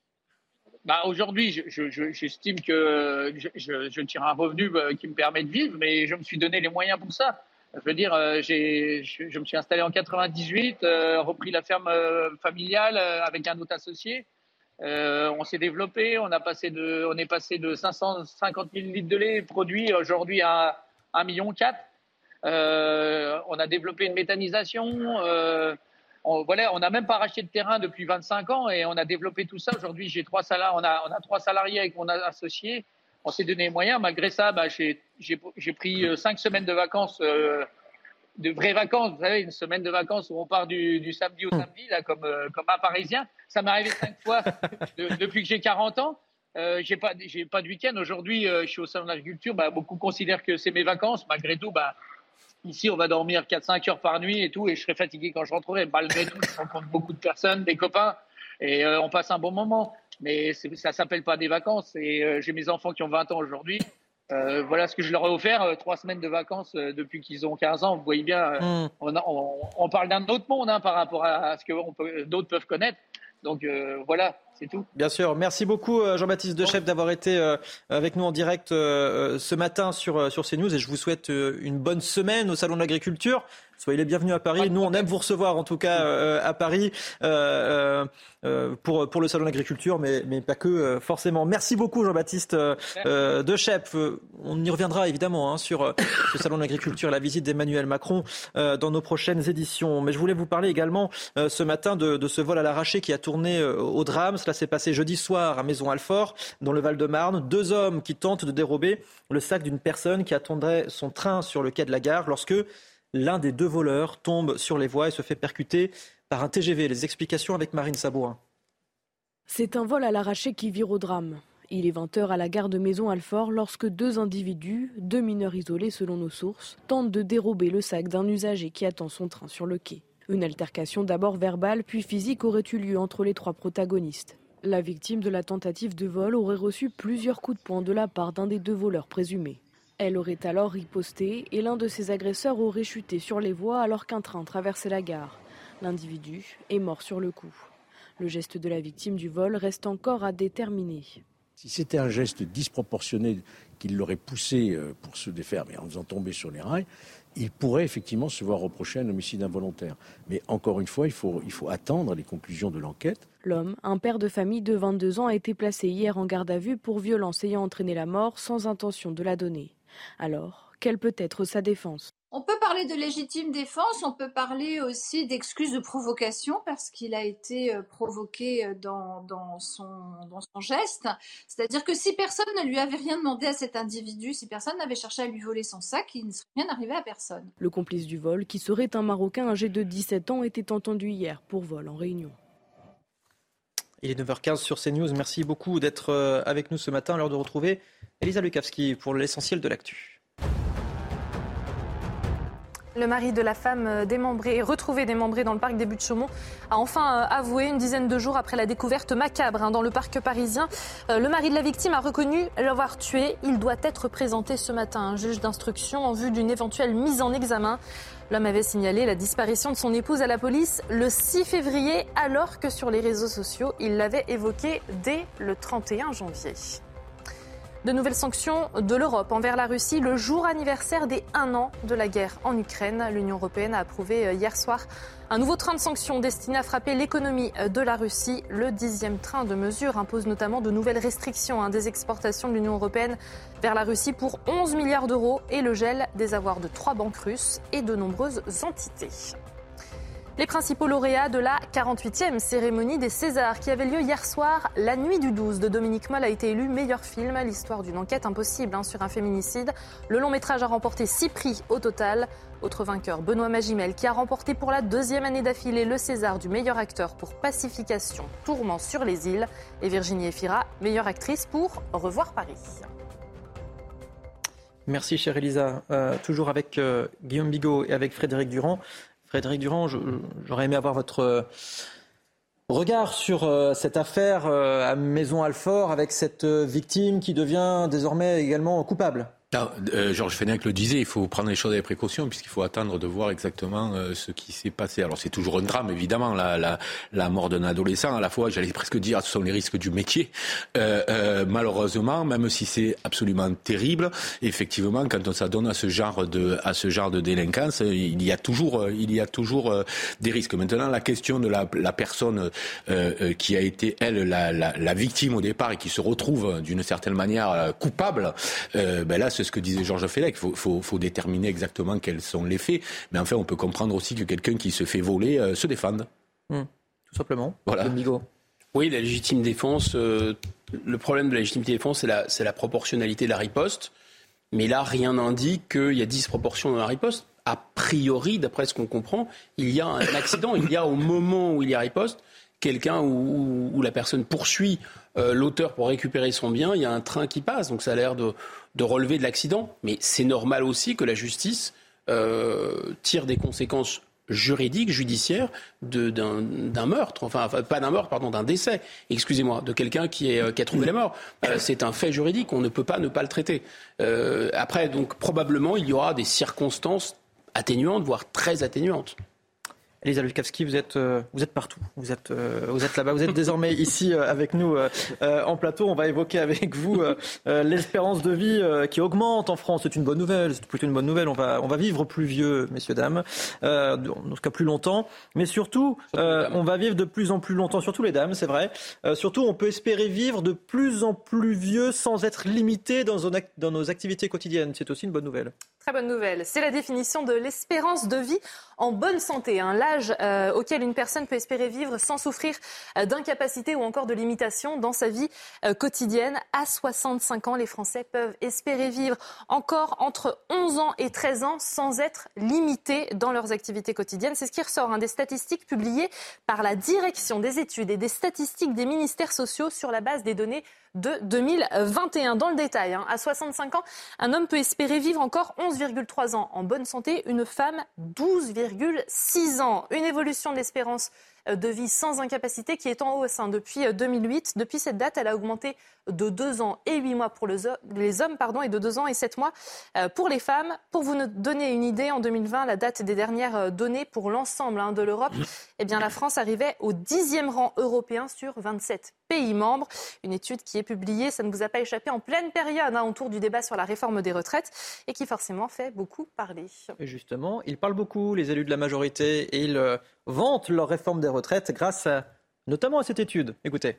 S12: Bah aujourd'hui, je, je, je, j'estime que je, je, je tire un revenu qui me permet de vivre, mais je me suis donné les moyens pour ça. Je veux dire, euh, j'ai, je, je me suis installé en quatre-vingt-dix-huit, euh, repris la ferme euh, familiale euh, avec un autre associé. Euh, on s'est développé, on, a passé de, on est passé de cinq cent cinquante mille litres de lait produits aujourd'hui à un virgule quatre million. Euh, on a développé une méthanisation. Euh, on, voilà, on n'a même pas racheté de terrain depuis vingt-cinq ans et on a développé tout ça. Aujourd'hui, j'ai trois salariés, on a, on a trois salariés avec mon associé. On s'est donné les moyens. Malgré ça, bah, j'ai, j'ai, j'ai pris cinq semaines de vacances, euh, de vraies vacances. Vous savez, une semaine de vacances où on part du, du samedi au samedi, là, comme, euh, comme un Parisien. Ça m'est arrivé cinq fois de, depuis que j'ai quarante ans. Euh, j'ai pas, j'ai pas de week-end. Aujourd'hui, euh, je suis au salon de l'agriculture. Bah, beaucoup considèrent que c'est mes vacances. Malgré tout, bah, ici, on va dormir quatre cinq heures par nuit et tout, et je serai fatigué quand je rentrerai. Malgré tout, je rencontre beaucoup de personnes, des copains, et euh, on passe un bon moment. Mais c'est, ça s'appelle pas des vacances. Et euh, j'ai mes enfants qui ont vingt ans aujourd'hui. Euh, voilà ce que je leur ai offert, euh, trois semaines de vacances euh, depuis qu'ils ont quinze ans. Vous voyez bien, euh, mm. on, a, on, on parle d'un autre monde hein, par rapport à, à ce que on peut, d'autres peuvent connaître. Donc euh, voilà, c'est tout.
S2: Bien sûr. Merci beaucoup Jean-Baptiste Dechettre d'avoir été euh, avec nous en direct euh, ce matin sur, sur CNews, et je vous souhaite euh, une bonne semaine au Salon de l'Agriculture. Soyez les bienvenus à Paris. Nous, on aime vous recevoir, en tout cas, euh, à Paris, euh, euh, pour, pour le Salon de l'Agriculture, mais, mais pas que, euh, forcément. Merci beaucoup, Jean-Baptiste euh, Dechettre. Euh, on y reviendra, évidemment, hein, sur euh, ce Salon de l'Agriculture, la visite d'Emmanuel Macron euh, dans nos prochaines éditions. Mais je voulais vous parler également euh, ce matin de, de ce vol à l'arraché qui a tourné euh, au drame. Cela s'est passé jeudi soir à Maisons-Alfort, dans le Val-de-Marne. Deux hommes qui tentent de dérober le sac d'une personne qui attendrait son train sur le quai de la gare lorsque l'un des deux voleurs tombe sur les voies et se fait percuter par un T G V. Les explications avec Marine Sabourin.
S6: C'est un vol à l'arraché qui vire au drame. Il est vingt heures à la gare de Maisons-Alfort lorsque deux individus, deux mineurs isolés selon nos sources, tentent de dérober le sac d'un usager qui attend son train sur le quai. Une altercation d'abord verbale puis physique aurait eu lieu entre les trois protagonistes. La victime de la tentative de vol aurait reçu plusieurs coups de poing de la part d'un des deux voleurs présumés. Elle aurait alors riposté et l'un de ses agresseurs aurait chuté sur les voies alors qu'un train traversait la gare. L'individu est mort sur le coup. Le geste de la victime du vol reste encore à déterminer.
S16: Si c'était un geste disproportionné qui l'aurait poussé pour se défaire, mais en faisant tomber sur les rails, il pourrait effectivement se voir reprocher un homicide involontaire. Mais encore une fois, il faut, il faut attendre les conclusions de l'enquête.
S6: L'homme, un père de famille de vingt-deux ans, a été placé hier en garde à vue pour violence ayant entraîné la mort sans intention de la donner. Alors, quelle peut être sa défense ?
S17: On peut parler de légitime défense, on peut parler aussi d'excuse de provocation parce qu'il a été provoqué dans, dans, son, dans son geste. C'est-à-dire que si personne ne lui avait rien demandé à cet individu, si personne n'avait cherché à lui voler son sac, il ne serait rien arrivé à personne.
S6: Le complice du vol, qui serait un Marocain âgé de dix-sept ans, était entendu hier pour vol en Réunion.
S2: Il est neuf heures quinze sur CNews. Merci beaucoup d'être avec nous ce matin. L'heure de retrouver Elisa Lukavski pour l'essentiel de l'actu.
S18: Le mari de la femme démembrée, retrouvée démembrée dans le parc des Buttes-Chaumont, a enfin avoué une dizaine de jours après la découverte macabre hein, dans le parc parisien. Le mari de la victime a reconnu l'avoir tué. Il doit être présenté ce matin à un juge d'instruction en vue d'une éventuelle mise en examen. L'homme avait signalé la disparition de son épouse à la police le six février, alors que sur les réseaux sociaux, il l'avait évoqué dès le trente et un janvier. De nouvelles sanctions de l'Europe envers la Russie le jour anniversaire des un an de la guerre en Ukraine. L'Union européenne a approuvé hier soir un nouveau train de sanctions destiné à frapper l'économie de la Russie. Le dixième train de mesures impose notamment de nouvelles restrictions hein, des exportations de l'Union européenne vers la Russie pour onze milliards d'euros et le gel des avoirs de trois banques russes et de nombreuses entités. Les principaux lauréats de la quarante-huitième cérémonie des Césars qui avait lieu hier soir, La Nuit du douze de Dominique Moll a été élu meilleur film, l'histoire d'une enquête impossible hein, sur un féminicide. Le long métrage a remporté six prix au total. Autre vainqueur, Benoît Magimel, qui a remporté pour la deuxième année d'affilée le César du meilleur acteur pour Pacification, Tourment sur les îles. Et Virginie Efira, meilleure actrice pour Revoir Paris.
S2: Merci chère Elisa. Euh, toujours avec euh, Guillaume Bigot et avec Frédéric Durand. Frédéric Durand, je, j'aurais aimé avoir votre regard sur euh, cette affaire euh, à Maisons-Alfort avec cette euh, victime qui devient désormais également coupable.
S10: Non, euh, Georges Fenech le disait, il faut prendre les choses avec précaution puisqu'il faut attendre de voir exactement euh, ce qui s'est passé. Alors c'est toujours un drame, évidemment, la, la, la mort d'un adolescent. À la fois, j'allais presque dire, ce sont les risques du métier. Euh, euh, malheureusement, même si c'est absolument terrible, effectivement, quand on s'adonne à ce genre de, à ce genre de délinquance, il y a toujours, il y a toujours euh, des risques. Maintenant, la question de la, la personne euh, qui a été elle la, la, la victime au départ et qui se retrouve d'une certaine manière coupable, euh, ben là, c'est ce que disait Georges Fenech. Il faut, faut, faut déterminer exactement quels sont les faits. Mais enfin, on peut comprendre aussi que quelqu'un qui se fait voler euh, se défende.
S2: Mmh, tout simplement.
S10: Voilà.
S15: Oui, la légitime défense. Euh, le problème de la légitime défense, c'est la, c'est la proportionnalité de la riposte. Mais là, rien n'indique qu'il y a disproportion dans la riposte. A priori, d'après ce qu'on comprend, il y a un accident. Il y a au moment où il y a riposte, quelqu'un où, où la personne poursuit euh, l'auteur pour récupérer son bien, il y a un train qui passe. Donc ça a l'air de, de relever de l'accident. Mais c'est normal aussi que la justice euh, tire des conséquences juridiques, judiciaires de, d'un, d'un meurtre. Enfin, pas d'un meurtre, pardon, d'un décès. Excusez-moi, de quelqu'un qui, est, qui a trouvé la mort. Euh, c'est un fait juridique. On ne peut pas ne pas le traiter. Euh, après, donc probablement, il y aura des circonstances atténuantes, voire très atténuantes.
S2: Elisa Lukavski, vous êtes, euh, vous êtes partout, vous êtes, euh, vous êtes là-bas, vous êtes désormais ici euh, avec nous euh, euh, en plateau. On va évoquer avec vous euh, euh, l'espérance de vie euh, qui augmente en France. C'est une bonne nouvelle, c'est plutôt une bonne nouvelle. On va, on va vivre plus vieux, messieurs, dames, euh, en tout cas plus longtemps. Mais surtout, euh, on va vivre de plus en plus longtemps, surtout les dames, c'est vrai. Euh, surtout, on peut espérer vivre de plus en plus vieux sans être limité dans, nos, dans nos activités quotidiennes. C'est aussi une bonne nouvelle.
S18: Très bonne nouvelle. C'est la définition de l'espérance de vie en bonne santé. Hein. L'âge euh, auquel une personne peut espérer vivre sans souffrir euh, d'incapacité ou encore de limitation dans sa vie euh, quotidienne. À soixante-cinq ans, les Français peuvent espérer vivre encore entre onze ans et treize ans sans être limités dans leurs activités quotidiennes. C'est ce qui ressort hein, des statistiques publiées par la Direction des études et des statistiques des ministères sociaux sur la base des données de deux mille vingt et un. Dans le détail, hein, à soixante-cinq ans, un homme peut espérer vivre encore onze virgule trois ans en bonne santé, une femme douze virgule six ans. Une évolution de l'espérance de vie sans incapacité qui est en hausse hein, depuis deux mille huit. Depuis cette date, elle a augmenté de deux ans et huit mois pour les hommes pardon, et de deux ans et sept mois pour les femmes. Pour vous donner une idée, en deux mille vingt, la date des dernières données pour l'ensemble hein, de l'Europe, eh bien, la France arrivait au dixième rang européen sur vingt-sept pays membres. Une étude qui est publiée, ça ne vous a pas échappé, en pleine période hein, autour du débat sur la réforme des retraites et qui forcément fait beaucoup parler.
S2: Et justement, ils parlent beaucoup, les élus de la majorité, et ils euh, vantent leur réforme des retraites grâce à, notamment à cette étude. Écoutez.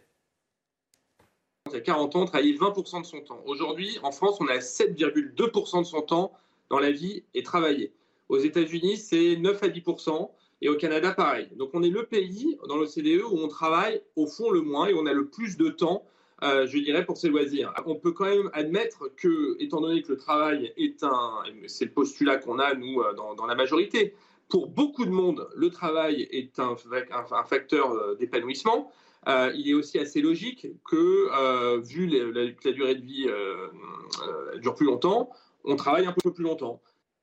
S4: Il y a quarante ans, on travaillait vingt pour cent de son temps. Aujourd'hui, en France, on a sept virgule deux pour cent de son temps dans la vie et travailler. Aux États-Unis, c'est neuf à dix pour cent et au Canada, pareil. Donc, on est le pays dans l'O C D E où on travaille au fond le moins et on a le plus de temps, euh, je dirais, pour ses loisirs. On peut quand même admettre que, étant donné que le travail est un, c'est le postulat qu'on a, nous, dans, dans la majorité, pour beaucoup de monde, le travail est un, un, un facteur d'épanouissement. Euh, il est aussi assez logique que, euh, vu les, la, que la durée de vie euh, euh, dure plus longtemps, on travaille un peu plus longtemps.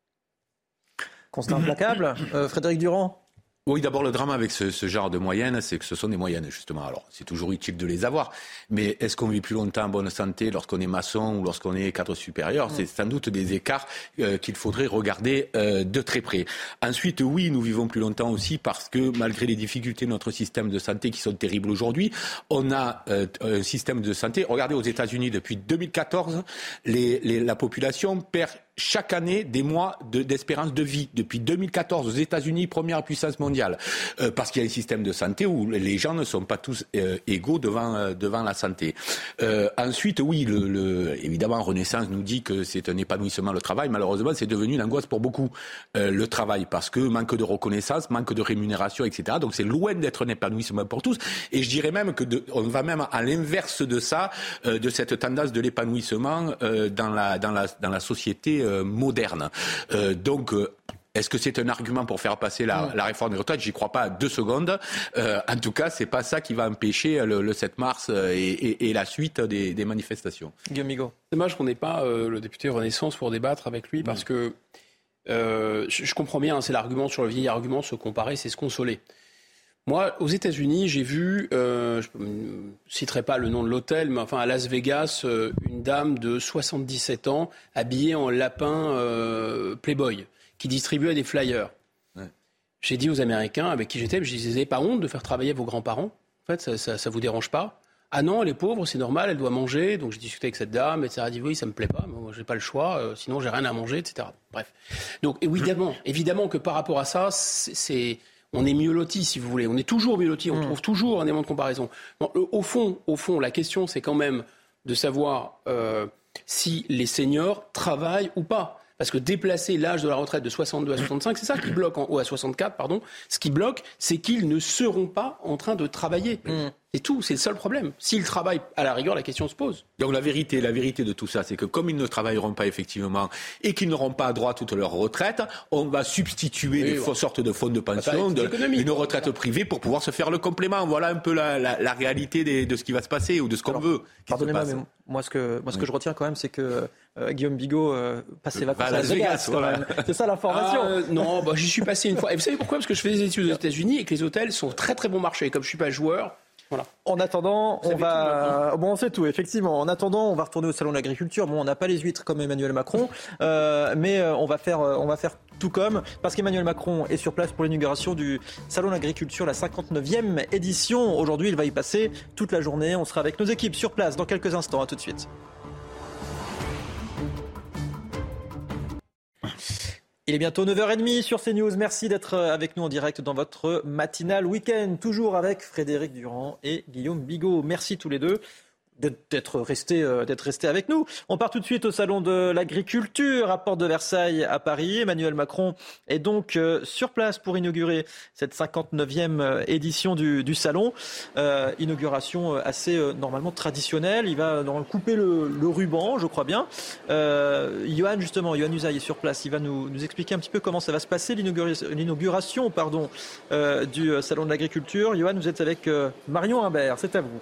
S2: Constat implacable, euh, Frédéric Durand.
S10: Oui, d'abord, le drame avec ce, ce genre de moyennes, c'est que ce sont des moyennes, justement. Alors, c'est toujours utile de les avoir. Mais est-ce qu'on vit plus longtemps en bonne santé lorsqu'on est maçon ou lorsqu'on est cadre supérieur ? C'est sans doute des écarts euh, qu'il faudrait regarder euh, de très près. Ensuite, oui, nous vivons plus longtemps aussi parce que, malgré les difficultés de notre système de santé qui sont terribles aujourd'hui, on a euh, un système de santé. Regardez, aux États-Unis, depuis deux mille quatorze, les, les, la population perd chaque année des mois de, d'espérance de vie. Depuis deux mille quatorze, aux États-Unis, première puissance mondiale, euh, parce qu'il y a un système de santé où les gens ne sont pas tous euh, égaux devant, euh, devant la santé. Euh, ensuite, oui, le, le, évidemment, Renaissance nous dit que c'est un épanouissement le travail. Malheureusement, c'est devenu une angoisse pour beaucoup, euh, le travail, parce que manque de reconnaissance, manque de rémunération, et cetera. Donc c'est loin d'être un épanouissement pour tous. Et je dirais même que de, on va même à l'inverse de ça, euh, de cette tendance de l'épanouissement euh, dans la, dans la, dans la société moderne. Euh, donc, euh, est-ce que c'est un argument pour faire passer la, la réforme des retraites ? J'y crois pas deux secondes. Euh, en tout cas, c'est pas ça qui va empêcher le, le sept mars et, et, et la suite des, des manifestations.
S2: Guillaume Migaud.
S15: C'est dommage qu'on n'ait pas euh, le député Renaissance pour débattre avec lui, parce que euh, je, je comprends bien, hein, c'est l'argument sur le vieil argument, se comparer, c'est se consoler. Moi, aux États-Unis, j'ai vu, euh, je ne citerai pas le nom de l'hôtel, mais enfin à Las Vegas, euh, une dame de soixante-dix-sept ans habillée en lapin euh, Playboy qui distribuait des flyers. Ouais. J'ai dit aux Américains avec qui j'étais, je disais, vous n'avez pas honte de faire travailler vos grands-parents ? En fait, ça ne vous dérange pas ? Ah non, elle est pauvre, c'est normal, elle doit manger. Donc j'ai discuté avec cette dame, et cetera. Elle a dit oui, ça me plaît pas, mais moi j'ai pas le choix, euh, sinon j'ai rien à manger, et cetera. Bref. Donc évidemment, évidemment que par rapport à ça, c'est, c'est on est mieux lotis, si vous voulez. On est toujours mieux lotis, on mmh. trouve toujours un élément de comparaison. Bon, au fond, au fond, la question, c'est quand même de savoir euh, si les seniors travaillent ou pas. Parce que déplacer l'âge de la retraite de soixante-deux à soixante-cinq, c'est ça qui bloque, en, ou à soixante-quatre, pardon. Ce qui bloque, c'est qu'ils ne seront pas en train de travailler. Mmh. C'est tout, c'est le seul problème. S'ils travaillent, à la rigueur, la question se pose.
S10: Donc la vérité, la vérité de tout ça, c'est que comme ils ne travailleront pas effectivement et qu'ils n'auront pas droit à toute leur retraite, on va substituer oui, des ouais. sortes de fonds de pension, de, une retraite privée pour pouvoir se faire le complément. Voilà un peu la, la, la réalité des, de ce qui va se passer ou de ce qu'on Alors, veut.
S2: Pardonnez-moi, mais moi ce que, moi, ce que oui. je retiens quand même, c'est que euh, Guillaume Bigot euh, passe ses vacances à Las Vegas. Quand même. C'est ça l'information.
S15: Ah, euh, non, bah, j'y suis passé une fois. Et vous savez pourquoi ? Parce que je fais des études aux États-Unis et que les hôtels sont très très bon marché. Et comme je suis pas joueur. Voilà.
S2: En attendant, on va. Tout, bon, on sait tout, effectivement. En attendant, on va retourner au salon de l'agriculture. Bon, on n'a pas les huîtres comme Emmanuel Macron, euh, mais euh, on va faire, euh, on va faire tout comme, parce qu'Emmanuel Macron est sur place pour l'inauguration du salon de l'agriculture, la cinquante-neuvième édition. Aujourd'hui, il va y passer toute la journée. On sera avec nos équipes sur place dans quelques instants. À tout de suite. Il est bientôt neuf heures trente sur CNews. Merci d'être avec nous en direct dans votre matinale week-end. Toujours avec Frédéric Durand et Guillaume Bigot. Merci tous les deux d'être restés, d'être restés avec nous. On part tout de suite au salon de l'agriculture à Porte de Versailles à Paris. Emmanuel Macron est donc sur place pour inaugurer cette cinquante-neuvième édition du, du salon. Euh, inauguration assez euh, normalement traditionnelle. Il va normalement couper le, le ruban, je crois bien. Euh, Yohann, justement, Yohann Usaï est sur place. Il va nous, nous expliquer un petit peu comment ça va se passer, l'inauguration, l'inauguration pardon, euh, du salon de l'agriculture. Yohann, vous êtes avec euh, Marion Imbert. C'est à vous.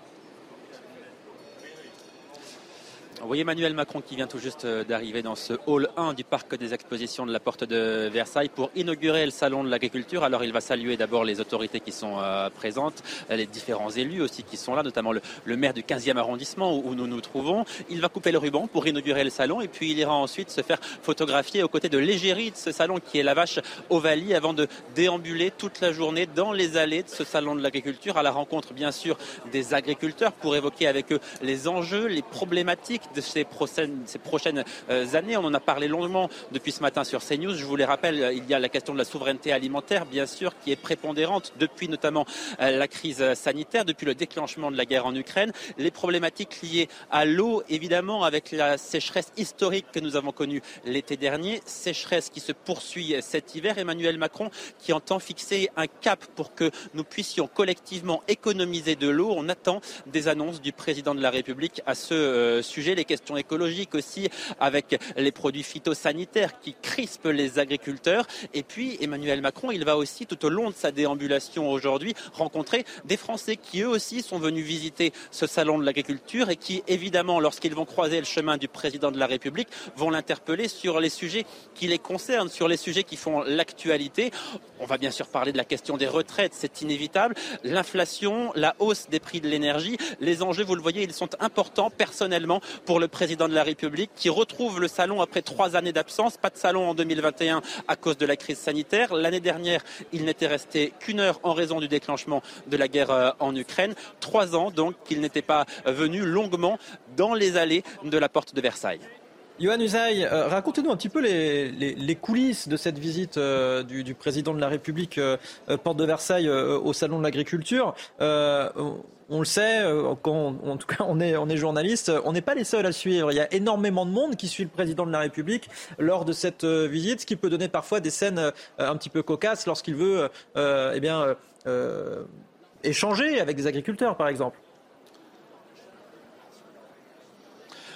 S8: Vous voyez Emmanuel Macron qui vient tout juste d'arriver dans ce hall un du parc des expositions de la Porte de Versailles pour inaugurer le salon de l'agriculture. Alors il va saluer d'abord les autorités qui sont euh, présentes, les différents élus aussi qui sont là, notamment le, le maire du quinzième arrondissement où, où nous nous trouvons. Il va couper le ruban pour inaugurer le salon et puis il ira ensuite se faire photographier aux côtés de l'égérie de ce salon qui est la vache Ovalie avant de déambuler toute la journée dans les allées de ce salon de l'agriculture à la rencontre bien sûr des agriculteurs pour évoquer avec eux les enjeux, les problématiques de ces prochaines, ces prochaines euh, années. On en a parlé longuement depuis ce matin sur CNews. Je vous les rappelle, il y a la question de la souveraineté alimentaire, bien sûr, qui est prépondérante depuis notamment euh, la crise sanitaire, depuis le déclenchement de la guerre en Ukraine. Les problématiques liées à l'eau, évidemment, avec la sécheresse historique que nous avons connue l'été dernier, sécheresse qui se poursuit cet hiver. Emmanuel Macron qui entend fixer un cap pour que nous puissions collectivement économiser de l'eau. On attend des annonces du président de la République à ce euh, sujet. Les questions écologiques aussi avec les produits phytosanitaires qui crispent les agriculteurs. Et puis Emmanuel Macron, il va aussi tout au long de sa déambulation aujourd'hui rencontrer des Français qui eux aussi sont venus visiter ce salon de l'agriculture et qui évidemment lorsqu'ils vont croiser le chemin du président de la République vont l'interpeller sur les sujets qui les concernent, sur les sujets qui font l'actualité. On va bien sûr parler de la question des retraites, c'est inévitable. L'inflation, la hausse des prix de l'énergie, les enjeux, vous le voyez, ils sont importants personnellement pour le président de la République qui retrouve le salon après trois années d'absence. Pas de salon en deux mille vingt et un à cause de la crise sanitaire. L'année dernière, il n'était resté qu'une heure en raison du déclenchement de la guerre en Ukraine. Trois ans donc qu'il n'était pas venu longuement dans les allées de la Porte de Versailles.
S2: Yohann Usaï, euh, racontez-nous un petit peu les, les, les coulisses de cette visite euh, du, du président de la République euh, Porte de Versailles euh, au salon de l'agriculture. Euh, on le sait, euh, quand on, en tout cas on est, on est journaliste, on n'est pas les seuls à suivre. Il y a énormément de monde qui suit le président de la République lors de cette euh, visite, ce qui peut donner parfois des scènes euh, un petit peu cocasses lorsqu'il veut euh, eh bien, euh, échanger avec des agriculteurs par exemple.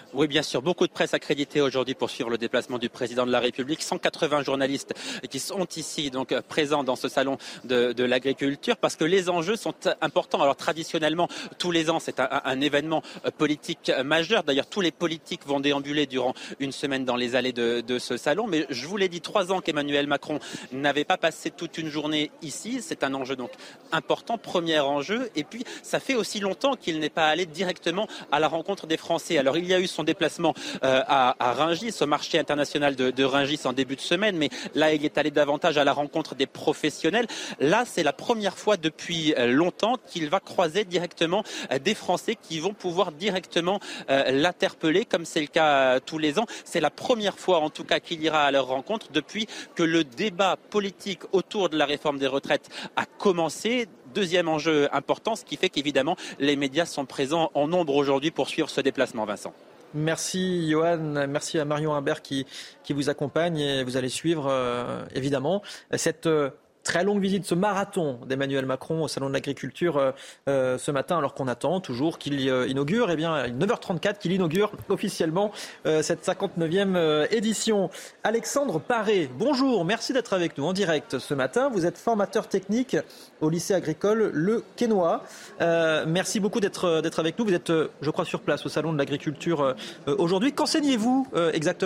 S8: Oui, bien sûr. Beaucoup de presse accréditée aujourd'hui pour suivre le déplacement du président de la République. cent quatre-vingts journalistes qui sont ici, donc présents dans ce salon de, de l'agriculture, parce que les enjeux sont importants. Alors traditionnellement, tous les ans, c'est un, un événement politique majeur. D'ailleurs, tous les politiques vont déambuler durant une semaine dans les allées de, de ce salon. Mais je vous l'ai dit, trois ans qu'Emmanuel Macron n'avait pas passé toute une journée ici. C'est un enjeu donc important, premier enjeu. Et puis, ça fait aussi longtemps qu'il n'est pas allé directement à la rencontre des Français. Alors, il y a eu son déplacement euh, à, à Rungis, au marché international de, de Rungis en début de semaine, mais là il est allé davantage à la rencontre des professionnels. Là c'est la première fois depuis longtemps qu'il va croiser directement des Français qui vont pouvoir directement euh, l'interpeller, comme c'est le cas euh, tous les ans. C'est la première fois en tout cas qu'il ira à leur rencontre depuis que le débat politique autour de la réforme des retraites a commencé. Deuxième enjeu important, ce qui fait qu'évidemment les médias sont présents en nombre aujourd'hui pour suivre ce déplacement, Vincent.
S2: Merci Johan, merci à Marion Imbert qui, qui vous accompagne et vous allez suivre euh, évidemment cette euh, très longue visite, ce marathon d'Emmanuel Macron au Salon de l'Agriculture euh, euh, ce matin, alors qu'on attend toujours qu'il euh, inaugure, eh bien neuf heures trente-quatre qu'il inaugure officiellement euh, cette cinquante-neuvième euh, édition. Alexandre Paré, bonjour, merci d'être avec nous en direct ce matin. Vous êtes formateur technique au lycée agricole Le Quesnoy. Euh, merci beaucoup d'être, d'être avec nous. Vous êtes, je crois, sur place au Salon de l'Agriculture euh, aujourd'hui. Qu'enseignez-vous euh, exactement ?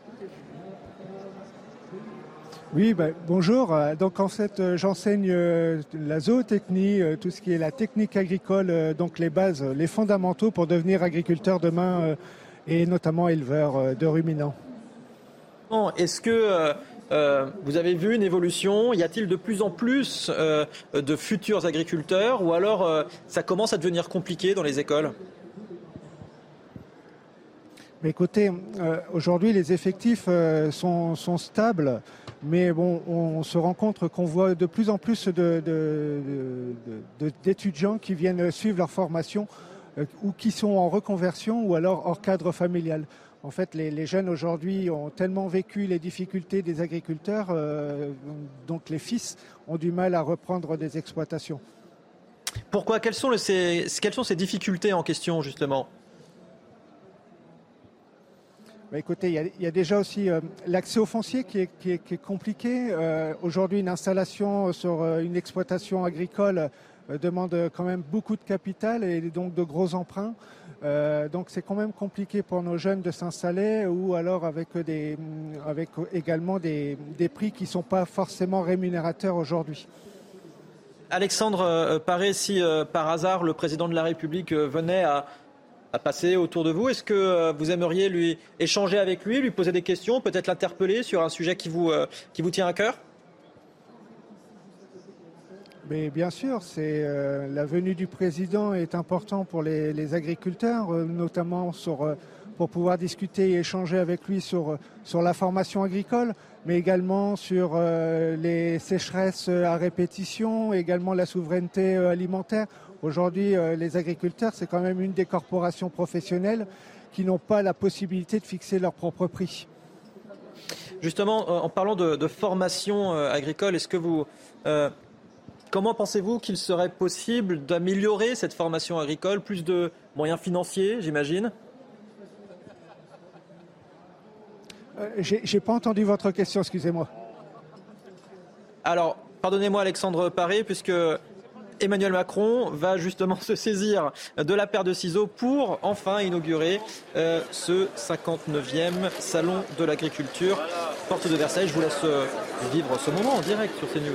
S13: Oui, ben, bonjour. Donc en fait, j'enseigne euh, la zootechnie, euh, tout ce qui est la technique agricole, euh, donc les bases, les fondamentaux pour devenir agriculteur demain euh, et notamment éleveur euh, de ruminants.
S2: Bon, est-ce que euh, euh, vous avez vu une évolution ? Y a-t-il de plus en plus euh, de futurs agriculteurs ou alors euh, ça commence à devenir compliqué dans les écoles ?
S13: Mais écoutez, euh, aujourd'hui les effectifs euh, sont, sont stables, mais bon, on se rend compte qu'on voit de plus en plus de, de, de, de, d'étudiants qui viennent suivre leur formation euh, ou qui sont en reconversion ou alors hors cadre familial. En fait, les, les jeunes aujourd'hui ont tellement vécu les difficultés des agriculteurs, euh, donc les fils ont du mal à reprendre des exploitations.
S2: Pourquoi ? Quelles sont, le, ces, quelles sont ces difficultés en question justement ?
S13: Bah écoutez, il y, a, il y a déjà aussi euh, l'accès au foncier qui est, qui est, qui est compliqué. Euh, aujourd'hui, une installation sur euh, une exploitation agricole euh, demande quand même beaucoup de capital et donc de gros emprunts. Euh, donc c'est quand même compliqué pour nos jeunes de s'installer ou alors avec, des, avec également des, des prix qui ne sont pas forcément rémunérateurs aujourd'hui.
S2: Alexandre euh, Paré, si euh, par hasard le président de la République euh, venait à... à passer autour de vous, est-ce que vous aimeriez lui échanger avec lui, lui poser des questions, peut-être l'interpeller sur un sujet qui vous, euh, qui vous tient à cœur ?
S13: Mais bien sûr, c'est, euh, la venue du président est importante pour les, les agriculteurs, euh, notamment sur, euh, pour pouvoir discuter et échanger avec lui sur, sur la formation agricole, mais également sur euh, les sécheresses à répétition, également la souveraineté euh, alimentaire. Aujourd'hui, euh, les agriculteurs, c'est quand même une des corporations professionnelles qui n'ont pas la possibilité de fixer leur propre prix.
S2: Justement, euh, en parlant de, de formation euh, agricole, est-ce que vous, euh, comment pensez-vous qu'il serait possible d'améliorer cette formation agricole ? Plus de moyens financiers, j'imagine ?
S13: euh, j'ai, j'ai pas entendu votre question, excusez-moi.
S2: Alors, pardonnez-moi Alexandre Paré, puisque Emmanuel Macron va justement se saisir de la paire de ciseaux pour enfin inaugurer euh, ce cinquante-neuvième Salon de l'Agriculture, porte de Versailles. Je vous laisse euh, vivre ce moment en direct sur CNews.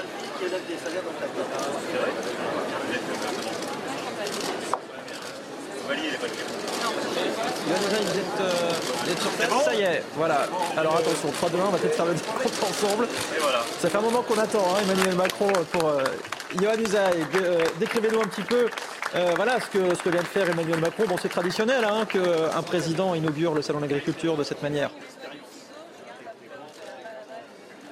S2: Vous êtes, euh, vous êtes sur place, bon ça y est, voilà. Alors attention, trois deux un, on va peut-être faire le décompte ensemble. Et voilà. Ça fait un moment qu'on attend, hein, Emmanuel Macron, pour euh, Johan Usaï. Euh, décrivez-nous un petit peu euh, voilà, ce, que, ce que vient de faire Emmanuel Macron. Bon, c'est traditionnel hein, qu'un président inaugure le Salon de l'Agriculture de cette manière.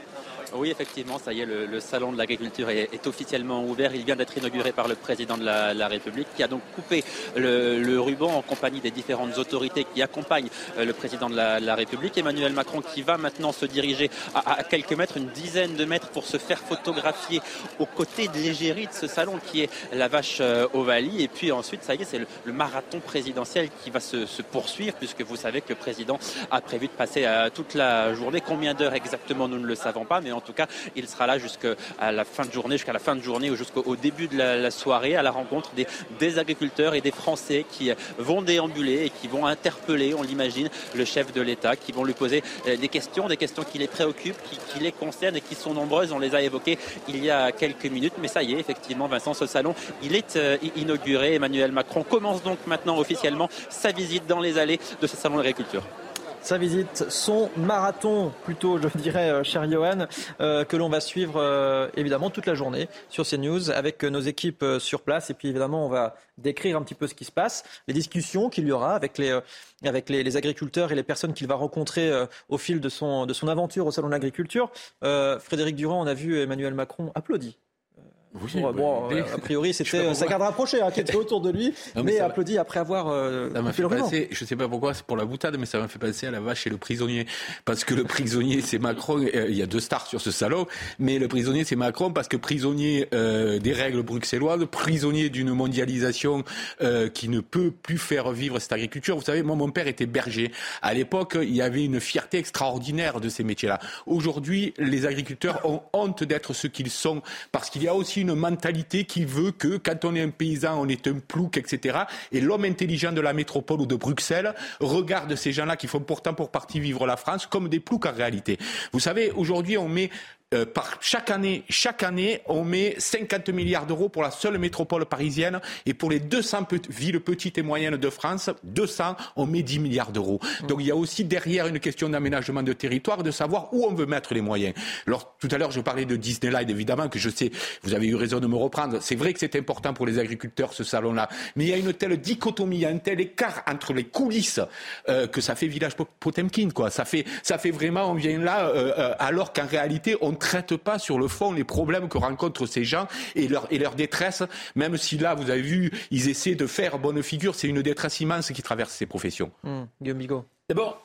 S8: Oui, effectivement, ça y est, le, le salon de l'agriculture est, est officiellement ouvert. Il vient d'être inauguré par le président de la, la République, qui a donc coupé le, le ruban en compagnie des différentes autorités qui accompagnent euh, le président de la, la République. Emmanuel Macron qui va maintenant se diriger à, à quelques mètres, une dizaine de mètres, pour se faire photographier aux côtés de l'égérie de ce salon qui est la vache euh, Ovalie. Et puis ensuite, ça y est, c'est le, le marathon présidentiel qui va se, se poursuivre, puisque vous savez que le président a prévu de passer euh, toute la journée. Combien d'heures exactement, nous ne le savons pas, mais en tout cas, il sera là jusqu'à la fin de journée, jusqu'à la fin de journée ou jusqu'au début de la, la soirée, à la rencontre des, des agriculteurs et des Français qui vont déambuler et qui vont interpeller, on l'imagine, le chef de l'État, qui vont lui poser des questions, des questions qui les préoccupent, qui, qui les concernent et qui sont nombreuses. On les a évoquées il y a quelques minutes, mais ça y est, effectivement, Vincent, ce salon, il est euh, inauguré. Emmanuel Macron commence donc maintenant officiellement sa visite dans les allées de ce salon de l'agriculture.
S2: Sa visite, son marathon plutôt, je dirais, euh, cher Johan, euh, que l'on va suivre euh, évidemment toute la journée sur CNews avec euh, nos équipes euh, sur place. Et puis évidemment, on va décrire un petit peu ce qui se passe, les discussions qu'il y aura avec les, euh, avec les, les agriculteurs et les personnes qu'il va rencontrer euh, au fil de son, de son aventure au Salon de l'Agriculture. Euh, Frédéric Durand, on a vu Emmanuel Macron applaudir. Oui, bon, bon euh, a priori, c'était sa garde rapprochée hein, qui était autour de lui, non, mais, mais applaudi après avoir euh,
S10: ça m'a fait penser, je ne sais pas pourquoi, c'est pour la boutade, mais ça m'a fait penser à la vache et le prisonnier. Parce que le prisonnier, c'est Macron. Euh, il y a deux stars sur ce salon, mais le prisonnier, c'est Macron parce que prisonnier euh, des règles bruxelloises, prisonnier d'une mondialisation euh, qui ne peut plus faire vivre cette agriculture. Vous savez, moi, mon père était berger. À l'époque, il y avait une fierté extraordinaire de ces métiers-là. Aujourd'hui, les agriculteurs ont honte d'être ce qu'ils sont parce qu'il y a aussi une mentalité qui veut que quand on est un paysan, on est un plouc, et cetera. Et l'homme intelligent de la métropole ou de Bruxelles regarde ces gens-là qui font pourtant pour partie vivre la France comme des ploucs en réalité. Vous savez, aujourd'hui, on met Euh, par chaque année, chaque année, on met cinquante milliards d'euros pour la seule métropole parisienne et pour les deux cents pe- villes petites et moyennes de France, deux cents, on met dix milliards d'euros. Mmh. Donc il y a aussi derrière une question d'aménagement de territoire, de savoir où on veut mettre les moyens. Alors tout à l'heure, je parlais de Disneyland, évidemment, que je sais, vous avez eu raison de me reprendre. C'est vrai que c'est important pour les agriculteurs, ce salon-là. Mais il y a une telle dichotomie, il y a un tel écart entre les coulisses euh, que ça fait village Potemkin, quoi. Ça fait, ça fait vraiment, on vient là, euh, euh, alors qu'en réalité, on traite pas sur le fond les problèmes que rencontrent ces gens et leur, et leur détresse, même si là, vous avez vu, ils essaient de faire bonne figure, c'est une détresse immense qui traverse ces professions.
S2: Mmh. Guillaume Bigot.
S15: D'abord,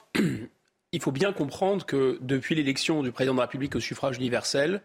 S15: il faut bien comprendre que depuis l'élection du président de la République au suffrage universel,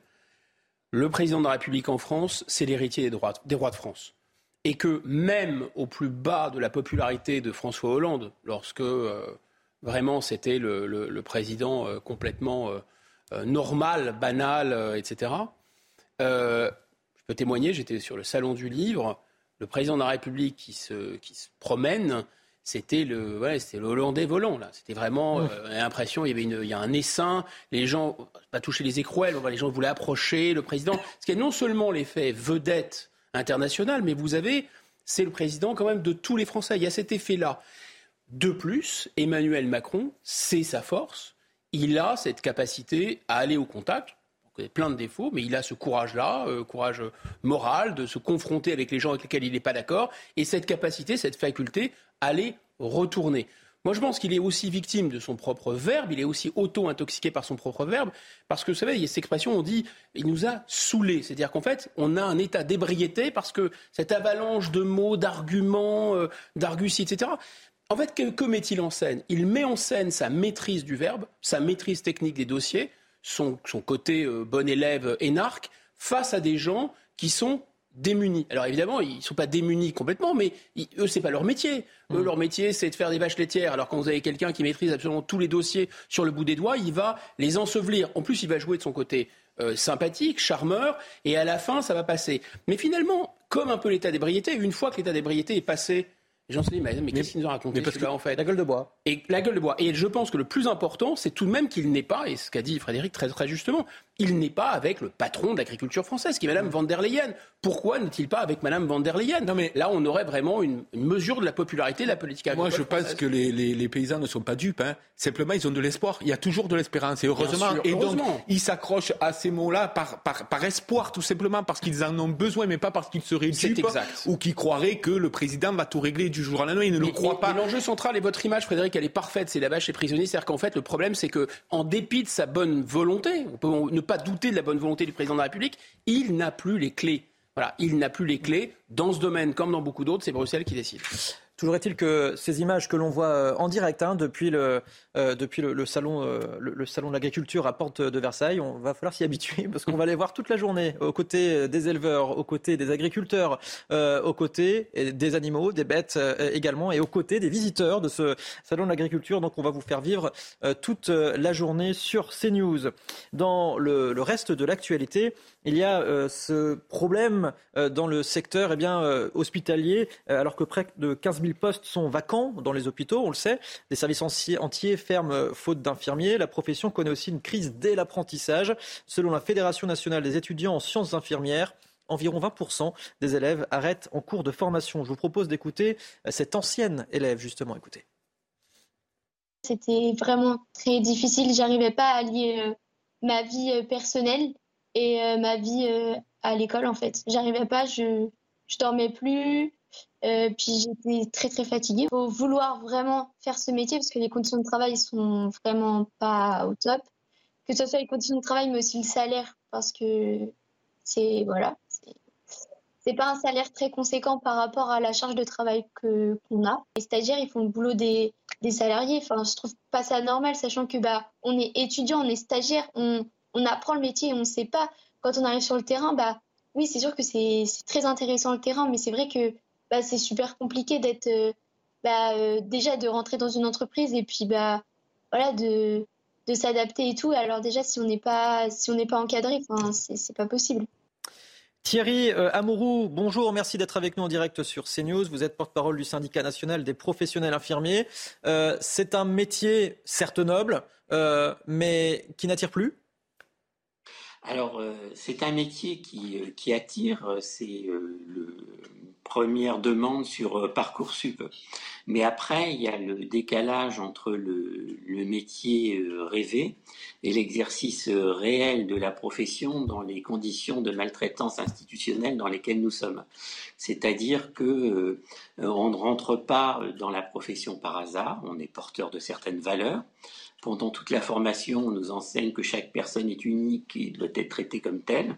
S15: le président de la République en France, c'est l'héritier des droits, des rois de France. Et que même au plus bas de la popularité de François Hollande, lorsque euh, vraiment c'était le, le, le président euh, complètement... Euh, Euh, normal, banal, euh, et cetera. Euh, je peux témoigner, j'étais sur le salon du livre, le président de la République qui se, qui se promène, c'était le, ouais, c'était le Hollandais volant. Là. C'était vraiment euh, l'impression, il y avait une, il y a un essaim, les gens, pas toucher les écrouelles, les gens voulaient approcher le président. Ce qui est non seulement l'effet vedette internationale, mais vous avez, c'est le président quand même de tous les Français. Il y a cet effet-là. De plus, Emmanuel Macron, c'est sa force. Il a cette capacité à aller au contact. Il y a plein de défauts, mais il a ce courage-là, euh, courage moral, de se confronter avec les gens avec lesquels il n'est pas d'accord, et cette capacité, cette faculté à les retourner. Moi, je pense qu'il est aussi victime de son propre verbe, il est aussi auto-intoxiqué par son propre verbe, parce que, vous savez, il y a cette expression, on dit, il nous a saoulés. C'est-à-dire qu'en fait, on a un état d'ébriété, parce que cette avalanche de mots, d'arguments, euh, d'arguties, et cetera, en fait, que, que met-il en scène ? Il met en scène sa maîtrise du verbe, sa maîtrise technique des dossiers, son, son côté euh, bon élève énarque, face à des gens qui sont démunis. Alors évidemment, ils ne sont pas démunis complètement, mais ils, eux, ce n'est pas leur métier. Mmh. Eux, leur métier, c'est de faire des vaches laitières. Alors quand vous avez quelqu'un qui maîtrise absolument tous les dossiers sur le bout des doigts, il va les ensevelir. En plus, il va jouer de son côté euh, sympathique, charmeur, et à la fin, ça va passer. Mais finalement, comme un peu l'état d'ébriété, une fois que l'état d'ébriété est passé, les gens se disent, mais, mais qu'est-ce qu'il nous a raconté celui-là, en fait ?
S2: La gueule de bois.
S15: Et la gueule de bois. Et je pense que le plus important, c'est tout de même qu'il n'est pas, et ce qu'a dit Frédéric très, très justement, il n'est pas avec le patron de l'agriculture française, qui est Mme van der Leyen. Pourquoi n'est-il pas avec Mme van der Leyen ? Non, mais là, on aurait vraiment une, une mesure de la popularité de la politique agricole
S10: Moi, je
S15: française.
S10: pense que les, les, les paysans ne sont pas dupes. Hein. Simplement, ils ont de l'espoir. Il y a toujours de l'espérance. Et heureusement.
S15: Sûr,
S10: et
S15: heureusement.
S10: donc, ils s'accrochent à ces mots-là par, par, par espoir, tout simplement, parce qu'ils en ont besoin, mais pas parce qu'ils seraient dupes ou qu'ils croiraient que le président va tout régler du du jour au lendemain, ils ne
S15: mais,
S10: le croient
S15: mais,
S10: pas.
S15: Mais l'enjeu central et votre image, Frédéric, elle est parfaite, c'est la vache et prisonnier. C'est-à-dire qu'en fait, le problème, c'est que en dépit de sa bonne volonté, on peut ne pas douter de la bonne volonté du président de la République, il n'a plus les clés. Voilà, il n'a plus les clés. Dans ce domaine, comme dans beaucoup d'autres, c'est Bruxelles qui décide.
S2: Toujours est-il que ces images que l'on voit en direct hein, depuis, le, euh, depuis le, le, salon, euh, le, le salon de l'agriculture à Porte de Versailles, on va falloir s'y habituer parce qu'on va les voir toute la journée aux côtés des éleveurs, aux côtés des agriculteurs, euh, aux côtés des animaux, des bêtes euh, également et aux côtés des visiteurs de ce salon de l'agriculture. Donc on va vous faire vivre euh, toute la journée sur CNews. Dans le, le reste de l'actualité, il y a euh, ce problème euh, dans le secteur eh bien, euh, hospitalier, euh, alors que près de quinze mille postes sont vacants dans les hôpitaux, on le sait. Des services entiers ferment euh, faute d'infirmiers. La profession connaît aussi une crise dès l'apprentissage. Selon la Fédération nationale des étudiants en sciences infirmières, environ vingt pour cent des élèves arrêtent en cours de formation. Je vous propose d'écouter euh, cette ancienne élève, justement. Écoutez.
S7: C'était vraiment très difficile. J'arrivais pas à allier euh, ma vie euh, personnelle et euh, ma vie euh, à l'école en fait. J'arrivais pas, je je dormais plus, euh, puis j'étais très très fatiguée. Faut vouloir vraiment faire ce métier parce que les conditions de travail sont vraiment pas au top. Que ce soit les conditions de travail mais aussi le salaire parce que c'est voilà, c'est, c'est pas un salaire très conséquent par rapport à la charge de travail que qu'on a. Les stagiaires ils font le boulot des des salariés. Enfin je trouve pas ça normal sachant que bah on est étudiant, on est stagiaire, on On apprend le métier et on ne sait pas. Quand on arrive sur le terrain, bah, oui, c'est sûr que c'est, c'est très intéressant le terrain, mais c'est vrai que bah, c'est super compliqué d'être, euh, bah, euh, déjà de rentrer dans une entreprise et puis bah, voilà, de, de s'adapter et tout. Alors déjà, si on n'est pas, si on n'est pas encadré, c'est, c'est pas possible.
S2: Thierry euh, Amouroux, bonjour, merci d'être avec nous en direct sur CNews. Vous êtes porte-parole du syndicat national des professionnels infirmiers. Euh, c'est un métier certes noble, euh, mais qui n'attire plus ?
S20: Alors, euh, c'est un métier qui, euh, qui attire, c'est euh, le première demande sur euh, Parcoursup. Mais après, il y a le décalage entre le, le métier euh, rêvé et l'exercice euh, réel de la profession dans les conditions de maltraitance institutionnelle dans lesquelles nous sommes. C'est-à-dire que euh, on ne rentre pas dans la profession par hasard, on est porteur de certaines valeurs. Pendant toute la formation, on nous enseigne que chaque personne est unique et doit être traitée comme telle.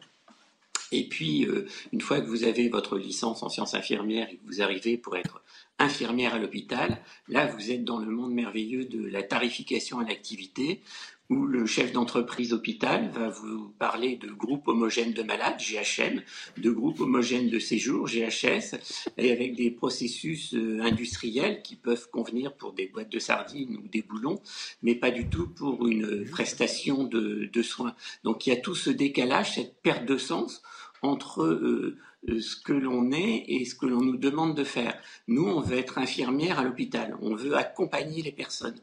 S20: Et puis, euh, une fois que vous avez votre licence en sciences infirmières et que vous arrivez pour être infirmière à l'hôpital, là, vous êtes dans le monde merveilleux de la tarification à l'activité, où le chef d'entreprise hôpital va vous parler de groupes homogènes de malades, G H M, de groupes homogènes de séjour, G H S, et avec des processus industriels qui peuvent convenir pour des boîtes de sardines ou des boulons, mais pas du tout pour une prestation de, de soins. Donc il y a tout ce décalage, cette perte de sens entre euh, ce que l'on est et ce que l'on nous demande de faire. Nous, on veut être infirmière à l'hôpital, on veut accompagner les personnes.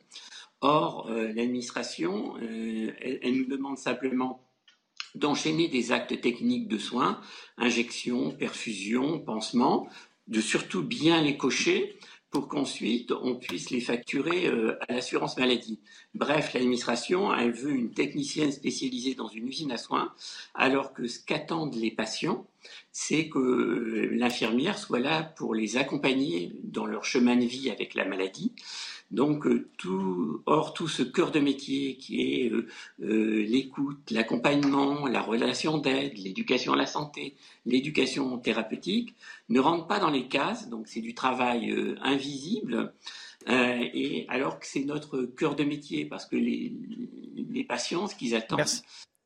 S20: Or, euh, l'administration, euh, elle, elle nous demande simplement d'enchaîner des actes techniques de soins, injection, perfusion, pansement, de surtout bien les cocher pour qu'ensuite on puisse les facturer euh, à l'assurance maladie. Bref, l'administration, elle veut une technicienne spécialisée dans une usine à soins, alors que ce qu'attendent les patients, c'est que euh, l'infirmière soit là pour les accompagner dans leur chemin de vie avec la maladie. Donc, euh, tout, or, tout ce cœur de métier qui est euh, euh, l'écoute, l'accompagnement, la relation d'aide, l'éducation à la santé, l'éducation thérapeutique, ne rentre pas dans les cases. Donc, c'est du travail euh, invisible. Euh, et alors que c'est notre cœur de métier, parce que les, les patients, ce qu'ils attendent.
S2: Merci,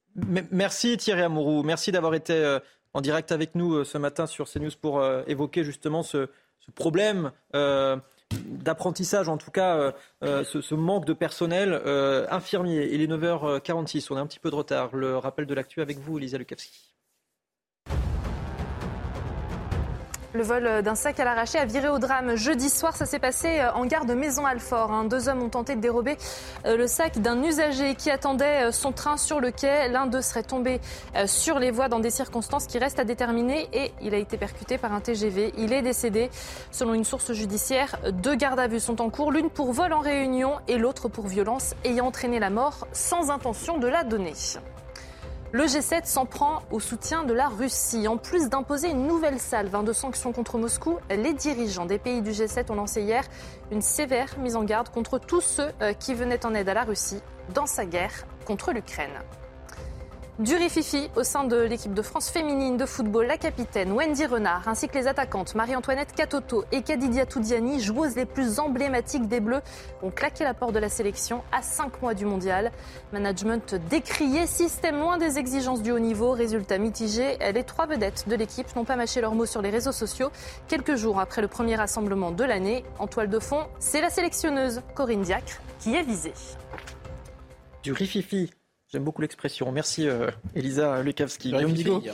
S2: Merci Thierry Amouroux. Merci d'avoir été euh, en direct avec nous euh, ce matin sur CNews pour euh, évoquer justement ce, ce problème. Euh, d'apprentissage, en tout cas euh, euh, ce, ce manque de personnel euh, infirmier. Il est neuf heures quarante-six, on a un petit peu de retard. Le rappel de l'actu avec vous, Elisa Lukavski.
S18: Le vol d'un sac à l'arraché a viré au drame jeudi soir. Ça s'est passé en gare de Maison-Alfort. Deux hommes ont tenté de dérober le sac d'un usager qui attendait son train sur le quai. L'un d'eux serait tombé sur les voies dans des circonstances qui restent à déterminer et il a été percuté par un T G V. Il est décédé. Selon une source judiciaire, deux gardes à vue sont en cours. L'une pour vol en réunion et l'autre pour violence ayant entraîné la mort sans intention de la donner. Le G sept s'en prend au soutien de la Russie. En plus d'imposer une nouvelle salve de sanctions contre Moscou, les dirigeants des pays du G sept ont lancé hier une sévère mise en garde contre tous ceux qui venaient en aide à la Russie dans sa guerre contre l'Ukraine. Du rififi au sein de l'équipe de France féminine de football, la capitaine Wendy Renard ainsi que les attaquantes Marie-Antoinette Katoto et Kadidia Toudiani, joueuses les plus emblématiques des Bleus, ont claqué la porte de la sélection à cinq mois du mondial. Management décrié, système loin des exigences du haut niveau, résultat mitigé. Les trois vedettes de l'équipe n'ont pas mâché leurs mots sur les réseaux sociaux quelques jours après le premier rassemblement de l'année. En toile de fond, c'est la sélectionneuse Corinne Diacre qui est visée.
S2: Du rififi. J'aime beaucoup l'expression. Merci euh, Elisa Lukavski. Guillaume Bigot.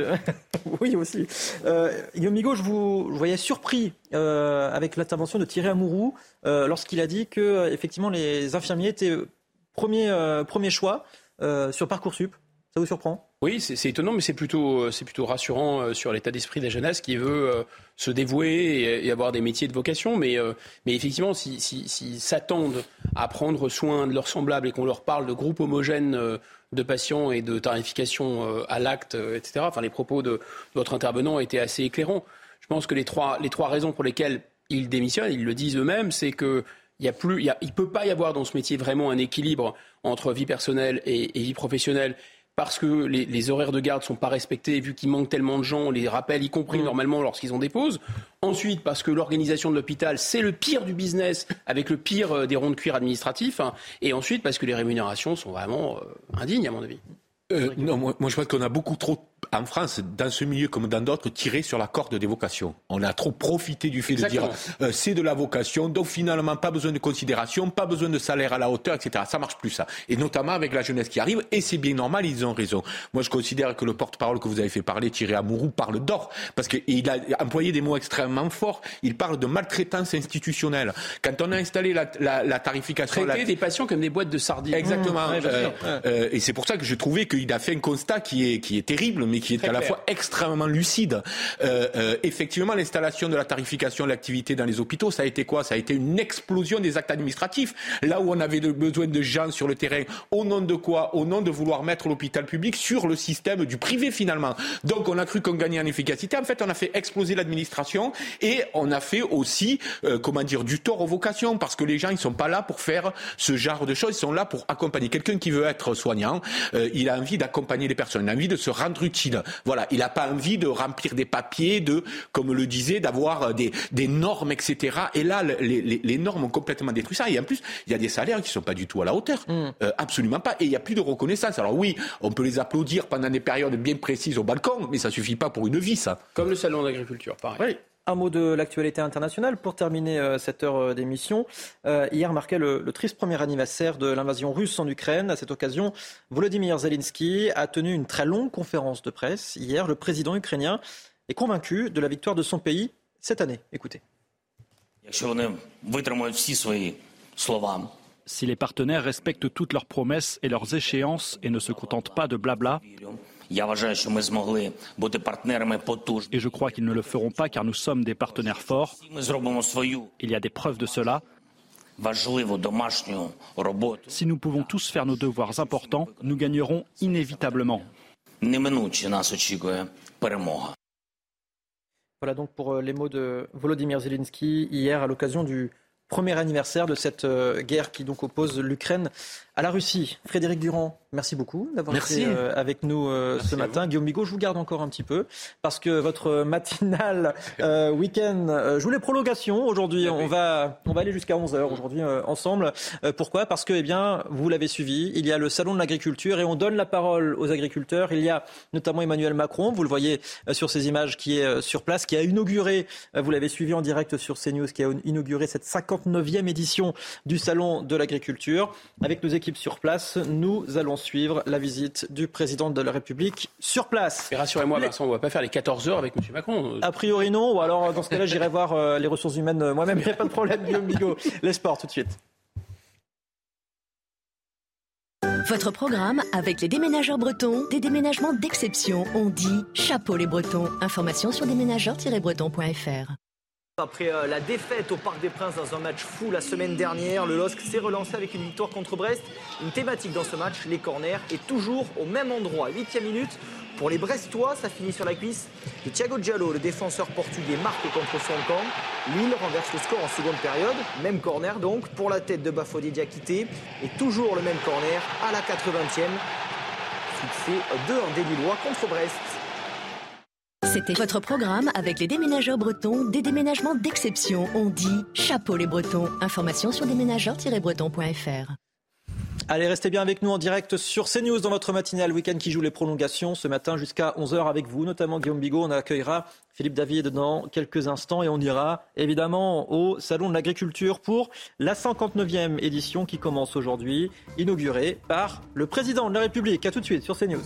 S2: Oui aussi. Euh, Guillaume Bigot, je vous je voyais surpris euh, avec l'intervention de Thierry Amourou euh, lorsqu'il a dit que euh, effectivement les infirmiers étaient premier euh, premier choix euh, sur Parcoursup. Ça vous surprend ?
S15: Oui, c'est, c'est étonnant, mais c'est plutôt, c'est plutôt rassurant euh, sur l'état d'esprit de la jeunesse qui veut euh, se dévouer et, et avoir des métiers de vocation. Mais, euh, mais effectivement, s'ils si, si, si s'attendent à prendre soin de leurs semblables et qu'on leur parle de groupes homogènes euh, de patients et de tarification euh, à l'acte, euh, et cetera, enfin, les propos de, de votre intervenant étaient assez éclairants. Je pense que les trois, les trois raisons pour lesquelles ils démissionnent, ils le disent eux-mêmes, c'est que il ne peut pas y avoir dans ce métier vraiment un équilibre entre vie personnelle et, et vie professionnelle. Parce que les, les horaires de garde ne sont pas respectés, vu qu'il manque tellement de gens, on les rappelle, y compris mmh. normalement lorsqu'ils ont des pauses. Ensuite, parce que l'organisation de l'hôpital, c'est le pire du business, avec le pire des ronds de cuir administratifs. Hein. Et ensuite, parce que les rémunérations sont vraiment euh, indignes, à mon avis.
S10: Euh, non, moi, moi je pense qu'on a beaucoup trop, en France, dans ce milieu comme dans d'autres, tiré sur la corde des vocations. On a trop profité du fait Exactement. de dire euh, c'est de la vocation, donc finalement pas besoin de considération, pas besoin de salaire à la hauteur, et cetera. Ça marche plus ça. Et notamment avec la jeunesse qui arrive, et c'est bien normal, ils ont raison. Moi je considère que le porte-parole que vous avez fait parler, Thierry Amourou, parle d'or, parce qu'il a employé des mots extrêmement forts. Il parle de maltraitance institutionnelle. Quand on a installé la, la, la tarification...
S15: Traiter
S10: la...
S15: des patients comme des boîtes de sardines.
S10: Exactement.
S15: Mmh, ouais,
S10: euh, euh, et c'est pour ça que je trouvais qu'il a fait un constat qui est, qui est terrible, mais qui est Très à la clair. fois extrêmement lucide. Euh, euh, effectivement, l'installation de la tarification de l'activité dans les hôpitaux, ça a été quoi ? Ça a été une explosion des actes administratifs. Là où on avait besoin de gens sur le terrain, au nom de quoi ? Au nom de vouloir mettre l'hôpital public sur le système du privé finalement. Donc on a cru qu'on gagnait en efficacité. En fait, on a fait exploser l'administration et on a fait aussi, euh, comment dire, du tort aux vocations, parce que les gens, ils sont pas là pour faire ce genre de choses. Ils sont là pour accompagner. Quelqu'un qui veut être soignant, euh, il a envie d'accompagner les personnes, il a envie de se rendre utile. Voilà, il n'a pas envie de remplir des papiers, de, comme le disait, d'avoir des, des normes, et cetera. Et là, les, les, les normes ont complètement détruit ça. Et en plus, il y a des salaires qui ne sont pas du tout à la hauteur. Mmh. Euh, absolument pas. Et il n'y a plus de reconnaissance. Alors oui, on peut les applaudir pendant des périodes bien précises au balcon, mais ça ne suffit pas pour une vie, ça.
S15: Comme le salon d'agriculture, pareil.
S2: Oui. Un mot de l'actualité internationale pour terminer euh, cette heure euh, d'émission. Euh, hier marquait le, le triste premier anniversaire de l'invasion russe en Ukraine. À cette occasion, Volodymyr Zelensky a tenu une très longue conférence de presse. Hier, le président ukrainien est convaincu de la victoire de son pays cette année. Écoutez.
S21: Si les partenaires respectent toutes leurs promesses et leurs échéances et ne se contentent pas de blabla, et je crois qu'ils ne le feront pas car nous sommes des partenaires forts. Il y a des preuves de cela. Si nous pouvons tous faire nos devoirs importants, nous gagnerons inévitablement.
S2: Voilà donc pour les mots de Volodymyr Zelensky hier à l'occasion du premier anniversaire de cette guerre qui donc oppose l'Ukraine à la Russie. Frédéric Durand, merci beaucoup d'avoir
S10: merci.
S2: été euh, avec nous euh, ce matin. Guillaume Bigot, je vous garde encore un petit peu parce que votre matinale euh, week-end euh, joue les prolongations. Aujourd'hui, on va, on va aller jusqu'à onze heures aujourd'hui euh, ensemble. Euh, pourquoi ? Parce que, eh bien, vous l'avez suivi, il y a le salon de l'agriculture et on donne la parole aux agriculteurs. Il y a notamment Emmanuel Macron, vous le voyez euh, sur ces images, qui est euh, sur place, qui a inauguré, euh, vous l'avez suivi en direct sur CNews, qui a inauguré cette cinquante-neuvième édition du salon de l'agriculture. Avec nos équipes sur place, nous allons suivre la visite du président de la République sur place.
S15: Et rassurez-moi, les... Vincent, on ne va pas faire les quatorze heures avec M. Macron.
S2: A priori non, ou alors dans ce cas-là, j'irai voir euh, les ressources humaines moi-même, il n'y a pas de problème, Guillaume Bigot. Les sports tout de suite.
S22: Votre programme avec les déménageurs bretons, des déménagements d'exception. On dit chapeau les bretons. Information sur déménageurs tiret bretons point f r.
S1: après euh, la défaite au Parc des Princes dans un match fou la semaine dernière. Le L O S C s'est relancé avec une victoire contre Brest. Une thématique dans ce match, les corners, et toujours au même endroit. Huitième minute. Pour les Brestois, ça finit sur la cuisse de Thiago Diallo. Le défenseur portugais marque contre son camp. Lille renverse le score en seconde période. Même corner donc pour la tête de Bafodé Diakité. Et toujours le même corner à la quatre-vingtième. Succès deux un des Lillois contre Brest.
S22: C'était votre programme avec les déménageurs bretons, des déménagements d'exception. On dit chapeau les Bretons. Information sur déménageurs tiret breton point f r.
S2: Allez, restez bien avec nous en direct sur CNews dans votre matinale week-end qui joue les prolongations ce matin jusqu'à onze heures avec vous, notamment Guillaume Bigot. On accueillera Philippe David dans quelques instants et on ira évidemment au Salon de l'Agriculture pour la cinquante-neuvième édition qui commence aujourd'hui, inaugurée par le président de la République. A tout de suite sur CNews.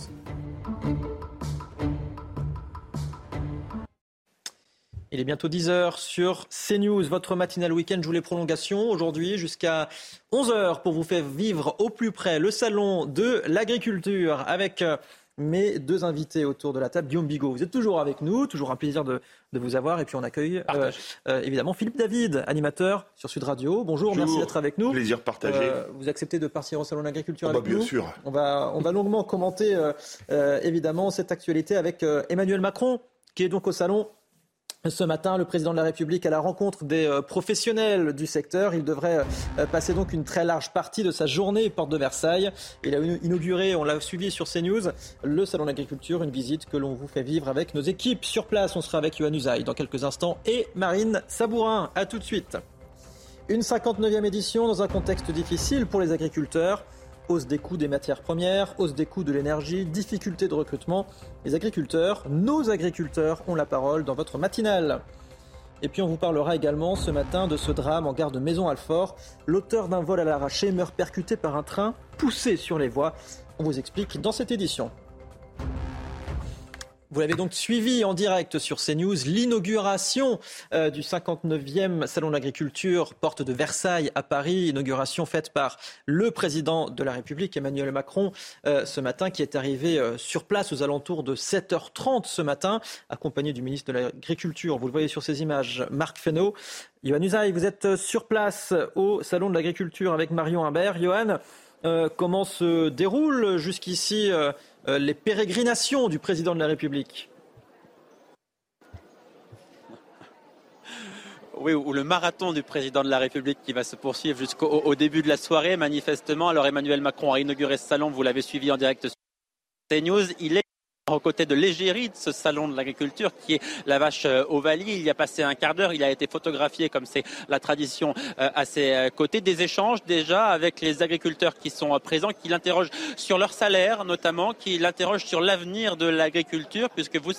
S2: Il est bientôt dix heures sur CNews, votre matinale week-end joue les prolongations aujourd'hui jusqu'à onze heures pour vous faire vivre au plus près le salon de l'agriculture avec mes deux invités autour de la table. Guillaume Bigot, vous êtes toujours avec nous, toujours un plaisir de, de vous avoir et puis on accueille euh, euh, évidemment Philippe David, animateur sur Sud Radio. Bonjour, Bonjour. Merci d'être avec nous.
S3: Plaisir partagé. Euh,
S2: vous acceptez de partir au salon de l'agriculture
S3: oh
S2: avec
S3: bah, bien
S2: nous.
S3: Bien sûr.
S2: On va, on va longuement commenter euh, euh, évidemment cette actualité avec euh, Emmanuel Macron qui est donc au salon. Ce matin, le président de la République à la rencontre des euh, professionnels du secteur. Il devrait euh, passer donc une très large partie de sa journée porte de Versailles. Il a inauguré, on l'a suivi sur CNews, le salon de l'agriculture, une visite que l'on vous fait vivre avec nos équipes sur place. On sera avec Yohann Usaï dans quelques instants et Marine Sabourin. À tout de suite. Une cinquante-neuvième édition dans un contexte difficile pour les agriculteurs. Hausse des coûts des matières premières, hausse des coûts de l'énergie, difficultés de recrutement. Les agriculteurs, nos agriculteurs, ont la parole dans votre matinale. Et puis on vous parlera également ce matin de ce drame en gare de Maisons-Alfort. L'auteur d'un vol à l'arraché meurt percuté par un train poussé sur les voies. On vous explique dans cette édition. Vous l'avez donc suivi en direct sur CNews, l'inauguration euh, du cinquante-neuvième Salon de l'Agriculture, porte de Versailles à Paris, inauguration faite par le président de la République, Emmanuel Macron, euh, ce matin, qui est arrivé euh, sur place aux alentours de sept heures trente ce matin, accompagné du ministre de l'Agriculture. Vous le voyez sur ces images, Marc Fesneau. Yohann Usaï, vous êtes sur place au Salon de l'Agriculture avec Marion Imbert. Yohann, euh, comment se déroulent jusqu'ici euh, les pérégrinations du président de la République?
S8: Oui, ou le marathon du président de la République qui va se poursuivre jusqu'au au début de la soirée, manifestement. Alors Emmanuel Macron a inauguré ce salon, vous l'avez suivi en direct sur CNews. Il est aux côtés de l'égérie de ce salon de l'agriculture qui est la vache Ovalie. Il y a passé un quart d'heure, il a été photographié comme c'est la tradition à ses côtés. Des échanges déjà avec les agriculteurs qui sont présents, qui l'interrogent sur leur salaire notamment, qui l'interrogent sur l'avenir de l'agriculture puisque vous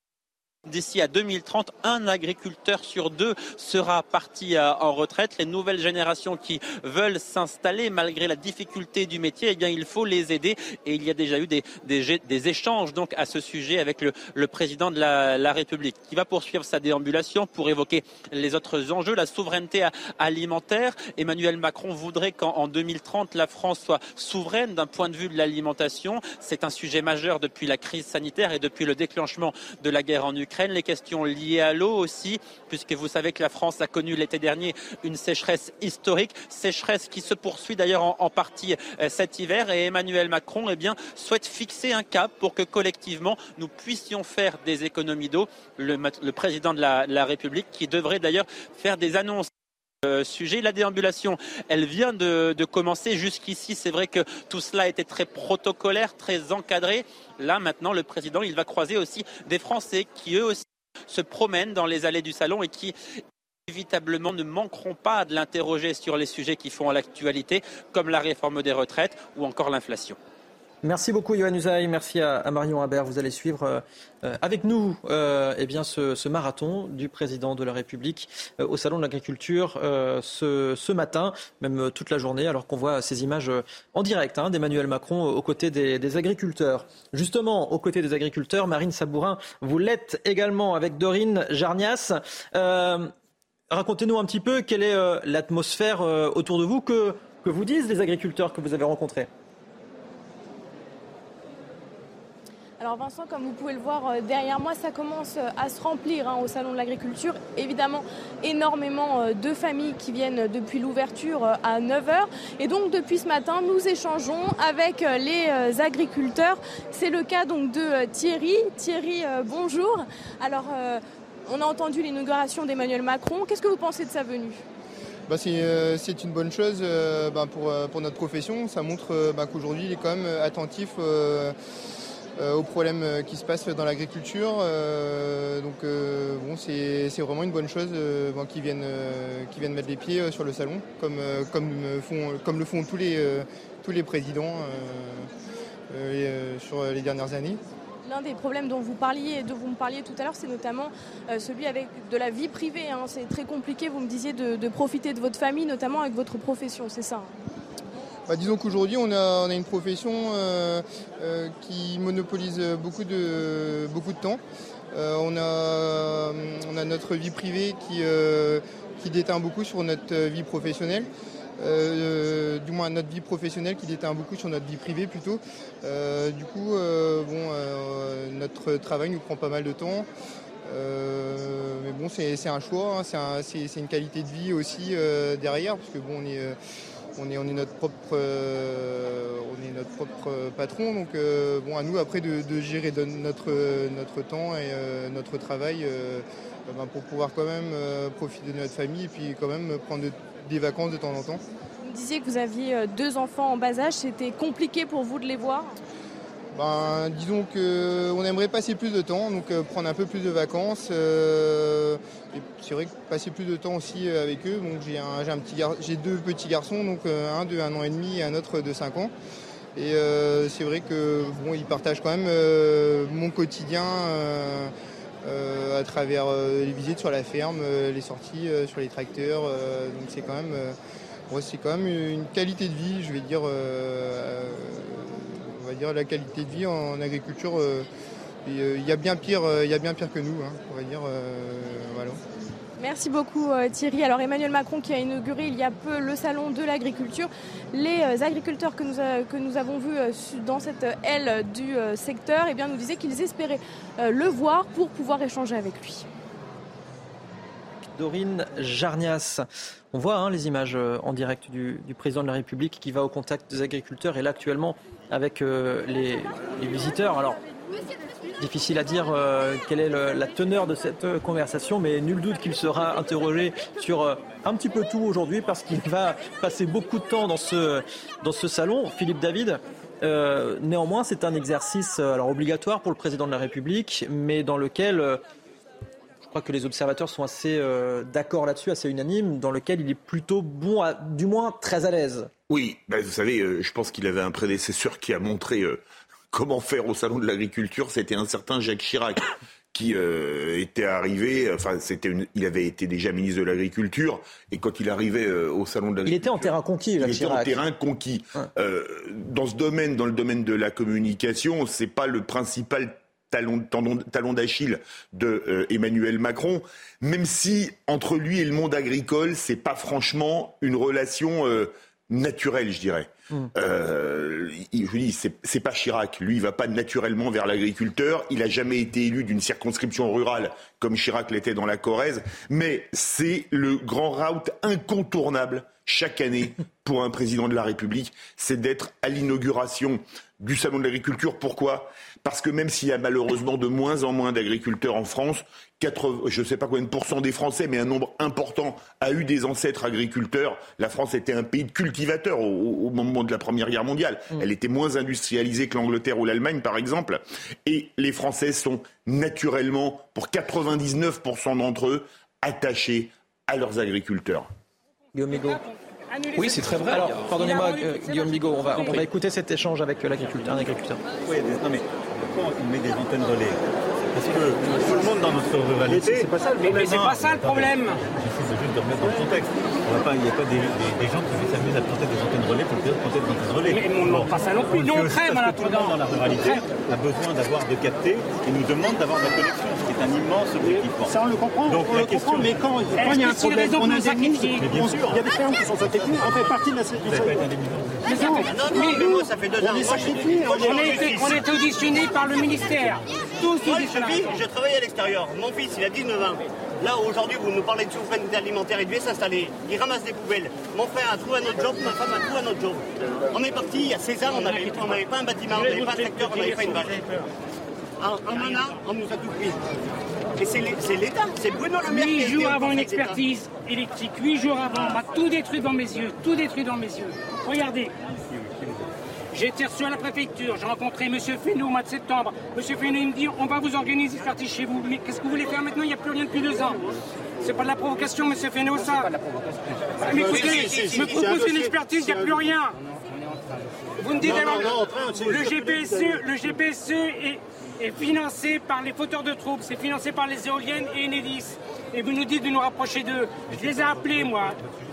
S8: d'ici à deux mille trente, un agriculteur sur deux sera parti en retraite. Les nouvelles générations qui veulent s'installer malgré la difficulté du métier, eh bien, il faut les aider. Et il y a déjà eu des, des, des échanges donc à ce sujet avec le, le président de la, la République qui va poursuivre sa déambulation pour évoquer les autres enjeux, la souveraineté alimentaire. Emmanuel Macron voudrait qu'en deux mille trente, la France soit souveraine d'un point de vue de l'alimentation. C'est un sujet majeur depuis la crise sanitaire et depuis le déclenchement de la guerre en Ukraine. Les questions liées à l'eau aussi, puisque vous savez que la France a connu l'été dernier une sécheresse historique, sécheresse qui se poursuit d'ailleurs en, en partie euh, cet hiver. Et Emmanuel Macron eh bien, souhaite fixer un cap pour que collectivement nous puissions faire des économies d'eau. Le, le président de la, la République qui devrait d'ailleurs faire des annonces. Euh, sujet. La déambulation, elle vient de, de commencer. Jusqu'ici, c'est vrai que tout cela était très protocolaire, très encadré. Là, maintenant, le président, il va croiser aussi des Français qui, eux aussi, se promènent dans les allées du salon et qui, inévitablement, ne manqueront pas de l'interroger sur les sujets qui font l'actualité, comme la réforme des retraites ou encore l'inflation.
S2: Merci beaucoup Yohann Usaï, merci à, à Marion Imbert. Vous allez suivre euh, avec nous euh, eh bien ce, ce marathon du président de la République euh, au Salon de l'Agriculture euh, ce, ce matin, même toute la journée, alors qu'on voit ces images euh, en direct hein, d'Emmanuel Macron aux côtés des, des agriculteurs. Justement, aux côtés des agriculteurs, Marine Sabourin, vous l'êtes également avec Dorine Jarnias. Euh, racontez-nous un petit peu quelle est euh, l'atmosphère euh, autour de vous, que, que vous disent les agriculteurs que vous avez rencontrés.
S6: Alors Vincent, comme vous pouvez le voir derrière moi, ça commence à se remplir hein, au Salon de l'Agriculture. Évidemment, énormément de familles qui viennent depuis l'ouverture à neuf heures. Et donc depuis ce matin, nous échangeons avec les agriculteurs. C'est le cas donc de Thierry. Thierry, bonjour. Alors, on a entendu l'inauguration d'Emmanuel Macron. Qu'est-ce que vous pensez de sa venue ?
S3: Bah c'est, euh, c'est une bonne chose euh, bah pour, euh, pour notre profession. Ça montre euh, bah, qu'aujourd'hui, il est quand même attentif euh, euh, aux problèmes qui se passent dans l'agriculture. Euh, donc euh, bon, c'est, c'est vraiment une bonne chose euh, bon, qu'ils viennent, euh, qu'ils viennent mettre les pieds euh, sur le salon, comme, euh, comme, font, comme le font tous les, euh, tous les présidents euh, euh, sur les dernières années.
S6: L'un des problèmes dont vous parliez, dont vous me parliez tout à l'heure, c'est notamment euh, celui avec de la vie privée. Hein. C'est très compliqué, vous me disiez, de, de profiter de votre famille, notamment avec votre profession, c'est ça ?
S3: Bah, disons qu'aujourd'hui, on a, on a une profession euh, euh, qui monopolise beaucoup de, beaucoup de temps. Euh, on, a, on a notre vie privée qui, euh, qui déteint beaucoup sur notre vie professionnelle. Euh, du moins notre vie professionnelle qui déteint beaucoup sur notre vie privée plutôt. Euh, du coup, euh, bon, euh, notre travail nous prend pas mal de temps. Euh, mais bon, c'est, c'est un choix, hein, c'est, un, c'est, c'est une qualité de vie aussi euh, derrière, parce que bon, on est, euh, on est, on est notre propre, euh, on est notre propre patron. Donc, euh, bon, à nous après de, de gérer de notre, notre temps et euh, notre travail euh, ben, pour pouvoir quand même euh, profiter de notre famille et puis quand même prendre de des vacances de temps en temps.
S6: Vous me disiez que vous aviez deux enfants en bas âge, c'était compliqué pour vous de les voir ?
S3: Ben, disons qu'on aimerait passer plus de temps, donc euh, prendre un peu plus de vacances. Euh, et c'est vrai que passer plus de temps aussi avec eux. Donc j'ai, un, j'ai, un petit gar- j'ai deux petits garçons, donc euh, un de un an et demi et un autre de cinq ans. Et euh, c'est vrai que bon, ils partagent quand même euh, mon quotidien. Euh, Euh, à travers euh, les visites sur la ferme, euh, les sorties euh, sur les tracteurs. Euh, donc c'est quand même, euh, ouais, c'est quand même une qualité de vie, je vais dire, euh, on va dire la qualité de vie en agriculture. Euh, il euh, y a bien pire, il euh, y a bien pire que nous, hein, on va dire. Euh, voilà.
S6: Merci beaucoup Thierry. Alors Emmanuel Macron qui a inauguré il y a peu le salon de l'agriculture. Les agriculteurs que nous, a, que nous avons vus dans cette aile du secteur eh bien, nous disaient qu'ils espéraient le voir pour pouvoir échanger avec lui.
S2: Dorine Jarnias. On voit hein, les images en direct du, du président de la République qui va au contact des agriculteurs et là actuellement avec euh, les, les visiteurs. Alors, difficile à dire euh, quelle est le, la teneur de cette euh, conversation, mais nul doute qu'il sera interrogé sur euh, un petit peu tout aujourd'hui parce qu'il va passer beaucoup de temps dans ce, dans ce salon. Philippe David, euh, néanmoins, c'est un exercice euh, alors, obligatoire pour le président de la République, mais dans lequel, euh, je crois que les observateurs sont assez euh, d'accord là-dessus, assez unanimes, dans lequel il est plutôt bon, à, du moins très à l'aise.
S19: Oui, ben, vous savez, euh, je pense qu'il avait un prédécesseur qui a montré... Euh, Comment faire au salon de l'agriculture, c'était un certain Jacques Chirac qui euh, était arrivé, enfin c'était une, il avait été déjà ministre de l'agriculture et quand il arrivait euh, au salon de l'agriculture,
S2: il était en terrain conquis.
S19: Il
S2: Chirac.
S19: était en terrain conquis.
S2: Ouais.
S19: Euh, dans ce domaine, dans le domaine de la communication, c'est pas le principal talon, talon, talon d'Achille de euh, Emmanuel Macron, même si entre lui et le monde agricole, c'est pas franchement une relation euh, naturelle, je dirais. Mmh. Euh, je vous dis, c'est, c'est pas Chirac. Lui, il va pas naturellement vers l'agriculteur. Il a jamais été élu d'une circonscription rurale comme Chirac l'était dans la Corrèze. Mais c'est le grand route incontournable chaque année pour un président de la République, c'est d'être à l'inauguration du salon de l'agriculture. Pourquoi ? Parce que même s'il y a malheureusement de moins en moins d'agriculteurs en France, quatre-vingts, je ne sais pas combien de pourcents des Français, mais un nombre important a eu des ancêtres agriculteurs. La France était un pays de cultivateurs au, au moment de la Première Guerre mondiale. Mmh. Elle était moins industrialisée que l'Angleterre ou l'Allemagne, par exemple. Et les Français sont naturellement, pour quatre-vingt-dix-neuf pour cent d'entre eux, attachés à leurs agriculteurs.
S2: Guillaume Bigot.
S15: Oui, c'est très vrai.
S2: Alors, pardonnez-moi, euh, Guillaume Bigot, on va, on va écouter cet échange avec l'agriculteur. Un agriculteur.
S23: Oui, non mais pourquoi il met des bulletins de relais ?
S5: Parce que tout le monde dans notre ruralité, c'est pas ça le problème.
S14: Mais c'est pas ça le problème.
S5: J'essaie juste de remettre dans le contexte. Il n'y a pas des, des, des gens qui s'amusent à planter des antennes relais pour planter des antennes relais.
S14: Mais on ne pas ça non plus. Nous, on crève en attendant.
S5: Dans la ruralité, a besoin d'avoir de capter et nous demande d'avoir de la connexion, ce qui est un immense équipement.
S14: Ça, on le comprend. Donc, on la le question... comprend, mais quand, quand il y a un problème, on a des mouses, il y a des fermes qui sont sacrifiées, on fait partie de la sécurité.
S23: Mais ça fait, non, non, mais moi, ça fait deux ans.
S14: On est sacrifiés. On a été, on est auditionné par le ministère. Tous
S23: moi, je, vis, je travaille à l'extérieur. Mon fils, il a dix-neuf ans. Là, aujourd'hui, vous nous parlez de souveraineté alimentaire. Il devait s'installer. Il ramasse des poubelles. Mon frère a trouvé un autre job. Ma femme a trouvé un autre job. On est parti il y a seize ans. On n'avait pas un bâtiment, on n'avait pas un tracteur, on n'avait pas une vache. En, en un an, on nous a tout pris. Et c'est l'État, c'est Bruno Le Maire.
S14: Huit jours avant une expertise électrique, huit jours avant, on m'a tout détruit dans mes yeux, tout détruit dans mes yeux. Regardez. J'ai été reçu à la préfecture, j'ai rencontré M. Fesneau au mois de septembre. M. Fesneau, il me dit, on va vous organiser une expertise chez vous. Mais qu'est-ce que vous voulez faire maintenant? Il n'y a plus rien depuis deux ans. C'est pas de la provocation, M. Fesneau, ça. Pas de la provocation. Mais écoutez, si, me propose une expertise, il n'y a plus rien. Vous me dites alors, le G P S E, le G P S E est, est financé par les fauteurs de troubles, c'est financé par les éoliennes et Enedis. Et vous nous dites de nous rapprocher d'eux. Je les ai appelés, moi.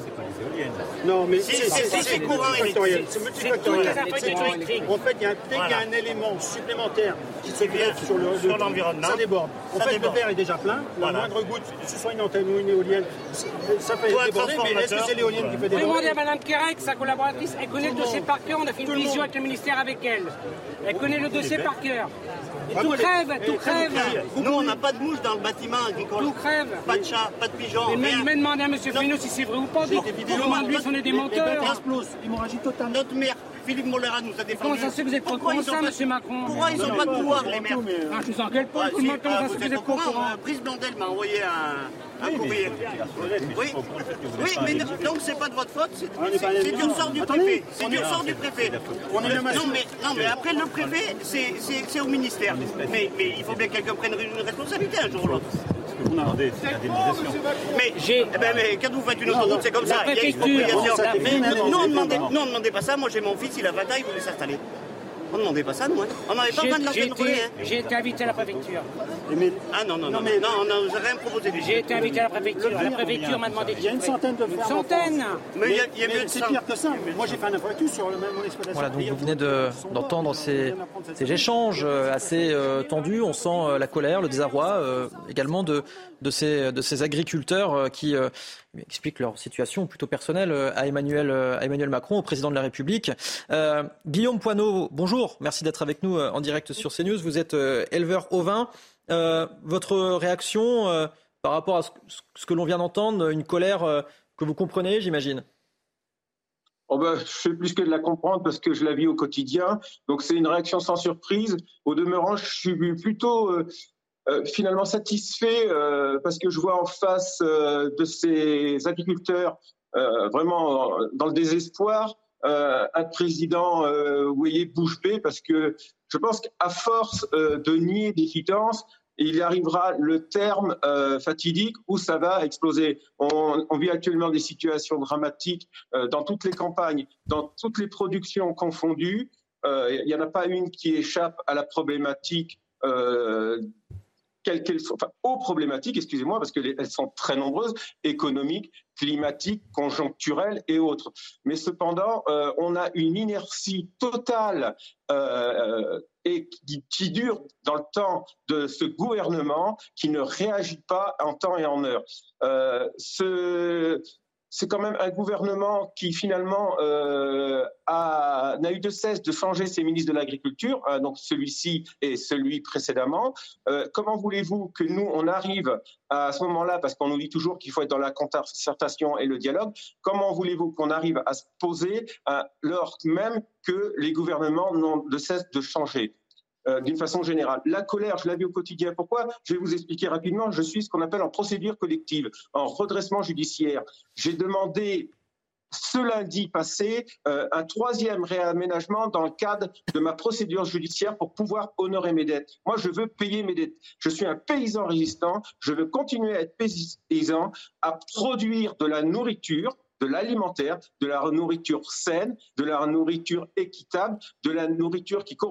S14: Non, mais
S23: c'est courant électrique.
S14: C'est multifactoriel. En fait, il y a, dès qu'il y a un élément supplémentaire qui se vient sur l'environnement, ça déborde. En fait, le verre est déjà plein. La moindre goutte, que ce soit une antenne ou une éolienne, ça fait déborder. Mais est-ce que c'est l'éolienne qui fait déborder? Demandez à Mme Kerek, sa collaboratrice, elle connaît le dossier par cœur. On a fait une vision avec le ministère avec elle. Elle connaît le dossier par cœur. Tout crève, tout crève.
S23: Nous, on n'a pas de mouches dans le bâtiment agricole.
S14: Tout crève.
S23: Pas de chat, pas de pigeons.
S14: Mais même demandé à M. Fesneau si c'est vrai ou pas. Demande lui si on est des menteurs.
S23: Hémorragie totale. Notre maire, Philippe Mollera, nous a défendu.
S14: Comment ça se fait que vous êtes pas au courant ça, M. Macron?
S23: Pourquoi ils n'ont pas de pouvoir, les maires?
S14: Je vous engueule pas. Comment ça se fait que vous êtes pas au courant?
S23: Brice Blondel m'a envoyé un courrier. Oui, oui, mais donc c'est pas de votre faute. C'est du ressort du préfet. C'est du ressort du préfet. Non, mais après, le préfet, c'est au ministère. Mais il faut bien que quelqu'un prenne une responsabilité un jour ou l'autre.
S5: Vous demandez l'indemnisation.
S23: Mais, j'ai, ben, mais quand vous faites une autoroute, c'est comme ça. Il y a une obligation. Mais nous, on ne demandait pas ça. Moi, j'ai mon fils, il a vingt ans, il voulait s'installer. On ne demandait pas ça, nous. Hein. On n'avait pas besoin de l'antenne relais. Hein.
S14: J'ai été invité à la préfecture.
S23: Mais... Ah non, non, non, mais non, on ne nous a rien proposé.
S14: J'ai été invité à la préfecture. La préfecture m'a demandé.
S23: Il y a une centaine de
S14: Une centaine.
S23: Mais il y a, il y a mieux de
S14: c'est pire que ça. Moi, j'ai fait un infarctus sur le même mon exploitation.
S2: Voilà, donc vous venez de, d'entendre ces, ces échanges assez euh, tendus. On sent euh, la colère, le désarroi euh, également de, de, ces, de ces agriculteurs euh, qui euh, expliquent leur situation plutôt personnelle euh, à, Emmanuel, euh, à Emmanuel Macron, au président de la République. Euh, Guillaume Poineau, bonjour. Merci d'être avec nous euh, en direct sur CNews. Vous êtes euh, éleveur ovin. Euh, votre réaction euh, par rapport à ce, ce que l'on vient d'entendre, une colère euh, que vous comprenez, j'imagine?
S24: Oh ben, je fais plus que de la comprendre parce que je la vis au quotidien. Donc c'est une réaction sans surprise. Au demeurant, je suis plutôt euh, euh, finalement satisfait euh, parce que je vois en face euh, de ces agriculteurs euh, vraiment dans le désespoir euh, un président, euh, vous voyez, bouche bée, parce que je pense qu'à force euh, de nier l'évidence, il arrivera le terme euh, fatidique où ça va exploser. On, on vit actuellement des situations dramatiques euh, dans toutes les campagnes, dans toutes les productions confondues. Euh, il n'y en a pas une qui échappe à la problématique, euh, quelles qu'elles soient, enfin, aux problématiques, excusez-moi, parce qu'elles sont très nombreuses, économiques, climatiques, conjoncturelles et autres. Mais cependant, euh, on a une inertie totale euh, et qui, qui dure dans le temps de ce gouvernement qui ne réagit pas en temps et en heure. Euh, ce, c'est quand même un gouvernement qui finalement euh, a, n'a eu de cesse de changer ses ministres de l'Agriculture, hein, donc celui-ci et celui précédemment. Euh, comment voulez-vous que nous, on arrive à ce moment-là, parce qu'on nous dit toujours qu'il faut être dans la concertation et le dialogue, comment voulez-vous qu'on arrive à se poser alors même que les gouvernements n'ont de cesse de changer ? Euh, d'une façon générale. La colère, je la vis au quotidien. Pourquoi ? Je vais vous expliquer rapidement. Je suis ce qu'on appelle en procédure collective, en redressement judiciaire. J'ai demandé ce lundi passé euh, un troisième réaménagement dans le cadre de ma procédure judiciaire pour pouvoir honorer mes dettes. Moi, je veux payer mes dettes. Je suis un paysan résistant. Je veux continuer à être paysan, à produire de la nourriture, de l'alimentaire, de la nourriture saine, de la nourriture équitable, de la nourriture qui correspond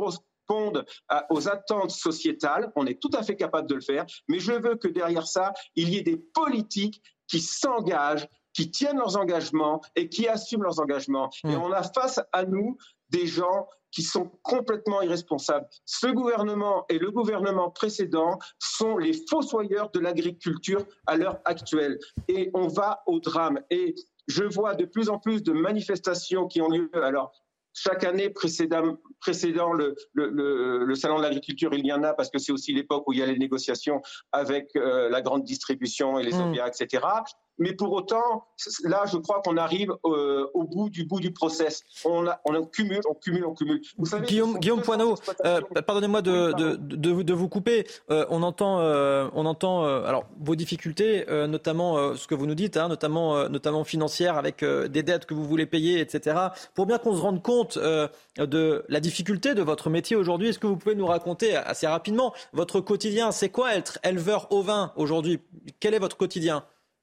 S24: répondent à, aux attentes sociétales. On est tout à fait capable de le faire, mais je veux que derrière ça, il y ait des politiques qui s'engagent, qui tiennent leurs engagements et qui assument leurs engagements. Mmh. Et on a face à nous des gens qui sont complètement irresponsables. Ce gouvernement et le gouvernement précédent sont les fossoyeurs de l'agriculture à l'heure actuelle. Et on va au drame. Et je vois de plus en plus de manifestations qui ont lieu. Alors, chaque année précédant, précédant le, le, le, le salon de l'agriculture, il y en a parce que c'est aussi l'époque où il y a les négociations avec euh, la grande distribution et les O P A, mmh. et cetera. Mais pour autant, là, je crois qu'on arrive euh, au bout du bout du process. On, a, on cumule, on cumule, on cumule. Vous savez,
S2: Guillaume, Guillaume Poineau, euh, pardonnez-moi de, de, de, de vous couper. Euh, on entend, euh, on entend euh, alors, vos difficultés, euh, notamment euh, ce que vous nous dites, hein, notamment, euh, notamment financières, avec euh, des dettes que vous voulez payer, et cetera. Pour bien qu'on se rende compte euh, de la difficulté de votre métier aujourd'hui, est-ce que vous pouvez nous raconter assez rapidement votre quotidien ? C'est quoi être éleveur ovin aujourd'hui ? Quel est votre quotidien ?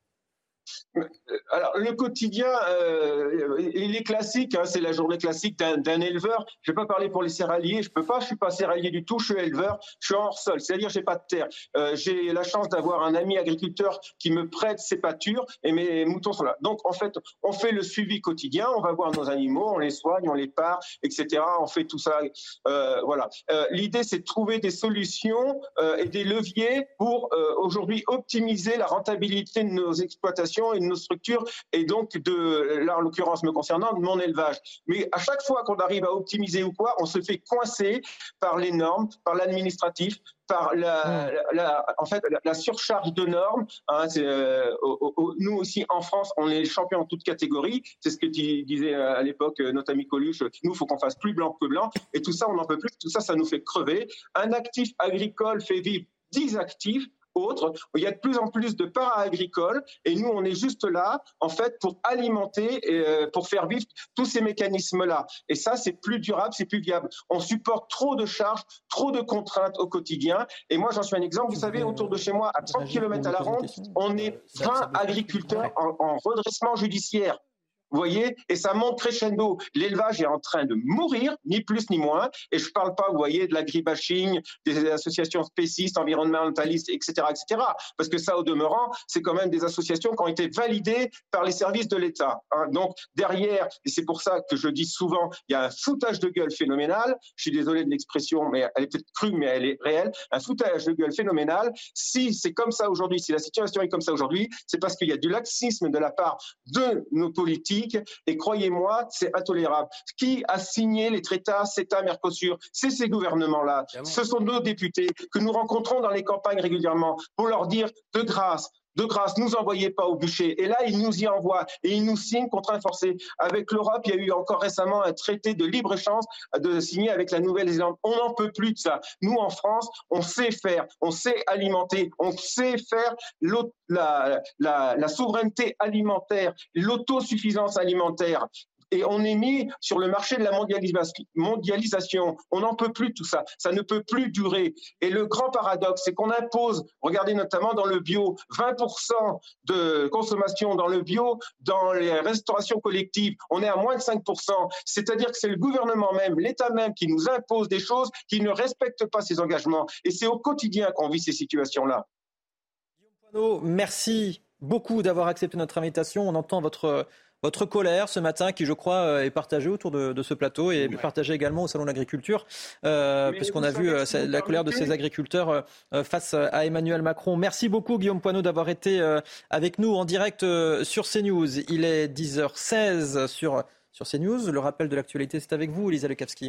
S24: Alors, le quotidien, euh, il est classique, hein, c'est la journée classique d'un, d'un éleveur. Je ne vais pas parler pour les céréaliers, je ne peux pas, je ne suis pas céréalier du tout, je suis éleveur, je suis hors sol, c'est-à-dire je n'ai pas de terre. Euh, j'ai la chance d'avoir un ami agriculteur qui me prête ses pâtures et mes moutons sont là. Donc, en fait, on fait le suivi quotidien, on va voir nos animaux, on les soigne, on les pare, et cetera. On fait tout ça. Euh, voilà. Euh, l'idée, c'est de trouver des solutions euh, et des leviers pour euh, aujourd'hui optimiser la rentabilité de nos exploitations et de nos structures et donc de, là en l'occurrence me concernant, de mon élevage. Mais à chaque fois qu'on arrive à optimiser ou quoi, on se fait coincer par les normes, par l'administratif, par la, la, la, en fait, la, la surcharge de normes. Hein, c'est, euh, au, au, nous aussi, en France, on est champions en toute catégorie. C'est ce que tu disais à l'époque, notre ami Coluche. Nous, il faut qu'on fasse plus blanc que blanc. Et tout ça, on n'en peut plus. Tout ça, ça nous fait crever. Un actif agricole fait vivre dix actifs. Autres, il y a de plus en plus de para-agricoles et nous, on est juste là, en fait, pour alimenter, et, euh, pour faire vivre tous ces mécanismes-là. Et ça, c'est plus durable, c'est plus viable. On supporte trop de charges, trop de contraintes au quotidien. Et moi, j'en suis un exemple. Vous savez, autour de chez moi, à trente kilomètres à la ronde, on est vingt agriculteurs en, en redressement judiciaire. Vous voyez, et ça monte crescendo. L'élevage est en train de mourir, ni plus ni moins. Et je ne parle pas, vous voyez, de l'agribashing, des associations spécistes, environnementalistes, et cetera, et cetera. Parce que ça, au demeurant, c'est quand même des associations qui ont été validées par les services de l'État. Hein. Donc, derrière, et c'est pour ça que je dis souvent, il y a un foutage de gueule phénoménal. Je suis désolé de l'expression, mais elle est peut-être crue, mais elle est réelle. Un foutage de gueule phénoménal. Si c'est comme ça aujourd'hui, si la situation est comme ça aujourd'hui, c'est parce qu'il y a du laxisme de la part de nos politiques. Et croyez-moi, c'est intolérable. Qui a signé les traités CETA, Mercosur ? C'est ces gouvernements-là. Ce sont nos députés que nous rencontrons dans les campagnes régulièrement pour leur dire de grâce, de grâce, nous envoyez pas au bûcher. Et là, ils nous y envoient et ils nous signent contraint forcé. Avec l'Europe, il y a eu encore récemment un traité de libre-échange de signer avec la Nouvelle-Zélande. On n'en peut plus de ça. Nous, en France, on sait faire, on sait alimenter, on sait faire la, la, la souveraineté alimentaire, l'autosuffisance alimentaire. Et on est mis sur le marché de la mondialisation. On n'en peut plus de tout ça. Ça ne peut plus durer. Et le grand paradoxe, c'est qu'on impose, regardez notamment dans le bio, vingt pour cent de consommation dans le bio, dans les restaurations collectives, on est à moins de cinq pour cent. C'est-à-dire que c'est le gouvernement même, l'État même qui nous impose des choses qui ne respectent pas ses engagements. Et c'est au quotidien qu'on vit ces situations-là.
S2: Guillaume Poineau, merci beaucoup d'avoir accepté notre invitation. On entend votre... Votre colère ce matin, qui je crois est partagée autour de, de ce plateau et ouais. partagée également au Salon de l'Agriculture, euh, puisqu'on a vu euh, la colère de ces agriculteurs euh, face à Emmanuel Macron. Merci beaucoup Guillaume Poineau d'avoir été euh, avec nous en direct euh, sur CNews. Il est dix heures seize sur, sur CNews. Le rappel de l'actualité, c'est avec vous, Lisa Lekavski.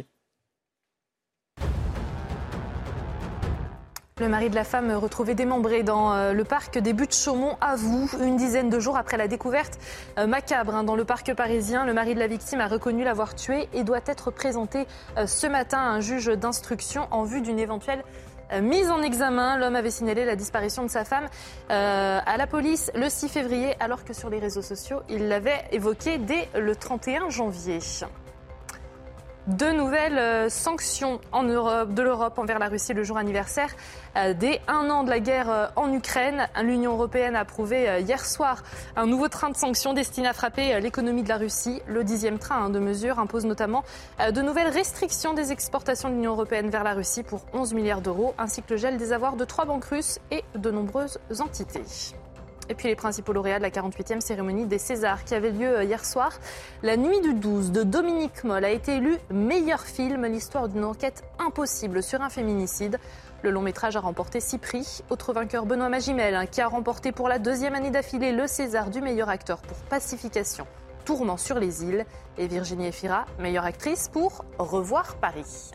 S18: Le mari de la femme retrouvé démembré dans le parc des Buttes-Chaumont avoue, une dizaine de jours après la découverte macabre dans le parc parisien. Le mari de la victime a reconnu l'avoir tué et doit être présenté ce matin à un juge d'instruction en vue d'une éventuelle mise en examen. L'homme avait signalé la disparition de sa femme euh, à la police le six février, alors que sur les réseaux sociaux, il l'avait évoqué dès le trente et un janvier. De nouvelles sanctions en Europe, de l'Europe envers la Russie le jour anniversaire des un an de la guerre en Ukraine. L'Union européenne a approuvé hier soir un nouveau train de sanctions destiné à frapper l'économie de la Russie. Le dixième train de mesures impose notamment de nouvelles restrictions des exportations de l'Union européenne vers la Russie pour onze milliards d'euros, ainsi que le gel des avoirs de trois banques russes et de nombreuses entités. Et puis les principaux lauréats de la quarante-huitième cérémonie des Césars qui avait lieu hier soir. La Nuit du douze de Dominique Moll a été élu meilleur film, l'histoire d'une enquête impossible sur un féminicide. Le long métrage a remporté six prix. Autre vainqueur, Benoît Magimel, qui a remporté pour la deuxième année d'affilée le César du meilleur acteur pour Pacification, Tourment sur les îles. Et Virginie Efira, meilleure actrice pour Revoir Paris.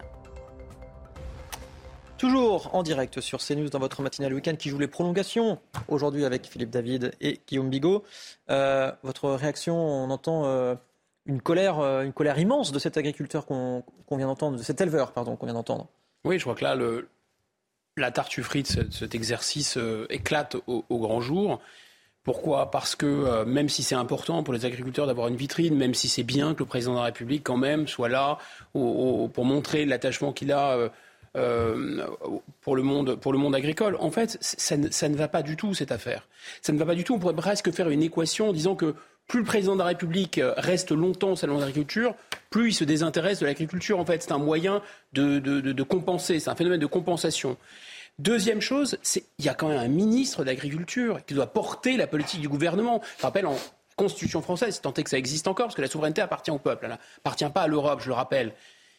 S2: Toujours en direct sur CNews dans votre matinale week-end qui joue les prolongations. Aujourd'hui avec Philippe David et Guillaume Bigot. Euh, votre réaction, on entend euh, une colère, euh, une colère immense de cet agriculteur qu'on, qu'on vient d'entendre, de cet éleveur pardon, qu'on vient d'entendre.
S15: Oui, je crois que là, le, la tartufferie de cet, cet exercice euh, éclate au, au grand jour. Pourquoi ? Parce que euh, même si c'est important pour les agriculteurs d'avoir une vitrine, même si c'est bien que le président de la République quand même soit là au, au, pour montrer l'attachement qu'il a euh, Euh, pour le monde, pour le monde agricole. En fait, ça ne, ça ne va pas du tout, cette affaire. Ça ne va pas du tout. On pourrait presque faire une équation en disant que plus le président de la République reste longtemps au salon de l'agriculture, plus il se désintéresse de l'agriculture. En fait, c'est un moyen de, de, de, de compenser. C'est un phénomène de compensation. Deuxième chose, c'est il y a quand même un ministre de l'Agriculture qui doit porter la politique du gouvernement. Je rappelle, en Constitution française, tant est que ça existe encore, parce que la souveraineté appartient au peuple, elle n'appartient pas à l'Europe, je le rappelle.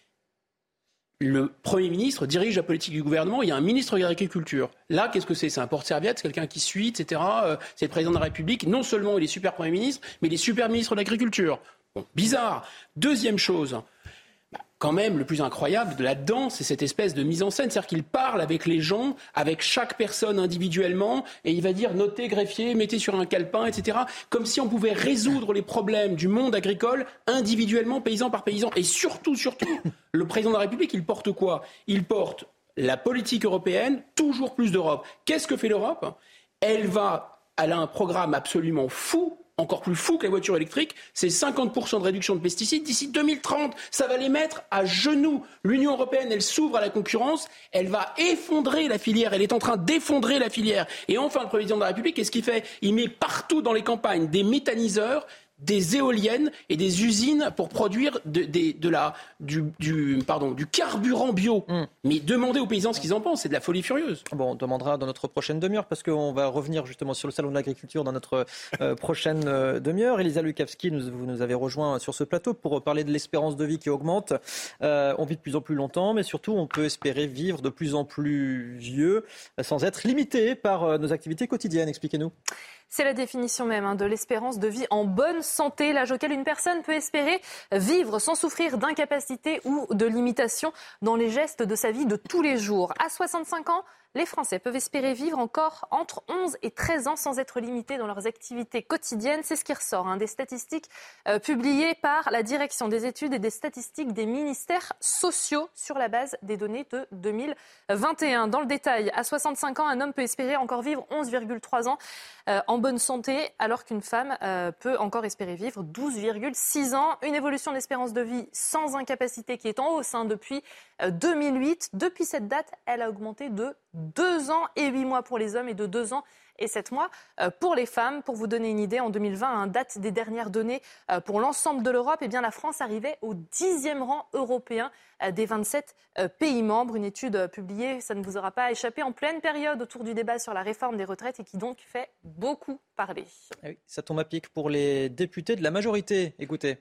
S15: Le Premier ministre dirige la politique du gouvernement, il y a un ministre de l'Agriculture. Là, qu'est-ce que c'est ? C'est un porte-serviette, c'est quelqu'un qui suit, et cetera. Euh, c'est le président de la République. Non seulement il est super Premier ministre, mais il est super ministre de l'Agriculture. Bon, bizarre. Deuxième chose, bah, quand même, le plus incroyable de là-dedans, c'est cette espèce de mise en scène. C'est-à-dire qu'il parle avec les gens, avec chaque personne individuellement, et il va dire notez greffier, mettez sur un calepin, et cetera. Comme si on pouvait résoudre les problèmes du monde agricole individuellement, paysan par paysan. Et surtout, surtout, le président de la République, il porte quoi ? Il porte la politique européenne, toujours plus d'Europe. Qu'est-ce que fait l'Europe ? Elle va, elle a un programme absolument fou, encore plus fou que la voiture électrique, c'est cinquante pour cent de réduction de pesticides d'ici deux mille trente. Ça va les mettre à genoux. L'Union européenne, elle s'ouvre à la concurrence, elle va effondrer la filière, elle est en train d'effondrer la filière. Et enfin, le président de la République, qu'est-ce qu'il fait ? Il met partout dans les campagnes des méthaniseurs, des éoliennes et des usines pour produire de, de, de la, du, du, pardon, du carburant bio. Mmh. Mais demandez aux paysans ce qu'ils en pensent, c'est de la folie furieuse.
S2: Bon, on demandera dans notre prochaine demi-heure, parce qu'on va revenir justement sur le salon de l'agriculture dans notre euh, prochaine euh, demi-heure. Elisa Lukavski, nous, vous nous avez rejoint sur ce plateau pour parler de l'espérance de vie qui augmente. Euh, on vit de plus en plus longtemps, mais surtout on peut espérer vivre de plus en plus vieux sans être limité par euh, nos activités quotidiennes. Expliquez-nous.
S18: C'est la définition même hein, de l'espérance de vie en bonne santé, l'âge auquel une personne peut espérer vivre sans souffrir d'incapacité ou de limitation dans les gestes de sa vie de tous les jours. À soixante-cinq ans, les Français peuvent espérer vivre encore entre onze et treize ans sans être limités dans leurs activités quotidiennes. C'est ce qui ressort hein, des statistiques euh, publiées par la Direction des études et des statistiques des ministères sociaux sur la base des données de deux mille vingt et un. Dans le détail, à soixante-cinq ans, un homme peut espérer encore vivre onze virgule trois ans euh, en bonne santé, alors qu'une femme euh, peut encore espérer vivre douze virgule six ans. Une évolution d'espérance de vie sans incapacité qui est en hausse hein, depuis euh, deux mille huit. Depuis cette date, elle a augmenté de deux ans et huit mois pour les hommes et de deux ans et sept mois pour les femmes. Pour vous donner une idée, en deux mille vingt, à date des dernières données pour l'ensemble de l'Europe, eh bien, la France arrivait au dixième rang européen des vingt-sept pays membres. Une étude publiée, ça ne vous aura pas échappé, en pleine période autour du débat sur la réforme des retraites et qui donc fait beaucoup parler.
S2: Ah oui, ça tombe à pic pour les députés de la majorité. Écoutez.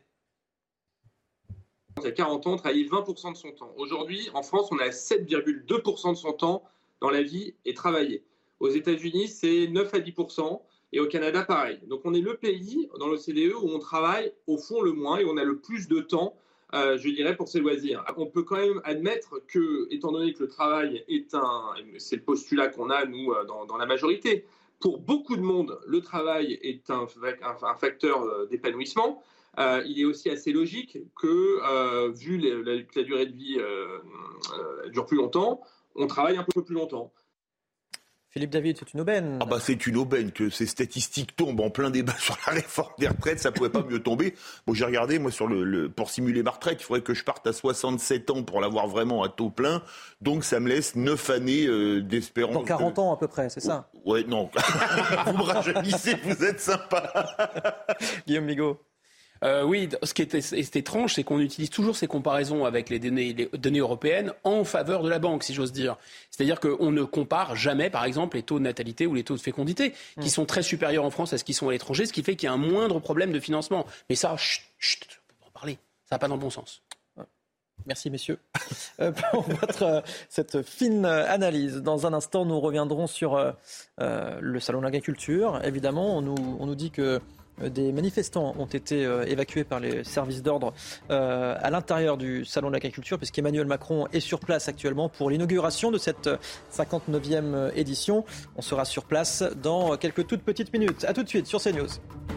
S4: Il y a quarante ans, on travaillait vingt pour cent de son temps. Aujourd'hui, en France, on est à sept virgule deux pour cent de son temps dans la vie et travailler. Aux États-Unis, c'est neuf à dix pour cent et au Canada, pareil. Donc, on est le pays dans l'O C D E où on travaille au fond le moins et on a le plus de temps, euh, je dirais, pour ses loisirs. On peut quand même admettre que, étant donné que le travail est un, c'est le postulat qu'on a, nous, dans, dans la majorité, pour beaucoup de monde, le travail est un, un, un facteur d'épanouissement. Euh, il est aussi assez logique que, euh, vu les, la, la durée de vie euh, euh, dure plus longtemps, on travaille un peu plus longtemps.
S2: Philippe David, c'est une aubaine.
S19: Ah bah c'est une aubaine que ces statistiques tombent en plein débat sur la réforme des retraites, ça pouvait pas mieux tomber. Bon, j'ai regardé moi sur le, le pour simuler ma retraite, il faudrait que je parte à soixante-sept ans pour l'avoir vraiment à taux plein. Donc ça me laisse neuf années euh, d'espérance.
S2: Dans quarante
S19: de...
S2: ans à peu près, c'est ça?
S19: Ouais, non. Vous me rajeunissez, vous êtes sympa.
S2: Guillaume Bigot.
S15: Euh, oui, ce qui est, est étrange, c'est qu'on utilise toujours ces comparaisons avec les données, les données européennes en faveur de la banque, si j'ose dire. C'est-à-dire qu'on ne compare jamais, par exemple, les taux de natalité ou les taux de fécondité, qui mmh. sont très supérieurs en France à ce qu'ils sont à l'étranger, ce qui fait qu'il y a un moindre problème de financement. Mais ça, chut, chut, on peut pas en parler. Ça va pas dans le bon sens.
S2: Merci messieurs euh, pour votre, euh, cette fine analyse. Dans un instant, nous reviendrons sur euh, euh, le salon de l'agriculture. Évidemment, on nous, on nous dit que des manifestants ont été euh, évacués par les services d'ordre euh, à l'intérieur du salon de l'agriculture, puisqu'Emmanuel Macron est sur place actuellement pour l'inauguration de cette cinquante-neuvième édition. On sera sur place dans quelques toutes petites minutes. A tout de suite sur CNews.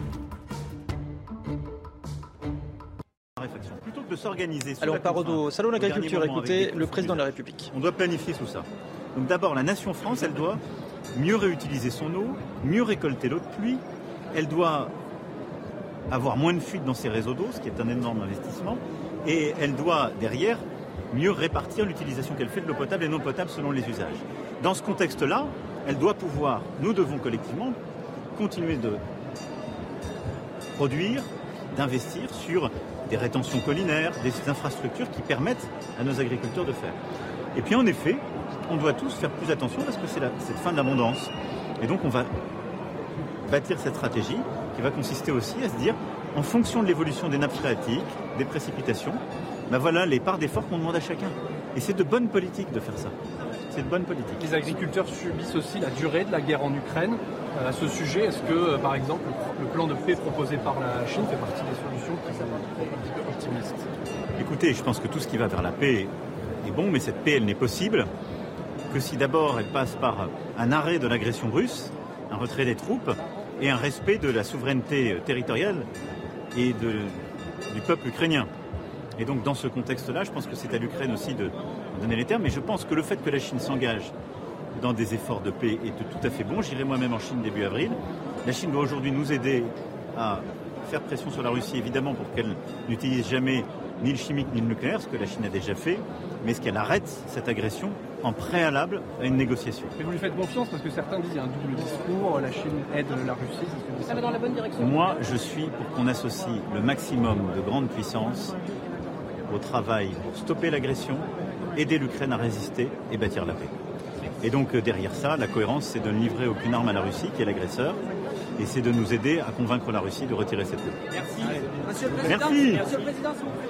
S5: Plutôt que de s'organiser.
S2: Alors on part au salon de l'agriculture. Écoutez le président de la République.
S5: On doit planifier tout ça. Donc d'abord, la nation France, elle doit mieux réutiliser son eau, mieux récolter l'eau de pluie. Elle doit avoir moins de fuites dans ses réseaux d'eau, ce qui est un énorme investissement, et elle doit, derrière, mieux répartir l'utilisation qu'elle fait de l'eau potable et non potable selon les usages. Dans ce contexte-là, elle doit pouvoir, nous devons collectivement, continuer de produire, d'investir sur des rétentions collinaires, des infrastructures qui permettent à nos agriculteurs de faire. Et puis en effet, on doit tous faire plus attention parce que c'est la, cette fin de l'abondance. Et donc on va bâtir cette stratégie qui va consister aussi à se dire, en fonction de l'évolution des nappes phréatiques, des précipitations, ben voilà les parts d'efforts qu'on demande à chacun. Et c'est de bonne politique de faire ça. C'est de bonne politique.
S9: Les agriculteurs subissent aussi la durée de la guerre en Ukraine. À ce sujet, est-ce que, par exemple, le plan de paix proposé par la Chine fait partie des solutions qui sont un petit peu optimistes?
S5: Écoutez, je pense que tout ce qui va vers la paix est bon, mais cette paix, elle n'est possible que si d'abord elle passe par un arrêt de l'agression russe, un retrait des troupes et un respect de la souveraineté territoriale et de, du peuple ukrainien. Et donc dans ce contexte-là, je pense que c'est à l'Ukraine aussi de donner les termes. Mais je pense que le fait que la Chine s'engage dans des efforts de paix est tout à fait bon. J'irai moi-même en Chine début avril. La Chine doit aujourd'hui nous aider à faire pression sur la Russie, évidemment, pour qu'elle n'utilise jamais ni le chimique ni le nucléaire, ce que la Chine a déjà fait, mais est-ce qu'elle arrête cette agression en préalable à une négociation.
S9: Mais vous lui faites confiance parce que certains disent qu'il y a un double discours, la Chine aide la Russie, c'est ce que vous
S18: ça va dans la bonne direction.
S5: Moi, je suis pour qu'on associe le maximum de grandes puissances au travail pour stopper l'agression, aider l'Ukraine à résister et bâtir la paix. Et donc derrière ça, la cohérence, c'est de ne livrer aucune arme à la Russie, qui est l'agresseur, et c'est de nous aider à convaincre la Russie de retirer cette paix.
S9: Merci.
S5: Allez.
S9: Monsieur le Président.
S5: Merci.
S9: Monsieur le Président, s'il vous plaît.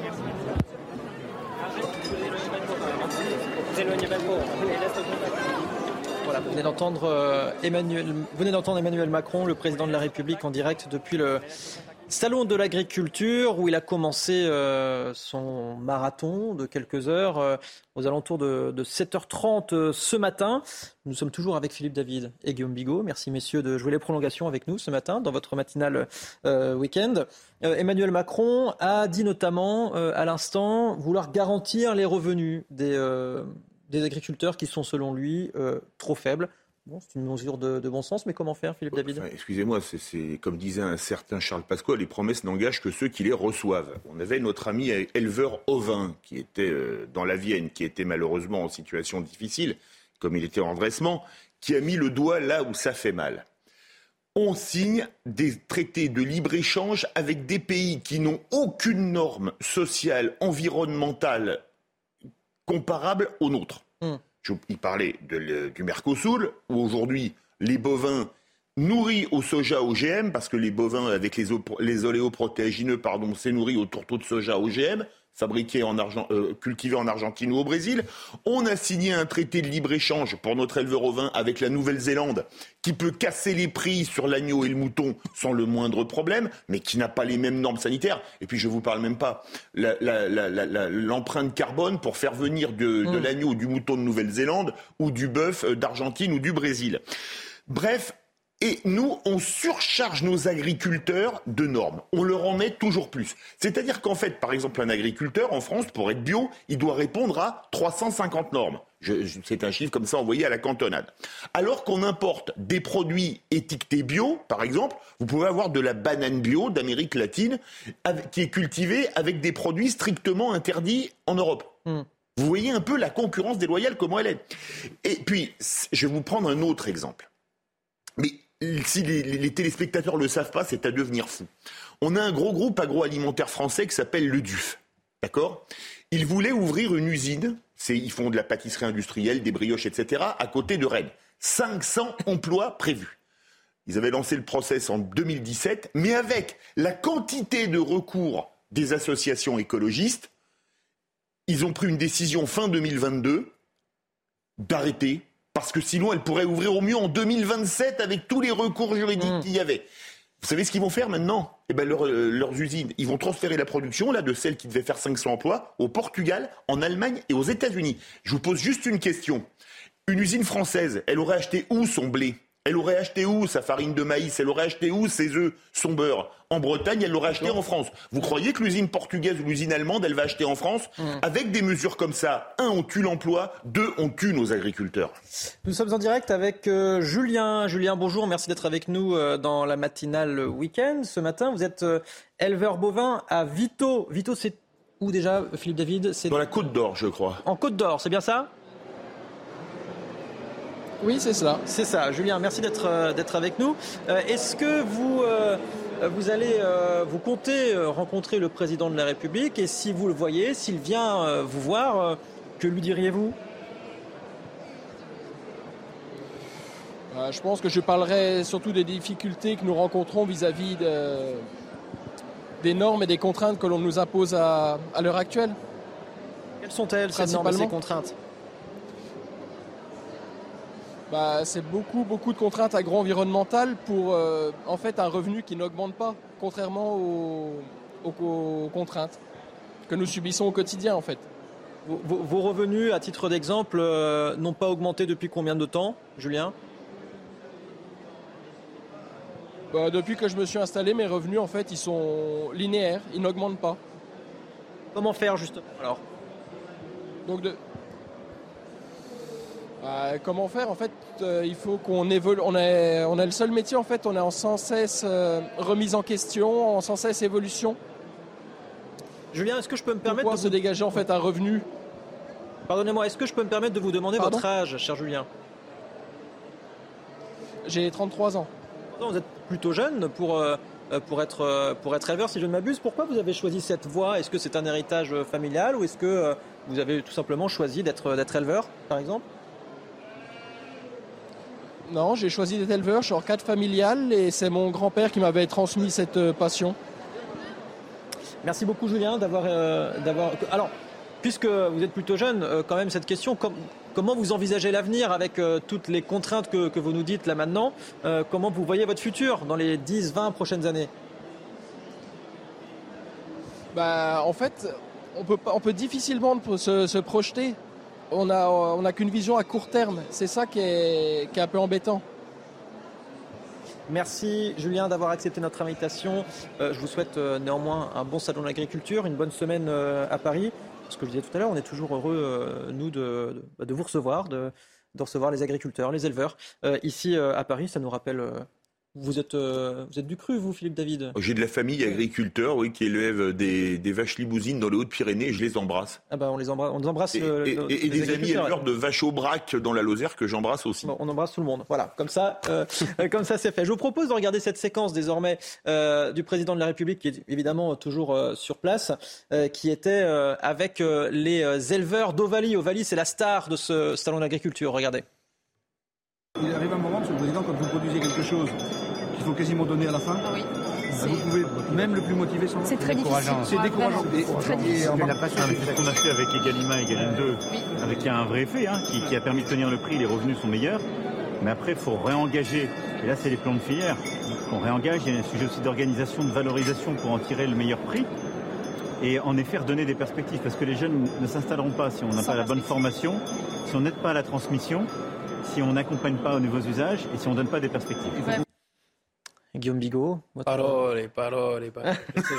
S2: Voilà, vous venez d'entendre euh, Emmanuel, vous venez d'entendre Emmanuel Macron, le président de la République, en direct depuis le salon de l'agriculture, où il a commencé euh, son marathon de quelques heures euh, aux alentours de, de sept heures trente euh, ce matin. Nous sommes toujours avec Philippe David et Guillaume Bigot. Merci messieurs de jouer les prolongations avec nous ce matin dans votre matinale euh, week-end. Euh, Emmanuel Macron a dit notamment euh, à l'instant vouloir garantir les revenus des, euh, des agriculteurs qui sont selon lui euh, trop faibles. Bon, c'est une mesure de, de bon sens, mais comment faire, Philippe David ?
S19: Enfin, excusez-moi, c'est, c'est comme disait un certain Charles Pasqua, les promesses n'engagent que ceux qui les reçoivent. On avait notre ami éleveur ovin qui était euh, dans la Vienne, qui était malheureusement en situation difficile, comme il était en redressement, qui a mis le doigt là où ça fait mal. On signe des traités de libre-échange avec des pays qui n'ont aucune norme sociale, environnementale comparable aux nôtres. Mmh. Il parlait de, du Mercosur, où aujourd'hui les bovins nourris au soja O G M, parce que les bovins avec les, les oléoprotéagineux, pardon, c'est nourri au tourteau de soja O G M, fabriqué en Argent, euh, cultivé en Argentine ou au Brésil. On a signé un traité de libre-échange pour notre éleveur ovin avec la Nouvelle-Zélande, qui peut casser les prix sur l'agneau et le mouton sans le moindre problème, mais qui n'a pas les mêmes normes sanitaires. Et puis je ne vous parle même pas la, la, la, la, la, l'empreinte carbone pour faire venir de, de mmh. l'agneau ou du mouton de Nouvelle-Zélande ou du bœuf d'Argentine ou du Brésil. Bref, Et nous, on surcharge nos agriculteurs de normes. On leur en met toujours plus. C'est-à-dire qu'en fait, par exemple, un agriculteur en France, pour être bio, il doit répondre à trois cent cinquante normes. Je, je, c'est un chiffre comme ça envoyé à la cantonade. Alors qu'on importe des produits étiquetés bio, par exemple, vous pouvez avoir de la banane bio d'Amérique latine avec, qui est cultivée avec des produits strictement interdits en Europe. Mmh. Vous voyez un peu la concurrence déloyale, comment elle est. Et puis, je vais vous prendre un autre exemple. Mais si les, les téléspectateurs ne le savent pas, c'est à devenir fou. On a un gros groupe agroalimentaire français qui s'appelle le D U F. D'accord ? Ils voulaient ouvrir une usine, c'est, ils font de la pâtisserie industrielle, des brioches, et cetera, à côté de Rennes. cinq cents emplois prévus. Ils avaient lancé le process en deux mille dix-sept, mais avec la quantité de recours des associations écologistes, ils ont pris une décision fin deux mille vingt-deux d'arrêter. Parce que sinon, elle pourrait ouvrir au mieux en deux mille vingt-sept avec tous les recours juridiques mmh. qu'il y avait. Vous savez ce qu'ils vont faire maintenant ? Eh ben, leur, euh, leurs usines, ils vont transférer la production là, de celles qui devaient faire cinq cents emplois au Portugal, en Allemagne et aux États-Unis. Je vous pose juste une question. Une usine française, elle aurait acheté où son blé ? Elle aurait acheté où sa farine de maïs ? Elle aurait acheté où ses œufs, son beurre ? En Bretagne, elle l'aurait acheté en France. Vous croyez que l'usine portugaise ou l'usine allemande, elle va acheter en France ? mmh. Avec des mesures comme ça, un, on tue l'emploi, deux, on tue nos agriculteurs.
S2: Nous sommes en direct avec euh, Julien. Julien, bonjour, merci d'être avec nous euh, dans la matinale week-end. Ce matin, vous êtes euh, éleveur bovin à Vito. Vito, c'est où déjà, Philippe David ? C'est
S19: dans la Côte d'Or, je crois.
S2: En Côte d'Or, c'est bien ça ?
S11: Oui, c'est ça.
S2: C'est ça. Julien, merci d'être, euh, d'être avec nous. Euh, est-ce que vous, euh, vous allez, euh, vous comptez euh, rencontrer le président de la République ? Et si vous le voyez, s'il vient euh, vous voir, euh, que lui diriez-vous ?
S11: euh, Je pense que je parlerai surtout des difficultés que nous rencontrons vis-à-vis de, des normes et des contraintes que l'on nous impose à, à l'heure actuelle.
S2: Quelles sont-elles, ces normes et ces contraintes ?
S11: Bah, c'est beaucoup, beaucoup de contraintes agro-environnementales pour euh, en fait un revenu qui n'augmente pas, contrairement aux, aux, aux contraintes que nous subissons au quotidien en fait.
S2: Vos, vos revenus, à titre d'exemple, euh, n'ont pas augmenté depuis combien de temps, Julien ?
S11: Bah, depuis que je me suis installé, mes revenus en fait ils sont linéaires, ils n'augmentent pas.
S2: Comment faire justement alors ?
S11: Donc de... Euh, comment faire ? En fait, euh, il faut qu'on évolue. On a, on a le seul métier, en fait, on est en sans cesse euh, remise en question, en sans cesse évolution.
S2: Julien, est-ce que je peux me permettre
S11: Pourquoi
S2: de
S11: se
S2: vous...
S11: dégager en fait un revenu ?
S2: Pardonnez-moi, est-ce que je peux me permettre de vous demander
S11: Pardon ?
S2: votre âge, cher Julien ?
S11: J'ai trente-trois ans.
S2: Vous êtes plutôt jeune pour, euh, pour, être, euh, pour être éleveur, si je ne m'abuse. Pourquoi vous avez choisi cette voie ? Est-ce que c'est un héritage familial ou est-ce que euh, vous avez tout simplement choisi d'être, d'être éleveur, par exemple ?
S11: Non, j'ai choisi d'être éleveur, je suis en cadre familial et c'est mon grand-père qui m'avait transmis cette euh, passion.
S2: Merci beaucoup Julien d'avoir... Euh, d'avoir... Alors, puisque vous êtes plutôt jeune, euh, quand même cette question, com- comment vous envisagez l'avenir avec euh, toutes les contraintes que, que vous nous dites là maintenant ? euh, Comment vous voyez votre futur dans les dix, vingt prochaines années ?
S11: Bah, en fait, on peut, on peut difficilement se, se projeter. On n'a on a qu'une vision à court terme. C'est ça qui est, qui est un peu embêtant.
S2: Merci Julien d'avoir accepté notre invitation. Euh, je vous souhaite euh, néanmoins un bon salon de l'agriculture, une bonne semaine euh, à Paris. Ce que je disais tout à l'heure, on est toujours heureux, euh, nous, de, de, de vous recevoir, de, de recevoir les agriculteurs, les éleveurs. Euh, ici euh, à Paris, ça nous rappelle... Euh, Vous êtes, euh, vous êtes du cru, vous, Philippe David ?
S19: J'ai de la famille agriculteur, oui, qui élève des, des vaches limousines dans les Hautes-Pyrénées et je les embrasse.
S2: Ah bah on les embrasse, on les embrasse.
S19: Et,
S2: euh,
S19: et,
S2: le,
S19: et, et des amis éleveurs de vaches au braque dans la Lozère que j'embrasse aussi.
S2: Bon, on embrasse tout le monde. Voilà, comme ça, euh, comme ça c'est fait. Je vous propose de regarder cette séquence désormais euh, du président de la République, qui est évidemment toujours euh, sur place, euh, qui était euh, avec euh, les éleveurs d'Ovalie. Ovalie, c'est la star de ce salon d'agriculture. Regardez.
S12: Il arrive un moment, Monsieur le Président, quand vous produisez quelque chose qu'il faut quasiment donner à la fin.
S16: Ah oui.
S12: Vous pouvez, même le plus motivé, sans
S16: c'est très difficile.
S12: C'est décourageant.
S16: C'est très difficile.
S5: C'est ce qu'on a fait avec Egalima et Egalim deux,
S16: oui.
S5: avec un vrai effet hein, qui, qui a permis de tenir le prix, les revenus sont meilleurs. Mais après, il faut réengager. Et là, c'est les plans de filière qu'on réengage. Il y a un sujet aussi d'organisation, de valorisation pour en tirer le meilleur prix. Et en effet, redonner des perspectives. Parce que les jeunes ne s'installeront pas si on n'a pas la bonne formation, si on n'aide pas à la transmission, si on n'accompagne pas aux nouveaux usages et si on ne donne pas des perspectives.
S16: Ouais.
S2: Guillaume Bigot. Votre...
S15: Parole, parole, parole.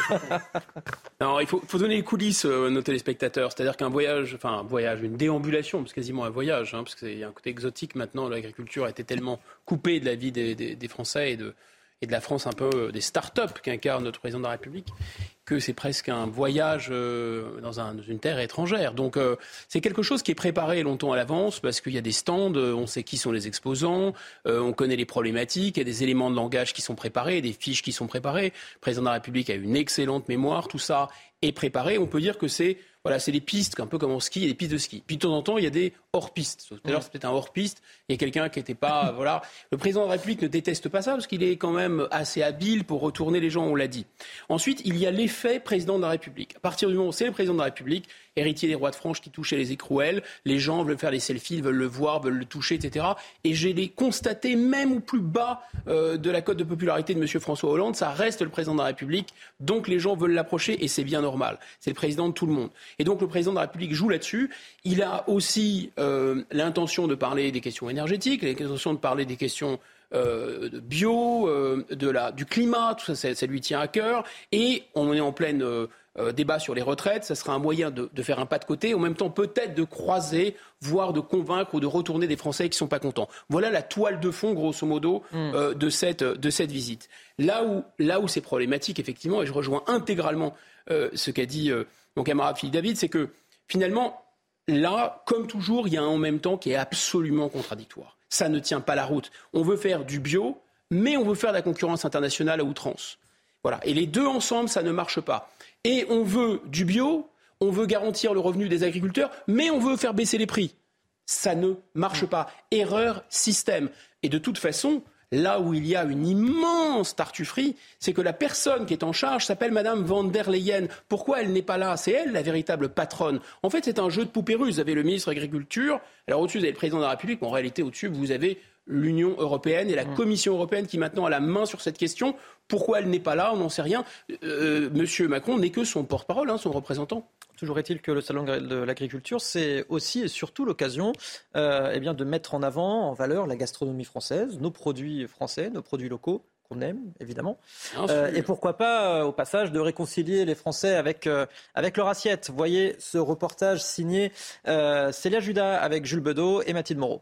S15: Non, il faut, faut donner les coulisses à euh, nos téléspectateurs. C'est-à-dire qu'un voyage, enfin un voyage, une déambulation, c'est quasiment un voyage, hein, parce qu'il y a un côté exotique maintenant. L'agriculture a été tellement coupée de la vie des, des, des Français et de, et de la France, un peu des start-up qu'incarne notre président de la République, que c'est presque un voyage euh, dans, un, dans une terre étrangère. Donc euh, c'est quelque chose qui est préparé longtemps à l'avance parce qu'il y a des stands, euh, on sait qui sont les exposants, euh, on connaît les problématiques, il y a des éléments de langage qui sont préparés, des fiches qui sont préparées. Le président de la République a une excellente mémoire, tout ça est préparé. On peut dire que c'est voilà, c'est des pistes, un peu comme en ski, il y a des pistes de ski. Puis de temps en temps, il y a des hors-pistes. Tout à l'heure, c'était un hors-piste. Il y a quelqu'un qui n'était pas... voilà. Le président de la République ne déteste pas ça parce qu'il est quand même assez habile pour retourner les gens, on l'a dit. Ensuite, il y a l'effet président de la République. À partir du moment où c'est le président de la République, héritier des rois de France qui touchait les écrouelles, les gens veulent faire des selfies, veulent le voir, veulent le toucher, et cetera. Et j'ai les constaté même au plus bas euh, de la cote de popularité de M. François Hollande, ça reste le président de la République, donc les gens veulent l'approcher et c'est bien normal. C'est le président de tout le monde. Et donc le président de la République joue là-dessus. Il a aussi euh, l'intention de parler des questions énergétiques, l'intention de parler des questions euh, de bio, euh, de la, du climat, tout ça, ça, ça lui tient à cœur. Et on est en pleine... Euh, Euh, débat sur les retraites, ça sera un moyen de, de faire un pas de côté, en même temps peut-être de croiser, voire de convaincre ou de retourner des Français qui ne sont pas contents. Voilà la toile de fond, grosso modo, mmh. euh, de, cette, de cette visite. Là où, là où c'est problématique, effectivement, et je rejoins intégralement euh, ce qu'a dit euh, mon camarade Philippe David, c'est que finalement, là, comme toujours, il y a un en même temps qui est absolument contradictoire. Ça ne tient pas la route. On veut faire du bio, mais on veut faire de la concurrence internationale à outrance. Voilà. Et les deux ensemble, ça ne marche pas. Et on veut du bio, on veut garantir le revenu des agriculteurs, mais on veut faire baisser les prix. Ça ne marche pas. Erreur système. Et de toute façon, là où il y a une immense tartufferie, c'est que la personne qui est en charge s'appelle Madame van der Leyen. Pourquoi elle n'est pas là ? C'est elle la véritable patronne. En fait, c'est un jeu de poupée russe. Vous avez le ministre de l'Agriculture, alors au-dessus, vous avez le président de la République, mais en réalité, au-dessus, vous avez l'Union européenne et la Commission européenne qui maintenant a la main sur cette question. Pourquoi elle n'est pas là ? On n'en sait rien. Euh, Monsieur Macron n'est que son porte-parole, hein, son représentant.
S2: Toujours est-il que le Salon de l'agriculture, c'est aussi et surtout l'occasion euh, eh bien, de mettre en avant, en valeur, la gastronomie française, nos produits français, nos produits locaux, qu'on aime, évidemment. Euh, et pourquoi pas, euh, au passage, de réconcilier les Français avec, euh, avec leur assiette. Voyez ce reportage signé euh, Célia Judas avec Jules Bedeau et Mathilde Moreau.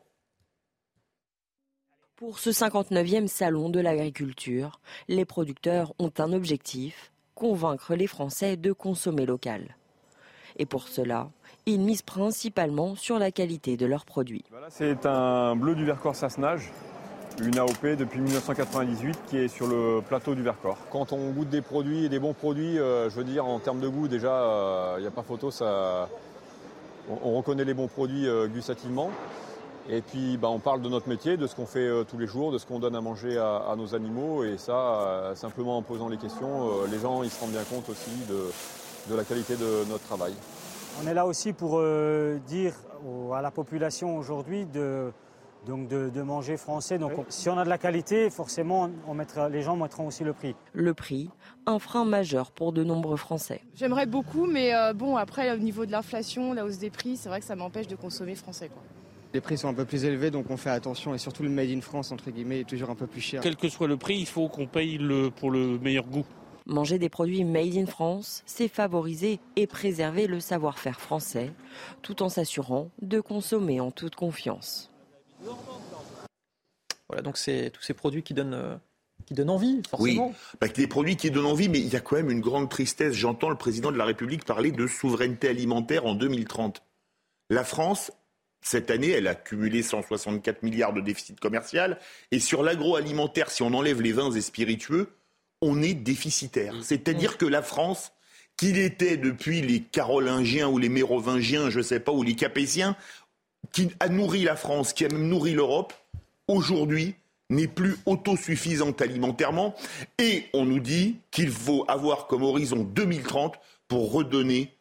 S7: Pour ce cinquante-neuvième salon de l'agriculture, les producteurs ont un objectif, convaincre les Français de consommer local. Et pour cela, ils misent principalement sur la qualité de leurs produits.
S13: Voilà, c'est un bleu du Vercors Sassenage, une A O P depuis mille neuf cent quatre-vingt-dix-huit qui est sur le plateau du Vercors. Quand on goûte des produits et des bons produits, euh, je veux dire en termes de goût déjà, il euh, n'y a pas photo, ça, on, on reconnaît les bons produits euh, gustativement. Et puis bah, on parle de notre métier, de ce qu'on fait euh, tous les jours, de ce qu'on donne à manger à, à nos animaux. Et ça, euh, simplement en posant les questions, euh, les gens ils se rendent bien compte aussi de, de la qualité de notre travail.
S16: On est là aussi pour euh, dire au, à la population aujourd'hui de, donc de, de manger français. Donc oui. on, si on a de la qualité, forcément on mettra, les gens mettront aussi le prix.
S7: Le prix, un frein majeur pour de nombreux Français.
S6: J'aimerais beaucoup, mais euh, bon après au niveau de l'inflation, la hausse des prix, c'est vrai que ça m'empêche de consommer français, quoi.
S17: Les prix sont un peu plus élevés, donc on fait attention. Et surtout, le Made in France, entre guillemets, est toujours un peu plus cher.
S25: Quel que soit le prix, il faut qu'on paye le, pour le meilleur goût.
S7: Manger des produits Made in France, c'est favoriser et préserver le savoir-faire français, tout en s'assurant de consommer en toute confiance.
S2: Voilà, donc c'est tous ces produits qui donnent... Euh... qui donne envie, forcément.
S19: Oui, bah, des produits qui donnent envie, mais il y a quand même une grande tristesse. J'entends le président de la République parler de souveraineté alimentaire en deux mille trente. La France, cette année, elle a cumulé cent soixante-quatre milliards de déficit commercial. Et sur l'agroalimentaire, si on enlève les vins et spiritueux, on est déficitaire. C'est-à-dire que la France, qu'il était depuis les Carolingiens ou les Mérovingiens, je ne sais pas, ou les Capétiens, qui a nourri la France, qui a même nourri l'Europe, aujourd'hui, n'est plus autosuffisante alimentairement. Et on nous dit qu'il faut avoir comme horizon deux mille trente pour redonner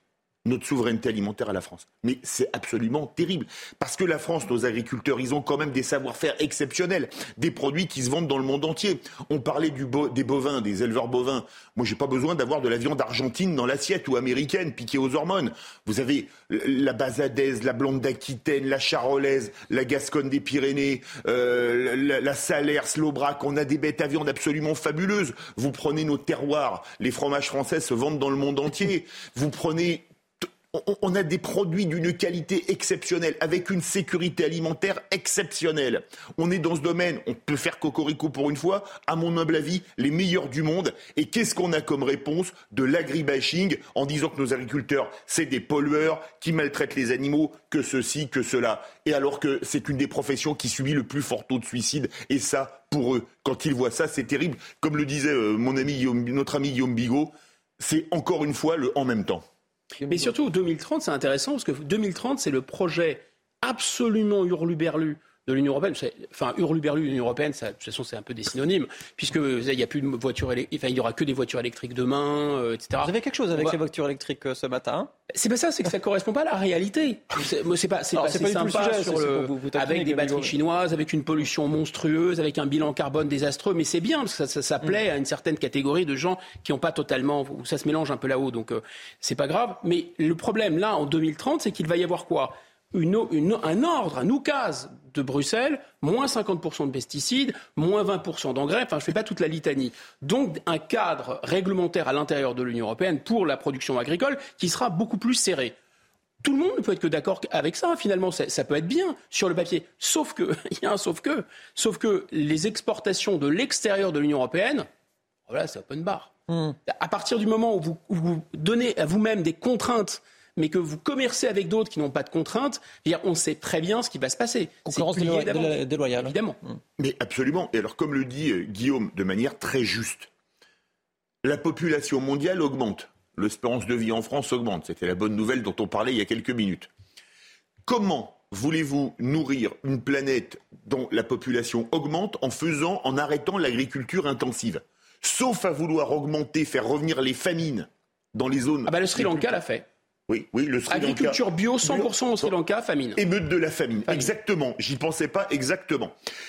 S19: notre souveraineté alimentaire à la France. Mais c'est absolument terrible. Parce que la France, nos agriculteurs, ils ont quand même des savoir-faire exceptionnels, des produits qui se vendent dans le monde entier. On parlait du bo- des bovins, des éleveurs bovins. Moi, j'ai pas besoin d'avoir de la viande argentine dans l'assiette ou américaine, piquée aux hormones. Vous avez la basadaise, la blonde d'Aquitaine, la charolaise, la gasconne des Pyrénées, euh, la, la salaire, l'aubrac. On a des bêtes à viande absolument fabuleuses. Vous prenez nos terroirs, les fromages français se vendent dans le monde entier. Vous prenez... On a des produits d'une qualité exceptionnelle, avec une sécurité alimentaire exceptionnelle. On est dans ce domaine, on peut faire cocorico pour une fois, à mon humble avis, les meilleurs du monde. Et qu'est-ce qu'on a comme réponse? De l'agribashing, en disant que nos agriculteurs, c'est des pollueurs qui maltraitent les animaux, que ceci, que cela. Et alors que c'est une des professions qui subit le plus fort taux de suicide. Et ça, pour eux, quand ils voient ça, c'est terrible. Comme le disait euh, mon ami Guillaume, notre ami Guillaume Bigot, c'est encore une fois le en même temps.
S15: Mais surtout, deux mille trente, c'est intéressant parce que deux mille trente, c'est le projet absolument hurluberlu de l'Union européenne. Enfin, hurluberlu de l'Union européenne, ça, de toute façon, c'est un peu des synonymes, puisque il n'y a plus de voitures électriques, enfin, il n'y aura que des voitures électriques demain, euh, et cetera.
S2: Vous avez quelque chose avec
S15: va...
S2: les voitures électriques euh, ce matin?
S15: C'est pas ça, c'est que ça ne correspond pas à la réalité. C'est, c'est pas, c'est
S2: Alors,
S15: pas,
S2: c'est
S15: c'est
S2: pas
S15: sympa
S2: sujet,
S15: sur
S2: c'est,
S15: le,
S2: c'est vous, vous
S15: avec des batteries
S2: Bigot.
S15: chinoises, avec une pollution monstrueuse, avec un bilan carbone désastreux, mais c'est bien, parce que ça, ça, ça plaît mmh. à une certaine catégorie de gens qui n'ont pas totalement, où ça se mélange un peu là-haut, donc euh, c'est pas grave. Mais le problème là, en deux mille trente, c'est qu'il va y avoir quoi? Une, une, un ordre, un oukase de Bruxelles, moins cinquante pour cent de pesticides, moins vingt pour cent d'engrais, enfin je ne fais pas toute la litanie. Donc un cadre réglementaire à l'intérieur de l'Union européenne pour la production agricole qui sera beaucoup plus serré. Tout le monde ne peut être que d'accord avec ça, finalement, ça, ça peut être bien sur le papier. Sauf que, il y a un sauf que, sauf que les exportations de l'extérieur de l'Union européenne, voilà, c'est open bar. Mmh. À partir du moment où vous, où vous donnez à vous-même des contraintes, mais que vous commercez avec d'autres qui n'ont pas de contraintes, on sait très bien ce qui va se passer.
S2: Concurrence délo- déloyale.
S15: Évidemment.
S19: Mais absolument. Et alors, comme le dit euh, Guillaume, de manière très juste, la population mondiale augmente. L'espérance de vie en France augmente. C'était la bonne nouvelle dont on parlait il y a quelques minutes. Comment voulez-vous nourrir une planète dont la population augmente en faisant, en arrêtant l'agriculture intensive? Sauf à vouloir augmenter, faire revenir les famines dans les zones...
S15: Ah bah le Sri Lanka l'a fait.
S19: Oui, oui, le Sri Lanka.
S15: Agriculture bio, cent pour cent au Sri Lanka, famine.
S19: Émeute de la famine, famine. Exactement. J'y pensais pas exactement.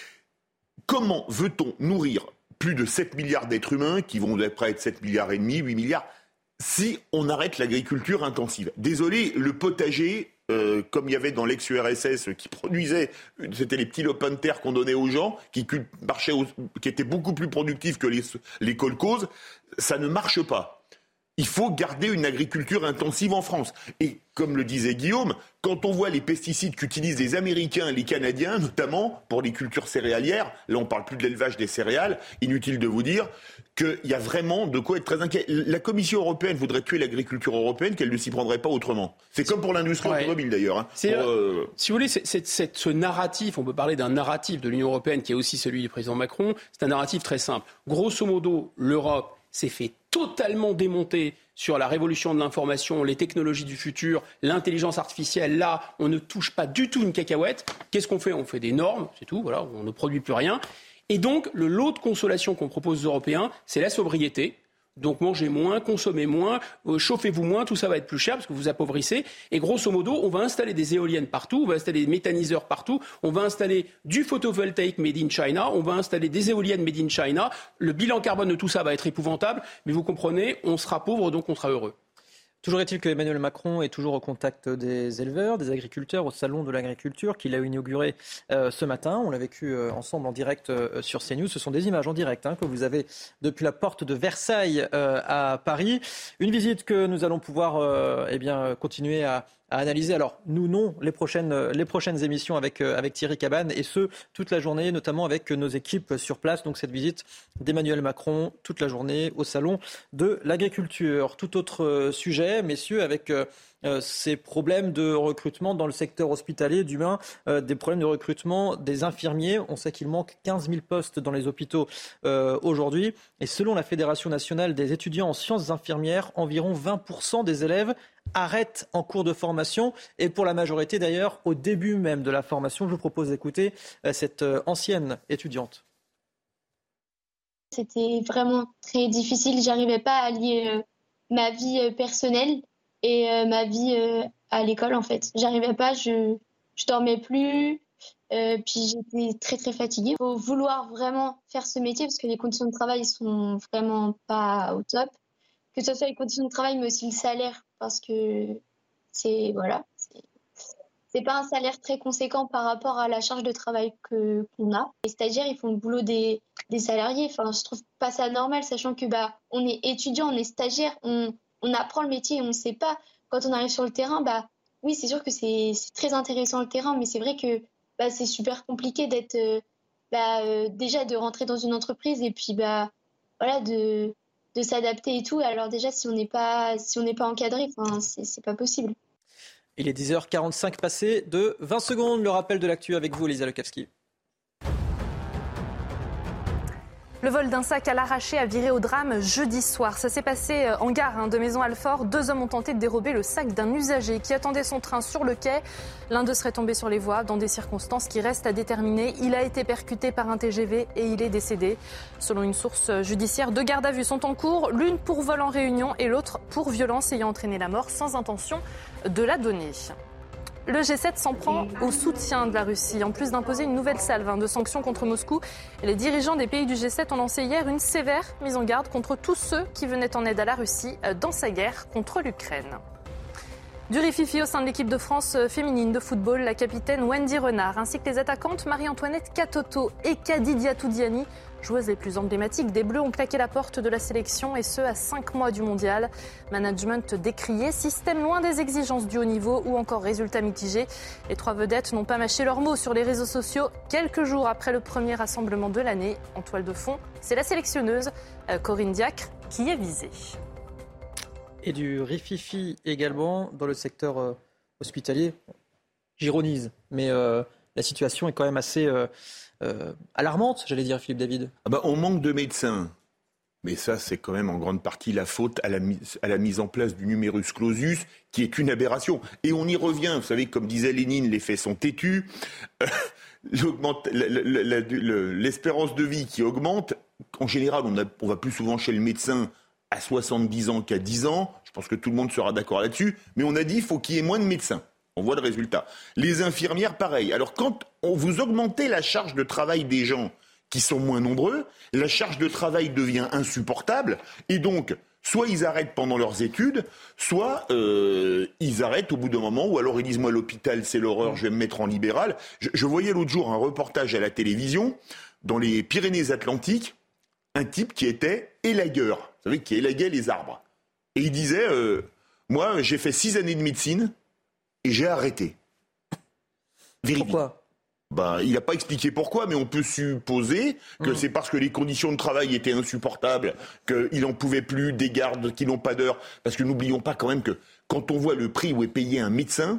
S19: Comment veut-on nourrir plus de sept milliards d'êtres humains, qui vont d'après être sept milliards et demi, huit milliards, si on arrête l'agriculture intensive? Désolé, le potager, euh, comme il y avait dans l'ex-U R S S, qui produisait, c'était les petits lopins de terre qu'on donnait aux gens, qui marchaient, au, qui étaient beaucoup plus productifs que les, les kolkhozes, ça ne marche pas. Il faut garder une agriculture intensive en France. Et comme le disait Guillaume, quand on voit les pesticides qu'utilisent les Américains et les Canadiens, notamment pour les cultures céréalières, là on ne parle plus de l'élevage des céréales, inutile de vous dire qu'il y a vraiment de quoi être très inquiet. La Commission européenne voudrait tuer l'agriculture européenne, qu'elle ne s'y prendrait pas autrement. C'est comme pour l'industrie ouais. automobile d'ailleurs. Hein.
S15: C'est,
S19: pour,
S15: euh... Si vous voulez, c'est, c'est, c'est, ce narratif, on peut parler d'un narratif de l'Union européenne qui est aussi celui du président Macron, c'est un narratif très simple. Grosso modo, l'Europe s'est fait totalement démonter sur la révolution de l'information, les technologies du futur, l'intelligence artificielle. Là, on ne touche pas du tout une cacahuète. Qu'est-ce qu'on fait? On fait des normes, c'est tout, voilà, on ne produit plus rien. Et donc, le lot de consolation qu'on propose aux Européens, c'est la sobriété. Donc mangez moins, consommez moins, euh, chauffez-vous moins, tout ça va être plus cher parce que vous appauvrissez. Et grosso modo, on va installer des éoliennes partout, on va installer des méthaniseurs partout, on va installer du photovoltaïque made in China, on va installer des éoliennes made in China. Le bilan carbone de tout ça va être épouvantable, mais vous comprenez, on sera pauvre donc on sera heureux.
S2: Toujours est-il que Emmanuel Macron est toujours au contact des éleveurs, des agriculteurs, au Salon de l'agriculture qu'il a inauguré euh, ce matin. On l'a vécu euh, ensemble en direct euh, sur CNews. Ce sont des images en direct hein, que vous avez depuis la porte de Versailles euh, à Paris. Une visite que nous allons pouvoir euh, eh bien, continuer à, à analyser. Alors, nous, non, les prochaines, les prochaines émissions avec, euh, avec Thierry Cabane, et ce, toute la journée, notamment avec nos équipes sur place. Donc, cette visite d'Emmanuel Macron, toute la journée, au Salon de l'agriculture. Tout autre euh, sujet, messieurs, avec euh, euh, ces problèmes de recrutement dans le secteur hospitalier, d'humain, euh, des problèmes de recrutement des infirmiers. On sait qu'il manque quinze mille postes dans les hôpitaux euh, aujourd'hui. Et selon la Fédération nationale des étudiants en sciences infirmières, environ vingt pour cent des élèves arrêtent en cours de formation. Et pour la majorité, d'ailleurs, au début même de la formation, je vous propose d'écouter euh, cette euh, ancienne étudiante.
S1: C'était vraiment très difficile. J'arrivais pas à allier euh, ma vie euh, personnelle et euh, ma vie euh, à l'école en fait. J'arrivais pas, je je dormais plus, euh, puis j'étais très très fatiguée. Il faut vouloir vraiment faire ce métier parce que les conditions de travail sont vraiment pas au top. Que ce soit les conditions de travail mais aussi le salaire parce que c'est voilà, c'est, c'est pas un salaire très conséquent par rapport à la charge de travail que qu'on a. Les stagiaires ils font le boulot des des salariés. Enfin, je trouve pas ça normal sachant que bah on est étudiant, on est stagiaire, on on apprend le métier et on ne sait pas. Quand on arrive sur le terrain, bah, oui, c'est sûr que c'est, c'est très intéressant le terrain, mais c'est vrai que bah, c'est super compliqué d'être, euh, bah, euh, déjà de rentrer dans une entreprise et puis bah, voilà, de, de s'adapter et tout. Alors déjà, si on n'est pas, si on n'est pas encadré, c'est, c'est pas possible.
S2: Il est dix heures quarante-cinq passé de vingt secondes. Le rappel de l'actu avec vous, Lisa Lekowski.
S18: Le vol d'un sac à l'arraché a viré au drame jeudi soir. Ça s'est passé en gare hein, de Maison-Alfort. Deux hommes ont tenté de dérober le sac d'un usager qui attendait son train sur le quai. L'un d'eux serait tombé sur les voies dans des circonstances qui restent à déterminer. Il a été percuté par un T G V et il est décédé. Selon une source judiciaire, deux gardes à vue sont en cours. L'une pour vol en réunion et l'autre pour violence ayant entraîné la mort sans intention de la donner. Le G sept s'en prend au soutien de la Russie. En plus d'imposer une nouvelle salve de sanctions contre Moscou, les dirigeants des pays du G sept ont lancé hier une sévère mise en garde contre tous ceux qui venaient en aide à la Russie dans sa guerre contre l'Ukraine. Du rififi au sein de l'équipe de France féminine de football, la capitaine Wendy Renard ainsi que les attaquantes Marie-Antoinette Katoto et Kadi Diatou-Diani, joueuses les plus emblématiques des Bleus, ont claqué la porte de la sélection et ce à cinq mois du mondial. Management décrié, système loin des exigences du haut niveau ou encore résultats mitigés. Les trois vedettes n'ont pas mâché leurs mots sur les réseaux sociaux quelques jours après le premier rassemblement de l'année. En toile de fond, c'est la sélectionneuse Corinne Diacre qui est visée.
S2: Et du rififi également dans le secteur euh, hospitalier. J'ironise, mais euh, la situation est quand même assez euh, euh, alarmante, j'allais dire, Philippe David.
S19: Ah bah, on manque de médecins. Mais ça, c'est quand même en grande partie la faute à la, mise, à la mise en place du numerus clausus, qui est une aberration. Et on y revient, vous savez, comme disait Lénine, les faits sont têtus. Euh, la, la, la, la, l'espérance de vie qui augmente, en général, on, a, on va plus souvent chez le médecin à soixante-dix ans qu'à dix ans. Je pense que tout le monde sera d'accord là-dessus. Mais on a dit qu'il faut qu'il y ait moins de médecins. On voit le résultat. Les infirmières, pareil. Alors, quand on vous augmentez la charge de travail des gens qui sont moins nombreux, la charge de travail devient insupportable. Et donc, soit ils arrêtent pendant leurs études, soit euh, ils arrêtent au bout d'un moment, ou alors ils disent « moi, l'hôpital, c'est l'horreur, je vais me mettre en libéral ». Je, je voyais l'autre jour un reportage à la télévision, dans les Pyrénées-Atlantiques, un type qui était élagueur, vous savez, qui élaguait les arbres. Et il disait euh, « moi, j'ai fait six années de médecine et j'ai arrêté ».
S2: Pourquoi ?
S19: Bah, il n'a pas expliqué pourquoi, mais on peut supposer que mmh. c'est parce que les conditions de travail étaient insupportables, qu'il n'en pouvait plus, des gardes qui n'ont pas d'heure. Parce que n'oublions pas quand même que quand on voit le prix où est payé un médecin,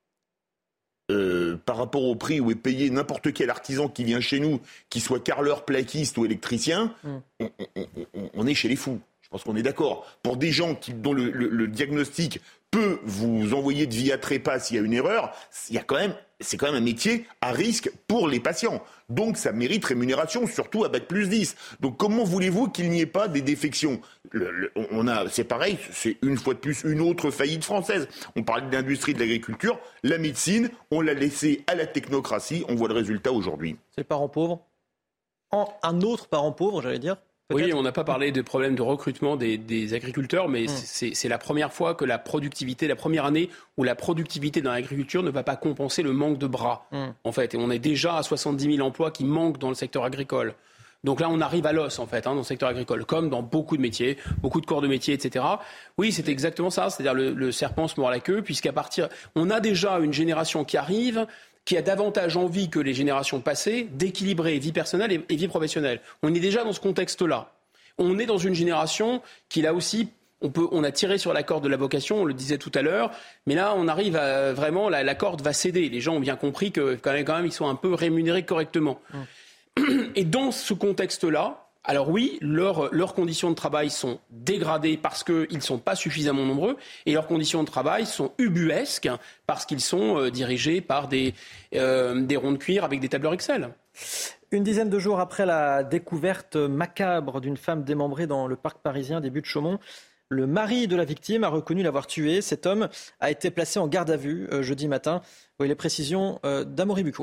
S19: euh, par rapport au prix où est payé n'importe quel artisan qui vient chez nous, qu'il soit carreleur, plaquiste ou électricien, mmh. on, on, on, on est chez les fous. Je pense qu'on est d'accord. Pour des gens qui, dont le, le, le diagnostic peut vous envoyer de via trépas s'il y a une erreur, il y a quand même, c'est quand même un métier à risque pour les patients. Donc ça mérite rémunération, surtout à bac plus dix. Donc comment voulez-vous qu'il n'y ait pas des défections ? le, le, on a, c'est pareil, c'est une fois de plus une autre faillite française. On parlait de l'industrie de l'agriculture, la médecine, on l'a laissé à la technocratie, on voit le résultat aujourd'hui.
S2: C'est le parent pauvre. En, un autre parent pauvre, j'allais dire. Peut-être.
S15: Oui, on n'a pas parlé de problème de recrutement des, des agriculteurs, mais mmh. c'est, c'est la première fois que la productivité, la première année où la productivité dans l'agriculture ne va pas compenser le manque de bras, mmh. en fait. Et on est déjà à soixante-dix mille emplois qui manquent dans le secteur agricole. Donc là, on arrive à l'os, en fait, hein, dans le secteur agricole, comme dans beaucoup de métiers, beaucoup de corps de métiers, et cetera. Oui, c'est exactement ça, c'est-à-dire le, le serpent se mord la queue, puisqu'à partir... On a déjà une génération qui arrive... qui a davantage envie que les générations passées d'équilibrer vie personnelle et, et vie professionnelle. On est déjà dans ce contexte-là. On est dans une génération qui, là aussi, on, peut, on a tiré sur la corde de la vocation, on le disait tout à l'heure, mais là, on arrive à vraiment, la, la corde va céder. Les gens ont bien compris que quand même, quand même ils sont un peu rémunérés correctement. Mmh. Et dans ce contexte-là, alors oui, leurs, leurs conditions de travail sont dégradées parce qu'ils ne sont pas suffisamment nombreux et leurs conditions de travail sont ubuesques parce qu'ils sont euh, dirigés par des, euh, des ronds de cuir avec des tableurs Excel.
S2: Une dizaine de jours après la découverte macabre d'une femme démembrée dans le parc parisien des Buttes-Chaumont, Le mari de la victime a reconnu l'avoir tué. Cet homme a été placé en garde à vue euh, jeudi matin. Oui, les précisions euh, d'Amaury Bucco.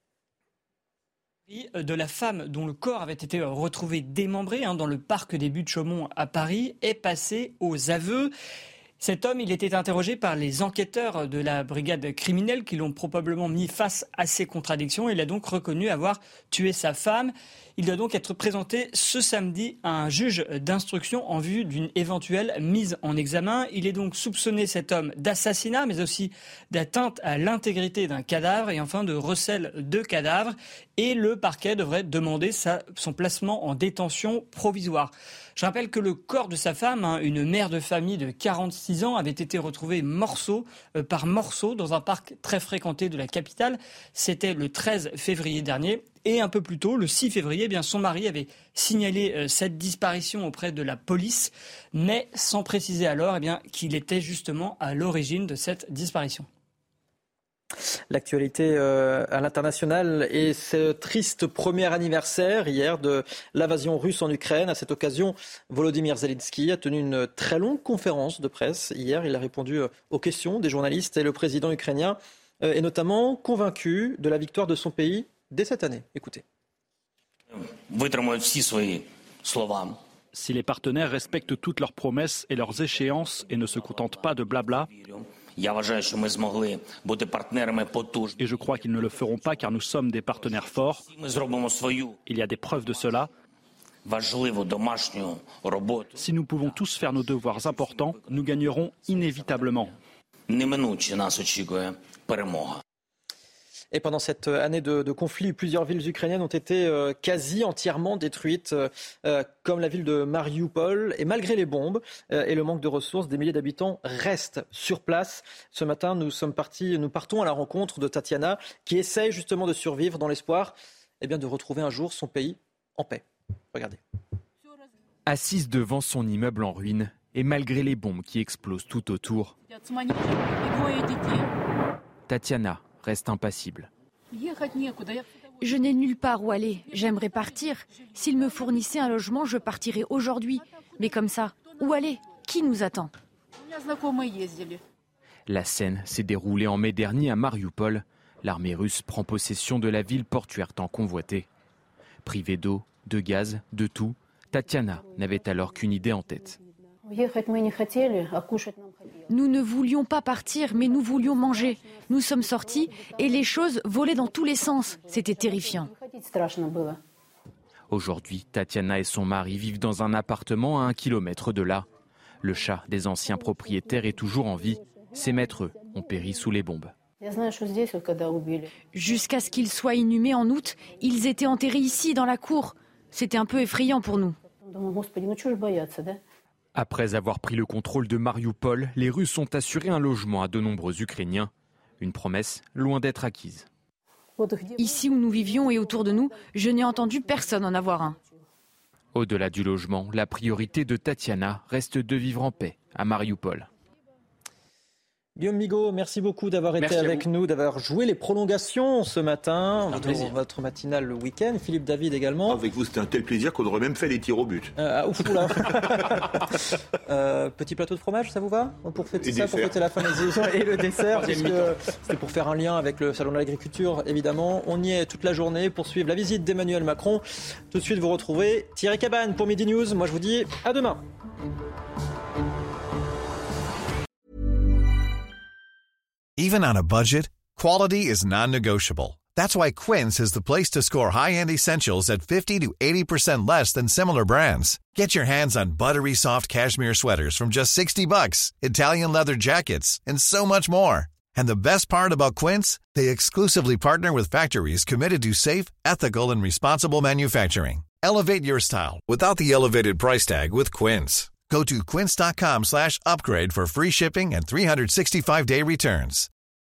S8: De la femme dont le corps avait été retrouvé démembré hein, dans le parc des Buttes-Chaumont à Paris est passé aux aveux. Cet homme, il était interrogé par les enquêteurs de la brigade criminelle qui l'ont probablement mis face à ces contradictions. Il a donc reconnu avoir tué sa femme. Il doit donc être présenté ce samedi à un juge d'instruction en vue d'une éventuelle mise en examen. Il est donc soupçonné, cet homme, d'assassinat, mais aussi d'atteinte à l'intégrité d'un cadavre et enfin de recel de cadavres. Et le parquet devrait demander sa, son placement en détention provisoire. Je rappelle que le corps de sa femme, hein, une mère de famille de quarante-six ans, avait été retrouvé morceau euh, par morceau dans un parc très fréquenté de la capitale. C'était le treize février dernier. Et un peu plus tôt, le six février, eh bien, son mari avait signalé euh, cette disparition auprès de la police, mais sans préciser alors eh bien, qu'il était justement à l'origine de cette disparition.
S2: L'actualité euh, à l'international et ce triste premier anniversaire hier de l'invasion russe en Ukraine. À cette occasion, Volodymyr Zelensky a tenu une très longue conférence de presse. Hier, il a répondu aux questions des journalistes et le président ukrainien euh, est notamment convaincu de la victoire de son pays dès cette année. Écoutez.
S10: Si les partenaires respectent toutes leurs promesses et leurs échéances et ne se contentent pas de blabla, et je crois qu'ils ne le feront pas car nous sommes des partenaires forts. Il y a des preuves de cela. Si nous pouvons tous faire nos devoirs importants, nous gagnerons inévitablement.
S2: Et pendant cette année de, de conflit, plusieurs villes ukrainiennes ont été euh, quasi entièrement détruites, euh, comme la ville de Mariupol. Et malgré les bombes euh, et le manque de ressources, des milliers d'habitants restent sur place. Ce matin, nous sommes partis, nous partons à la rencontre de Tatiana, qui essaye justement de survivre dans l'espoir eh bien, de retrouver un jour son pays en paix. Regardez.
S20: Assise devant son immeuble en ruine, et malgré les bombes qui explosent tout autour, Tatiana reste impassible.
S21: Je n'ai nulle part où aller. J'aimerais partir. S'ils me fournissaient un logement, je partirais aujourd'hui. Mais comme ça, où aller ? Qui nous attend ?
S20: La scène s'est déroulée en mai dernier à Mariupol. L'armée russe prend possession de la ville portuaire tant convoitée. Privée d'eau, de gaz, de tout, Tatiana n'avait alors qu'une idée en tête.
S21: Nous ne voulions pas partir, mais nous voulions manger. Nous sommes sortis et les choses volaient dans tous les sens. C'était terrifiant.
S20: Aujourd'hui, Tatiana et son mari vivent dans un appartement à un kilomètre de là. Le chat des anciens propriétaires est toujours en vie. Ses maîtres ont péri sous les bombes.
S21: Jusqu'à ce qu'ils soient inhumés en août, ils étaient enterrés ici, dans la cour. C'était un peu effrayant pour nous.
S20: Après avoir pris le contrôle de Mariupol, les Russes ont assuré un logement à de nombreux Ukrainiens. Une promesse loin d'être acquise.
S21: Ici où nous vivions et autour de nous, je n'ai entendu personne en avoir un.
S20: Au-delà du logement, la priorité de Tatiana reste de vivre en paix à Mariupol.
S2: Guillaume Migaud, merci beaucoup d'avoir été avec nous, d'avoir joué les prolongations ce matin. Votre, votre matinale le week-end. Philippe David également.
S19: Avec vous, c'était un tel plaisir qu'on aurait même fait les tirs au but.
S2: Euh, ouf, là. euh, petit plateau de fromage, ça vous va pour fêter, ça, pour fêter la fin des émissions et le dessert, parce que c'était pour faire un lien avec le salon de l'agriculture, évidemment. On y est toute la journée pour suivre la visite d'Emmanuel Macron. Tout de suite, vous retrouvez Thierry Cabane pour Midi News. Moi, je vous dis à demain.
S22: Even on a budget, quality is non-negotiable. That's why Quince is the place to score high-end essentials at fifty to eighty percent less than similar brands. Get your hands on buttery soft cashmere sweaters from just sixty bucks, Italian leather jackets, and so much more. And the best part about Quince, they exclusively partner with factories committed to safe, ethical, and responsible manufacturing. Elevate your style without the elevated price tag with Quince. Go to quince.com slash upgrade for free shipping and three sixty-five day returns.